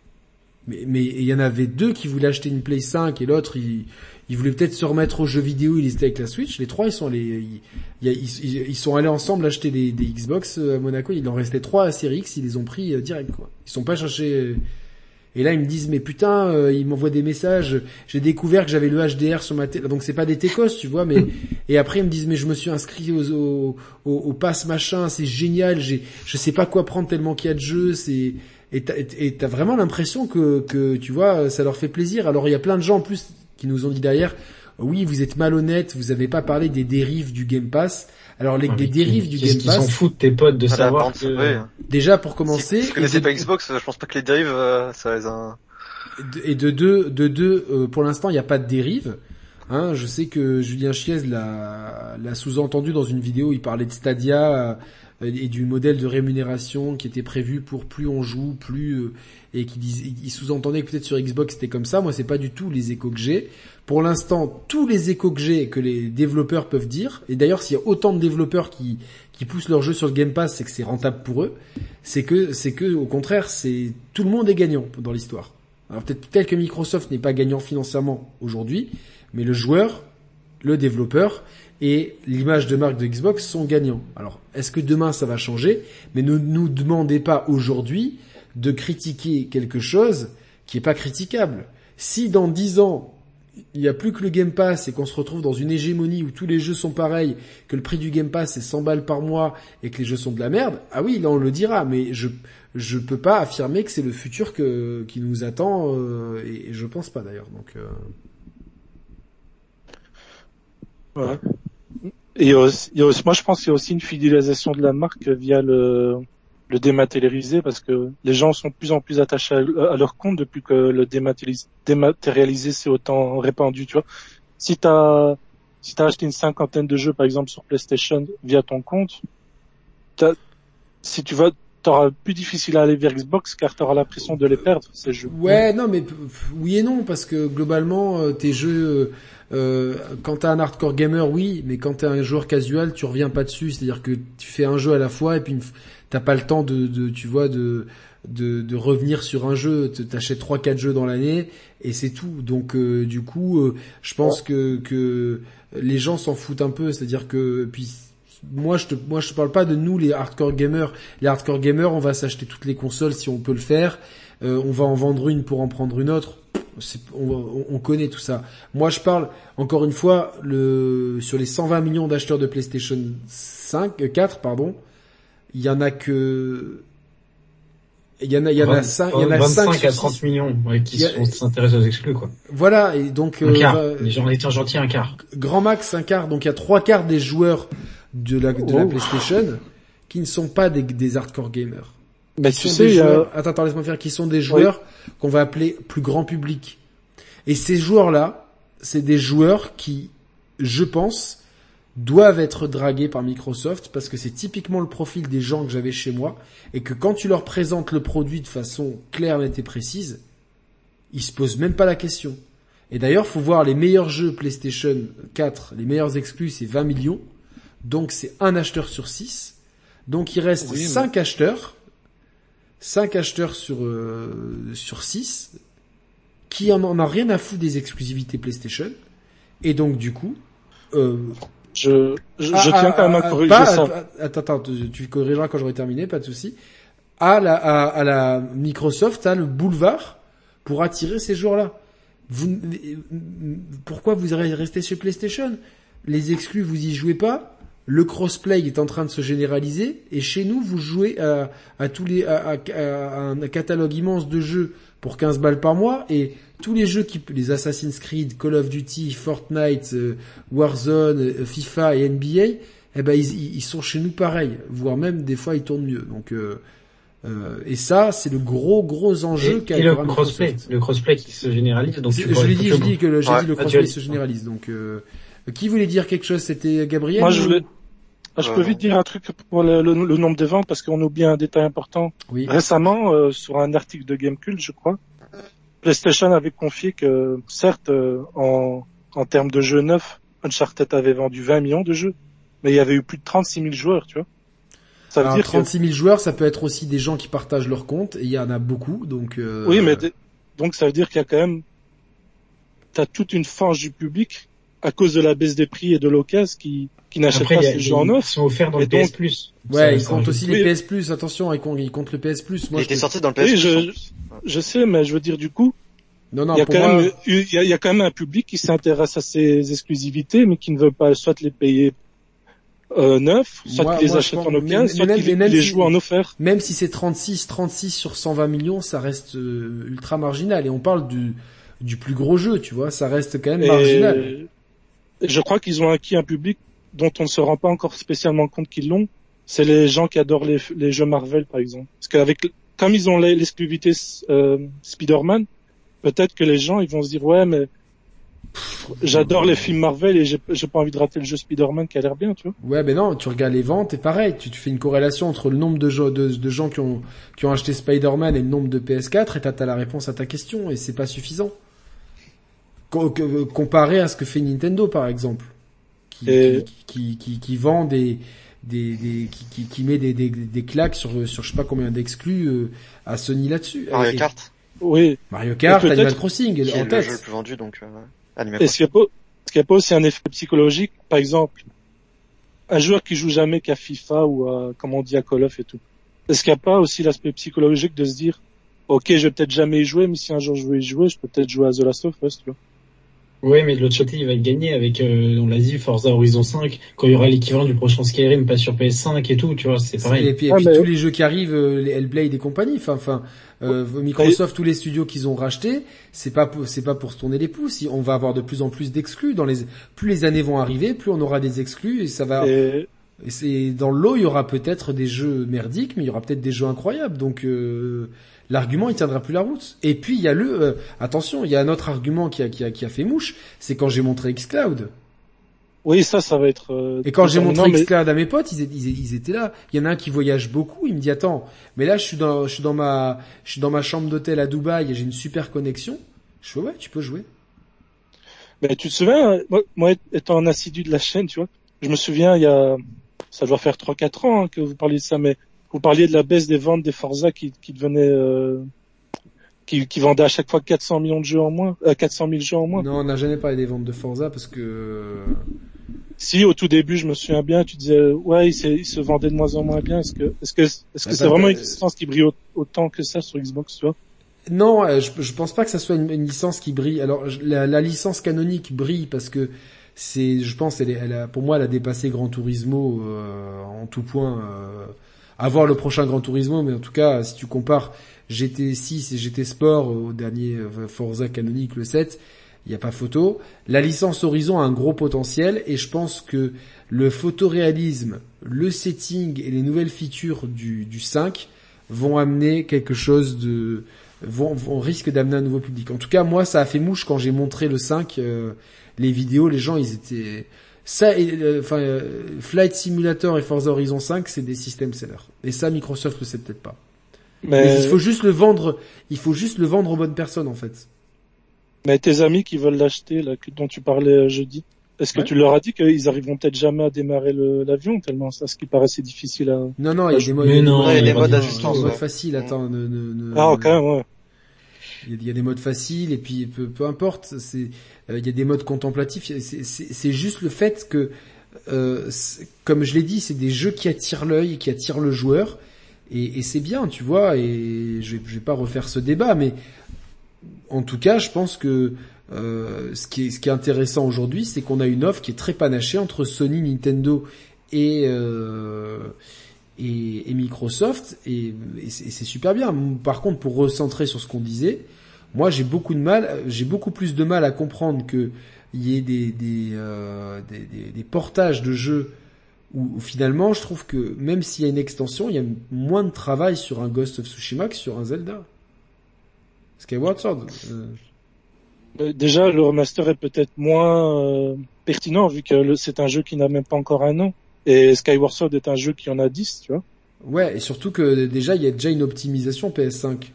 mais mais il y en avait deux qui voulaient acheter une Play cinq et l'autre il il voulait peut-être se remettre aux jeux vidéo, il était avec la Switch. Les trois ils sont allés ils, ils, ils sont allés ensemble acheter des, des Xbox à Monaco. Il en restait trois à Series X, ils les ont pris euh, direct quoi. Ils sont pas cherchés. Et là ils me disent mais putain, euh, ils m'envoient des messages. J'ai découvert que j'avais le H D R sur ma télé, donc c'est pas des técos tu vois. Mais et après ils me disent mais je me suis inscrit aux au, au, au pass machin, c'est génial. J'ai je sais pas quoi prendre tellement qu'il y a de jeux. C'est et t'as, et t'as vraiment l'impression que que tu vois ça leur fait plaisir. Alors il y a plein de gens en plus qui nous ont dit derrière oui vous êtes malhonnêtes, vous avez pas parlé des dérives du Game Pass. Alors les, les dérives du Game Pass. Ils s'en foutent tes potes de Ah, savoir la que... ouais. Déjà pour commencer. Si, si vous connaissez pas Xbox, je pense pas que les dérives, euh, ça les a... Et de deux, de deux, euh, pour l'instant il n'y a pas de dérive. Hein, je sais que Julien Chiez l'a, l'a sous-entendu dans une vidéo. Il parlait de Stadia euh, et du modèle de rémunération qui était prévu pour plus on joue, plus euh, et qui dis, il sous-entendait que peut-être sur Xbox c'était comme ça. Moi c'est pas du tout les échos que j'ai. Pour l'instant, tous les échos que j'ai, que les développeurs peuvent dire, et d'ailleurs s'il y a autant de développeurs qui qui poussent leurs jeux sur le Game Pass, c'est que c'est rentable pour eux. C'est que c'est que au contraire, c'est tout le monde est gagnant dans l'histoire. Alors peut-être tel que Microsoft n'est pas gagnant financièrement aujourd'hui, mais le joueur, le développeur et l'image de marque de Xbox sont gagnants. Alors est-ce que demain ça va changer? Mais ne nous demandez pas aujourd'hui de critiquer quelque chose qui est pas critiquable. Si dans dix ans il n'y a plus que le Game Pass et qu'on se retrouve dans une hégémonie où tous les jeux sont pareils, que le prix du Game Pass est cent balles par mois et que les jeux sont de la merde, ah oui, là on le dira, mais je je peux pas affirmer que c'est le futur que qui nous attend euh, et, et je pense pas d'ailleurs. Donc euh... ouais. Et il y a aussi, il y a aussi, moi je pense qu'il y a aussi une fidélisation de la marque via le le dématérialisé, parce que les gens sont de plus en plus attachés à, à leur compte depuis que le dématérialisé, dématérialisé s'est autant répandu, tu vois. Si t'as, si t'as acheté une cinquantaine de jeux, par exemple, sur PlayStation via ton compte, t'as, si tu vas, t'auras plus difficile à aller vers Xbox car t'auras l'impression de les perdre, ces jeux. Ouais, non, mais oui et non, parce que globalement, euh, tes jeux, euh, quand t'es un hardcore gamer, oui, mais quand t'es un joueur casual, tu reviens pas dessus, c'est-à-dire que tu fais un jeu à la fois et puis une, t'as pas le temps de, de tu vois, de, de, de revenir sur un jeu. T'achètes trois, quatre jeux dans l'année et c'est tout. Donc euh, du coup, euh, je pense que que les gens s'en foutent un peu. C'est-à-dire que puis moi je te moi je te parle pas de nous les hardcore gamers. Les hardcore gamers, on va s'acheter toutes les consoles si on peut le faire. Euh, on va en vendre une pour en prendre une autre. C'est, on, on connaît tout ça. Moi je parle encore une fois le sur les cent vingt millions d'acheteurs de PlayStation cinq, euh, quatre pardon. Il y en a que, il y en a, il y en a cinq, il y en a vingt-cinq à trente millions, ouais, qui a... s'intéressent aux exclus, quoi. Voilà, et donc, un quart. Euh, les gens étant gentils, un quart. Grand max, un quart. Donc il y a trois quarts des joueurs de la, de oh. la PlayStation qui ne sont pas des, des hardcore gamers. Mais qui tu sont sais, des joueurs, euh... attends, attends, laisse-moi faire, qui sont des joueurs oui. qu'on va appeler plus grand public. Et ces joueurs-là, c'est des joueurs qui, je pense, doivent être dragués par Microsoft parce que c'est typiquement le profil des gens que j'avais chez moi et que quand tu leur présentes le produit de façon claire, nette et précise, ils se posent même pas la question. Et d'ailleurs, faut voir les meilleurs jeux PlayStation quatre, les meilleurs exclus, c'est vingt millions. Donc c'est un acheteur sur six. Donc il reste oui, cinq mais... acheteurs, cinq acheteurs sur euh, sur six qui en ont rien à foutre des exclusivités PlayStation. Et donc du coup, euh, Je, je, ah, je tiens ah, quand même à ah, corriger pas, ça. Attends, attends, tu, tu corrigeras quand j'aurai terminé, pas de souci. À la, à, à la Microsoft, a le boulevard pour attirer ces joueurs-là. Vous, pourquoi vous restez chez PlayStation? Les exclus, vous y jouez pas. Le crossplay est en train de se généraliser. Et chez nous, vous jouez à, à tous les, à, à, à un catalogue immense de jeux pour quinze balles par mois et tous les jeux qui, les Assassin's Creed, Call of Duty, Fortnite, euh, Warzone, euh, FIFA et N B A, eh ben ils, ils sont chez nous pareil, voire même des fois ils tournent mieux. Donc euh, euh, et ça c'est le gros gros enjeu Et, qu'a et le Microsoft. crossplay, le crossplay qui se généralise. Donc je, tu je l'ai dit, je dis que le, j'ai ouais, dit le crossplay se généralise. Donc euh, qui voulait dire quelque chose? C'était Gabriel? Moi, ou... je voulais. Ah, je peux vite dire un truc pour le, le, le nombre de ventes parce qu'on oublie un détail important. Oui. Récemment, euh, sur un article de Gamecult, je crois, PlayStation avait confié que, certes, euh, en, en termes de jeux neufs, Uncharted avait vendu vingt millions de jeux, mais il y avait eu plus de trente-six mille joueurs, tu vois. Ça veut Alors, dire trente-six mille joueurs, ça peut être aussi des gens qui partagent leur compte, et il y en a beaucoup, donc... Euh... Oui, mais d- donc ça veut dire qu'il y a quand même... T'as toute une frange du public, à cause de la baisse des prix et de l'occasion, qui, qui n'achètent Après, pas il y a- ces jeux en ils neuf. sont offerts dans Et le P S donc- Plus. Ouais, Ça- ils ça comptent rajoute- aussi Oui. les P S Plus, attention, ils comptent, ils comptent le P S Plus. Moi, Il je était peux- sorti dans le P S Oui, Plus. je- en plus. Je sais, mais je veux dire, du coup, Non, non, il y a pour quand moi... même, il y a, il y a quand même un public qui s'intéresse à ces exclusivités, mais qui ne veut pas soit les payer euh, neufs, soit Moi- qui les moi, je achète pense- en mais- occasion, mais soit même- qui les, mais même qui les si- joue en offert. Même si c'est trente-six, trente-six sur cent vingt millions, ça reste euh, ultra marginal. Et on parle du, du plus gros jeu, tu vois, ça reste quand même marginal. Et je crois qu'ils ont acquis un public dont on ne se rend pas encore spécialement compte qu'ils l'ont. C'est les gens qui adorent les, les jeux Marvel, par exemple. Parce qu'avec, comme ils ont l'exclusivité euh, Spider-Man, peut-être que les gens ils vont se dire ouais mais pff, j'adore les films Marvel et j'ai j'ai pas envie de rater le jeu Spider-Man qui a l'air bien, tu vois. Ouais, mais non, tu regardes les ventes et pareil, tu, tu fais une corrélation entre le nombre de, jeux, de, de gens qui ont, qui ont acheté Spider-Man et le nombre de P S quatre et t'as, t'as la réponse à ta question et c'est pas suffisant. Co- que- comparé à ce que fait Nintendo par exemple, qui, Et- qui, qui, qui, qui vend des, des, des qui, qui, qui met des, des, des claques sur, sur je sais pas combien d'exclus euh, à Sony là-dessus. Mario Et- Kart, Oui. Mario Kart, Et peut-être- Animal Crossing, qui est en le tête. jeu le plus vendu, donc euh, Animal Est-ce qu'il n'y a pas, est-ce qu'il y a pas aussi un effet psychologique, par exemple, un joueur qui joue jamais qu'à FIFA ou à, comme on dit, à Call of et tout. Est-ce qu'il n'y a pas aussi l'aspect psychologique de se dire, ok, je vais peut-être jamais y jouer, mais si un jour je veux y jouer, je peux peut-être jouer à The Last of Us, tu vois. Ouais, mais de l'autre côté, il va gagner avec, euh, on l'a dit, Forza Horizon cinq, quand il y aura l'équivalent du prochain Skyrim, pas sur P S cinq et tout, tu vois, c'est pareil. Et puis, et Ah, puis mais- tous les jeux qui arrivent, euh, les Hellblade et compagnie, enfin, enfin, euh, Microsoft, tous les studios qu'ils ont rachetés, c'est pas pour, c'est pas pour se tourner les pouces. On va avoir de plus en plus d'exclus. Dans les, plus les années vont arriver, plus on aura des exclus et ça va. Et, Et c'est dans le lot, il y aura peut-être des jeux merdiques, mais il y aura peut-être des jeux incroyables. Donc euh, l'argument, il tiendra plus la route. Et puis il y a le, euh, attention, il y a un autre argument qui a, qui a, qui a fait mouche, c'est quand j'ai montré xCloud. oui, ça, ça va être, euh, Et quand j'ai montré déterminant, mais- xCloud à mes potes, ils, étaient- ils, ils étaient là. Il y en a un qui voyage beaucoup, il me dit attends, mais là je suis dans, je suis dans ma, je suis dans ma chambre d'hôtel à Dubaï et j'ai une super connexion. Je fais ouais, tu peux jouer. Mais tu te souviens, moi, moi, étant un assidu de la chaîne, tu vois, je me souviens, il y a, ça doit faire trois quatre ans hein, que vous parliez de ça, mais vous parliez de la baisse des ventes des Forza qui, qui devenait, euh, qui, qui vendaient à chaque fois quatre cents millions de jeux en moins, euh, quatre cent mille jeux en moins. Non, on n'a jamais parlé des ventes de Forza parce que Si au tout début, je me souviens bien, tu disais, ouais, il, s'est- il se vendait de moins en moins bien. Est-ce que, est-ce que, est-ce que Bah, c'est ça- vraiment une licence qui brille au- autant que ça sur Xbox, tu vois? non, euh, je, je pense pas que ça soit une, une licence qui brille. Alors je- la, la licence canonique brille parce que c'est, je pense, elle, est- elle a, pour moi, elle a dépassé Gran Turismo euh, en tout point. Euh, à voir le prochain Gran Turismo, mais en tout cas, si tu compares G T six et G T Sport au dernier euh, Forza canonique, le sept, il n'y a pas photo. La licence Horizon a un gros potentiel et je pense que le photoréalisme, le setting et les nouvelles features du, du cinq vont amener quelque chose de... vont, vont risque d'amener un nouveau public. En tout cas, moi, ça a fait mouche quand j'ai montré le cinq, euh, les vidéos, les gens, ils étaient... Ça, et, euh, enfin, euh, Flight Simulator et Forza Horizon cinq, c'est des system sellers. Et ça, Microsoft le sait peut-être pas. Mais Mais, il faut juste le vendre, il faut juste le vendre aux bonnes personnes, en fait. mais tes amis qui veulent l'acheter, là, que- dont tu parlais euh, jeudi, est-ce que Ouais. tu leur as dit qu'ils arriveront peut-être jamais à démarrer le- l'avion, tellement ça, ce qui paraissait difficile à... Non, non, il y a des modes, Mais il y a des non, modes- il y a des il y a modes des d'assistance, modes ouais. faciles, attends, ne, ne, ne- Ah, quand même, ouais. Il y, a, il y a des modes faciles et puis peu, peu importe. C'est, euh, il y a des modes contemplatifs. C'est, c'est, c'est juste le fait que, euh, c'est- comme je l'ai dit, c'est des jeux qui attirent l'œil, qui attirent le joueur, et, et c'est bien, tu vois. Et je, vais- je vais pas refaire ce débat, mais en tout cas, je pense que euh, ce qui est, ce qui est intéressant aujourd'hui, c'est qu'on a une offre qui est très panachée entre Sony, Nintendo et euh, et, et Microsoft, et, et c'est, et c'est super bien. Par contre, pour recentrer sur ce qu'on disait, moi j'ai beaucoup de mal, j'ai beaucoup plus de mal à comprendre que il y ait des des, euh, des, des, des portages de jeux où, où finalement je trouve que même s'il y a une extension, il y a moins de travail sur un Ghost of Tsushima que sur un Zelda. Skyward Sword. Euh... Déjà, le remaster est peut-être moins euh, pertinent vu que le, c'est un jeu qui n'a même pas encore un an. Et Skyward Sword est un jeu qui en a dix, tu vois. Ouais, et surtout que déjà, il y a déjà une optimisation P S cinq.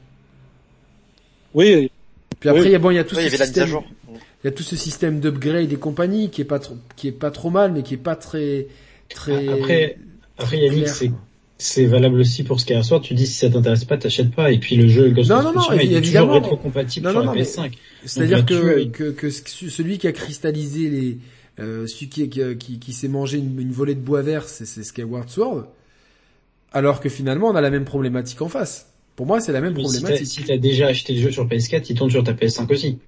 Oui. Puis après, oui. il y a bon, il y a tout oui, ce il y avait système, la mise à jour. il y a tout ce système d'upgrade et compagnie qui est pas trop, qui est pas trop mal, mais qui est pas très, très. Après, après, Yannick, clair. c'est, c'est valable aussi pour Skyward Sword. Tu dis si ça t'intéresse pas, t'achètes pas. Et puis le jeu Ghost Non, of non, non, Tsushima, il est évidemment. toujours rétro-compatible Non, sur non, la non, P S cinq. C'est-à-dire Donc, que, là-dessus, que, que celui qui a cristallisé les, euh, celui qui, qui, qui, qui s'est mangé une, une volée de bois vert, c'est, c'est Skyward Sword. Alors que finalement, on a la même problématique en face. Pour moi, c'est la même mais problématique. Si t'as, si t'as déjà acheté le jeu sur P S quatre, il tourne sur ta P S cinq aussi.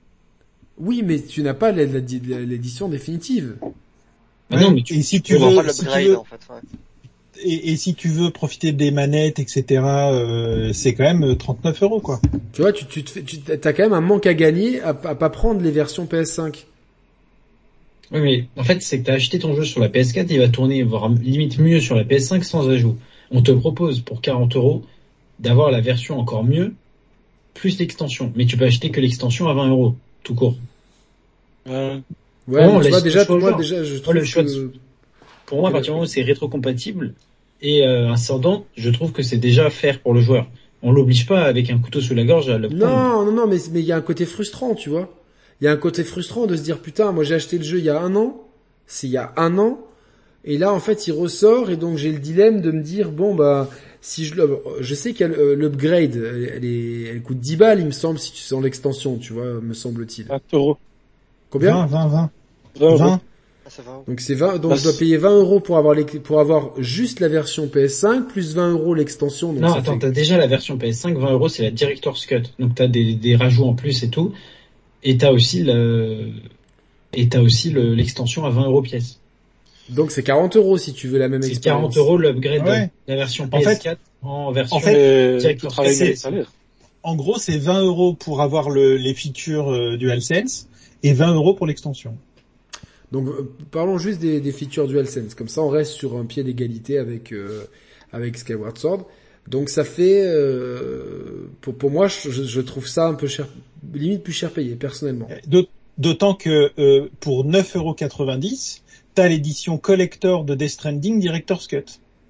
Oui, mais tu n'as pas l'édition définitive. Ah ouais, non, mais tu, et si Tu tu vois veux, pas si tu l'upgrade veux, en fait. Ouais. et, et si tu veux profiter des manettes, et cetera, euh, c'est quand même trente-neuf euros, quoi. Tu vois, tu, tu te fais, tu, t'as quand même un manque à gagner à, à pas prendre les versions P S cinq. Oui, mais en fait, c'est que t'as acheté ton jeu sur la P S quatre, il va tourner, voire limite mieux sur la P S cinq sans ajout. On te propose pour quarante euros d'avoir la version encore mieux, plus l'extension. Mais tu peux acheter que l'extension à vingt euros, tout court. Euh, Ouais, Bon, mais tu vois, laisse le déjà, choix au moi, joueur. déjà, je Moi, trouve le choix que... de- Pour moi, à partir du moment où c'est rétro-compatible et euh, ascendant, je trouve que c'est déjà faire pour le joueur. On l'oblige pas avec un couteau sous la gorge à le prendre. Non, non, non, mais mais il y a un côté frustrant, tu vois. Il y a un côté frustrant de se dire putain, moi j'ai acheté le jeu il y a un an, c'est il y a un an, et là en fait il ressort et donc j'ai le dilemme de me dire bon bah si je le, je sais qu'il y a le- l'upgrade, elle, est, elle coûte dix balles il me semble si tu sens l'extension, tu vois, me semble-t-il. vingt euros. Combien? vingt, vingt, vingt. vingt euros. vingt. Ah, ça va. Donc c'est vingt, donc Bah, je dois c'est- payer vingt euros pour avoir les, pour avoir juste la version P S cinq plus vingt euros l'extension. Donc Non, ça attends, fait- t'as déjà la version P S cinq, vingt euros, c'est la Director's Cut. Donc t'as des, des rajouts en plus et tout. Et t'as aussi le, et t'as aussi le, l'extension à vingt euros pièce. donc c'est quarante euros si tu veux la même C'est expérience. quarante euros l'upgrade Ouais. de la version En P S fait- quatre en version en fait, Et tu Director's travailles Cut. avec c'est- les salaires. En gros, c'est vingt euros pour avoir le, les features euh, DualSense et vingt euros pour l'extension. Donc euh, parlons juste des, des features DualSense, comme ça on reste sur un pied d'égalité avec euh, avec Skyward Sword. Donc ça fait euh, pour pour moi je, je je trouve ça un peu cher, limite plus cher payé personnellement. D'aut- D'autant que euh, pour neuf euros quatre-vingt-dix, t'as l'édition collector de Death Stranding Director's Cut.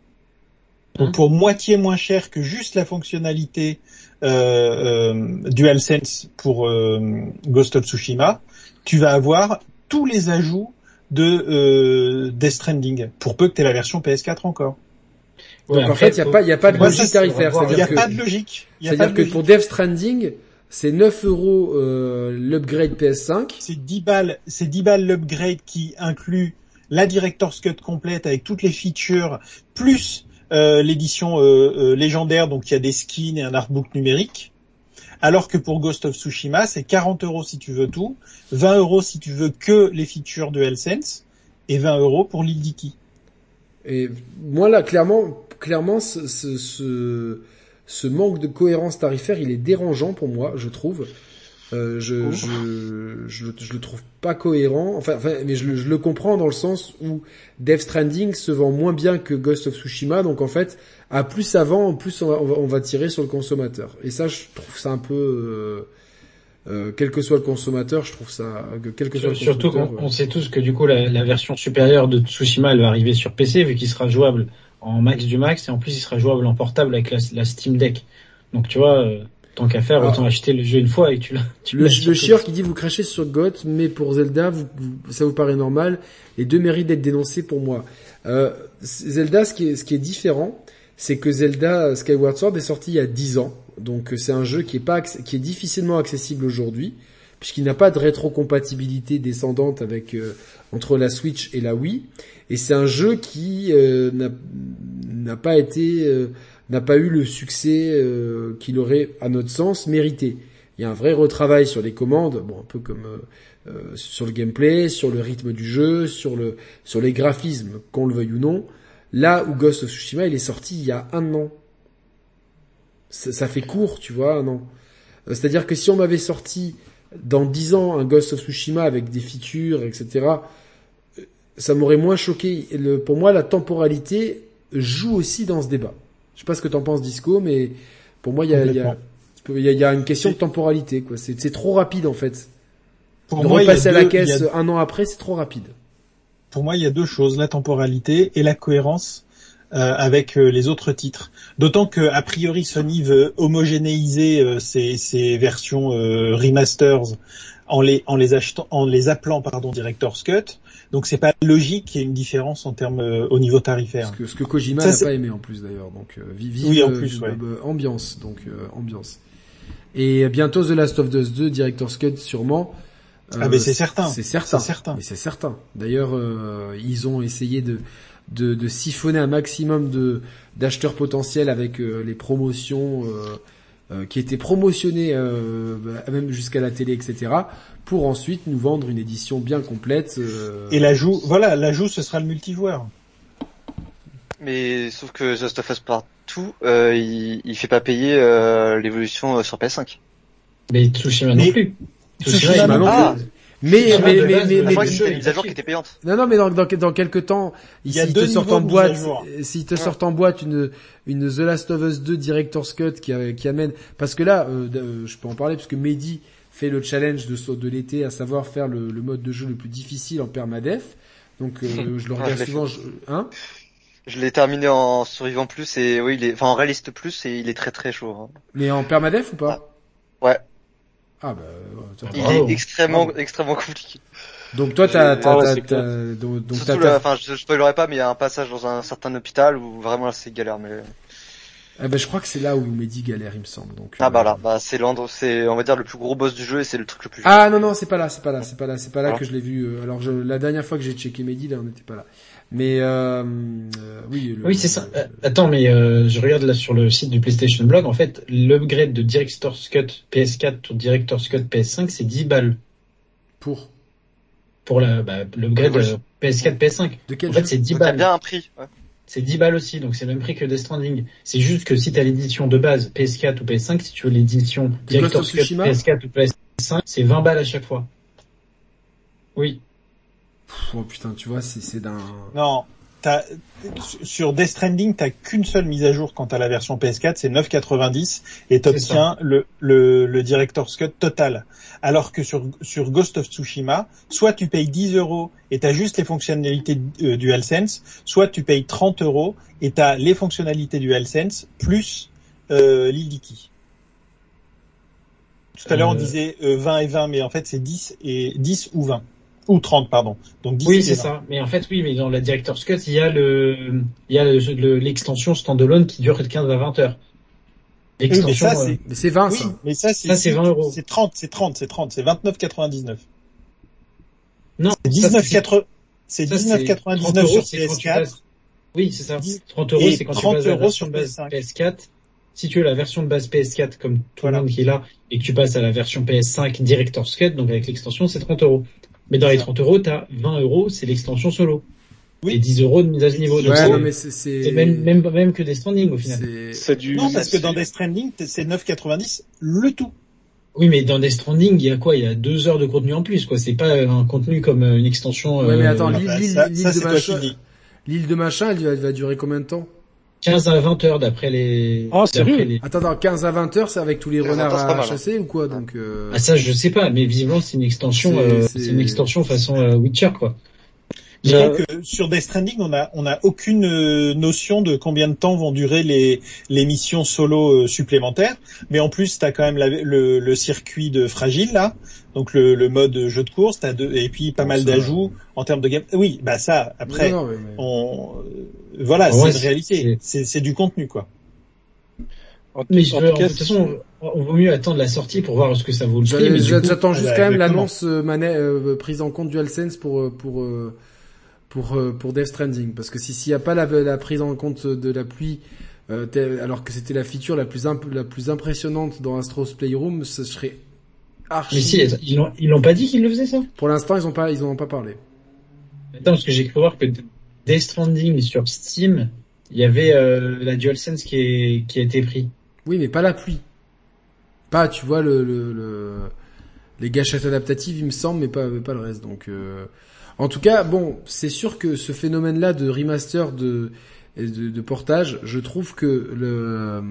Donc Hein pour moitié moins cher que juste la fonctionnalité euh, euh, DualSense pour euh, Ghost of Tsushima, tu vas avoir tous les ajouts de euh, Death Stranding, pour peu que t'aies la version P S quatre encore. Ouais, Donc en après, fait il y a faut- pas il y a pas de Moi, logique ça, c'est- tarifaire, Il n'y c'est-à-dire a que pas de logique. Il y a pas c'est-à-dire de que pour logique. Death Stranding c'est neuf euros euh, l'upgrade P S cinq. C'est dix balles, c'est dix balles l'upgrade qui inclut la Director's Cut complète avec toutes les features, plus euh, l'édition euh, euh, légendaire, donc il y a des skins et un artbook numérique. Alors que pour Ghost of Tsushima, c'est quarante euros si tu veux tout, vingt euros si tu veux que les features de DualSense, et vingt euros pour l'île d'Iki. Et moi là, clairement, clairement, ce, ce, ce, ce manque de cohérence tarifaire, il est dérangeant pour moi, je trouve. Euh, je, je, je, le- je le trouve pas cohérent. Enfin, enfin mais je, le- je le comprends dans le sens où Death Stranding se vend moins bien que Ghost of Tsushima, donc en fait, à plus ça vend, en plus on va, on va, on va tirer sur le consommateur. Et ça, je trouve ça un peu, euh, euh, quel que soit le consommateur, je trouve ça, que quel que soit le Sur- Surtout constructeur, qu'on ouais. on sait tous que du coup la, la version supérieure de Tsushima elle va arriver sur P C vu qu'il sera jouable en max du max et en plus il sera jouable en portable avec la, la Steam Deck. Donc tu vois, euh, tant qu'à faire, Ah. autant acheter le jeu une fois et tu l'as. Tu Le, l'as le surtout. chieur qui dit vous crachez sur Goth, mais pour Zelda, vous, vous- ça vous paraît normal. Les deux méritent d'être dénoncés pour moi. Euh, Zelda, ce qui est, ce qui est différent, c'est que Zelda Skyward Sword est sorti il y a dix ans. Donc euh, c'est un jeu qui est pas acc- qui est difficilement accessible aujourd'hui, puisqu'il n'a pas de rétrocompatibilité descendante avec euh, entre la Switch et la Wii. Et c'est un jeu qui euh, n'a n'a pas été euh, n'a pas eu le succès euh, qu'il aurait, à notre sens, mérité. Il y a un vrai retravail sur les commandes, bon, un peu comme euh, euh, sur le gameplay, sur le rythme du jeu, sur le sur les graphismes, qu'on le veuille ou non. Là où Ghost of Tsushima, il est sorti il y a un an. Ça, ça fait court, tu vois, un an. Euh, C'est-à-dire que si on m'avait sorti dans dix ans un Ghost of Tsushima avec des features, et cetera, euh, ça m'aurait moins choqué. Le, pour moi, la temporalité joue aussi dans ce débat. Je sais pas ce que t'en penses, Disco, mais pour moi, il y a, il y a, il y a, il y a une question de temporalité, quoi. C'est, c'est trop rapide, en fait. Pour de moi, repasser à la deux, caisse a... un an après, c'est trop rapide. Pour moi, il y a deux choses, la temporalité et la cohérence euh, avec euh, les autres titres. D'autant que, a priori, Sony veut homogénéiser euh, ses, ses versions euh, remasters en les en les achetant, en les appelant pardon Director's Cut. Donc c'est pas logique qu'il y ait une différence en termes euh, au niveau tarifaire. Ce que, ce que Kojima Ça, n'a c'est... pas aimé en plus d'ailleurs. Donc euh, vive oui, en euh, plus, ouais. euh, ambiance, donc euh, ambiance. Et bientôt The Last of Us deux Director's Cut sûrement. Euh, ah mais c'est certain. C'est certain. C'est certain. Mais c'est certain. D'ailleurs, euh, ils ont essayé de, de de siphonner un maximum de d'acheteurs potentiels avec euh, les promotions euh, euh, qui étaient promotionnées euh, même jusqu'à la télé, et cetera. Pour ensuite nous vendre une édition bien complète. Euh... Et l'ajout, voilà, l'ajout ce sera le multijoueur. Mais sauf que The Last of Us Partout, euh, il, il fait pas payer euh, l'évolution sur P S cinq. Mais Tsushima non plus. Tsushima non plus. Ah. Mais, mais, mais, mais, mais, mais, c'était une mise à jour qui était payante. Non, non, mais dans, dans, dans quelques temps, s'ils te sortent en boîte, s'ils te sortent en boîte une, une The Last of Us deux Director's Cut qui, qui amène, parce que là, euh, je peux en parler parce que Mehdi fait le challenge de, de l'été, à savoir faire le, le mode de jeu le plus difficile en permadef. Donc, euh, je le regarde je souvent, je, hein? Je l'ai terminé en survivant plus et oui, il est, enfin, en réaliste plus et il est très très chaud. Hein. Mais en permadef ou pas? Ah. Ouais. Ah bah, ouais, il est extrêmement, bravo. extrêmement compliqué. Donc toi, t'as, t'as, ah ouais, t'as, t'as donc, donc t'as, t'as, enfin, je, je spoilerai pas, mais il y a un passage dans un certain hôpital où vraiment là, c'est galère, mais. Ah bah, je crois que c'est là où Mehdi galère, il me semble, donc. Ah euh... bah là, bah, c'est l'endroit, c'est, on va dire, le plus gros boss du jeu et c'est le truc le plus. Ah non, non, c'est pas là, c'est pas là, c'est pas là, c'est pas là voilà. que je l'ai vu, alors je, la dernière fois que j'ai checké Mehdi, là, on n'était pas là. Mais, euh, euh oui. Le, oui, c'est ça. Euh, attends, mais, euh, je regarde là sur le site du PlayStation Blog, en fait, l'upgrade de Director's Cut P S quatre ou Director's Cut P S cinq, c'est dix balles. Pour? Pour la, bah, l'upgrade ouais, euh, P S quatre, P S cinq. De quel en fait, jeu c'est dix donc, balles. T'as bien un prix, ouais. C'est dix balles aussi, donc c'est le même prix que Death Stranding. C'est juste que si t'as l'édition de base P S quatre ou P S cinq, si tu veux l'édition Director's Cut P S quatre ou P S cinq, c'est vingt balles à chaque fois. Oui. Oh putain, tu vois, c'est, c'est d'un... Non. T'as, sur Death Stranding, t'as qu'une seule mise à jour quant à la version P S quatre, c'est neuf quatre-vingt-dix, et t'obtiens le, le, le Director's Cut total. Alors que sur, sur Ghost of Tsushima, soit tu payes dix euros et t'as juste les fonctionnalités euh, DualSense, soit tu payes trente euros et t'as les fonctionnalités DualSense plus euh, l'Iliki. Tout à euh... l'heure on disait euh, vingt et vingt, mais en fait c'est dix et dix ou vingt. Ou trente, pardon. Donc dix oui, c'est ça. Mais en fait, oui, mais dans la Director's Cut, il y a le, il y a le, le, l'extension standalone qui dure de quinze à vingt heures. L'extension, oui, mais ça, c'est, euh... mais c'est vingt, oui, ça. mais ça, c'est, ça, c'est vingt euros. C'est trente, c'est trente, c'est trente, c'est vingt-neuf quatre-vingt-dix-neuf. Non. C'est dix-neuf quatre, c'est dix-neuf quatre-vingt-dix-neuf sur P S quatre. Oui, c'est ça. trente euros, c'est quand tu passes la version de base P S quatre. Si tu veux la version de base P S quatre, comme tout le monde qui est là, et que tu passes à la version P S cinq Director's Cut, donc avec l'extension, c'est trente euros. Mais dans les trente euros, t'as vingt euros, c'est l'extension solo. Oui. Et dix euros de mise à ce niveau. Donc ouais, c'est, non, mais c'est, c'est... c'est même, même, même que Death Stranding, au final. C'est, c'est du... Non, parce que dans Death Stranding, c'est neuf quatre-vingt-dix, le tout. Oui, mais dans Death Stranding, il y a quoi? Il y a deux heures de contenu en plus, quoi. C'est pas un contenu comme une extension, ouais, mais attends, euh... l'île, l'île, ça, l'île ça, de machin, l'île de machin, elle va, elle va durer combien de temps? quinze à vingt heures d'après les... Oh, sérieux? les... Attends, dans quinze à vingt heures, c'est avec tous les renards à chasser ou quoi, donc, euh... Ah, ça, je sais pas, mais visiblement, c'est une extension, c'est, euh, c'est... c'est une extension façon euh, Witcher, quoi. Je crois que sur Death Stranding, on a, on a aucune euh, notion de combien de temps vont durer les, les missions solo euh, supplémentaires. Mais en plus, t'as quand même la, le, le circuit de Fragile, là. Donc le, le mode jeu de course, t'as deux, et puis pas bon, mal d'ajouts en termes de game. Oui, bah ça, après, non, non, mais, mais... on, euh, voilà, ouais, c'est une réalité. C'est, c'est du contenu, quoi. Mais je veux, en, de toute façon, on vaut mieux attendre la sortie pour voir ce que ça vaut le prix. Mais j'attends coup, juste quand même l'annonce euh, manet, euh, prise en compte DualSense pour, pour, euh, pour, euh, pour Death Stranding. Parce que si, s'il n'y a pas la, la prise en compte de la pluie, euh, alors que c'était la feature la plus, imp- la plus impressionnante dans Astro's Playroom, ce serait archi. Mais si, ils l'ont, ils l'ont pas dit qu'ils le faisaient, ça? Pour l'instant, ils ont pas, ils en ont pas parlé. Attends, parce que j'ai cru voir que Death Stranding sur Steam, il y avait, euh, la DualSense qui est, qui a été pris. Oui, mais pas la pluie. Pas, tu vois, le, le, le, Les gâchettes adaptatives, il me semble, mais pas, mais pas le reste. Donc, euh... en tout cas, bon, c'est sûr que ce phénomène-là de remaster, de, de, de portage, je trouve que le,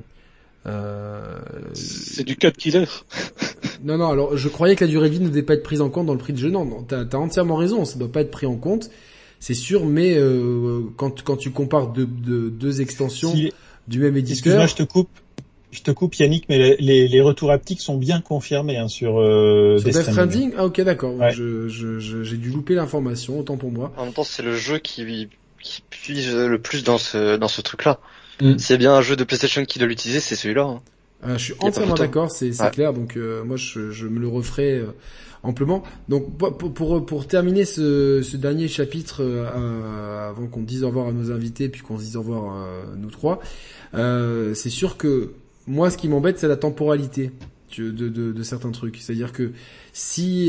euh... c'est du code killer. Non, non. Alors, je croyais que la durée de vie ne devait pas être prise en compte dans le prix de jeu. Non, non, t'as, t'as entièrement raison. Ça doit pas être pris en compte, c'est sûr. Mais euh, quand, quand tu compares deux, deux, deux extensions si... du même éditeur, excuse-moi, je te coupe. Je te coupe Yannick, mais les, les, les retours haptiques sont bien confirmés hein, sur, euh, sur Death Stranding. Ah ok, d'accord. Ouais. Je, je, je, j'ai dû louper l'information, autant pour moi. En même temps, c'est le jeu qui, qui puise le plus dans ce dans ce truc-là. Mm. S'il y a bien un jeu de PlayStation qui doit l'utiliser, c'est celui-là. Hein. Ah, je suis entièrement d'accord, c'est, c'est ouais. clair. Donc euh, moi, je, je me le referai euh, amplement. Donc pour, pour, pour terminer ce, ce dernier chapitre, euh, avant qu'on dise au revoir à nos invités, puis qu'on se dise au revoir à nous trois, euh, c'est sûr que moi, ce qui m'embête, c'est la temporalité de, de, de, de certains trucs. C'est-à-dire que si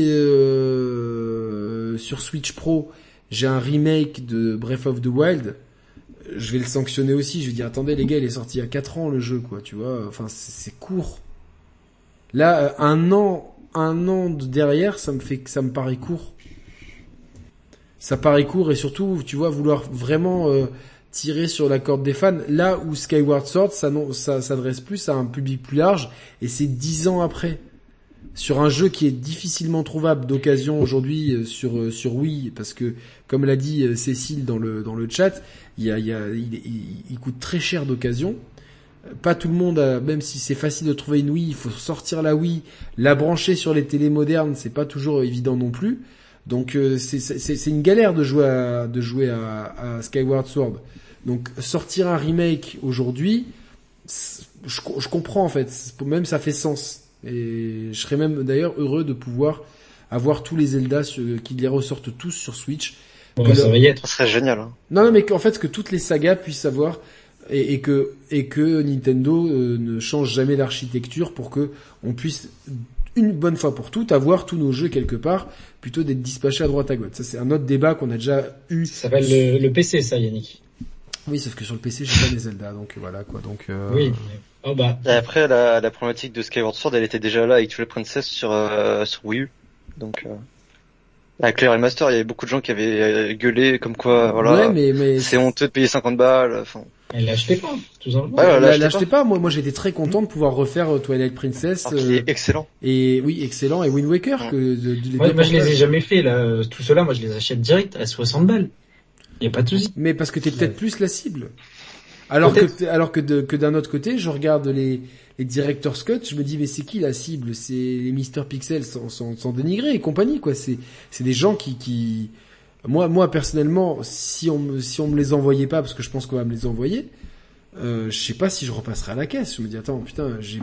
euh, sur Switch Pro, j'ai un remake de Breath of the Wild, je vais le sanctionner aussi. Je vais dire, attendez les gars, il est sorti il y a quatre ans le jeu, quoi. Tu vois, enfin c'est, c'est court. Là, un an, un an de derrière, ça me fait, ça me paraît court. Ça paraît court et surtout, tu vois, vouloir vraiment euh, tirer sur la corde des fans, là où Skyward Sword ça, non, ça s'adresse plus à un public plus large, et c'est dix ans après. Sur un jeu qui est difficilement trouvable d'occasion aujourd'hui sur sur Wii, parce que comme l'a dit Cécile dans le dans le chat, il y a, il, y a, il, il, il coûte très cher d'occasion. Pas tout le monde, a, même si c'est facile de trouver une Wii, il faut sortir la Wii, la brancher sur les télés modernes, c'est pas toujours évident non plus. Donc euh, c'est, c'est, c'est une galère de jouer à, de jouer à, à Skyward Sword. Donc sortir un remake aujourd'hui, je, je comprends en fait, même ça fait sens. Et je serais même d'ailleurs heureux de pouvoir avoir tous les Zelda qui les ressortent tous sur Switch. Ouais, ça leur... va y être. Ça serait génial. Hein. Non, non, mais qu'en fait que toutes les sagas puissent avoir et, et que et que Nintendo euh, ne change jamais l'architecture pour que on puisse une bonne fois pour toutes avoir tous nos jeux quelque part plutôt d'être dispatchés à droite à gauche. Ça c'est un autre débat qu'on a déjà eu. Ça s'appelle le, le P C, ça, Yannick. Oui, sauf que sur le P C j'ai pas les Zelda, donc voilà quoi. Donc euh... oui. Oh bah. Et après la, la problématique de Skyward Sword, elle était déjà là avec Twilight Princess sur euh, sur Wii U. Donc euh, avec les remaster, il y avait beaucoup de gens qui avaient gueulé comme quoi voilà, ouais, mais, mais... c'est honteux de payer cinquante balles. Enfin. Elle l'achetait pas, tout simplement. Ouais, elle l'achetait, l'achetait pas. pas. Moi, moi, j'étais très content de pouvoir refaire Twilight Princess. Alors, euh, est excellent. Et oui, excellent. Et Wind Waker. Ouais. Que de, de, les ouais, moi, je les ai jamais fait là. Tout cela, moi, je les achète direct à soixante balles. Y a pas de souci. Mais parce que t'es peut-être plus la cible. Alors peut-être. que, alors que, de, que d'un autre côté, je regarde les, les Director's Cut, je me dis, mais c'est qui la cible? C'est les Mister Pixel sans, sans, sans dénigrer et compagnie, quoi. C'est, c'est des gens qui, qui, moi, moi, personnellement, si on me, si on me les envoyait pas, parce que je pense qu'on va me les envoyer, euh, je sais pas si je repasserai à la caisse. Je me dis, attends, putain, j'ai,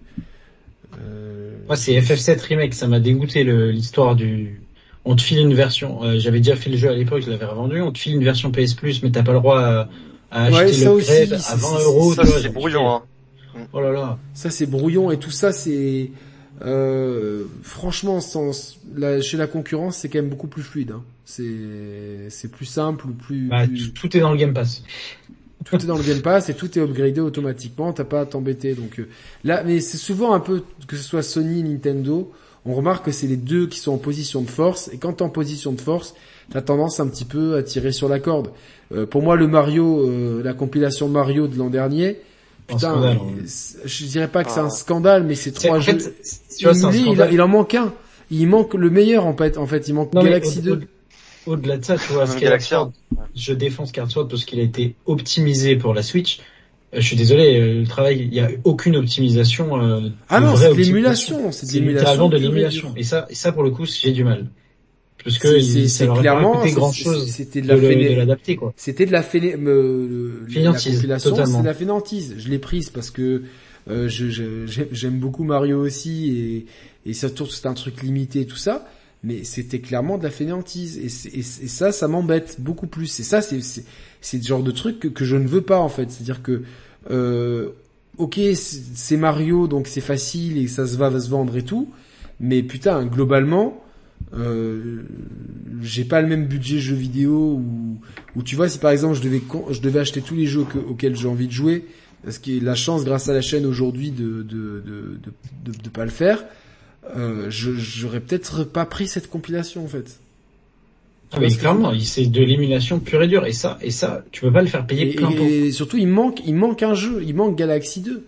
euh... Moi, c'est F F sept Remake, ça m'a dégoûté le, l'histoire du, on te file une version, euh, j'avais déjà fait le jeu à l'époque, je l'avais revendu, on te file une version P S Plus, mais t'as pas le droit à, à ouais, acheter le trade à vingt euros. Ça, c'est brouillon, hein. Oh là là. Ça, c'est brouillon et tout ça, c'est, euh, franchement, sans, la, chez la concurrence, c'est quand même beaucoup plus fluide, hein. C'est, c'est plus simple ou plus, bah, plus... tout est dans le Game Pass. Tout est dans le Game Pass et tout est upgradé automatiquement, t'as pas à t'embêter. Donc euh, là, mais c'est souvent un peu, que ce soit Sony, Nintendo, on remarque que c'est les deux qui sont en position de force, et quand t'es en position de force, t'as tendance un petit peu à tirer sur la corde. Euh, pour moi, le Mario, euh, la compilation Mario de l'an dernier, putain, scandale, je dirais pas que c'est un scandale, mais c'est trois c'est, en jeux. Fait, tu vois, il, il, il en manque un. Il manque le meilleur en fait. En fait, il manque non, Galaxy au, deux. Au, au-delà de ça, tu vois, Skyward Sword, je défends Skyward Sword parce qu'il a été optimisé pour la Switch. Euh, je suis désolé, le travail, il y a aucune optimisation. Euh, ah non, c'est de l'émulation, c'est de l'émulation. de l'émulation. Et ça, et ça pour le coup, j'ai du mal. Parce que c'est, il, c'est, c'est clairement grand chose c'était de la de, féné... de l'adapter quoi. C'était de la féné... me... fainéantise, la totalement. C'est de la fainéantise. Je l'ai prise parce que euh, je, je, j'aime beaucoup Mario aussi et et surtout c'est un truc limité et tout ça, mais c'était clairement de la fainéantise et, et, et ça ça m'embête beaucoup plus. Et ça c'est c'est c'est le genre de truc que, que je ne veux pas en fait. C'est-à-dire que euh, OK, c'est, c'est Mario donc c'est facile et ça se va, va se vendre et tout, mais putain, globalement Euh, j'ai pas le même budget jeux vidéo où, où tu vois si par exemple je devais je devais acheter tous les jeux que, auxquels j'ai envie de jouer, parce qu'il y a la chance grâce à la chaîne aujourd'hui de de de de, de, de pas le faire. euh, je, j'aurais peut-être pas pris cette compilation en fait. Ah mais clairement, c'est de l'émulation pure et dure, et ça, et ça, tu peux pas le faire payer et, plein pot. Et surtout, il manque, il manque un jeu, il manque Galaxy deux.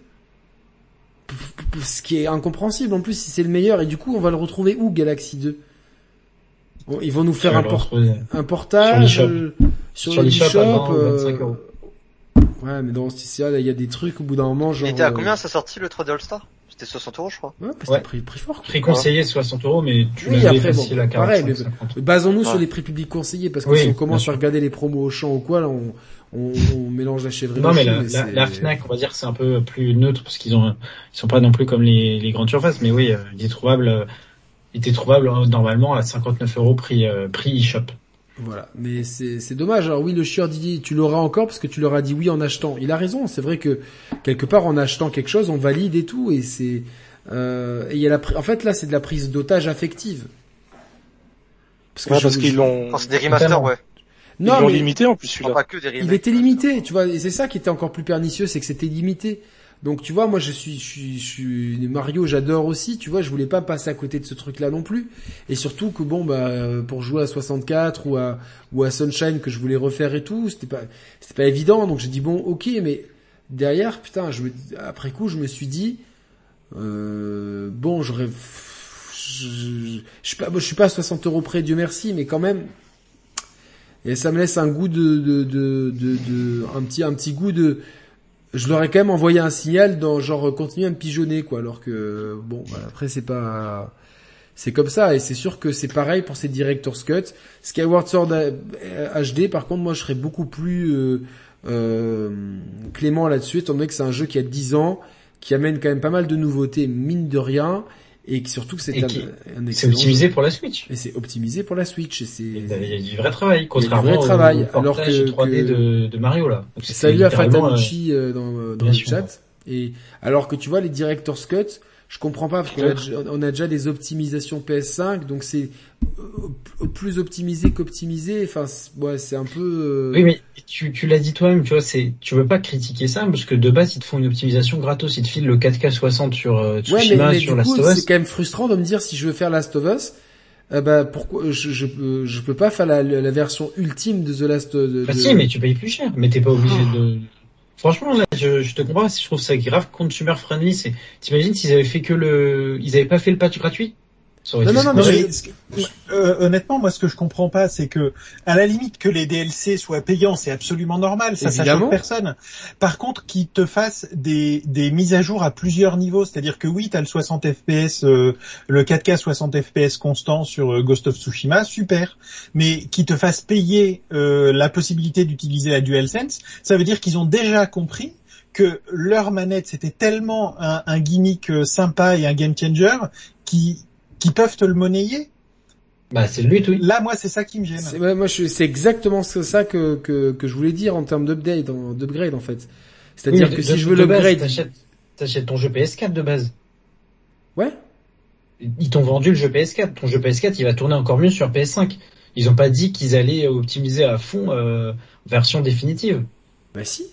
Ce qui est incompréhensible en plus si c'est le meilleur, et du coup on va le retrouver où Galaxy deux? Bon, ils vont nous faire un, por- un portage sur l'eShop, sur, sur l'eShop, l'eShop euh... vingt-cinq euros. Ouais, mais dans ce là il y a des trucs au bout d'un moment genre. Il était à euh... combien sa sortie le trois D All-Star? C'était soixante euros je crois. Ouais, parce ouais. que prix, prix fort. Quoi. Prix conseillé soixante euros, mais tu oui, l'avais après, facile bon, à quarante-cinq, pareil, mais basons-nous ouais. sur les prix publics conseillés, parce que oui, si on commence à regarder les promos au champ ou quoi, là, on, on, on mélange la chèvre et non, le mais, chou, la, mais la, la Fnac, on va dire que c'est un peu plus neutre, parce qu'ils ont, ils sont pas non plus comme les, les grandes surfaces, mais oui, il est trouvable, il était trouvable normalement à cinquante-neuf euros prix, euh, prix eShop. Voilà, mais c'est c'est dommage. Alors oui, le chieur Didier, tu l'auras encore parce que tu leur as dit oui en achetant. Il a raison, c'est vrai que quelque part en achetant quelque chose, on valide et tout, et c'est euh, et il y a la en fait là c'est de la prise d'otage affective. Parce, que ouais, parce qu'ils l'ont. Enfin, c'est des remasters, ouais. Non, ils l'ont mais limité en plus celui-là. Pas que des remakes, il était limité, tu vois, et c'est ça qui était encore plus pernicieux, c'est que c'était limité. Donc tu vois, moi je suis, je suis, je suis Mario, j'adore aussi. Tu vois, je voulais pas passer à côté de ce truc-là non plus. Et surtout que bon, bah pour jouer à soixante-quatre ou à ou à Sunshine que je voulais refaire et tout, c'était pas, c'était pas évident. Donc j'ai dit bon, ok, mais derrière, putain, je me, après coup, je me suis dit euh, bon, j'aurais, je, je, je suis pas, je suis pas à soixante euros près, Dieu merci, mais quand même. Et ça me laisse un goût de, de, de, de, de un petit, un petit goût de je leur ai quand même envoyé un signal dans genre continuer à me pigeonner quoi, alors que bon voilà, après c'est pas c'est comme ça, et c'est sûr que c'est pareil pour ces Director's Cut. Skyward Sword H D par contre moi je serais beaucoup plus euh, euh, clément là-dessus, étant donné que c'est un jeu qui a dix ans, qui amène quand même pas mal de nouveautés mine de rien, et qui, surtout que c'est et un, qui, un c'est optimisé jeu. pour la Switch. Et c'est optimisé pour la Switch. Et c'est... Il y a du vrai travail, contrairement vrai travail, au alors que, trois D que... de, de Mario là. Donc, salut à Fatanucci euh, dans, dans le sûr. chat. Et alors que tu vois les Director's Cut, je comprends pas parce qu'on a, on a déjà des optimisations P S cinq, donc c'est plus optimisé qu'optimisé. Enfin, ouais, c'est un peu. Oui, mais tu, tu l'as dit toi-même, tu vois, c'est, tu veux pas critiquer ça parce que de base ils te font une optimisation gratos, ils te filent le quatre K soixante sur euh, Tsushima, ouais, mais, mais sur Last of Us. C'est quand même frustrant de me dire si je veux faire Last of Us. Euh, bah pourquoi je, je peux je peux pas faire la, la version ultime de The Last de, bah de... si, mais tu payes plus cher, mais t'es pas obligé oh. de. Franchement, là, je, je te comprends. Je trouve ça grave consumer friendly. C'est, t'imagines s'ils avaient fait que le, ils avaient pas fait le patch gratuit. Non, non, non, mais ce que, euh, honnêtement, moi, ce que je comprends pas, c'est que, à la limite, que les D L C soient payants, c'est absolument normal, ça, ça choque personne. Par contre, qu'ils te fassent des, des mises à jour à plusieurs niveaux, c'est-à-dire que oui, t'as le soixante F P S, euh, le quatre K soixante F P S constant sur euh, Ghost of Tsushima, super. Mais qu'ils te fassent payer, euh, la possibilité d'utiliser la DualSense, ça veut dire qu'ils ont déjà compris que leur manette, c'était tellement un, un gimmick sympa et un game changer qui, qui peuvent te le monnayer. Bah, c'est le but, oui. Là, moi, c'est ça qui me gêne. C'est, ouais, moi, je, c'est exactement ça que, que, que je voulais dire en termes d'update, en, d'upgrade, en fait. C'est-à-dire oui, que de, si de, je veux l'upgrade... T'achètes, t'achètes ton jeu P S quatre de base. Ouais. Ils t'ont vendu le jeu P S quatre. Ton jeu P S quatre, il va tourner encore mieux sur P S cinq. Ils ont pas dit qu'ils allaient optimiser à fond, euh, version définitive. Bah si.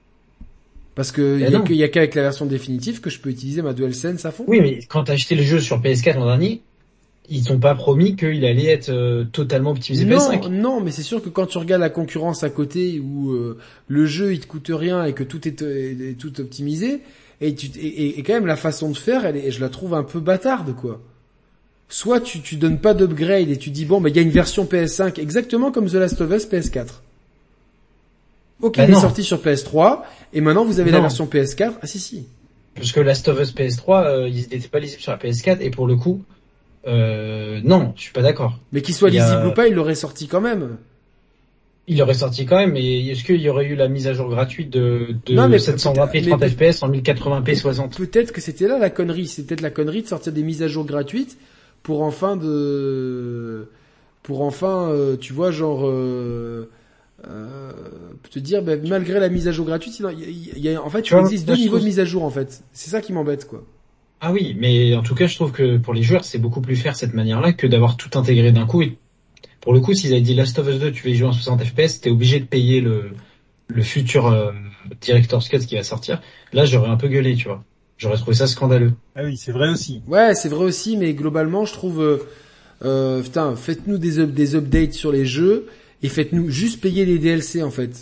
Parce que il y, que, y a qu'avec la version définitive que je peux utiliser ma DualSense à fond. Oui, mais quand t'as acheté le jeu sur P S quatre l'an dernier, ils t'ont pas promis qu'il allait être euh, totalement optimisé non, P S cinq. Non, mais c'est sûr que quand tu regardes la concurrence à côté où euh, le jeu il te coûte rien et que tout est, est, est tout optimisé, et, tu, et, et quand même la façon de faire, elle est, je la trouve un peu bâtarde quoi. Soit tu tu donnes pas d'upgrade et tu dis bon bah il y a une version P S cinq exactement comme The Last of Us P S quatre. Ok, bah il non. est sorti sur P S trois, et maintenant vous avez non. la version P S quatre. Ah si si. Parce que Last of Us P S trois, euh, il n'était pas lisible sur la P S quatre, et pour le coup, euh, non, je suis pas d'accord. Mais qu'il soit il lisible a... ou pas, il l'aurait sorti quand même. Il l'aurait sorti quand même, mais est-ce qu'il y aurait eu la mise à jour gratuite de, de non, mais sept cent vingt p trente F P S en mille quatre-vingts p soixante? Peut-être que c'était là la connerie, c'est peut-être la connerie de sortir des mises à jour gratuites pour enfin de, pour enfin, euh, tu vois, genre, euh, Euh, te dire bah, malgré la mise à jour gratuite il y a, en fait tu il vois, existe deux niveaux trouve... de mise à jour en fait, c'est ça qui m'embête quoi. Ah oui, mais en tout cas je trouve que pour les joueurs c'est beaucoup plus fair cette manière-là que d'avoir tout intégré d'un coup. Et pour le coup s'ils avaient dit Last of Us deux tu veux y jouer en soixante F P S, t'es obligé de payer le le futur euh, Director's Cut qui va sortir, là j'aurais un peu gueulé tu vois. J'aurais trouvé ça scandaleux. Ah oui, c'est vrai aussi. Ouais, c'est vrai aussi, mais globalement, je trouve, euh, euh, putain, faites-nous des, up- des updates sur les jeux et faites-nous juste payer les D L C en fait.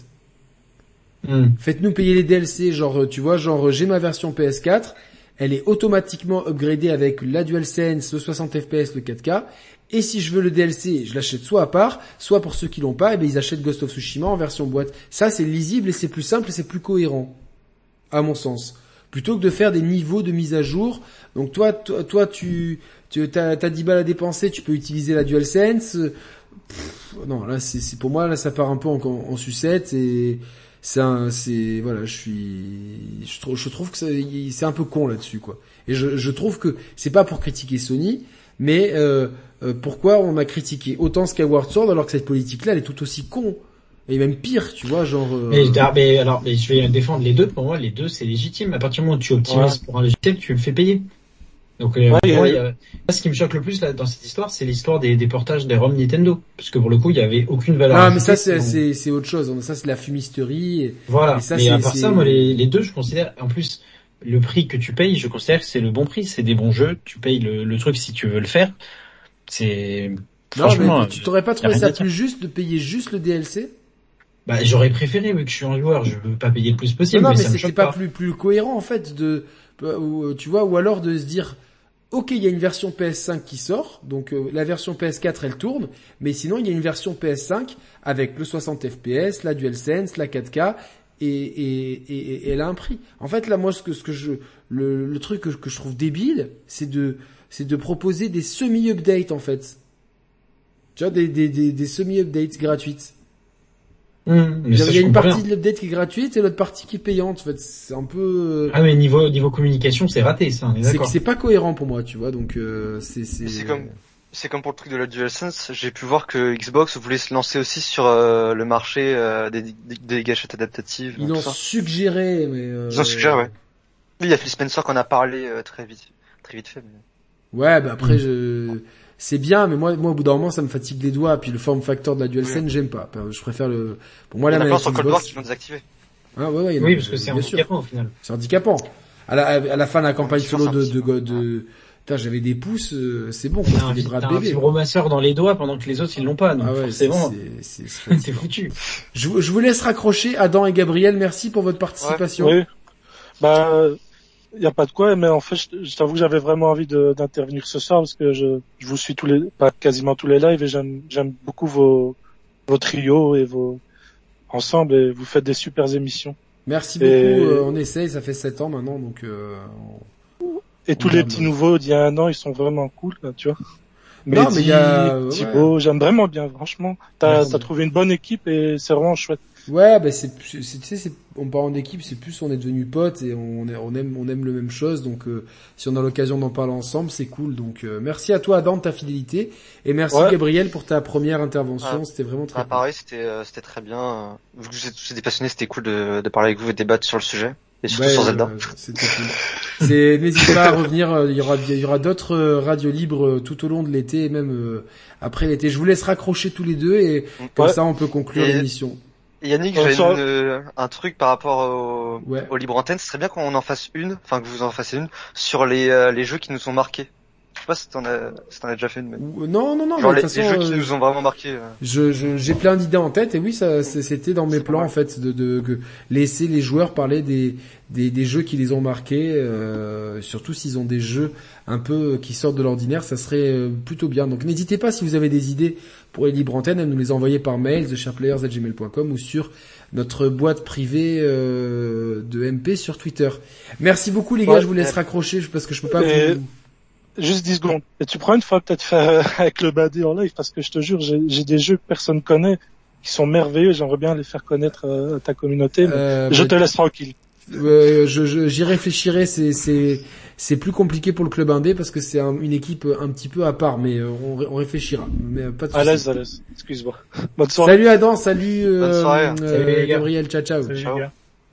Mm. Faites-nous payer les D L C, genre, tu vois, genre, j'ai ma version P S quatre, elle est automatiquement upgradée avec la DualSense, le soixante F P S, le quatre K, et si je veux le D L C, je l'achète soit à part, soit pour ceux qui l'ont pas, et ben ils achètent Ghost of Tsushima en version boîte. Ça, c'est lisible et c'est plus simple et c'est plus cohérent, à mon sens. Plutôt que de faire des niveaux de mise à jour. Donc toi, toi, toi tu, tu t'as, t'as dix balles à dépenser, tu peux utiliser la DualSense. Pff, non, là, c'est, c'est pour moi, là, ça part un peu en, en, en sucette et c'est un, c'est, voilà, je suis, je trouve, je trouve que ça, c'est un peu con là-dessus, quoi. Et je, je trouve que c'est pas pour critiquer Sony, mais euh, euh, pourquoi on a critiqué autant Skyward Sword alors que cette politique-là, elle est tout aussi con. Et même pire, tu vois, genre... Euh... Mais, mais alors, mais je vais défendre les deux. Pour moi, les deux, c'est légitime. À partir du moment où tu optimises ouais. pour un logiciel, tu le fais payer. Donc, euh, ouais, pour moi, il y a... Là, ce qui me choque le plus là, dans cette histoire, c'est l'histoire des, des portages des ROM Nintendo. Parce que pour le coup, il y avait aucune valeur. Ah, mais ça, c'est, c'est, c'est autre chose. Ça, c'est la fumisterie. Et... Voilà. Et ça, mais c'est, à part c'est... ça, moi, les, les deux, je considère, en plus, le prix que tu payes, je considère que c'est le bon prix. C'est des bons jeux. Tu payes le, le truc si tu veux le faire. C'est, non, franchement. Mais tu t'aurais pas trouvé ça plus juste de payer juste le D L C? Bah, j'aurais préféré, vu que je suis un joueur, je veux pas payer le plus possible. Non, non mais, mais ça c'était pas, pas plus, plus cohérent, en fait, de, ou, tu vois, ou alors de se dire, ok, il y a une version P S cinq qui sort, donc euh, la version P S quatre elle tourne, mais sinon il y a une version P S cinq avec le soixante F P S, la DualSense, la quatre K, et, et, et, et elle a un prix. En fait, là, moi, ce que, ce que je, le, le truc que, que je trouve débile, c'est de, c'est de proposer des semi-updates, en fait. Tu vois, des, des, des, des semi-updates gratuites. Mmh, il y a, y a une partie de l'update qui est gratuite et l'autre partie qui est payante. En fait, c'est un peu. Ah mais niveau niveau communication, c'est raté ça. On est d'accord. C'est, c'est pas cohérent pour moi, tu vois. Donc euh, c'est c'est. C'est comme c'est comme pour le truc de la DualSense. J'ai pu voir que Xbox voulait se lancer aussi sur euh, le marché euh, des, des, des gâchettes adaptatives. Ils l'ont suggéré, mais. Euh... Ils ont suggéré, ouais. Oui, il y a Phil Spencer qu'on a parlé euh, très vite, très vite fait. Mais... Ouais, bah après mmh. je. C'est bien, mais moi, moi, au bout d'un moment, ça me fatigue les doigts. Puis le form factor de la DualSense, oui. j'aime pas. Je préfère le. Pour moi, il y la manette Xbox. Sur qui l'ont désactivé. Ah ouais, ouais. Oui, parce que c'est handicapant au final. C'est handicapant. À la, à la fin de la campagne solo de, de, de, de... Putain, j'avais des pouces, euh, c'est bon, quoi. Des bras de bébé. T'as un vibromasseur dans les doigts pendant que les autres ils l'ont pas. Donc ah ouais, forcément, c'est, c'est, c'est, c'est foutu. Je, je vous laisse raccrocher, Adam et Gabriel. Merci pour votre participation. Ouais. Oui. Bah. Il n'y a pas de quoi, mais en fait, je, je t'avoue que j'avais vraiment envie de, d'intervenir ce soir parce que je, je vous suis tous les, pas quasiment tous les lives et j'aime, j'aime beaucoup vos, vos trios et vos ensemble et vous faites des super émissions. Merci beaucoup. Et... Euh, on essaye, ça fait sept ans maintenant, donc. Euh, on... Et tous on les petits nouveaux d'il y a un an, ils sont vraiment cool, là, tu vois. Non, Mehdi, mais il y a Thibaut, ouais. J'aime vraiment bien, franchement. T'as, t'as trouvé une bonne équipe et c'est vraiment chouette. Ouais, bah c'est, c'est, tu sais, c'est, on part en équipe, c'est plus on est devenus potes et on, est, on aime, on aime le même chose. Donc, euh, si on a l'occasion d'en parler ensemble, c'est cool. Donc, euh, merci à toi, Adam, de ta fidélité et merci ouais. Gabriel pour ta première intervention. Ah, c'était vraiment très. Ah, cool. Pareil, c'était, euh, c'était très bien. Vu que vous êtes tous des passionnés, c'était cool de, de parler avec vous et de débattre sur le sujet. Et surtout ouais, sur Zelda. Euh, c'était cool. C'est, n'hésite pas à revenir. Il y aura, il y aura d'autres radios libres tout au long de l'été et même euh, après l'été. Je vous laisse raccrocher tous les deux et comme ouais. ça on peut conclure et... l'émission. Et Yannick, j'avais une, euh, un truc par rapport au, ouais. au libre antenne. Ce serait bien qu'on en fasse une, enfin que vous en fassiez une sur les euh, les jeux qui nous ont marqués. Je sais pas si t'en as, si t'en as déjà fait une. Mais... Non, non, non. Genre mais les, de toute façon, les jeux euh, qui nous ont vraiment marqués. Euh... Je, je, j'ai plein d'idées en tête et oui, ça, c'était dans mes plans en fait de, de, de laisser les joueurs parler des, des, des jeux qui les ont marqués, euh, surtout s'ils ont des jeux un peu qui sortent de l'ordinaire, ça serait plutôt bien. Donc n'hésitez pas si vous avez des idées pour les libres antennes à nous les envoyer par mail the sharplayers arobase gmail point com ou sur notre boîte privée euh, de M P sur Twitter. Merci beaucoup les gars, ouais, je vous laisse ouais. raccrocher parce que je peux pas et... vous... Juste dix secondes. Et tu prends une fois peut-être faire avec le Badé en live parce que je te jure, j'ai, j'ai des jeux que personne connaît qui sont merveilleux. J'aimerais bien les faire connaître à ta communauté, mais euh, je mais... te laisse tranquille. Euh, je, je, j'y réfléchirai. C'est, c'est, c'est plus compliqué pour le club indé parce que c'est un, une équipe un petit peu à part, mais on, on réfléchira. Mais pas de soucis. À l'aise, à l'aise. Excuse-moi. Bonne soirée. Salut Adam, salut, euh, Bonne soirée. Euh, salut Gabriel, ciao ciao. Salut, ciao.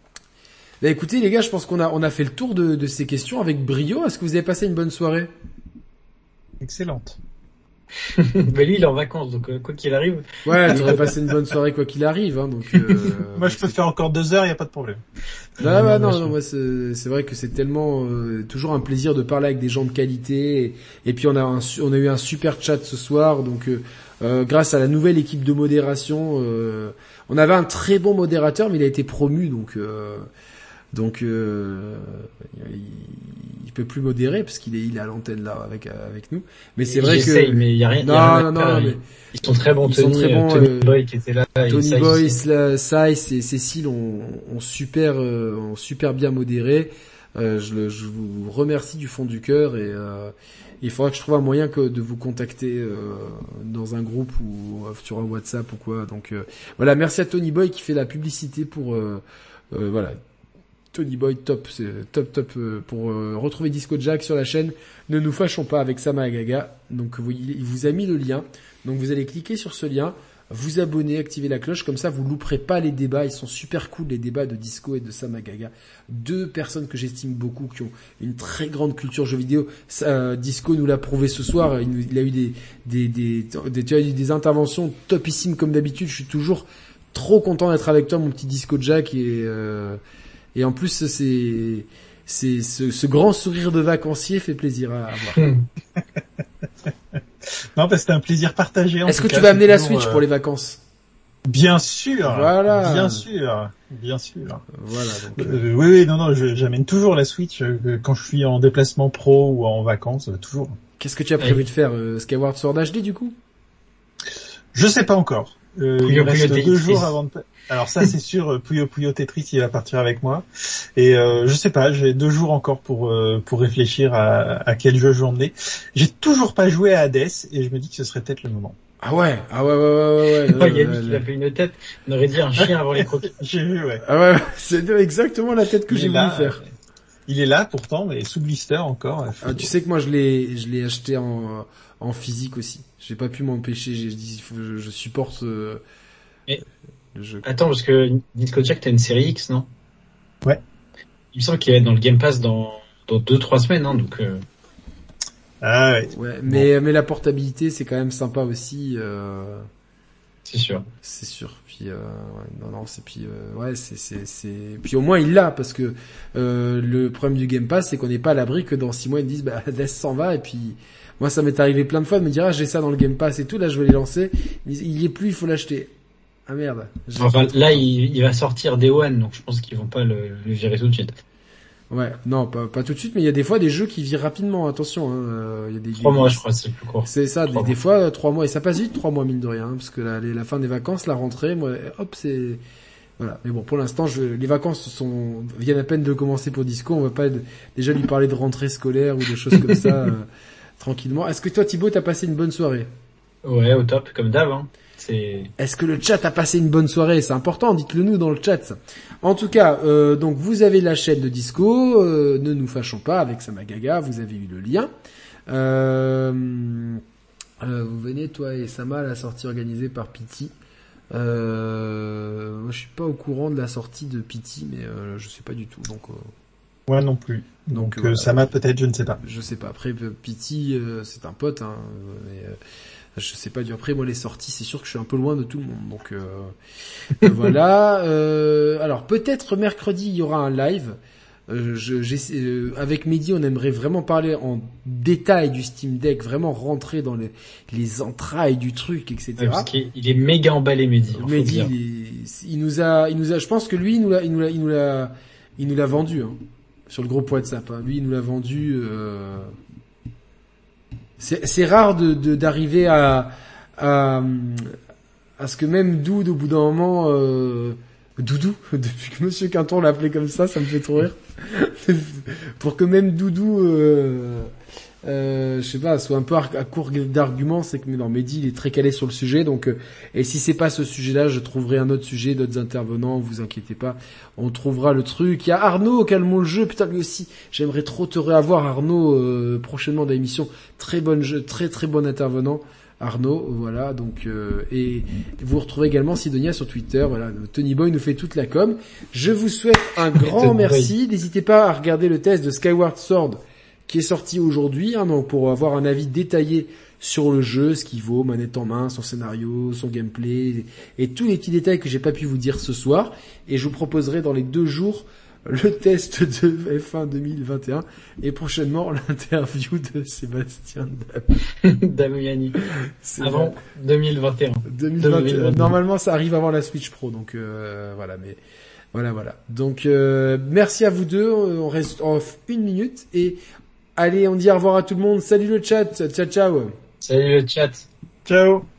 Bah écoutez les gars, je pense qu'on a, on a fait le tour de, de ces questions avec brio. Est-ce que vous avez passé une bonne soirée? Excellente. Mais lui, il est en vacances, donc euh, quoi qu'il arrive. Ouais, tu vas passer une bonne soirée quoi qu'il arrive, hein, donc. Euh, moi, je peux faire encore deux heures, y a pas de problème. Non, bah, non, non, non, moi c'est, c'est vrai que c'est tellement euh, toujours un plaisir de parler avec des gens de qualité. Et, et puis on a un, on a eu un super chat ce soir, donc euh, euh, grâce à la nouvelle équipe de modération, euh, on avait un très bon modérateur, mais il a été promu, donc. Euh, Donc euh, il, il peut plus modérer parce qu'il est il est à l'antenne là avec avec nous. Mais c'est vrai J'essaye, que mais il y a rien. Non y a rien non non, non mais ils sont très bons. Ils Tony, sont très bons. Tony euh, Boy qui était là. Tony Boy, Size et Cécile ont, ont super euh, ont super bien modéré. Euh, je, le, je vous remercie du fond du cœur et euh, il faudra que je trouve un moyen que de vous contacter euh, dans un groupe ou euh, sur un WhatsApp ou quoi. Donc euh, voilà, merci à Tony Boy qui fait la publicité pour euh, euh, voilà. Tony Boy, top, c'est top, top euh, pour euh, retrouver Disco Jack sur la chaîne. Ne nous fâchons pas avec Sama Gaga. Donc vous, il vous a mis le lien. Donc vous allez cliquer sur ce lien, vous abonner, activer la cloche, comme ça vous louperez pas les débats. Ils sont super cool les débats de Disco et de Sama Gaga. Deux personnes que j'estime beaucoup, qui ont une très grande culture jeux vidéo. Ça, Disco nous l'a prouvé ce soir. Il, il a eu des, des, des, des, tu as eu des interventions topissimes comme d'habitude. Je suis toujours trop content d'être avec toi, mon petit Disco Jack et euh, Et en plus, c'est, c'est, ce, ce grand sourire de vacancier fait plaisir à, à voir. Non, parce que c'était un plaisir partagé. Est-ce que cas, tu vas amener la Switch euh... pour les vacances? Bien sûr. Voilà. Bien sûr. Bien sûr. Voilà. Donc, euh, oui, oui, non, non, je, j'amène toujours la Switch euh, quand je suis en déplacement pro ou en vacances, euh, toujours. Qu'est-ce que tu as prévu oui. de faire, euh, Skyward Sword H D du coup? Je sais pas encore. Euh, il me reste deux jours avant de... Alors ça c'est sûr, Puyo Puyo Tetris il va partir avec moi et euh, je sais pas, j'ai deux jours encore pour euh, pour réfléchir à, à quel jeu je vais emmener. J'ai toujours pas joué à Hades et je me dis que ce serait peut-être le moment. Ah ouais, ah ouais ouais ouais ouais. ouais, ouais il y a lui qui a fait une tête, on aurait dit un chien avant les croquis. J'ai vu ouais. Ah ouais, c'est exactement la tête que il j'ai voulu faire. Euh, il est là pourtant mais sous blister encore. Faut... Ah, tu sais que moi je l'ai je l'ai acheté en en physique aussi. J'ai pas pu m'empêcher, j'ai dit je, je supporte euh, et... le jeu. Attends, parce que Disco Jack, t'as une série X, non? Ouais. Il me semble qu'il va être dans le Game Pass dans dans deux trois semaines, hein, donc. Euh... Ah ouais. Ouais, mais bon. mais la portabilité c'est quand même sympa aussi. Euh... C'est sûr. C'est sûr. Puis euh, ouais, non non c'est puis euh, ouais c'est c'est c'est puis au moins il l'a parce que euh, le problème du Game Pass c'est qu'on n'est pas à l'abri que dans six mois ils me disent bah Death s'en va et puis moi ça m'est arrivé plein de fois de me dire ah j'ai ça dans le Game Pass et tout là je vais les lancer ils disent, il y est plus il faut l'acheter. Ah merde. Enfin, là, il, il va sortir Day One, donc je pense qu'ils vont pas le, le virer tout de suite. Ouais, non, pas, pas tout de suite, mais il y a des fois des jeux qui virent rapidement, attention, hein. Il y a des, trois des, mois, je crois, c'est plus court. C'est ça, des, des fois, trois mois, et ça passe vite, trois mois, mine de rien, hein, parce que la, la fin des vacances, la rentrée, moi, hop, c'est, voilà. Mais bon, pour l'instant, je, les vacances sont, viennent à peine de commencer pour Disco, on va pas de, déjà lui parler de rentrée scolaire ou de choses comme ça, euh, tranquillement. Est-ce que toi, Thibaut, t'as passé une bonne soirée? Ouais, au top, comme d'hab, hein. C'est... Est-ce que le chat a passé une bonne soirée? C'est important, dites-le nous dans le chat. En tout cas, euh, donc vous avez la chaîne de Disco, euh, ne nous fâchons pas avec Sama Gaga, vous avez eu le lien. Euh, euh, vous venez toi et Sama à la sortie organisée par Pity. Euh, moi je suis pas au courant de la sortie de Pity, mais euh, je sais pas du tout. Donc euh... ouais non plus. Donc, donc euh, Sama peut-être, je ne sais pas. Je sais pas. Après Pity, euh, c'est un pote, hein. Mais, euh, je sais pas du après moi les sorties c'est sûr que je suis un peu loin de tout le monde donc euh, voilà euh, alors peut-être mercredi il y aura un live euh, je, euh, avec Mehdi on aimerait vraiment parler en détail du Steam Deck vraiment rentrer dans les, les entrailles du truc etc ouais, parce qu'il il est méga emballé Mehdi Mehdi il, est, il nous a il nous a je pense que lui il nous l'a il nous l'a il nous l'a il nous l'a vendu hein, sur le groupe WhatsApp hein. Lui il nous l'a vendu euh, C'est, c'est rare de, de d'arriver à, à à ce que même Doud au bout d'un moment euh, Doudou depuis que Monsieur Quinton l'a appelé comme ça, ça me fait trop rire. Pour que même Doudou euh, euh, je sais pas, soit un peu à court d'arguments, c'est que mais non, Mehdi il est très calé sur le sujet, donc euh, et si c'est pas ce sujet-là, je trouverai un autre sujet, d'autres intervenants, vous inquiétez pas, on trouvera le truc. Il y a Arnaud, calmons le jeu, putain lui aussi, j'aimerais trop te réavoir Arnaud euh, prochainement dans l'émission, très bonne jeu, très très bon intervenant. Arnaud, voilà, donc euh, et vous retrouvez également Sidonia sur Twitter, voilà, Tony Boy nous fait toute la com. Je vous souhaite un grand merci, n'hésitez pas à regarder le test de Skyward Sword qui est sorti aujourd'hui, hein, donc pour avoir un avis détaillé sur le jeu, ce qu'il vaut, manette en main, son scénario, son gameplay, et tous les petits détails que j'ai pas pu vous dire ce soir. Et je vous proposerai dans les deux jours le test de F un deux mille vingt et un et prochainement l'interview de Sébastien Damiani. Avant deux mille vingt et un. deux mille vingt et un. Normalement, ça arrive avant la Switch Pro, donc euh, voilà. Mais voilà, voilà. Donc euh, merci à vous deux. On reste off une minute et allez, on dit au revoir à tout le monde. Salut le chat. Ciao, ciao. Salut le chat. Ciao.